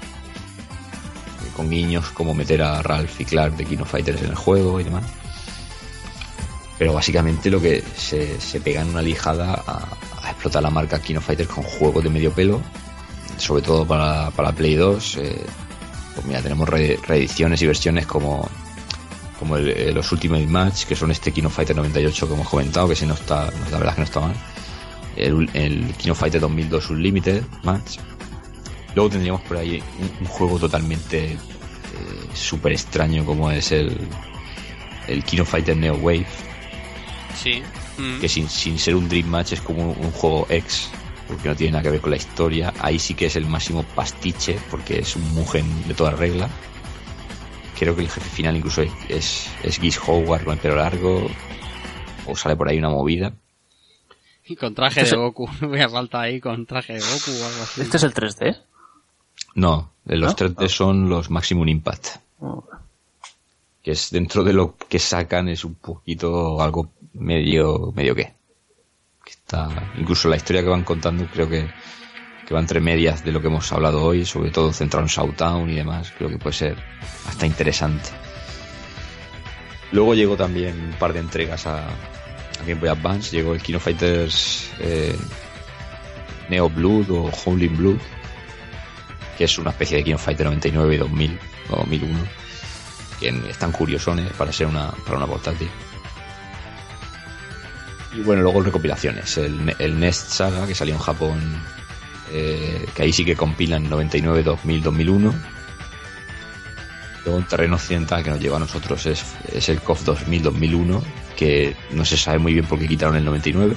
con guiños como meter a Ralph y Clark de King of Fighters en el juego y demás. Pero básicamente lo que se pega en una lijada a explotar la marca King of Fighters con juegos de medio pelo, sobre todo para Play 2. Pues mira, tenemos reediciones y versiones como los Ultimate Match, que son este King of Fighters 98 que hemos comentado, que si no está, la verdad es que no está mal. El King of Fighters 2002 Unlimited Match. Luego tendríamos por ahí un juego totalmente súper extraño, como es el King of Fighters Neo Wave. Sí. Que sin ser un Dream Match es como un juego X, porque no tiene nada que ver con la historia. Ahí sí que es el máximo pastiche, porque es un Mugen de toda regla. Creo que el jefe final incluso es Geese Howard con el pelo largo, o sale por ahí una movida. Y con traje de Goku. Voy a falta ahí con traje de Goku o algo así. ¿Este es el 3D? No, los 3D son los Maximum Impact. Que es dentro de lo que sacan, es un poquito algo medio que está, incluso la historia que van contando creo que va entre medias de lo que hemos hablado hoy, sobre todo centrado en Southtown y demás. Creo que puede ser hasta interesante. Luego llegó también un par de entregas a Game Boy Advance. Llegó el King of Fighters Neo Blood o Howling Blood, que es una especie de King of Fighters 99 y 2000 o 2001, que están curiosones para ser para una portátil. Y bueno, luego recopilaciones. El Nest Saga, que salió en Japón, que ahí sí que compilan 99, 2000, 2001. Luego un terreno occidental que nos lleva a nosotros es el KOF 2000, 2001, que no se sabe muy bien por qué quitaron el 99.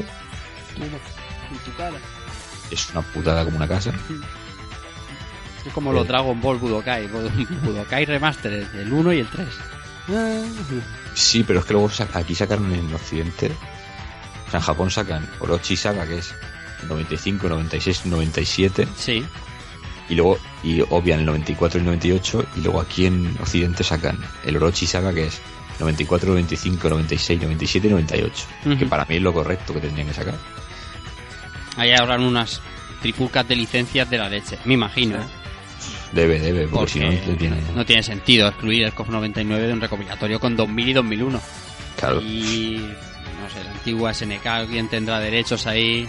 Es una putada como una casa. Es como los Dragon Ball Budokai Remastered, el 1 y el 3. Sí, pero es que luego aquí sacaron en Occidente, o sea, en Japón sacan Orochi Saga, que es 95, 96, 97. Sí. Y luego, y obvian el 94 y el 98, y luego aquí en Occidente sacan el Orochi Saga, que es 94, 95, 96, 97 y 98. Que para mí es lo correcto que tendrían que sacar. Ahí habrán unas trifulcas de licencias de la leche, me imagino. Debe, porque si no, no tiene sentido excluir el KOF 99 de un recopilatorio con 2000 y 2001. Claro. Y no sé, la antigua SNK, alguien tendrá derechos ahí.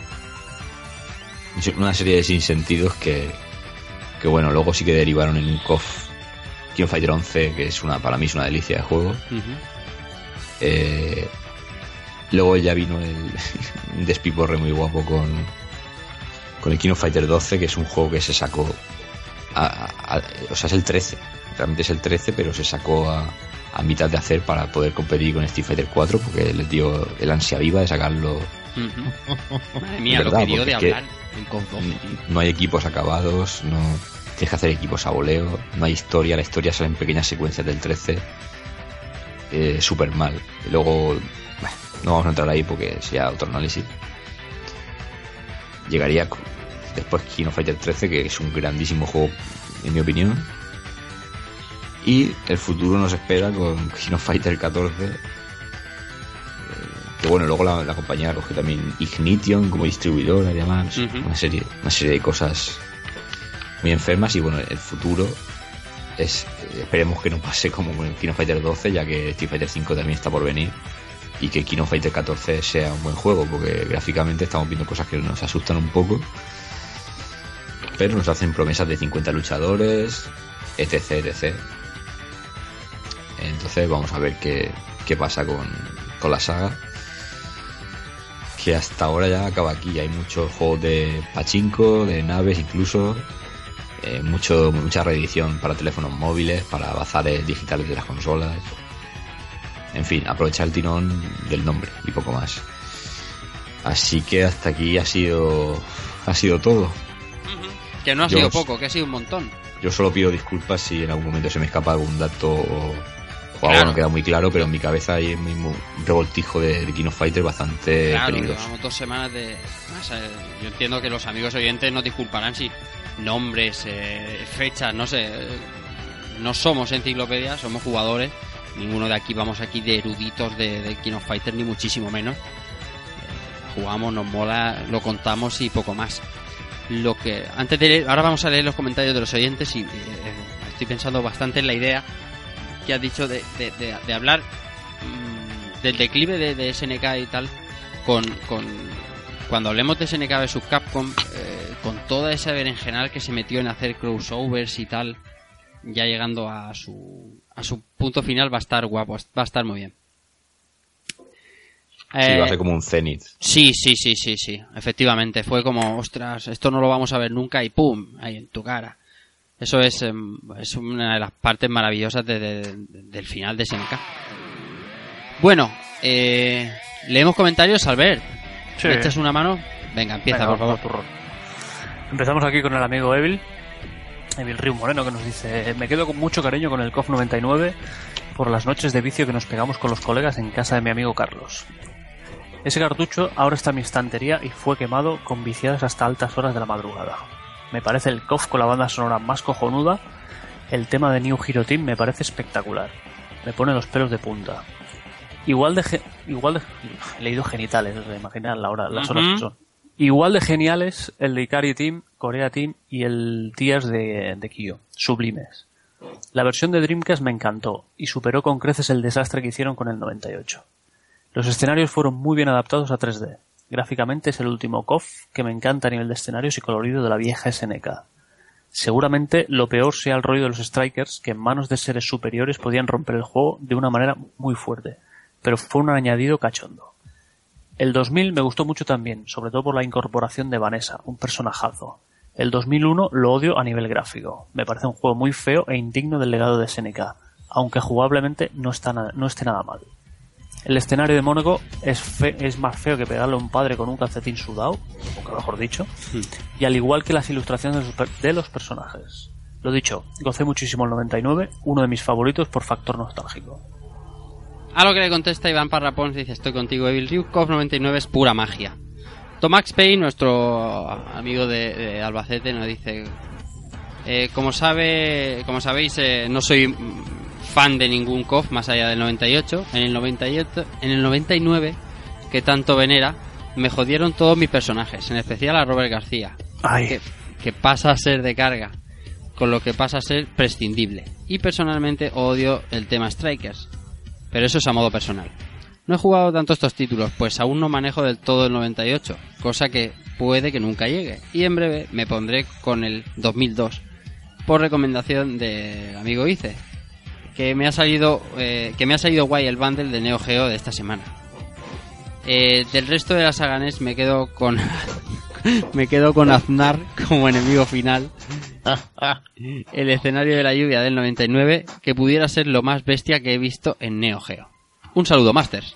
Una serie de sinsentidos que bueno, luego sí que derivaron en un KOF King of Fighter 11, que es para mí es una delicia de juego. Luego ya vino un despiporre muy guapo con el King of Fighter 12, que es un juego que se sacó o sea, es el 13, realmente es el 13, pero se sacó a mitad de hacer para poder competir con Street Fighter 4, porque les dio el ansia viva de sacarlo. Madre mía, lo que dio de hablar en KOF 12. No hay equipos acabados, no tienes que hacer equipos a voleo, no hay historia, la historia sale en pequeñas secuencias del 13, súper mal. Y luego, bueno, no vamos a entrar ahí porque sería otro análisis. Llegaría después King of Fighter 13, que es un grandísimo juego en mi opinión, y el futuro nos espera con King of Fighter 14, que bueno, luego la compañía coge también Ignition como distribuidora y demás. Una serie de cosas muy enfermas. Y bueno, el futuro esperemos que no pase como con el King of Fighter 12, ya que Street Fighter 5 también está por venir, y que King of Fighter 14 sea un buen juego, porque gráficamente estamos viendo cosas que nos asustan un poco, pero nos hacen promesas de 50 luchadores, etc. Entonces vamos a ver qué pasa con la saga, que hasta ahora ya acaba aquí. Hay muchos juegos de pachinko, de naves incluso, mucha reedición para teléfonos móviles, para bazares digitales de las consolas. En fin, aprovechar el tirón del nombre y poco más. Así que hasta aquí ha sido todo. Que no ha sido poco, que ha sido un montón. Yo solo pido disculpas si en algún momento se me escapa algún dato o algo no queda muy claro, pero en mi cabeza hay un revoltijo de King of Fighter bastante peligroso. Llevamos 2 semanas de... Yo entiendo que los amigos oyentes nos disculparán si nombres, fechas, no sé... No somos enciclopedias, somos jugadores. Ninguno de aquí vamos aquí de eruditos de King of Fighter, ni muchísimo menos. Jugamos, nos mola, lo contamos y poco más. Antes de leer, ahora vamos a leer los comentarios de los oyentes y estoy pensando bastante en la idea que has dicho de hablar del declive de SNK y tal, cuando hablemos de SNK vs Capcom, con toda esa berenjenal que se metió en hacer crossovers y tal, ya llegando a su punto final, va a estar guapo, va a estar muy bien. Sí, va a ser como un Zenith. Sí, efectivamente, fue como, ostras, esto no lo vamos a ver nunca y pum, ahí en tu cara. Eso es una de las partes maravillosas del final de SNK. Bueno, leemos comentarios, Albert. Sí. ¿Me echas una mano? Venga, empieza, por favor. Empezamos aquí con el amigo Evil Río Moreno, que nos dice: me quedo con mucho cariño con el KOF 99 por las noches de vicio que nos pegamos con los colegas en casa de mi amigo Carlos. Ese cartucho ahora está en mi estantería y fue quemado con viciadas hasta altas horas de la madrugada. Me parece el KOF con la banda sonora más cojonuda. El tema de New Hero Team me parece espectacular. Me pone los pelos de punta. Igual de he leído genitales, os imaginan las horas que son. Igual de geniales el de Ikari Team, Korea Team y el Tears de Kyo. Sublimes. La versión de Dreamcast me encantó y superó con creces el desastre que hicieron con el 98. Los escenarios fueron muy bien adaptados a 3D. Gráficamente es el último KOF que me encanta a nivel de escenarios y colorido de la vieja SNK. Seguramente lo peor sea el rollo de los Strikers, que en manos de seres superiores podían romper el juego de una manera muy fuerte, pero fue un añadido cachondo. El 2000 me gustó mucho también, sobre todo por la incorporación de Vanessa, un personajazo. El 2001 lo odio a nivel gráfico. Me parece un juego muy feo e indigno del legado de SNK, aunque jugablemente no esté nada mal. El escenario de Mónaco es más feo que pegarle a un padre con un calcetín sudado, nunca mejor dicho, y al igual que las ilustraciones de los personajes. Lo dicho, gocé muchísimo el 99, uno de mis favoritos por factor nostálgico. A lo que le contesta Iván Parrapons, dice: estoy contigo, Evil Ryukov 99 es pura magia. Tomax Pay, nuestro amigo de Albacete, nos dice: como sabéis, no soy fan de ningún KOF más allá del 98. En el 99, que tanto venera, me jodieron todos mis personajes, en especial a Robert García, que pasa a ser de carga, con lo que pasa a ser prescindible. Y personalmente odio el tema Strikers, pero eso es a modo personal. No he jugado tanto estos títulos, pues aún no manejo del todo el 98, cosa que puede que nunca llegue, y en breve me pondré con el 2002, por recomendación del amigo Ice, que me ha salido guay el bundle de Neo Geo de esta semana. Del resto de la saga NES me quedo con Aznar como enemigo final. El escenario de la lluvia del 99, que pudiera ser lo más bestia que he visto en Neo Geo. Un saludo, Masters.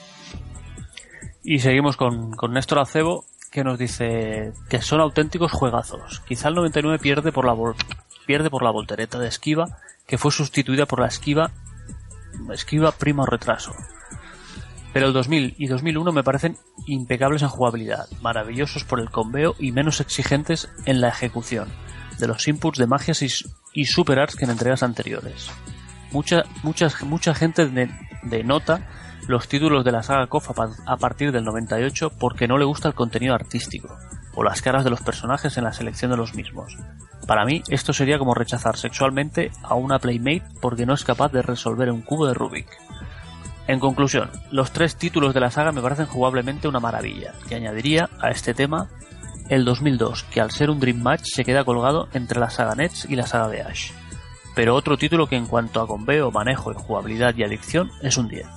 Y seguimos con Néstor Acebo, que nos dice que son auténticos juegazos. Quizá el 99 pierde por la voltereta de esquiva, que fue sustituida por la esquiva prima o retraso. Pero el 2000 y 2001 me parecen impecables en jugabilidad, maravillosos por el combeo y menos exigentes en la ejecución de los inputs de magias y super arts que en entregas anteriores. Mucha gente denota los títulos de la saga KOF a partir del 98 porque no le gusta el contenido artístico o las caras de los personajes en la selección de los mismos. Para mí esto sería como rechazar sexualmente a una Playmate porque no es capaz de resolver un cubo de Rubik. En conclusión, los 3 títulos de la saga me parecen jugablemente una maravilla, y añadiría a este tema el 2002, que al ser un Dream Match se queda colgado entre la saga NES y la saga de Ash. Pero otro título que en cuanto a combeo, manejo, jugabilidad y adicción es un 10.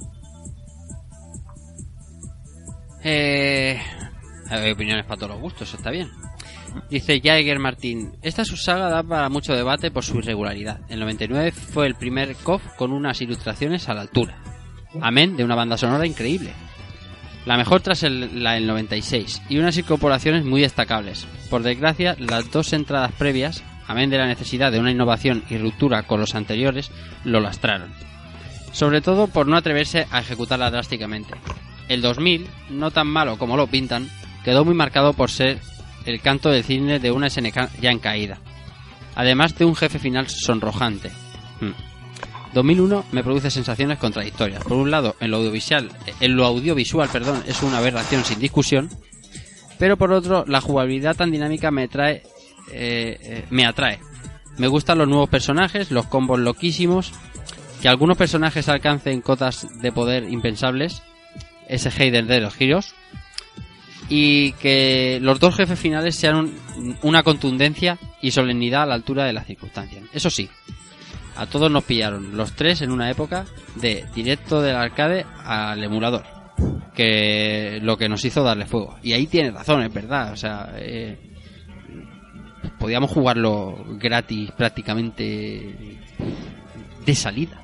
Hay opiniones para todos los gustos, eso está bien. Dice Jaeger Martín: esta subsaga da para mucho debate por su irregularidad. El 99 fue el primer KOF con unas ilustraciones a la altura, amén de una banda sonora increíble. La mejor tras la del 96, y unas incorporaciones muy destacables. Por desgracia, las 2 entradas previas, amén de la necesidad de una innovación y ruptura con los anteriores, lo lastraron. Sobre todo por no atreverse a ejecutarla drásticamente. El 2000, no tan malo como lo pintan, quedó muy marcado por ser el canto del cisne de una SNK ya en caída, además de un jefe final sonrojante. 2001 me produce sensaciones contradictorias. Por un lado, en lo audiovisual, es una aberración sin discusión, pero por otro, la jugabilidad tan dinámica me atrae. Me gustan los nuevos personajes, los combos loquísimos, que algunos personajes alcancen cotas de poder impensables, ese Hayden de los giros, y que los 2 jefes finales sean una contundencia y solemnidad a la altura de las circunstancias. Eso sí, a todos nos pillaron los 3 en una época de directo del arcade al emulador, que lo que nos hizo darle fuego. Y ahí tiene razón, es verdad. O sea, podíamos jugarlo gratis prácticamente de salida.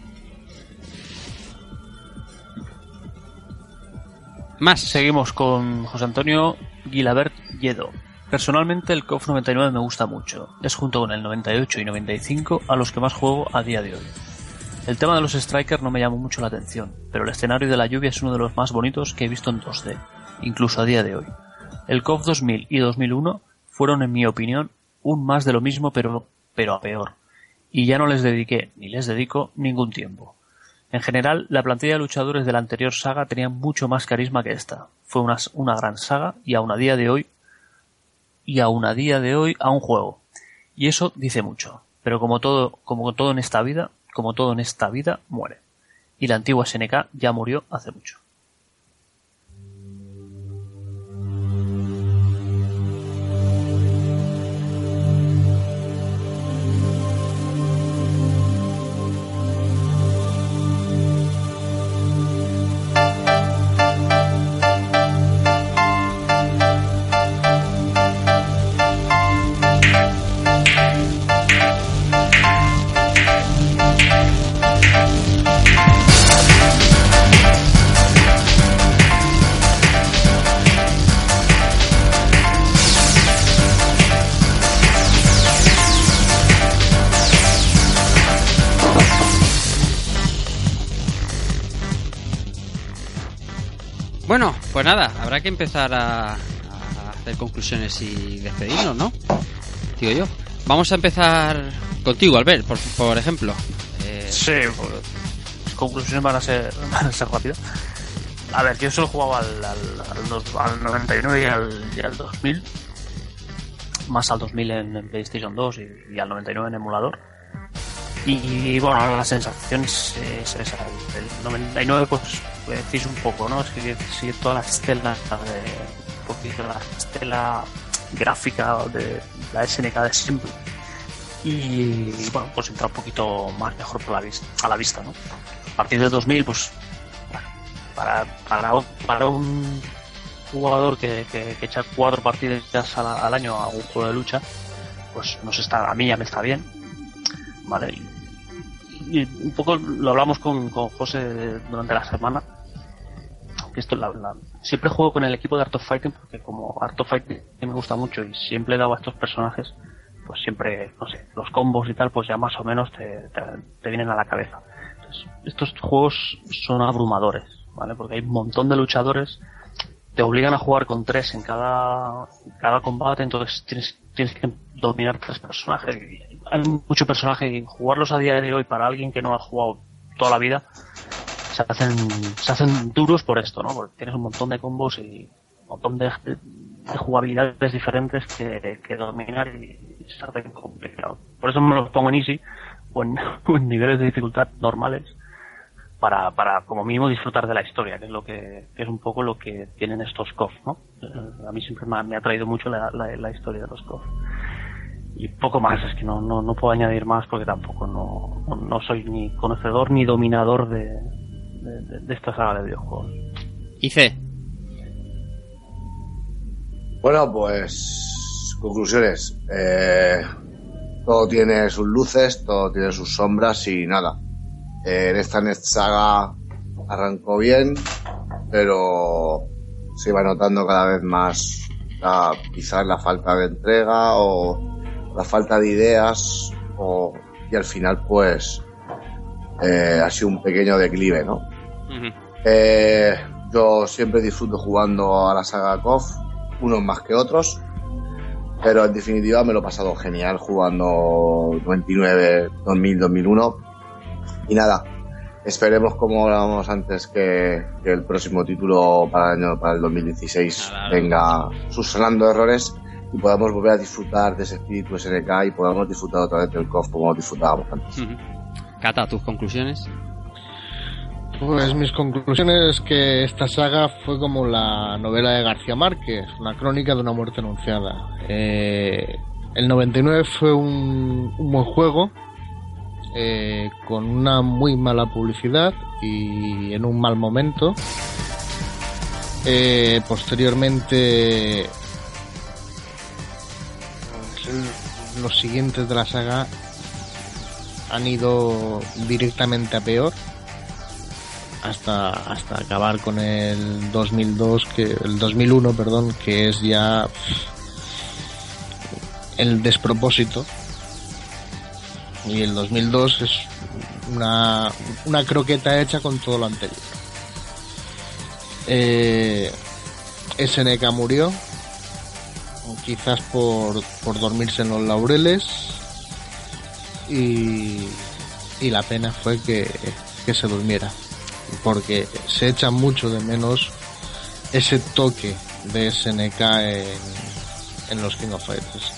Más. Seguimos con José Antonio Guilabert Lledo. Personalmente el KOF 99 me gusta mucho. Es junto con el 98 y 95 a los que más juego a día de hoy. El tema de los Strikers no me llamó mucho la atención, pero el escenario de la lluvia es uno de los más bonitos que he visto en 2D, incluso a día de hoy. El KOF 2000 y 2001 fueron, en mi opinión, un más de lo mismo pero a peor. Y ya no les dediqué, ni les dedico, ningún tiempo. En general, la plantilla de luchadores de la anterior saga tenía mucho más carisma que esta. Fue una gran saga y aún a día de hoy a un juego. Y eso dice mucho. Pero como todo en esta vida muere. Y la antigua SNK ya murió hace mucho. Bueno, pues nada, habrá que empezar a hacer conclusiones y despedirnos, ¿no? Digo yo. Vamos a empezar contigo, Albert, por ejemplo. Sí, pues, las conclusiones van a ser rápidas. A ver, yo solo jugaba al 99 y al 2000. Más al 2000 en PlayStation 2 y al 99 en emulador. Y bueno, la sensación es esa. El 99, pues decís un poco, ¿no? Es que sigue toda la estela gráfica de la SNK de siempre. Y bueno, pues entra un poquito más mejor a la vista, ¿no? A partir del 2000, pues para un jugador que echa 4 partidas al año a un juego de lucha, pues a mí ya me está bien, ¿vale? Y un poco lo hablamos con José durante la semana, que esto siempre juego con el equipo de Art of Fighting, porque como Art of Fighting me gusta mucho y siempre he dado a estos personajes, pues siempre, no sé, los combos y tal, pues ya más o menos te vienen a la cabeza. Entonces, estos juegos son abrumadores, ¿vale? Porque hay un montón de luchadores, te obligan a jugar con 3 en cada combate, entonces tienes que dominar 3 personajes. Hay mucho personaje y jugarlos a día de hoy para alguien que no ha jugado toda la vida se hacen duros por esto, ¿no? Porque tienes un montón de combos y un montón de jugabilidades diferentes que dominar y se hacen complicado. Por eso me los pongo en easy o en niveles de dificultad normales para como mínimo disfrutar de la historia, que es que es un poco lo que tienen estos KOF, ¿no? A mí siempre me ha atraído mucho la historia de los KOF. Y poco más, es que no puedo añadir más porque tampoco no soy ni conocedor ni dominador de esta saga de videojuegos. Ice. Bueno, pues conclusiones. Todo tiene sus luces, todo tiene sus sombras y nada. En esta Next Saga arrancó bien, pero se iba notando cada vez más quizás la falta de entrega o la falta de ideas y al final pues ha sido un pequeño declive, ¿no? Uh-huh. Yo siempre disfruto jugando a la saga KOF, unos más que otros, pero en definitiva me lo he pasado genial jugando 99, 2000, 2001 y nada, esperemos, como hablábamos antes, que el próximo título para el 2016 venga subsanando errores y podamos volver a disfrutar de ese espíritu SNK y podamos disfrutar otra vez del KOF como disfrutábamos antes. Uh-huh. Cata, ¿tus conclusiones? Pues mis conclusiones es que esta saga fue como la novela de García Márquez, una crónica de una muerte anunciada. El 99 fue un buen juego, con una muy mala publicidad y en un mal momento. Posteriormente los siguientes de la saga han ido directamente a peor hasta acabar con el 2001, que es ya el despropósito, y el 2002 es una croqueta hecha con todo lo anterior. SNK murió, quizás por dormirse en los laureles, y la pena fue que se durmiera, porque se echa mucho de menos ese toque de SNK en los King of Fighters.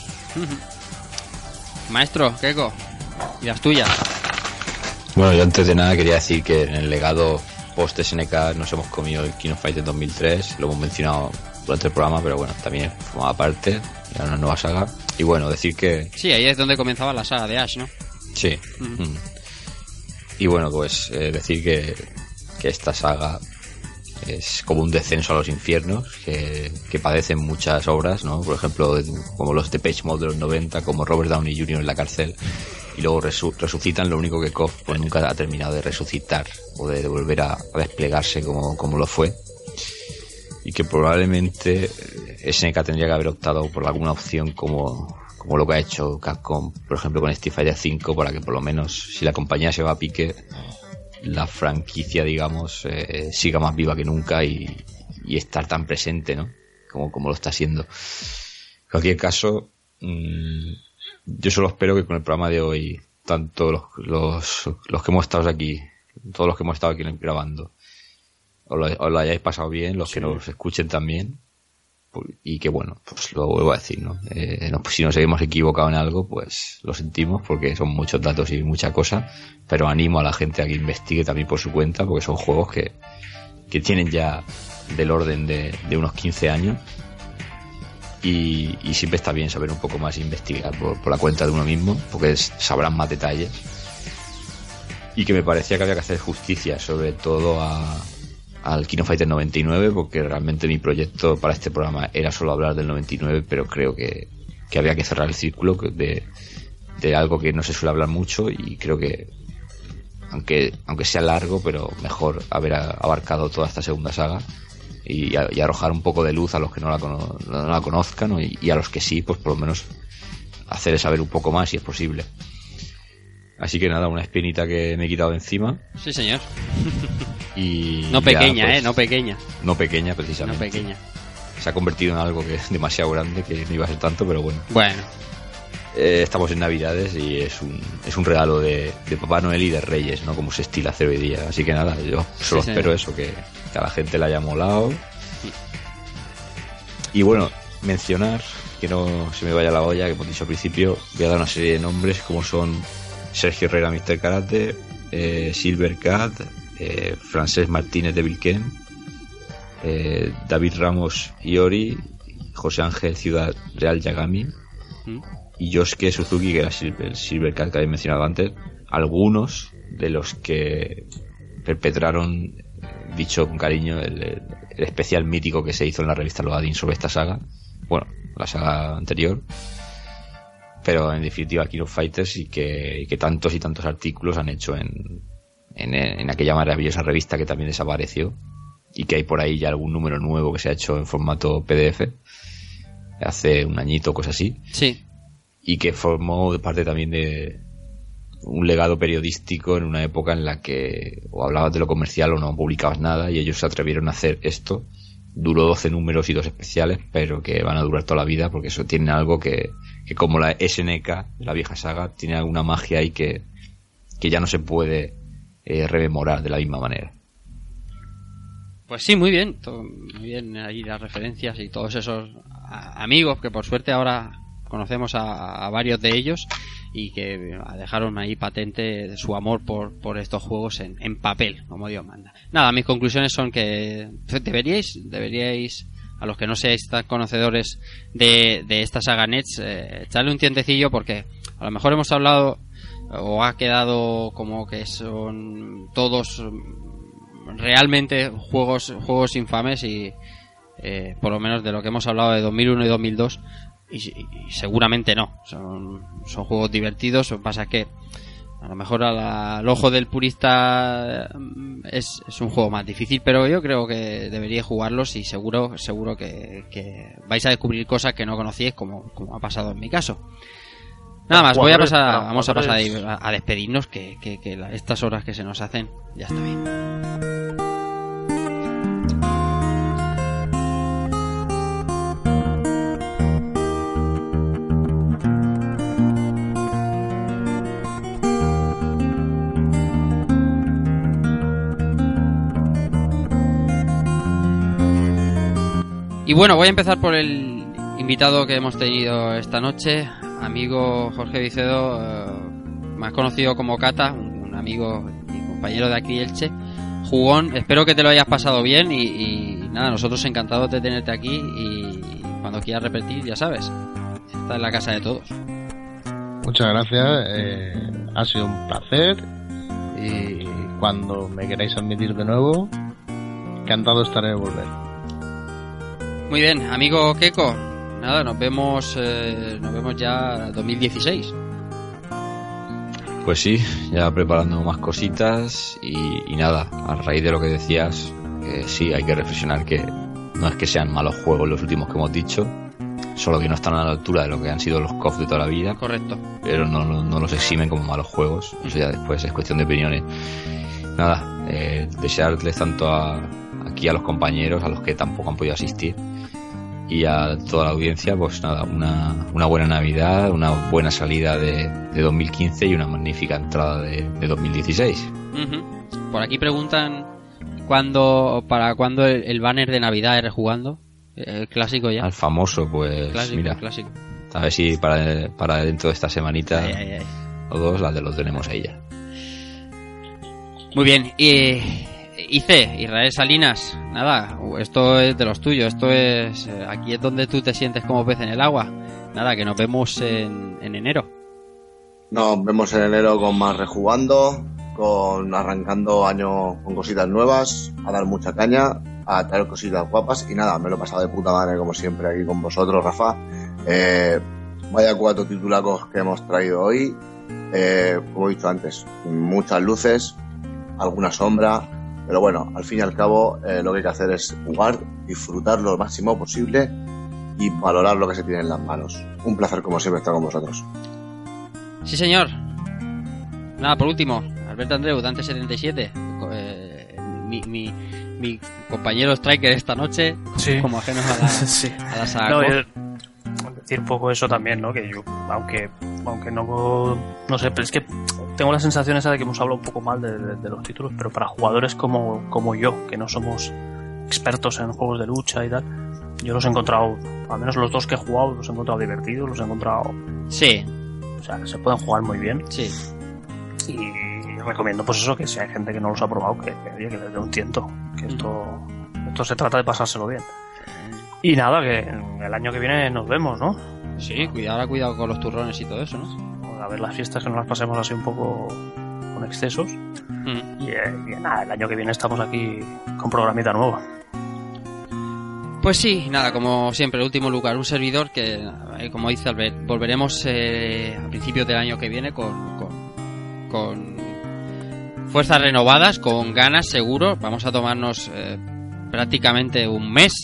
Maestro, Keiko, ¿y las tuyas? Bueno, yo antes de nada quería decir que en el legado post SNK nos hemos comido el King of Fighters 2003, lo hemos mencionado durante el programa, pero bueno, también formaba parte, era una nueva saga. Y bueno, decir que... Sí, ahí es donde comenzaba la saga de Ash, ¿no? Sí. Uh-huh. Y bueno, pues decir que esta saga es como un descenso a los infiernos que padecen muchas obras, ¿no? Por ejemplo, como los Depeche Mode de los 90, como Robert Downey Jr. en la cárcel, y luego resucitan lo único que KOF pues nunca ha terminado de resucitar o de volver a desplegarse como lo fue, y que probablemente SNK tendría que haber optado por alguna opción como lo que ha hecho Capcom, por ejemplo con Street Fighter 5, para que por lo menos, si la compañía se va a pique, la franquicia, digamos, siga más viva que nunca y estar tan presente, ¿no? Como lo está haciendo. En cualquier caso, yo solo espero que con el programa de hoy, tanto los que hemos estado aquí, todos los que hemos estado aquí grabando, os lo hayáis pasado bien, los que nos escuchen también, y que bueno, pues lo vuelvo a decir, ¿no? Si nos hemos equivocado en algo, pues lo sentimos, porque son muchos datos y mucha cosa, pero animo a la gente a que investigue también por su cuenta, porque son juegos que tienen ya del orden de unos 15 años, y siempre está bien saber un poco más e investigar por la cuenta de uno mismo, porque sabrán más detalles, y que me parecía que había que hacer justicia sobre todo al King of Fighters 99, porque realmente mi proyecto para este programa era solo hablar del 99, pero creo que había que cerrar el círculo de algo que no se suele hablar mucho, y creo que aunque sea largo, pero mejor haber abarcado toda esta segunda saga y arrojar un poco de luz a los que no la conozcan, ¿no? Y a los que sí, pues por lo menos hacerles saber un poco más si es posible. Así que nada, una espinita que me he quitado de encima. Sí, señor. Y no pequeña, pues, no pequeña. No pequeña, precisamente. No pequeña. Se ha convertido en algo que es demasiado grande, que no iba a ser tanto, pero bueno. Bueno. Estamos en Navidades y es un regalo de Papá Noel y de Reyes, ¿no? Como se estila hacer hoy día. Así que nada, yo solo espero eso, que a la gente le haya molado. Y bueno, mencionar, que no se me vaya la olla, que hemos dicho al principio, voy a dar una serie de nombres como son Sergio Herrera, Mr. Karate, Silver Cat, Francesc Martínez de Vilquén, David Ramos Iori, José Ángel Ciudad Real Yagami y Yosuke Suzuki, que era el Silver Cat que habéis mencionado antes. Algunos de los que perpetraron, dicho con cariño, el especial mítico que se hizo en la revista Loading sobre esta saga, bueno, la saga anterior, pero en definitiva King of Fighters, y que tantos y tantos artículos han hecho en aquella maravillosa revista que también desapareció, y que hay por ahí ya algún número nuevo que se ha hecho en formato PDF hace un añito, cosas así. Sí. Y que formó parte también de un legado periodístico en una época en la que o hablabas de lo comercial o no publicabas nada, y ellos se atrevieron a hacer esto. Duró 12 números y 2 especiales, pero que van a durar toda la vida, porque eso tiene algo que como la SNK, la vieja saga, tiene alguna magia ahí que ya no se puede rememorar de la misma manera. Pues sí, muy bien ahí las referencias y todos esos amigos que por suerte ahora conocemos a varios de ellos, y que dejaron ahí patente su amor por estos juegos en papel, como Dios manda. Nada, mis conclusiones son que deberíais, a los que no seáis tan conocedores de esta saga NES, echarle un tientecillo, porque a lo mejor hemos hablado o ha quedado como que son todos realmente juegos infames, y por lo menos de lo que hemos hablado de 2001 y 2002, y seguramente no, son juegos divertidos. Lo que pasa es que a lo mejor al ojo del purista es un juego más difícil, pero yo creo que deberíais jugarlos, y seguro que vais a descubrir cosas que no conocíais, como ha pasado en mi caso. Nada más, vamos a pasar a despedirnos, que estas horas que se nos hacen ya está bien. Y bueno, voy a empezar por el invitado que hemos tenido esta noche, amigo Jorge Vicedo, más conocido como Cata, un amigo y compañero de aquí Elche, jugón. Espero que te lo hayas pasado bien, y nada, nosotros encantados de tenerte aquí, y cuando quieras repetir, ya sabes, esta es la casa de todos. Muchas gracias, ha sido un placer, y cuando me queráis admitir de nuevo, encantado estaré de volver. Muy bien, amigo Keiko, nada, nos vemos ya 2016. Pues sí, ya preparando más cositas, y nada, a raíz de lo que decías, que sí, hay que reflexionar que no es que sean malos juegos los últimos que hemos dicho, solo que no están a la altura de lo que han sido los KOF de toda la vida. Correcto. Pero no los eximen como malos juegos, eso ya después es cuestión de opiniones. nada, desearles tanto aquí a los compañeros, a los que tampoco han podido asistir, y a toda la audiencia, pues nada, una buena Navidad, una buena salida de 2015 y una magnífica entrada de 2016. Por aquí preguntan para cuándo el banner de Navidad de Rejugando, el clásico ya. Al famoso, pues clásico, mira, clásico. A ver si para dentro de esta semanita o dos lo tenemos ahí ya. Muy bien, Israel Salinas, nada, esto es de los tuyos, esto es aquí es donde tú te sientes como pez en el agua. Nada, que nos vemos en enero. Nos vemos en enero con más Rejugando, arrancando año con cositas nuevas, a dar mucha caña, a traer cositas guapas, y nada, me lo he pasado de puta madre como siempre aquí con vosotros, Rafa. Vaya 4 titulacos que hemos traído hoy, como he dicho antes, muchas luces, alguna sombra, pero bueno, al fin y al cabo lo que hay que hacer es jugar, disfrutar lo máximo posible y valorar lo que se tiene en las manos. Un placer como siempre estar con vosotros. Sí, señor. Nada, por último, Alberto Andreu, Dante 77, mi compañero striker esta noche, sí, como ajenos a la saga. Decir un poco eso también, ¿no? Que yo, aunque no sé, pero es que tengo la sensación esa de que hemos hablado un poco mal de los títulos, pero para jugadores como yo, que no somos expertos en juegos de lucha y tal, yo los he encontrado, al menos los 2 que he jugado, los he encontrado divertidos, los he encontrado... Sí. O sea, que se pueden jugar muy bien. Sí. Y recomiendo, pues eso, que si hay gente que no los ha probado, que les dé un tiento. Que esto se trata de pasárselo bien. Y nada, que el año que viene nos vemos, ¿no? Sí, cuidado con los turrones y todo eso, ¿no? A ver las fiestas, que no las pasemos así un poco con excesos. Y nada, el año que viene estamos aquí con programita nueva. Pues sí, nada, como siempre, en último lugar, un servidor que, como dice Albert, volveremos a principios del año que viene con fuerzas renovadas, con ganas, seguro. Vamos a tomarnos prácticamente un mes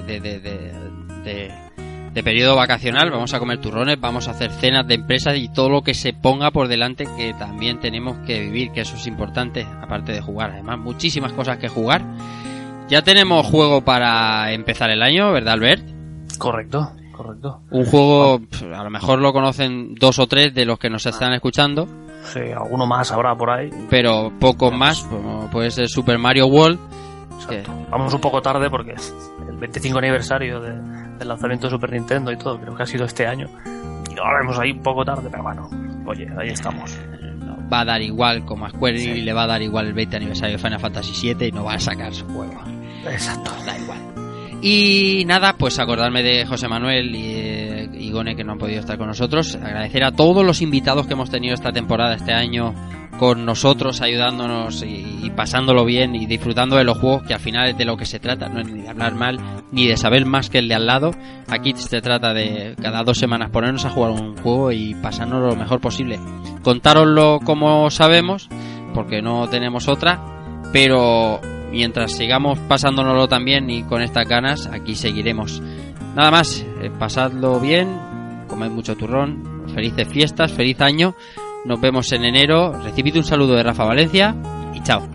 de periodo vacacional. Vamos a comer turrones, vamos a hacer cenas de empresas y todo lo que se ponga por delante, que también tenemos que vivir, que eso es importante, aparte de jugar. Además, muchísimas cosas que jugar. Ya tenemos juego para empezar el año, ¿verdad, Albert? Correcto. Un juego, a lo mejor lo conocen 2 o 3 de los que nos están escuchando. Sí, alguno más habrá por ahí. Pero pocos más, como puede ser Super Mario World. Exacto. Vamos un poco tarde porque es el 25 aniversario del lanzamiento de Super Nintendo y todo, creo que ha sido este año. Y lo haremos ahí un poco tarde, pero bueno, oye, ahí estamos. Va a dar igual, como a Square Enix le va a dar igual el 20 aniversario de Final Fantasy VII y no va a sacar su juego. Exacto. Da igual. Y nada, pues acordarme de José Manuel y Gone, que no han podido estar con nosotros. Agradecer a todos los invitados que hemos tenido esta temporada, este año, con nosotros, ayudándonos y pasándolo bien y disfrutando de los juegos, que al final es de lo que se trata. No es ni de hablar mal ni de saber más que el de al lado. Aquí se trata de cada 2 semanas ponernos a jugar un juego y pasarnos lo mejor posible. Contároslo como sabemos, porque no tenemos otra, pero mientras sigamos pasándonoslo también y con estas ganas, aquí seguiremos. Nada más, pasadlo bien, comed mucho turrón, felices fiestas, feliz año. Nos vemos en enero. Recibid un saludo de Rafa Valencia y chao.